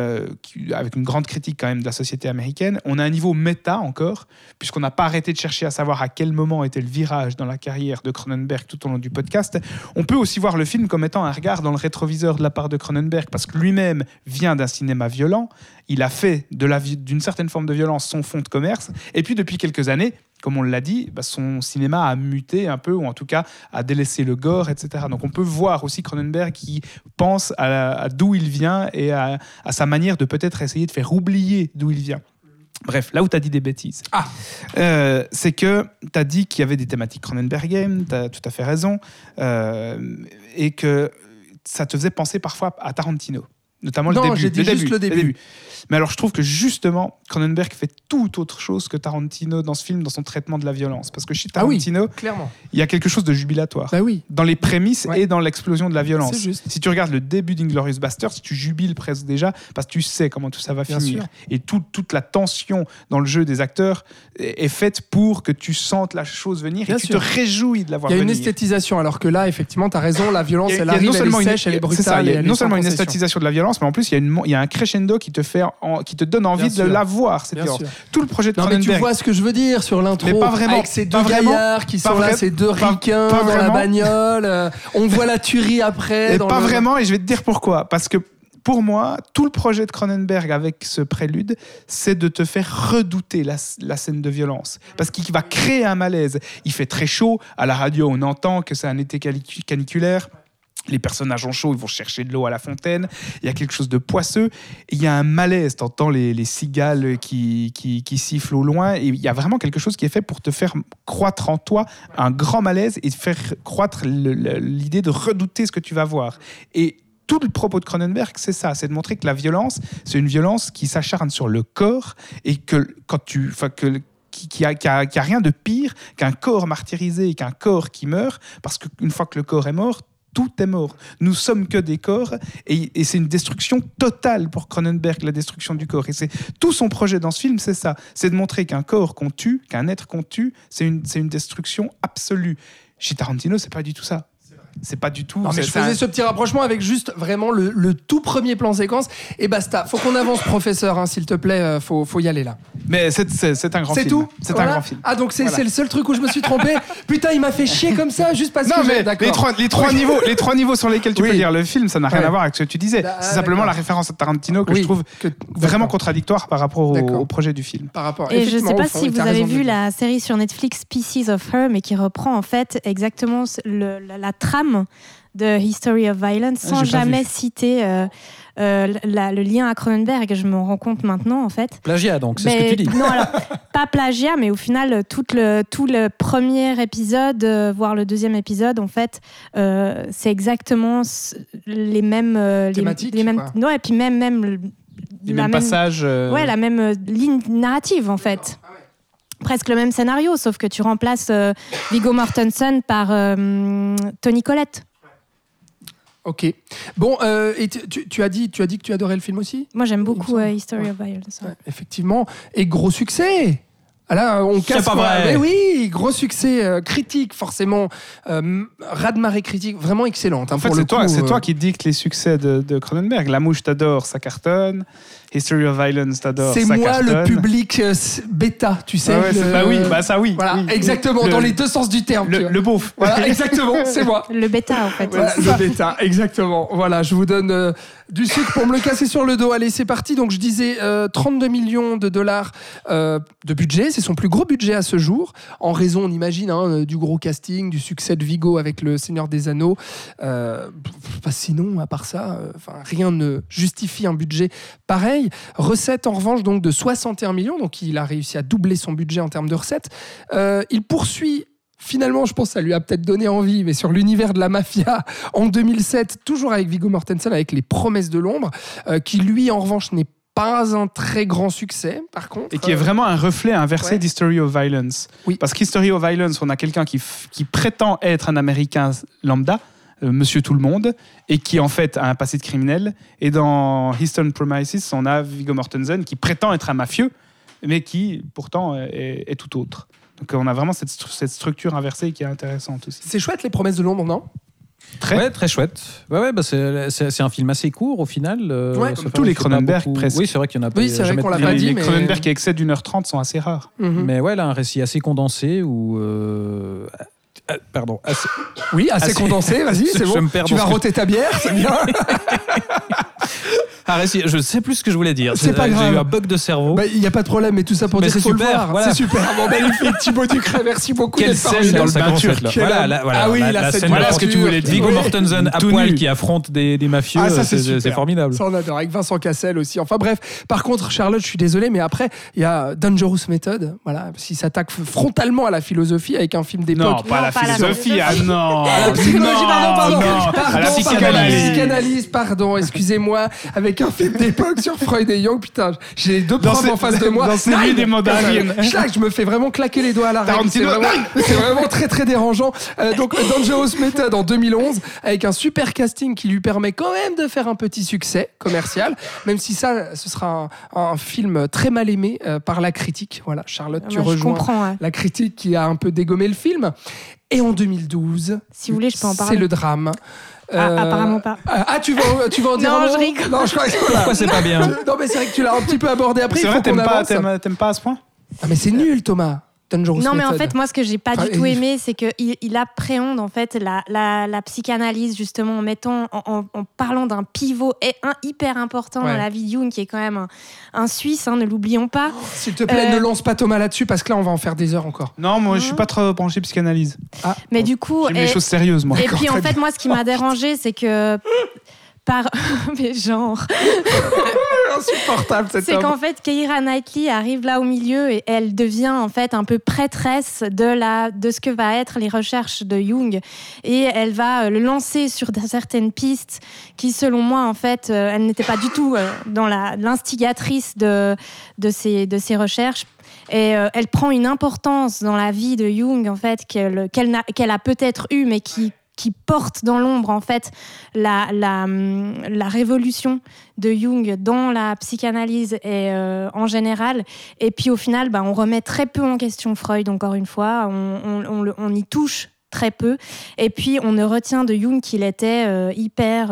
avec une grande critique quand même de la société américaine. On a un niveau méta encore, puisqu'on n'a pas arrêté de chercher à savoir à quel moment était le virage dans la carrière de Cronenberg tout au long du podcast. On peut aussi voir le film comme étant un regard dans le rétroviseur de la part de Cronenberg, parce que lui-même vient d'un cinéma violent. Il a fait d'une certaine forme de violence son fonds de commerce, et puis depuis quelques années, comme on l'a dit, son cinéma a muté un peu, ou en tout cas a délaissé le gore, etc. Donc on peut voir aussi Cronenberg qui pense à d'où il vient et à sa manière de peut-être essayer de faire oublier d'où il vient. Bref, là où tu as dit des bêtises, c'est que tu as dit qu'il y avait des thématiques Cronenbergiennes, tu as tout à fait raison, et que ça te faisait penser parfois à Tarantino. Notamment le début. Mais alors, je trouve que justement, Cronenberg fait tout autre chose que Tarantino dans ce film, dans son traitement de la violence. Parce que chez Tarantino, clairement, il y a quelque chose de jubilatoire. Dans les prémices et dans l'explosion de la violence. Si tu regardes le début d'Inglourious Basterds, tu jubiles presque déjà, parce que tu sais comment tout ça va finir. Et toute la tension dans le jeu des acteurs est faite pour que tu sentes la chose venir et tu te réjouis de la voir venir. Il y a une esthétisation, alors que là, effectivement, tu as raison, la violence, elle arrive, elle est sèche, elle est brutale. Il y a non seulement une esthétisation de la violence, violence, mais en plus, il y a un crescendo qui te donne envie de la voir, cette violence. Tout le projet de Cronenberg. Mais tu vois ce que je veux dire sur l'intro. Mais pas vraiment. Avec ces deux gaillards qui sont là, ces deux ricains dans la bagnole. On voit la tuerie après. Et pas vraiment, et je vais te dire pourquoi. Parce que pour moi, tout le projet de Cronenberg avec ce prélude, c'est de te faire redouter la scène de violence. Parce qu'il va créer un malaise. Il fait très chaud. À la radio, on entend que c'est un été caniculaire. Les personnages ont chaud, ils vont chercher de l'eau à la fontaine. Il y a quelque chose de poisseux. Il y a un malaise. Tu entends les cigales qui sifflent au loin. Et il y a vraiment quelque chose qui est fait pour te faire croître en toi un grand malaise et te faire croître l'idée de redouter ce que tu vas voir. Et tout le propos de Cronenberg, c'est ça, c'est de montrer que la violence, c'est une violence qui s'acharne sur le corps et que qu'il y a rien de pire qu'un corps martyrisé et qu'un corps qui meurt, parce qu'une fois que le corps est mort, tout est mort. Nous sommes que des corps et c'est une destruction totale pour Cronenberg, la destruction du corps. Et c'est tout son projet dans ce film, c'est ça, c'est de montrer qu'un corps qu'on tue, qu'un être qu'on tue, c'est une destruction absolue. Chez Tarantino, c'est pas du tout ça. C'est pas du tout. Non, mais je faisais ce petit rapprochement avec juste vraiment le tout premier plan séquence et basta. Faut qu'on avance, professeur, hein, s'il te plaît. Faut y aller là. Mais c'est un grand film. C'est tout. C'est un grand film. Ah donc c'est le seul truc où je me suis trompé. Putain, il m'a fait chier comme ça juste parce que. Mais d'accord. les trois niveaux sur lesquels tu peux lire le film, ça n'a rien à voir avec ce que tu disais. C'est simplement la référence à Tarantino que je trouve vraiment contradictoire par rapport au projet du film. Par rapport. Et je sais pas si vous avez vu la série sur Netflix Pieces of Her, mais qui reprend en fait exactement la trame de History of Violence sans jamais citer le lien à Cronenberg. Je me rends compte maintenant en fait. Plagiat donc, c'est ce que tu dis. Non, alors, pas plagiat, mais au final tout le premier épisode, voire le deuxième épisode, en fait, c'est exactement les mêmes thématiques, les mêmes, quoi. ouais, et puis même les mêmes passages. Ouais, la même ligne narrative en fait. Presque le même scénario, sauf que tu remplaces Viggo Mortensen par Toni Collette. Ok. Bon, et tu as dit que tu adorais le film aussi ? Moi, j'aime beaucoup History of Violence. Ouais, effectivement. Et gros succès. Ah là, on casse. C'est pas vrai. Mais oui, gros succès critique, forcément. Raz-de-marée critique, vraiment excellente. Hein, en fait, c'est toi qui dictes les succès de Cronenberg. La Mouche, t'adore, ça cartonne. History of Violence, t'adores, c'est ça moi cartonne. Le public bêta, tu sais. Oui. Voilà, oui. exactement, dans les deux sens du terme. Le beauf. Voilà, exactement, c'est moi. Le bêta, en fait. Voilà, le bêta, exactement. Voilà, je vous donne du sucre pour me le casser sur le dos. Allez, c'est parti. Donc, je disais 32 millions de dollars de budget. C'est son plus gros budget à ce jour. En raison, on imagine, du gros casting, du succès de Viggo avec Le Seigneur des Anneaux. Sinon, à part ça, rien ne justifie un budget pareil. Recette en revanche donc de 61 millions, donc il a réussi à doubler son budget en termes de recettes. Il poursuit. Finalement, je pense que ça lui a peut-être donné envie, mais sur l'univers de la mafia en 2007, toujours avec Viggo Mortensen, avec Les Promesses de l'ombre, qui lui en revanche n'est pas un très grand succès, par contre. Et qui est vraiment un reflet inversé d'History of Violence. Oui. Parce qu'History of Violence, on a quelqu'un qui prétend être un Américain lambda, Monsieur Tout-le-Monde, et qui en fait a un passé de criminel. Et dans Eastern Promises, on a Viggo Mortensen qui prétend être un mafieux, mais qui pourtant est tout autre. Donc on a vraiment cette structure inversée qui est intéressante aussi. C'est chouette Les Promesses de l'ombre, non ? Très chouette. Ouais, c'est un film assez court au final. Comme tous les Cronenberg presque. Oui, c'est vrai qu'il y en a Oui, c'est vrai qu'on l'a pas dit. Les Cronenberg qui excèdent d'1h30 sont assez rares. Mais ouais, là, un récit assez condensé où. Assez condensé, vas-y, c'est bon. Tu vas roter ta bière, c'est bien. Je ne sais plus ce que je voulais dire. C'est pas grave. J'ai eu un bug de cerveau. Il n'y a pas de problème, mais tout ça pour dire qu'il faut le voir. Voilà. C'est super. Bon, magnifique. Thibaut Ducret, merci beaucoup. Quelle scène dans le bain turc. La scène. Voilà ce que tu voulais dire. Viggo Mortensen à poil qui affronte des mafieux. C'est formidable. Ça, on adore. Avec Vincent Cassel aussi. Enfin bref. Par contre, Charlotte, je suis désolé, mais après, il y a Dangerous Method. Voilà, s'il s'attaque frontalement à la philosophie avec un film d'époque. Non, pas la philosophie. Ah non. À la psychologie, pardon. À la psychanalyse, pardon, excusez-moi. Avec un film d'époque sur Freud et Jung, putain, j'ai les deux profs en face de moi. Dans celui des mandarines. Je me fais vraiment claquer les doigts à la règle. C'est vraiment très très dérangeant. Donc Dangerous Method en 2011, avec un super casting qui lui permet quand même de faire un petit succès commercial, même si ça, ce sera un film très mal aimé par la critique. Voilà, Charlotte, tu rejoins la critique qui a un peu dégommé le film. Et en 2012, si vous voulez, je peux en parler. C'est le drame. Apparemment pas. Tu vas en dire un mot ? Non, je rigole. Non, je crois que Pourquoi c'est pas bien ? Non, mais c'est vrai que tu l'as un petit peu abordé après. C'est il vrai, faut qu'on avance. t'aimes pas à ce point ? Ah, mais c'est nul, Thomas. Dangerous Non, mais en Method. fait, moi, ce que j'ai pas Enfin, du tout aimé, c'est qu'il appréhende en fait la psychanalyse justement en parlant d'un pivot hyper important dans la vie de Jung, qui est quand même un Suisse, ne l'oublions pas. S'il te plaît, ne lance pas Thomas là-dessus parce que là, on va en faire des heures encore. Non, moi, je suis pas trop branché psychanalyse. Mais du coup, J'aime les choses sérieuses, moi. Et puis en fait, moi, ce qui m'a dérangé, c'est que mais genre. Insupportable cet homme. C'est qu'en fait, Keira Knightley arrive là au milieu et elle devient en fait un peu prêtresse de ce que va être les recherches de Jung, et elle va le lancer sur certaines pistes qui, selon moi, en fait, elle n'était pas du tout dans l'instigatrice de ces recherches. Et elle prend une importance dans la vie de Jung en fait qu'elle a peut-être eue, mais qui porte dans l'ombre en fait la révolution de Jung dans la psychanalyse et en général. Et puis au final, on remet très peu en question Freud, encore une fois, on y touche très peu. Et puis on ne retient de Jung qu'il était hyper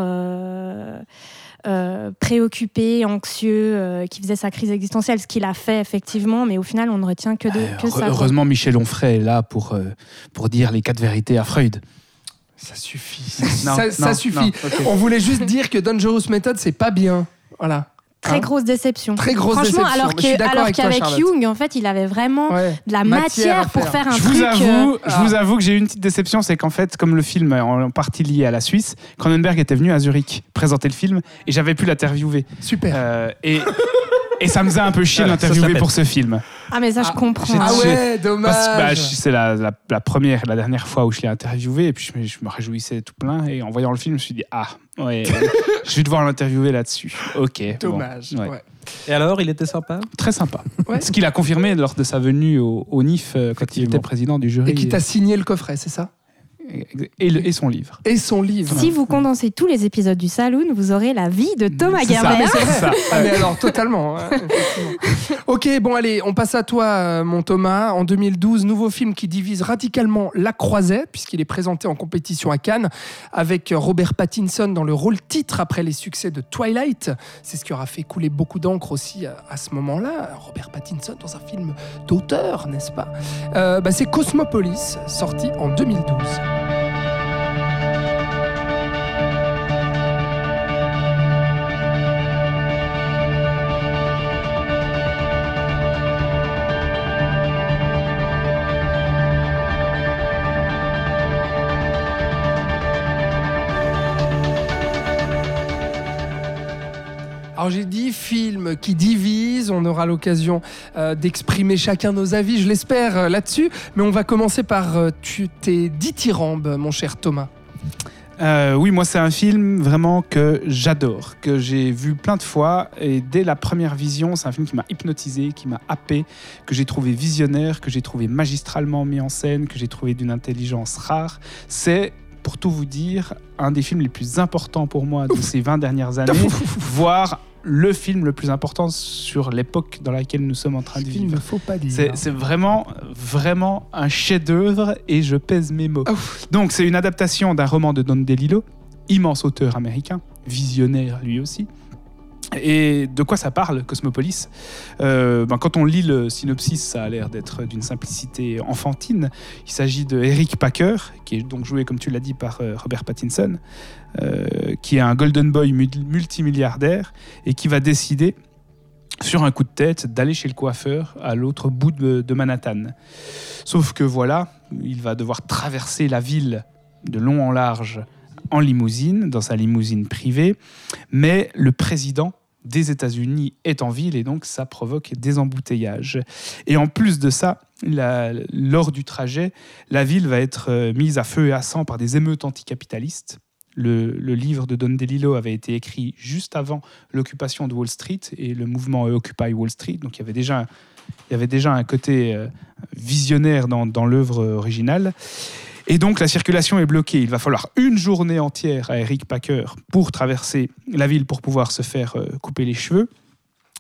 préoccupé, anxieux, qui faisait sa crise existentielle, ce qu'il a fait effectivement, mais au final on ne retient que ça. Heureusement, Michel Onfray est là pour dire les 4 vérités à Freud. Ça suffit. Ça suffit. Non, okay. On voulait juste dire que Dangerous Method, c'est pas bien. Voilà. Très grosse déception. Très grosse Franchement, déception. alors qu'avec Jung, en fait, il avait vraiment de la matière pour faire un truc. Je vous avoue que j'ai eu une petite déception, c'est qu'en fait, comme le film est en partie lié à la Suisse, Cronenberg était venu à Zurich présenter le film et j'avais pu l'interviewer. Super. Et ça me faisait un peu chier de l'interviewer pour ce film. Ah, mais ça, je comprends. Ah ouais, dommage. C'est la dernière fois où je l'ai interviewé, et puis je me réjouissais tout plein, et en voyant le film, je me suis dit, je vais devoir l'interviewer là-dessus. Ok. Dommage. Bon, ouais. Et alors, il était sympa ? Très sympa. Ouais. Ce qu'il a confirmé lors de sa venue au NIF, quand il était président du jury. Et qui t'a signé le coffret, c'est ça ? Et son livre. Et son livre. Si vous condensez tous les épisodes du Saloon, vous aurez la vie de Thomas Gerber. C'est vrai. Mais alors, totalement. Ok, bon, allez, on passe à toi, mon Thomas. En 2012, nouveau film qui divise radicalement La Croisette, puisqu'il est présenté en compétition à Cannes, avec Robert Pattinson dans le rôle titre après les succès de Twilight. C'est ce qui aura fait couler beaucoup d'encre aussi à ce moment-là. Robert Pattinson dans un film d'auteur, n'est-ce pas ? C'est Cosmopolis, sorti en 2012. Alors j'ai dit film qui divise, on aura l'occasion d'exprimer chacun nos avis, je l'espère, là-dessus. Mais on va commencer par tes dithyrambes, mon cher Thomas. Oui, moi c'est un film vraiment que j'adore, que j'ai vu plein de fois, et dès la première vision, c'est un film qui m'a hypnotisé, qui m'a happé, que j'ai trouvé visionnaire, que j'ai trouvé magistralement mis en scène, que j'ai trouvé d'une intelligence rare. C'est, pour tout vous dire, un des films les plus importants pour moi de ces 20 dernières années, voire le film le plus important sur l'époque dans laquelle nous sommes en train de vivre. Il ne faut pas dire. C'est vraiment, vraiment un chef-d'œuvre, et je pèse mes mots. Donc, c'est une adaptation d'un roman de Don DeLillo, immense auteur américain, visionnaire lui aussi. Et de quoi ça parle, Cosmopolis ? Quand on lit le synopsis, ça a l'air d'être d'une simplicité enfantine. Il s'agit de Eric Packer, qui est donc joué, comme tu l'as dit, par Robert Pattinson, qui est un golden boy multimilliardaire et qui va décider, sur un coup de tête, d'aller chez le coiffeur à l'autre bout de Manhattan. Sauf que voilà, il va devoir traverser la ville de long en large en limousine, dans sa limousine privée, mais le président des États-Unis est en ville, et donc ça provoque des embouteillages. Et en plus de ça, lors du trajet, la ville va être mise à feu et à sang par des émeutes anticapitalistes. Le livre de Don DeLillo avait été écrit juste avant l'occupation de Wall Street et le mouvement Occupy Wall Street, donc il y avait déjà un côté visionnaire dans l'œuvre originale. Et donc la circulation est bloquée. Il va falloir une journée entière à Eric Packer pour traverser la ville, pour pouvoir se faire couper les cheveux.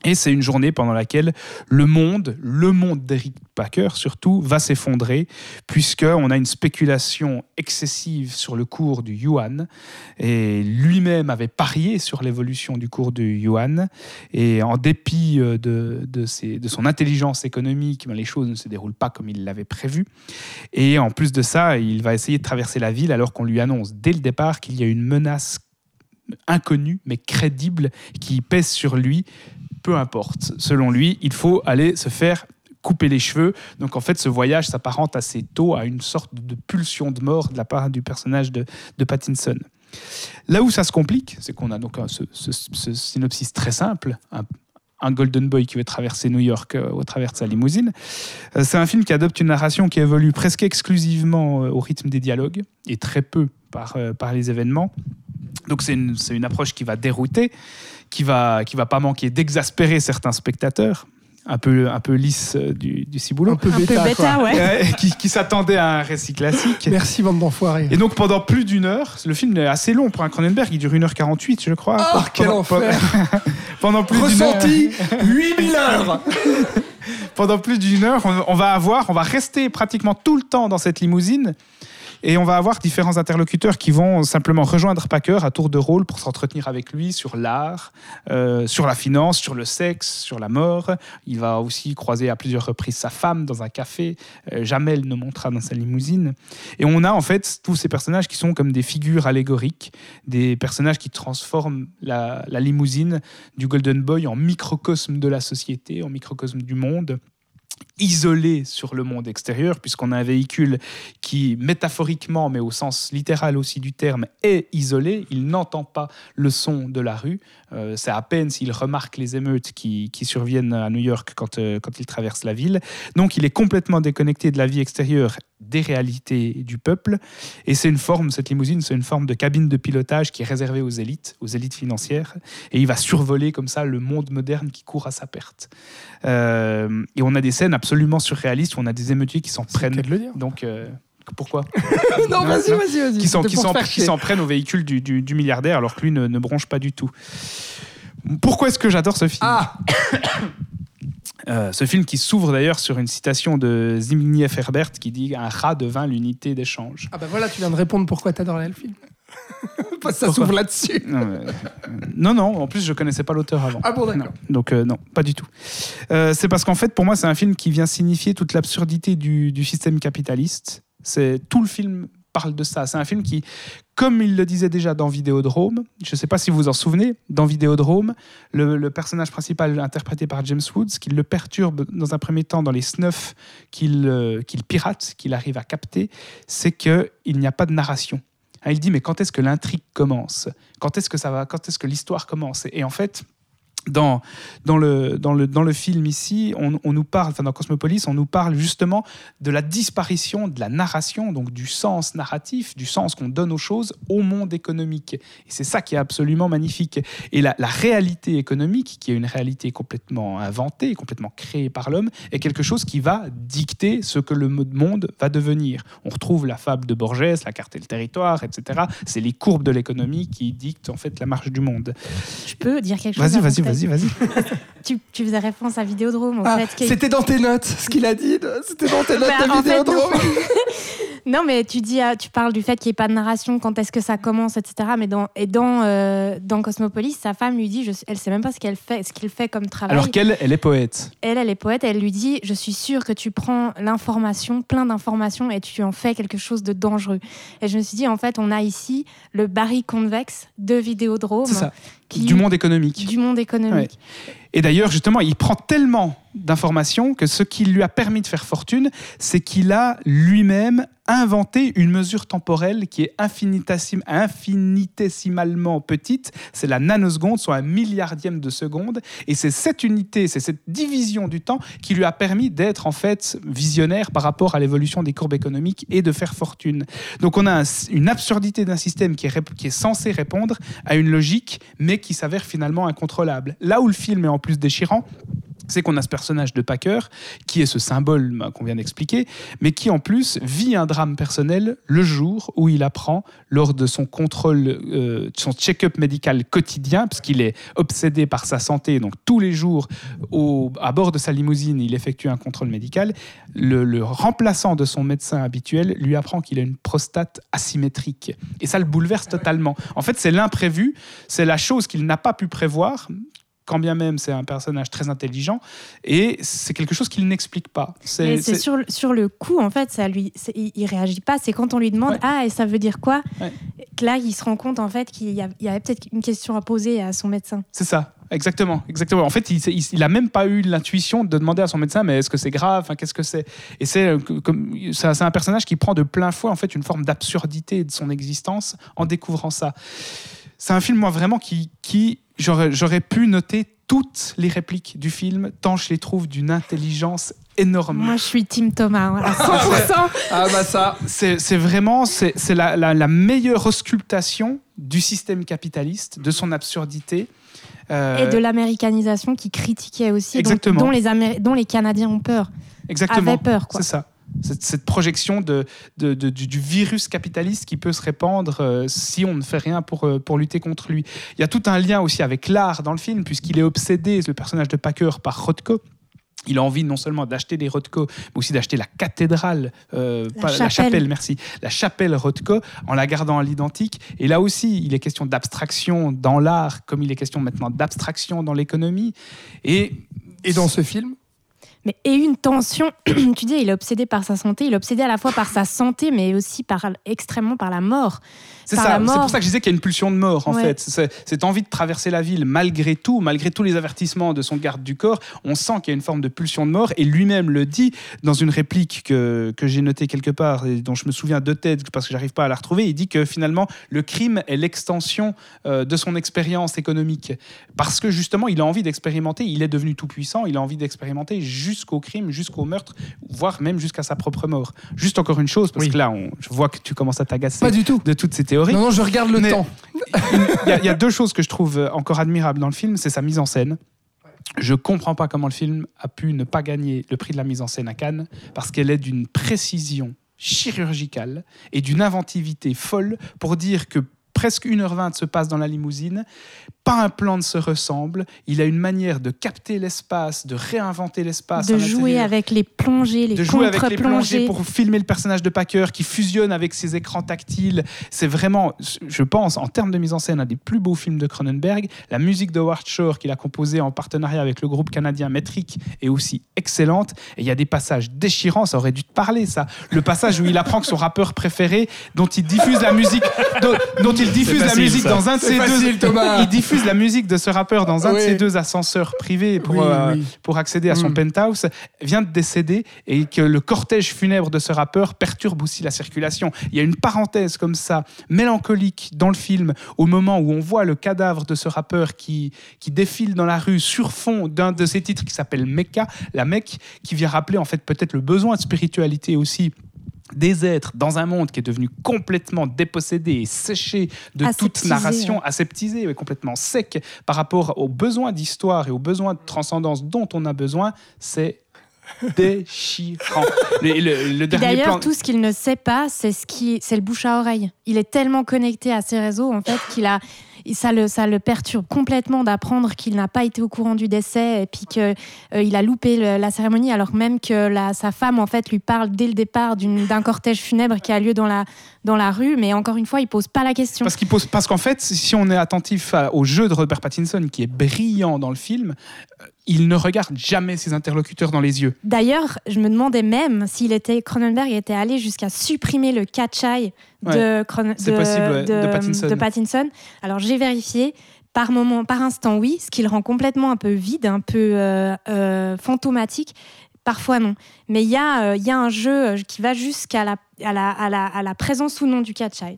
Et c'est une journée pendant laquelle le monde d'Eric Packer surtout, va s'effondrer, puisqu'on a une spéculation excessive sur le cours du yuan. Et lui-même avait parié sur l'évolution du cours du yuan. Et en dépit de son intelligence économique, les choses ne se déroulent pas comme il l'avait prévu. Et en plus de ça, il va essayer de traverser la ville alors qu'on lui annonce dès le départ qu'il y a une menace inconnue mais crédible qui pèse sur lui. Peu importe. Selon lui, il faut aller se faire couper les cheveux. Donc en fait, ce voyage s'apparente assez tôt à une sorte de pulsion de mort de la part du personnage de Pattinson. Là où ça se complique, c'est qu'on a donc ce synopsis très simple, un golden boy qui veut traverser New York au travers de sa limousine. C'est un film qui adopte une narration qui évolue presque exclusivement au rythme des dialogues et très peu par les événements. Donc c'est une approche qui va dérouter, qui va pas manquer d'exaspérer certains spectateurs, un peu lisse du ciboulot. Un peu bêta, ouais. qui s'attendaient à un récit classique. Merci, bande d'enfoirés. Et donc pendant plus d'1 heure, le film est assez long pour un Cronenberg, il dure 1h48 je crois. Oh, quel enfer. Pendant plus Ressenti 8000 heures. Pendant plus d'1 heure, on va rester pratiquement tout le temps dans cette limousine. Et on va avoir différents interlocuteurs qui vont simplement rejoindre Packer à tour de rôle pour s'entretenir avec lui sur l'art, sur la finance, sur le sexe, sur la mort. Il va aussi croiser à plusieurs reprises sa femme dans un café. Jamel nous montrera dans sa limousine. Et on a en fait tous ces personnages qui sont comme des figures allégoriques, des personnages qui transforment la limousine du Golden Boy en microcosme de la société, en microcosme du monde, isolé sur le monde extérieur, puisqu'on a un véhicule qui, métaphoriquement, mais au sens littéral aussi du terme, est isolé. Il n'entend pas le son de la rue. C'est à peine s'il remarque les émeutes qui surviennent à New York quand il traverse la ville. Donc, il est complètement déconnecté de la vie extérieure, des réalités du peuple. Et c'est cette limousine, c'est une forme de cabine de pilotage qui est réservée aux élites financières. Et il va survoler comme ça le monde moderne qui court à sa perte. Et on a des scènes absolument surréalistes où on a des émeutiers qui s'en prennent. C'est le dire. Donc, pourquoi Non, vas-y. Qui s'en prennent au véhicule du milliardaire alors que lui ne bronche pas du tout. Pourquoi est-ce que j'adore ce film ? Ce film qui s'ouvre d'ailleurs sur une citation de Zbigniew Herbert qui dit « Un rat devint l'unité d'échange ». Ah bah voilà, tu viens de répondre pourquoi t'adorais le film. Ça s'ouvre là-dessus. Non, en plus je connaissais pas l'auteur avant. Ah bon, d'accord. Non. Donc non, pas du tout. C'est parce qu'en fait pour moi c'est un film qui vient signifier toute l'absurdité du système capitaliste. Tout le film parle de ça. C'est un film qui, comme il le disait déjà dans Vidéodrome, je ne sais pas si vous vous en souvenez, dans Vidéodrome, le personnage principal interprété par James Woods, qui le perturbe dans un premier temps dans les snuffs qu'il pirate, qu'il arrive à capter, c'est qu'il n'y a pas de narration. Il dit, mais quand est-ce que l'intrigue commence ? Quand est-ce que l'histoire commence ? Et en fait, dans le film ici, on nous parle, dans Cosmopolis, on nous parle justement de la disparition de la narration, donc du sens narratif, du sens qu'on donne aux choses au monde économique. Et c'est ça qui est absolument magnifique. Et la réalité économique, qui est une réalité complètement inventée, complètement créée par l'homme, est quelque chose qui va dicter ce que le monde va devenir. On retrouve la fable de Borges, la carte et le territoire, etc. C'est les courbes de l'économie qui dictent en fait la marche du monde. Je peux dire quelque chose ? Vas-y. Tu faisais référence à Vidéodrome, en fait. C'était dans tes notes, ce qu'il a dit. C'était dans tes notes de Vidéodrome. Non, mais tu parles du fait qu'il n'y ait pas de narration, quand est-ce que ça commence, etc. Mais dans Cosmopolis, sa femme lui dit, elle ne sait même pas ce qu'il fait comme travail. Alors qu'elle est poète. Elle est poète, elle lui dit, je suis sûre que tu prends plein d'informations, et tu en fais quelque chose de dangereux. Et je me suis dit, en fait, on a ici le baril convexe de Vidéodrome. C'est ça. Du monde économique. Ouais. Et d'ailleurs, justement, il prend tellement d'informations que ce qui lui a permis de faire fortune, c'est qu'il a lui-même inventé une mesure temporelle qui est infinitésimalement petite. C'est la nanoseconde, soit 1 milliardième de seconde. Et c'est cette unité, c'est cette division du temps qui lui a permis d'être en fait visionnaire par rapport à l'évolution des courbes économiques et de faire fortune. Donc on a une absurdité d'un système qui est censé répondre à une logique, mais qui s'avère finalement incontrôlable. Là où le film est en plus déchirant, c'est qu'on a ce personnage de Packer qui est ce symbole qu'on vient d'expliquer, mais qui en plus vit un drame personnel le jour où il apprend, lors de son contrôle, son check-up médical quotidien, parce qu'il est obsédé par sa santé, donc tous les jours à bord de sa limousine, il effectue un contrôle médical. Le remplaçant de son médecin habituel lui apprend qu'il a une prostate asymétrique. Et ça le bouleverse totalement. En fait, c'est l'imprévu, c'est la chose qu'il n'a pas pu prévoir, quand bien même c'est un personnage très intelligent, et c'est quelque chose qu'il n'explique pas. C'est sur le coup, en fait, il réagit pas. C'est quand on lui demande et ça veut dire quoi, que là il se rend compte en fait qu'il y avait peut-être une question à poser à son médecin. C'est ça. Exactement. En fait, il a même pas eu l'intuition de demander à son médecin, mais est-ce que c'est grave, qu'est-ce que c'est ? Et c'est un personnage qui prend de plein fouet en fait une forme d'absurdité de son existence en découvrant ça. C'est un film, moi, vraiment qui j'aurais pu noter toutes les répliques du film, tant je les trouve d'une intelligence énorme. Moi, je suis Team Thomas, à 100%. Ah bah ça, c'est vraiment la meilleure auscultation du système capitaliste, de son absurdité. Et de l'américanisation qui critiquait aussi, dont les Canadiens ont peur. Exactement. Avaient peur, quoi. C'est ça. Cette projection du virus capitaliste qui peut se répandre si on ne fait rien pour lutter contre lui. Il y a tout un lien aussi avec l'art dans le film, puisqu'il est obsédé, le personnage de Packer, par Rothko. Il a envie non seulement d'acheter des Rothko, mais aussi d'acheter la cathédrale, la chapelle Rothko, en la gardant à l'identique. Et là aussi, il est question d'abstraction dans l'art, comme il est question maintenant d'abstraction dans l'économie. Et dans ce film, et une tension, tu dis, il est obsédé par sa santé, il est obsédé à la fois par sa santé, mais aussi extrêmement par la mort. C'est ça, c'est pour ça que je disais qu'il y a une pulsion de mort, en fait. Cette envie de traverser la ville, malgré tous les avertissements de son garde du corps, on sent qu'il y a une forme de pulsion de mort, et lui-même le dit dans une réplique que j'ai notée quelque part, et dont je me souviens de tête, parce que j'arrive pas à la retrouver. Il dit que finalement, le crime est l'extension de son expérience économique. Parce que justement, il a envie d'expérimenter, il est devenu tout-puissant, il a envie d'expérimenter jusqu'au crime, jusqu'au meurtre, voire même jusqu'à sa propre mort. Juste encore une chose, parce que là, je vois que tu commences à t'agacer pas du tout de toutes ces théories. Non, je regarde le temps. Il y a deux choses que je trouve encore admirables dans le film, c'est sa mise en scène. Je comprends pas comment le film a pu ne pas gagner le prix de la mise en scène à Cannes, parce qu'elle est d'une précision chirurgicale et d'une inventivité folle pour dire que presque 1h20 se passe dans la limousine, pas un plan ne se ressemble, il a une manière de capter l'espace, de réinventer l'espace. De jouer avec les plongées, les contre-plongées. Pour filmer le personnage de Packer qui fusionne avec ses écrans tactiles. C'est vraiment, je pense, en termes de mise en scène, un des plus beaux films de Cronenberg. La musique de Howard Shore qu'il a composée en partenariat avec le groupe canadien Metric est aussi excellente. Et il y a des passages déchirants, ça aurait dû te parler, ça. Le passage où il apprend que son rappeur préféré, dont il diffuse la musique, dont il diffuse la musique dans un de ses il diffuse la musique de ce rappeur dans un de ses 2 ascenseurs privés pour accéder à son penthouse, vient de décéder, et que le cortège funèbre de ce rappeur perturbe aussi la circulation. Il y a une parenthèse comme ça, mélancolique dans le film, au moment où on voit le cadavre de ce rappeur qui défile dans la rue sur fond d'un de ses titres qui s'appelle Mecca, la Mecque, qui vient rappeler en fait peut-être le besoin de spiritualité aussi des êtres dans un monde qui est devenu complètement dépossédé et séché de toute narration, aseptisé, complètement sec par rapport aux besoins d'histoire et aux besoins de transcendance dont on a besoin. C'est déchirant. Le dernier D'ailleurs, plan... tout ce qu'il ne sait pas, c'est le bouche à oreille. Il est tellement connecté à ses réseaux, en fait, ça le perturbe complètement d'apprendre qu'il n'a pas été au courant du décès et puis qu'il a loupé la cérémonie, alors même que sa femme, en fait, lui parle dès le départ d'un cortège funèbre qui a lieu dans la rue, mais encore une fois, il pose pas la question. Parce qu'en fait, si on est attentif au jeu de Robert Pattinson, qui est brillant dans le film, il ne regarde jamais ses interlocuteurs dans les yeux. D'ailleurs, je me demandais même Cronenberg était allé jusqu'à supprimer le catch-eye de Pattinson. Alors, j'ai vérifié. Par instant, oui, ce qui le rend complètement un peu vide, un peu fantomatique. Parfois, non. Mais il y a un jeu qui va jusqu'à la présence ou non du catch-eye.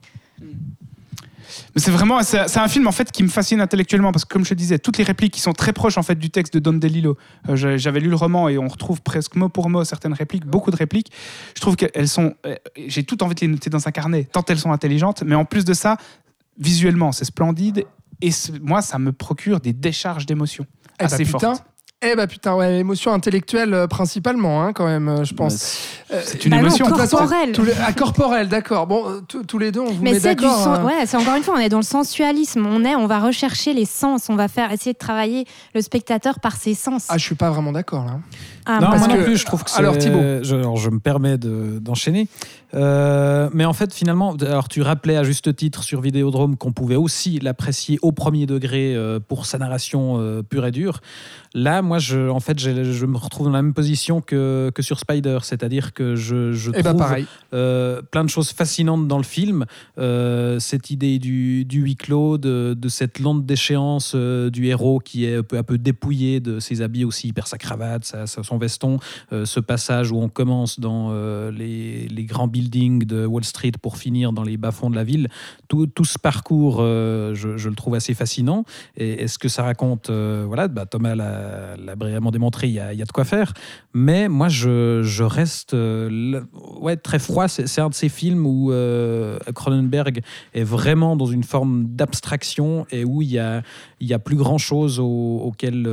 Mais c'est un film en fait qui me fascine intellectuellement, parce que comme je te disais, toutes les répliques qui sont très proches en fait du texte de Don DeLillo. J'avais lu le roman et on retrouve presque mot pour mot certaines répliques, beaucoup de répliques. Je trouve qu'elles sont, j'ai tout envie de les noter dans un carnet tant elles sont intelligentes, mais en plus de ça, visuellement c'est splendide et moi ça me procure des décharges d'émotions assez fortes. Eh bah putain, ouais, émotion intellectuelle principalement, hein, quand même, je pense. C'est une émotion. Corporelle. Corporelle, d'accord. Bon, tous les deux, on vous mais met c'est d'accord. Ouais, c'est encore une fois, on est dans le sensualisme. On va rechercher les sens. On va essayer de travailler le spectateur par ses sens. Ah, je suis pas vraiment d'accord là. Non, moi non plus, je trouve que c'est... Alors Thibaut. Je me permets d'enchaîner. Mais en fait, finalement, alors tu rappelais à juste titre sur Vidéodrome qu'on pouvait aussi l'apprécier au premier degré pour sa narration pure et dure. Là, moi, je me retrouve dans la même position que sur Spider, c'est-à-dire que je trouve pareil. Plein de choses fascinantes dans le film. Cette idée du huis clos, de cette lente déchéance du héros qui est peu à peu dépouillé de ses habits aussi, il perd sa cravate, son veston, ce passage où on commence dans les grands buildings de Wall Street pour finir dans les bas-fonds de la ville. Tout ce parcours, je le trouve assez fascinant. Et ce que ça raconte, Thomas l'a brillamment démontré, il y a de quoi faire. Mais moi, je reste très froid. C'est un de ces films où Cronenberg est vraiment dans une forme d'abstraction et où il y a plus grand-chose auquel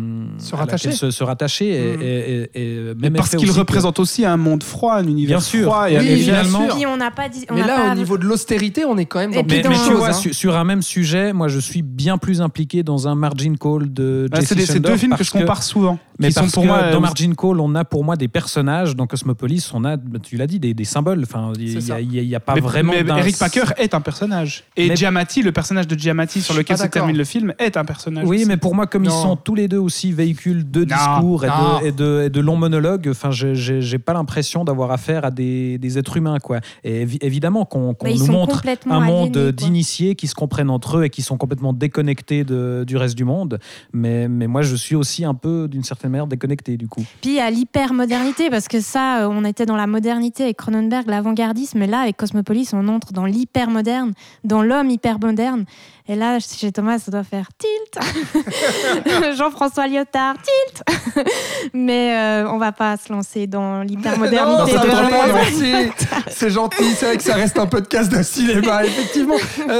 se rattacher. Et même parce qu'il représente aussi un monde froid, un univers froid. Et finalement, puis on n'a pas dit. Mais là, au niveau de l'austérité, on est quand même dans mais tu vois, sur un même sujet, moi, je suis bien plus impliqué dans un Margin Call de Jesse Chandor. C'est deux films que je compare souvent. Mais parce que dans Margin Call, on a pour moi des personnages. Dans Cosmopolis, on a, tu l'as dit, des symboles. Enfin, il y a pas vraiment. Mais Eric Packer est un personnage. Et Giamatti, le personnage de Giamatti sur lequel se termine le film, est un personnage. Oui, aussi. Mais pour moi, comme ils sont tous les deux aussi véhicules de discours et de longs monologues, enfin, j'ai pas l'impression d'avoir affaire à des êtres humains, quoi. Et évidemment qu'on nous montre un monde d'initiés qui se comprennent entre eux et qui sont complètement déconnectés du reste du monde. Mais moi, je suis aussi un peu, d'une certaine manière, déconnecté, du coup. Puis à l'hyper-modernité, parce que ça, on était dans la modernité avec Cronenberg, l'avant-gardisme, mais là, avec Cosmopolis, on entre dans l'hyper-moderne, dans l'homme hyper-moderne. Et là, chez Thomas, ça doit faire tilt. Jean-François Lyotard, tilt. Mais on va pas se lancer dans l'hyper-modernité. C'est gentil, c'est vrai que ça reste un podcast de cinéma, effectivement.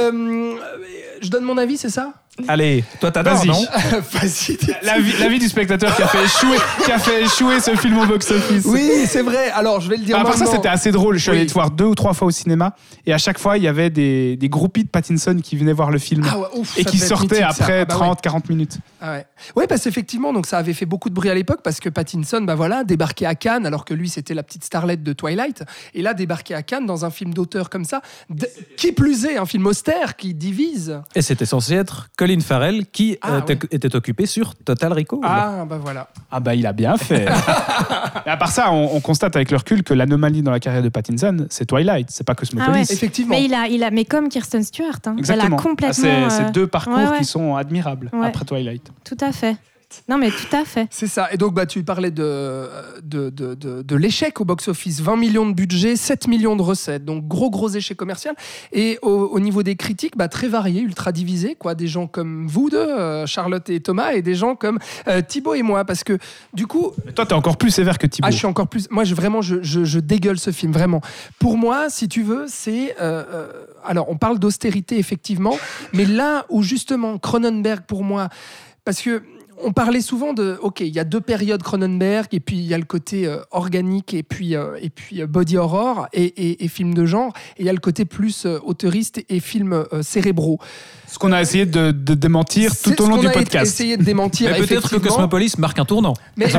Je donne mon avis, c'est ça ? Allez, toi t'adores, vas-y. Non Vas-y. L'avis du spectateur qui a fait échouer ce film au box-office. Oui, c'est vrai. Alors, je vais le dire maintenant. Par ça, c'était assez drôle. Je suis allé te voir 2 ou 3 fois au cinéma. Et à chaque fois, il y avait des groupies de Pattinson qui venaient voir le film. Et qui sortaient après 30-40 minutes. Ouais, parce qu'effectivement, donc, ça avait fait beaucoup de bruit à l'époque parce que Pattinson, débarquait à Cannes alors que lui, c'était la petite starlette de Twilight. Et là, débarquer à Cannes dans un film d'auteur comme ça, qui plus est, un film austère qui divise. Et c'était censé être Colin Farrell qui était occupé sur Total Recall. Voilà. Il a bien fait. Et à part ça, on constate avec le recul que l'anomalie dans la carrière de Pattinson, c'est Twilight, c'est pas Cosmopolis. Effectivement. Mais mais comme Kirsten Stewart, Exactement. Elle a complètement. C'est 2 parcours qui sont admirables après Twilight. Tout à fait. Non, mais tout à fait. C'est ça. Et donc, tu parlais de l'échec au box-office. 20 millions de budget, 7 millions de recettes. Donc, gros échec commercial. Et au niveau des critiques, très varié, ultra divisé. Des gens comme vous deux, Charlotte et Thomas, et des gens comme Thibaut et moi. Parce que, du coup... Mais toi, t'es encore plus sévère que Thibaut. Je suis encore plus... Moi, je dégueule ce film, vraiment. Pour moi, si tu veux, c'est... alors, on parle d'austérité, effectivement. Mais là où, justement, Cronenberg, pour moi... Parce que... On parlait souvent il y a 2 périodes Cronenberg, et puis il y a le côté organique, et puis body horror, et film de genre, et il y a le côté plus auteuriste et films cérébraux. Ce qu'on a essayé de démentir tout au long du podcast. Essayé de démentir. Mais peut-être que Cosmopolis marque un tournant.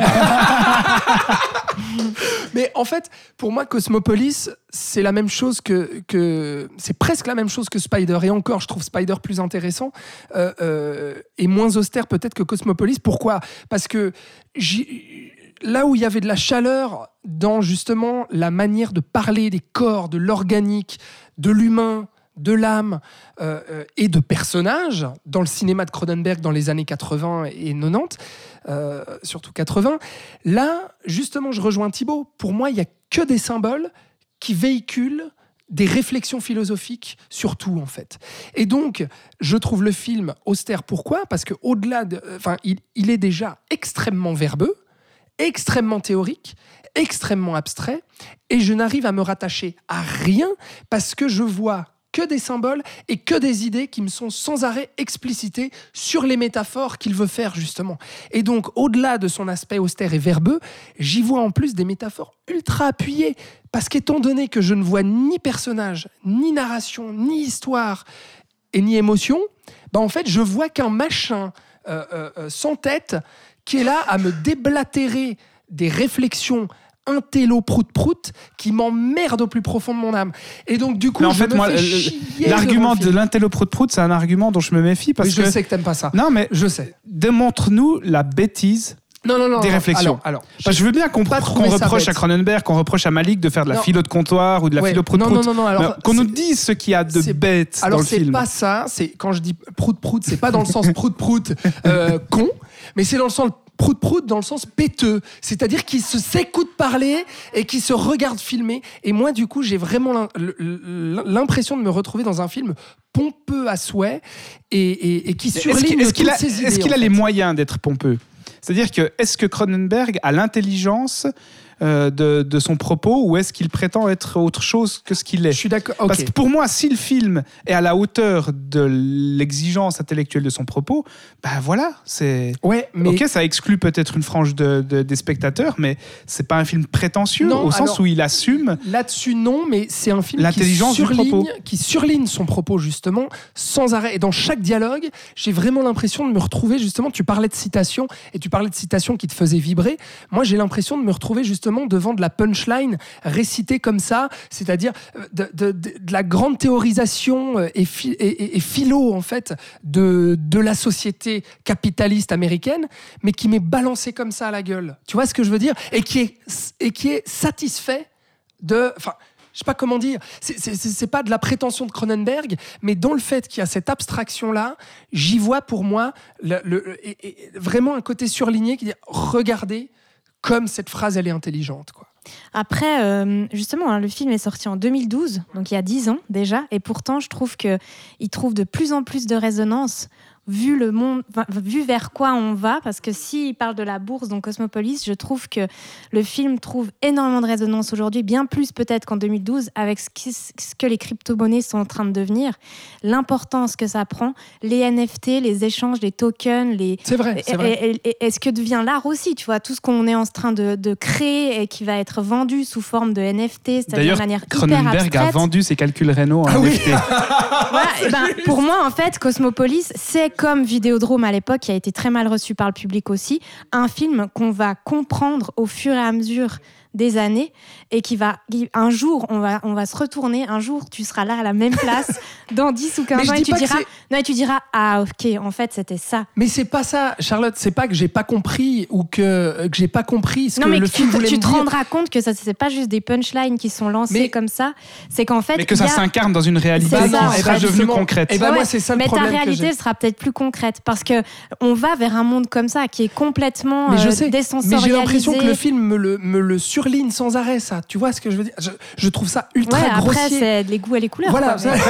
Mais en fait, pour moi, Cosmopolis, c'est la même chose c'est presque la même chose que Spider. Et encore, je trouve Spider plus intéressant et moins austère peut-être que Cosmopolis. Pourquoi ? Parce que là où il y avait de la chaleur dans justement la manière de parler des corps, de l'organique, de l'humain, de l'âme et de personnages dans le cinéma de Cronenberg dans les années 80 et 90, surtout 80. Là, justement, je rejoins Thibaut. Pour moi, il n'y a que des symboles qui véhiculent des réflexions philosophiques sur tout, en fait. Et donc, je trouve le film austère. Pourquoi ? Parce qu'au-delà il est déjà extrêmement verbeux, extrêmement théorique, extrêmement abstrait, et je n'arrive à me rattacher à rien parce que je vois que des symboles et que des idées qui me sont sans arrêt explicitées sur les métaphores qu'il veut faire justement. Et donc, au-delà de son aspect austère et verbeux, j'y vois en plus des métaphores ultra appuyées. Parce qu'étant donné que je ne vois ni personnage, ni narration, ni histoire et ni émotion, en fait, je vois qu'un machin sans tête qui est là à me déblatérer des réflexions intello prout-prout qui m'emmerde au plus profond de mon âme. Et donc, du coup, l'argument de l'intello prout-prout, c'est un argument dont je me méfie parce que... Je sais que t'aimes pas ça. Non, mais je sais. Démontre-nous la bêtise des réflexions. Alors, je veux bien qu'on reproche à Cronenberg, qu'on reproche à Malik de faire de la philo de comptoir ou de la philo prout-prout. Non, qu'on nous dise ce qu'il y a de bête dans le film. Alors, c'est pas ça. Quand je dis prout-prout, c'est pas dans le sens prout-prout con, mais c'est dans le sens prout-prout dans le sens péteux, c'est-à-dire qui s'écoute parler et qui se regarde filmer. Et moi, du coup, j'ai vraiment l'impression de me retrouver dans un film pompeux à souhait et qui surligne toutes ces idées. Est-ce qu'il a les moyens d'être pompeux ? C'est-à-dire que, est-ce que Cronenberg a l'intelligence de son propos ou est-ce qu'il prétend être autre chose que ce qu'il est ? Je suis d'accord. Okay. Parce que pour moi, si le film est à la hauteur de l'exigence intellectuelle de son propos, voilà, c'est... Ouais, mais... Ok, ça exclut peut-être une frange des spectateurs, mais c'est pas un film prétentieux sens où il assume... Là-dessus, non, mais c'est un film qui surligne son propos, justement, sans arrêt. Et dans chaque dialogue, j'ai vraiment l'impression de me retrouver, justement, tu parlais de citations, et tu parlais de citations qui te faisaient vibrer. Moi, j'ai l'impression de me retrouver, justement, devant de la punchline récitée comme ça, c'est-à-dire de la grande théorisation et philo en fait de la société capitaliste américaine, mais qui m'est balancée comme ça à la gueule. Tu vois ce que je veux dire ? Et qui est satisfait de... Enfin, je sais pas comment dire, c'est pas de la prétention de Cronenberg, mais dans le fait qu'il y a cette abstraction-là, j'y vois pour moi vraiment un côté surligné qui dit « Regardez », comme cette phrase, elle est intelligente, quoi. Après, justement, le film est sorti en 2012, donc il y a 10 ans déjà, et pourtant, je trouve qu'il trouve de plus en plus de résonance vu le monde, vu vers quoi on va, parce que s'il parle de la bourse dans Cosmopolis, je trouve que le film trouve énormément de résonance aujourd'hui, bien plus peut-être qu'en 2012, avec ce que les crypto-monnaies sont en train de devenir, l'importance que ça prend, les NFT, les échanges, les tokens, C'est vrai. Et ce que devient l'art aussi, tu vois, tout ce qu'on est en train de créer et qui va être vendu sous forme de NFT, c'est-à-dire de manière hyper abstraite. D'ailleurs, Cronenberg a vendu ses calculs rénaux en NFT. Voilà, pour moi, en fait, Cosmopolis, c'est comme Vidéodrome à l'époque, qui a été très mal reçu par le public aussi, un film qu'on va comprendre au fur et à mesure des années et un jour on va se retourner, un jour tu seras là à la même place dans 10 ou 15 ans et tu diras ah ok, en fait c'était ça. Mais c'est pas ça, Charlotte, c'est pas que j'ai pas compris ou que j'ai pas compris ce que le film voulait me dire. Tu te rendras compte que ça c'est pas juste des punchlines qui sont lancées comme ça, c'est qu'en fait mais que ça s'incarne dans une réalité qui sera devenue concrète. Et moi c'est ça le problème. Mais ta réalité sera peut-être plus concrète parce que on va vers un monde comme ça qui est complètement désensorialisé. Mais j'ai l'impression que le film me le surligne sans arrêt, ça. Tu vois ce que je veux dire ? Je trouve ça ultra grossier. Après, c'est les goûts et les couleurs. Voilà. Ça,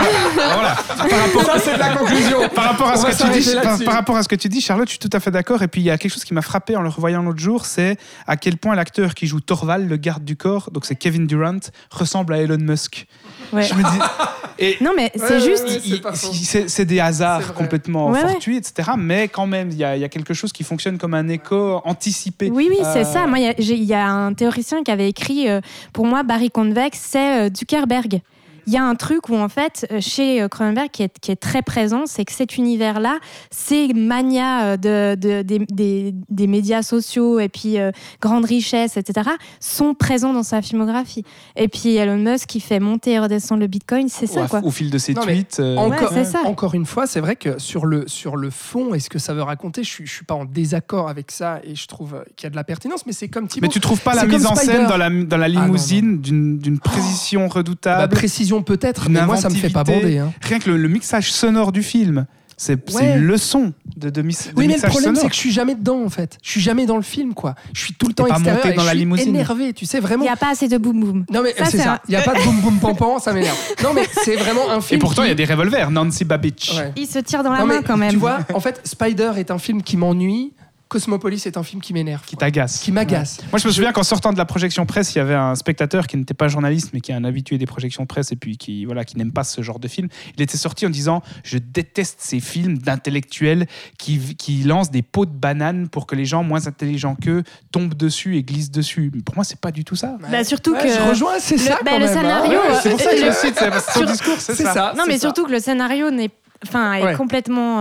c'est de la conclusion. Par rapport à ce que tu dis, Charlotte, je suis tout à fait d'accord. Et puis, il y a quelque chose qui m'a frappé en le revoyant l'autre jour, c'est à quel point l'acteur qui joue Torvald, le garde du corps, donc c'est Kevin Durant, ressemble à Elon Musk. Ouais. Je me dis... non, mais c'est juste... c'est des hasards complètement fortuits, etc. Mais quand même, il y a quelque chose qui fonctionne comme un écho anticipé. Oui, c'est ça. Moi, il y a un théoricien qui avait écrit, pour moi, Barry Convex, c'est Zuckerberg. Il y a un truc où, en fait, chez Cronenberg, qui est très présent, c'est que cet univers-là, ces manias des médias sociaux et puis grande richesse, etc., sont présents dans sa filmographie. Et puis Elon Musk qui fait monter et redescendre le Bitcoin, c'est ça, quoi. Au fil de ses tweets. Encore une fois, c'est vrai que sur le fond et ce que ça veut raconter, je suis pas en désaccord avec ça et je trouve qu'il y a de la pertinence, mais c'est comme Thibaut. Mais tu trouves pas la mise en scène dans la limousine d'une précision redoutable? Précision peut-être, mais moi ça me fait pas bander. Rien que le mixage sonore du film, c'est une leçon de mixage sonore. Oui, mais le problème c'est que je suis jamais dedans en fait. Je suis jamais dans le film, quoi. Je suis tout le temps extérieur et je suis énervé, tu sais, vraiment. Il y a pas assez de boum boum. Non mais c'est ça. Il y a pas de boum boum pam, ça m'énerve. Non mais c'est vraiment un film. Et pourtant il y a des revolvers, Nancy Babich. Il se tire dans la main quand même. Tu vois, en fait, Spider est un film qui m'ennuie Cosmopolis est un film qui m'énerve. Qui t'agace. Qui m'agace. Moi, je me souviens qu'en sortant de la projection presse, il y avait un spectateur qui n'était pas journaliste, mais qui est un habitué des projections de presse et puis qui n'aime pas ce genre de film. Il était sorti en disant « Je déteste ces films d'intellectuels qui lancent des pots de bananes pour que les gens moins intelligents qu'eux tombent dessus et glissent dessus. » Pour moi, c'est pas du tout ça. Surtout que je rejoins, c'est ça quand le même. scénario... C'est pour ça que je le cite, son discours, c'est ça. Non, mais surtout que le scénario est complètement...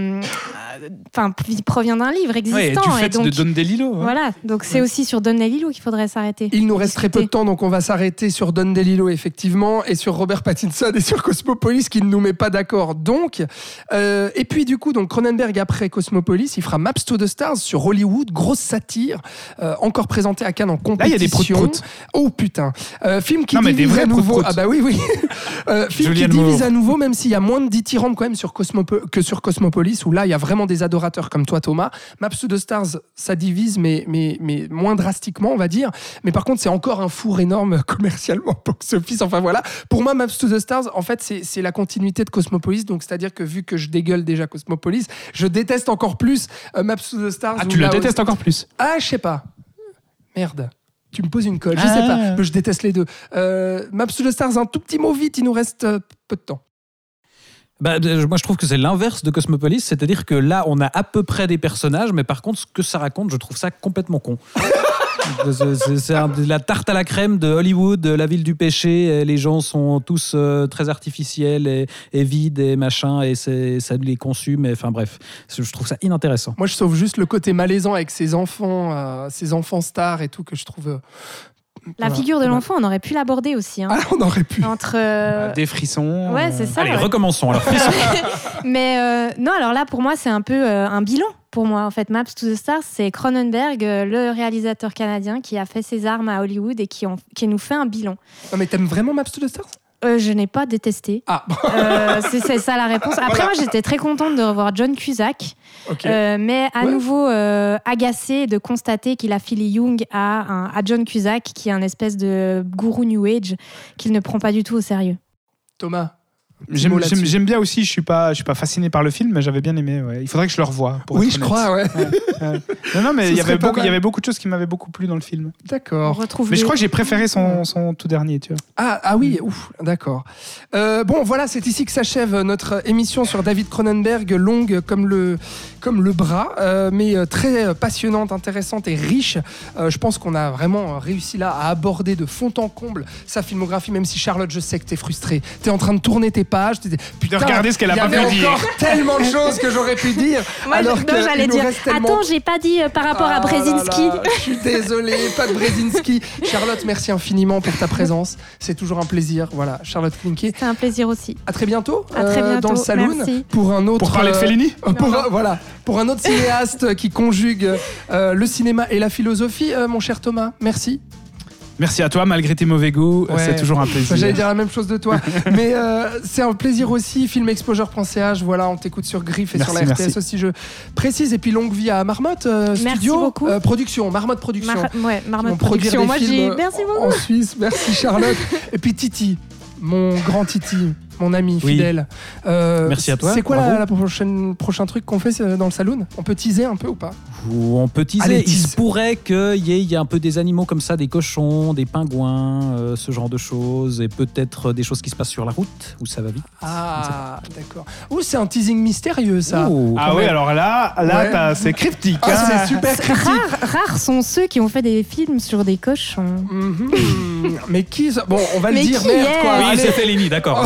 il provient d'un livre existant. Du fait de Don DeLillo. Voilà, donc c'est aussi sur Don DeLillo qu'il faudrait s'arrêter. Il nous reste très peu de temps, donc on va s'arrêter sur Don DeLillo, effectivement, et sur Robert Pattinson et sur Cosmopolis, qui ne nous met pas d'accord. Donc, et puis du coup, donc Cronenberg, après Cosmopolis, il fera Maps to the Stars sur Hollywood, grosse satire, encore présenté à Cannes en compétition. Là, il y a des proutes. Oh putain. Film qui divise à nouveau. Ah bah oui. Film qui divise à nouveau, même s'il y a moins de dithyrambe quand même que sur Cosmopolis, où là, il y a vraiment des adorateurs comme toi, Thomas. Maps to the Stars, ça divise, mais moins drastiquement, on va dire. Mais par contre, c'est encore un four énorme commercialement box-office. Enfin voilà. Pour moi, Maps to the Stars, en fait, c'est la continuité de Cosmopolis. Donc, c'est-à-dire que vu que je dégueule déjà Cosmopolis, je déteste encore plus Maps to the Stars. Ah, tu le détestes encore plus? Ah, je sais pas. Merde. Tu me poses une colle. Je sais pas. Je déteste les deux. Maps to the Stars, un tout petit mot vite. Il nous reste peu de temps. Moi, je trouve que c'est l'inverse de Cosmopolis, c'est-à-dire que là, on a à peu près des personnages, mais par contre, ce que ça raconte, je trouve ça complètement con. C'est la tarte à la crème de Hollywood, la ville du péché. Les gens sont tous très artificiels et vides et machin, et ça les consume. Enfin bref, je trouve ça inintéressant. Moi, je sauve juste le côté malaisant avec ces enfants stars et tout que je trouve. La figure de l'enfant, on aurait pu l'aborder aussi. Hein. Ah, on aurait pu. Entre des frissons. Ouais, c'est ça. Allez, recommençons. Alors, frissons. Mais non, alors là, pour moi, c'est un peu un bilan. Pour moi, en fait, Maps to the Stars, c'est Cronenberg, le réalisateur canadien, qui a fait ses armes à Hollywood et qui nous fait un bilan. Non, mais t'aimes vraiment Maps to the Stars ? Je n'ai pas détesté. Ah. C'est ça la réponse. Après, moi, j'étais très contente de revoir John Cusack, mais à nouveau agacée de constater qu'il a filé Jung à John Cusack, qui est un espèce de gourou New Age qu'il ne prend pas du tout au sérieux. Thomas, j'aime bien aussi. Je suis pas fasciné par le film, mais j'avais bien aimé. Ouais. Il faudrait que je le revoie. Oui, je crois. Ouais. Non, mais il y avait beaucoup de choses qui m'avaient beaucoup plu dans le film. D'accord. Mais je crois que j'ai préféré son tout dernier, tu vois. Ah oui, ouf, d'accord. Bon, voilà, c'est ici que s'achève notre émission sur David Cronenberg, longue comme le bras, mais très passionnante, intéressante et riche. Je pense qu'on a vraiment réussi là à aborder de fond en comble sa filmographie, même si Charlotte, je sais que t'es frustrée. T'es en train de tourner tes pages. Putain, regardez ce qu'elle a pas pu dire. Il y avait encore tellement de choses que j'aurais pu dire. Moi, j'allais dire, attends, j'ai pas dit par rapport à Brzezinski. Je suis désolé, pas de Brzezinski. Charlotte, merci infiniment pour ta présence. C'est toujours un plaisir. Voilà, Charlotte Klinké. C'est un plaisir aussi. À très bientôt. À très bientôt. Dans le Saloon. Merci. Pour un autre. Pour parler de Fellini. Pour un autre cinéaste qui conjugue le cinéma et la philosophie, mon cher Thomas. Merci. Merci à toi, malgré tes mauvais goûts, c'est toujours un plaisir. J'allais dire la même chose de toi, mais c'est un plaisir aussi. Filmexposure.ch, voilà, on t'écoute sur Griffe et sur la RTS aussi, je précise. Et puis longue vie à Marmotte Studio, production, Marmotte Production. Marmotte Production. Moi, merci beaucoup. En Suisse, merci Charlotte. Et puis Titi, mon grand Titi. Mon ami fidèle. Merci à toi. C'est quoi la prochain truc qu'on fait dans le saloon ? On peut teaser un peu ou pas ? On peut teaser. Allez, il se pourrait qu'il y ait un peu des animaux comme ça, des cochons, des pingouins, ce genre de choses, et peut-être des choses qui se passent sur la route où ça va vite. Ah, d'accord. C'est un teasing mystérieux, ça. Alors là, c'est cryptique. C'est super cryptique. Rares sont ceux qui ont fait des films sur des cochons. Mais qui ça ? Bon, on va le dire, merde, quoi. Oui, c'est Fellini, d'accord.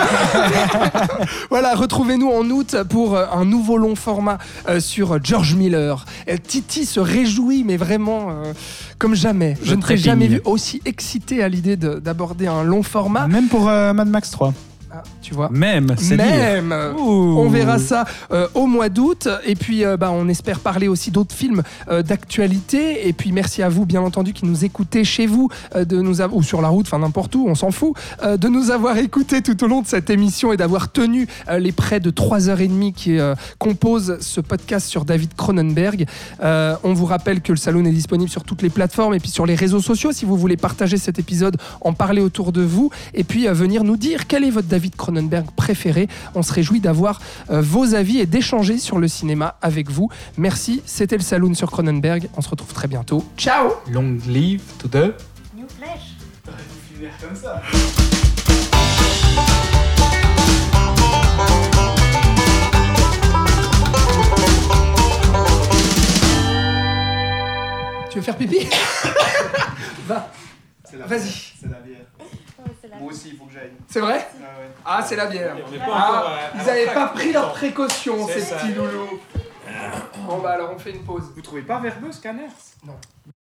Voilà, retrouvez-nous en août pour un nouveau long format sur George Miller. Titi se réjouit, mais vraiment comme jamais. Je ne t'ai jamais vu aussi excité à l'idée d'aborder un long format. Même pour Mad Max 3. Tu vois. C'est dire. On verra ça au mois d'août. Et puis, on espère parler aussi d'autres films d'actualité. Et puis, merci à vous, bien entendu, qui nous écoutez chez vous, ou sur la route, enfin n'importe où, on s'en fout, de nous avoir écoutés tout au long de cette émission et d'avoir tenu les près de 3h30 qui composent ce podcast sur David Cronenberg. On vous rappelle que le Saloon est disponible sur toutes les plateformes et puis sur les réseaux sociaux. Si vous voulez partager cet épisode, en parler autour de vous et puis venir nous dire quel est votre David Cronenberg Cronenberg préférés. On se réjouit d'avoir vos avis et d'échanger sur le cinéma avec vous. Merci, c'était le Saloon sur Cronenberg. On se retrouve très bientôt. Ciao. Long live to the New Flash. T'aurais dû finir comme ça. Tu veux faire pipi? Va. Vas-y. C'est la bière. Moi aussi, il faut que j'aille. C'est vrai? Ah, c'est la bière. Ils n'avaient pas pris leurs précautions, ces petits loulous. Bon, bah alors on fait une pause. Vous trouvez pas verbeux, Scanners? Non.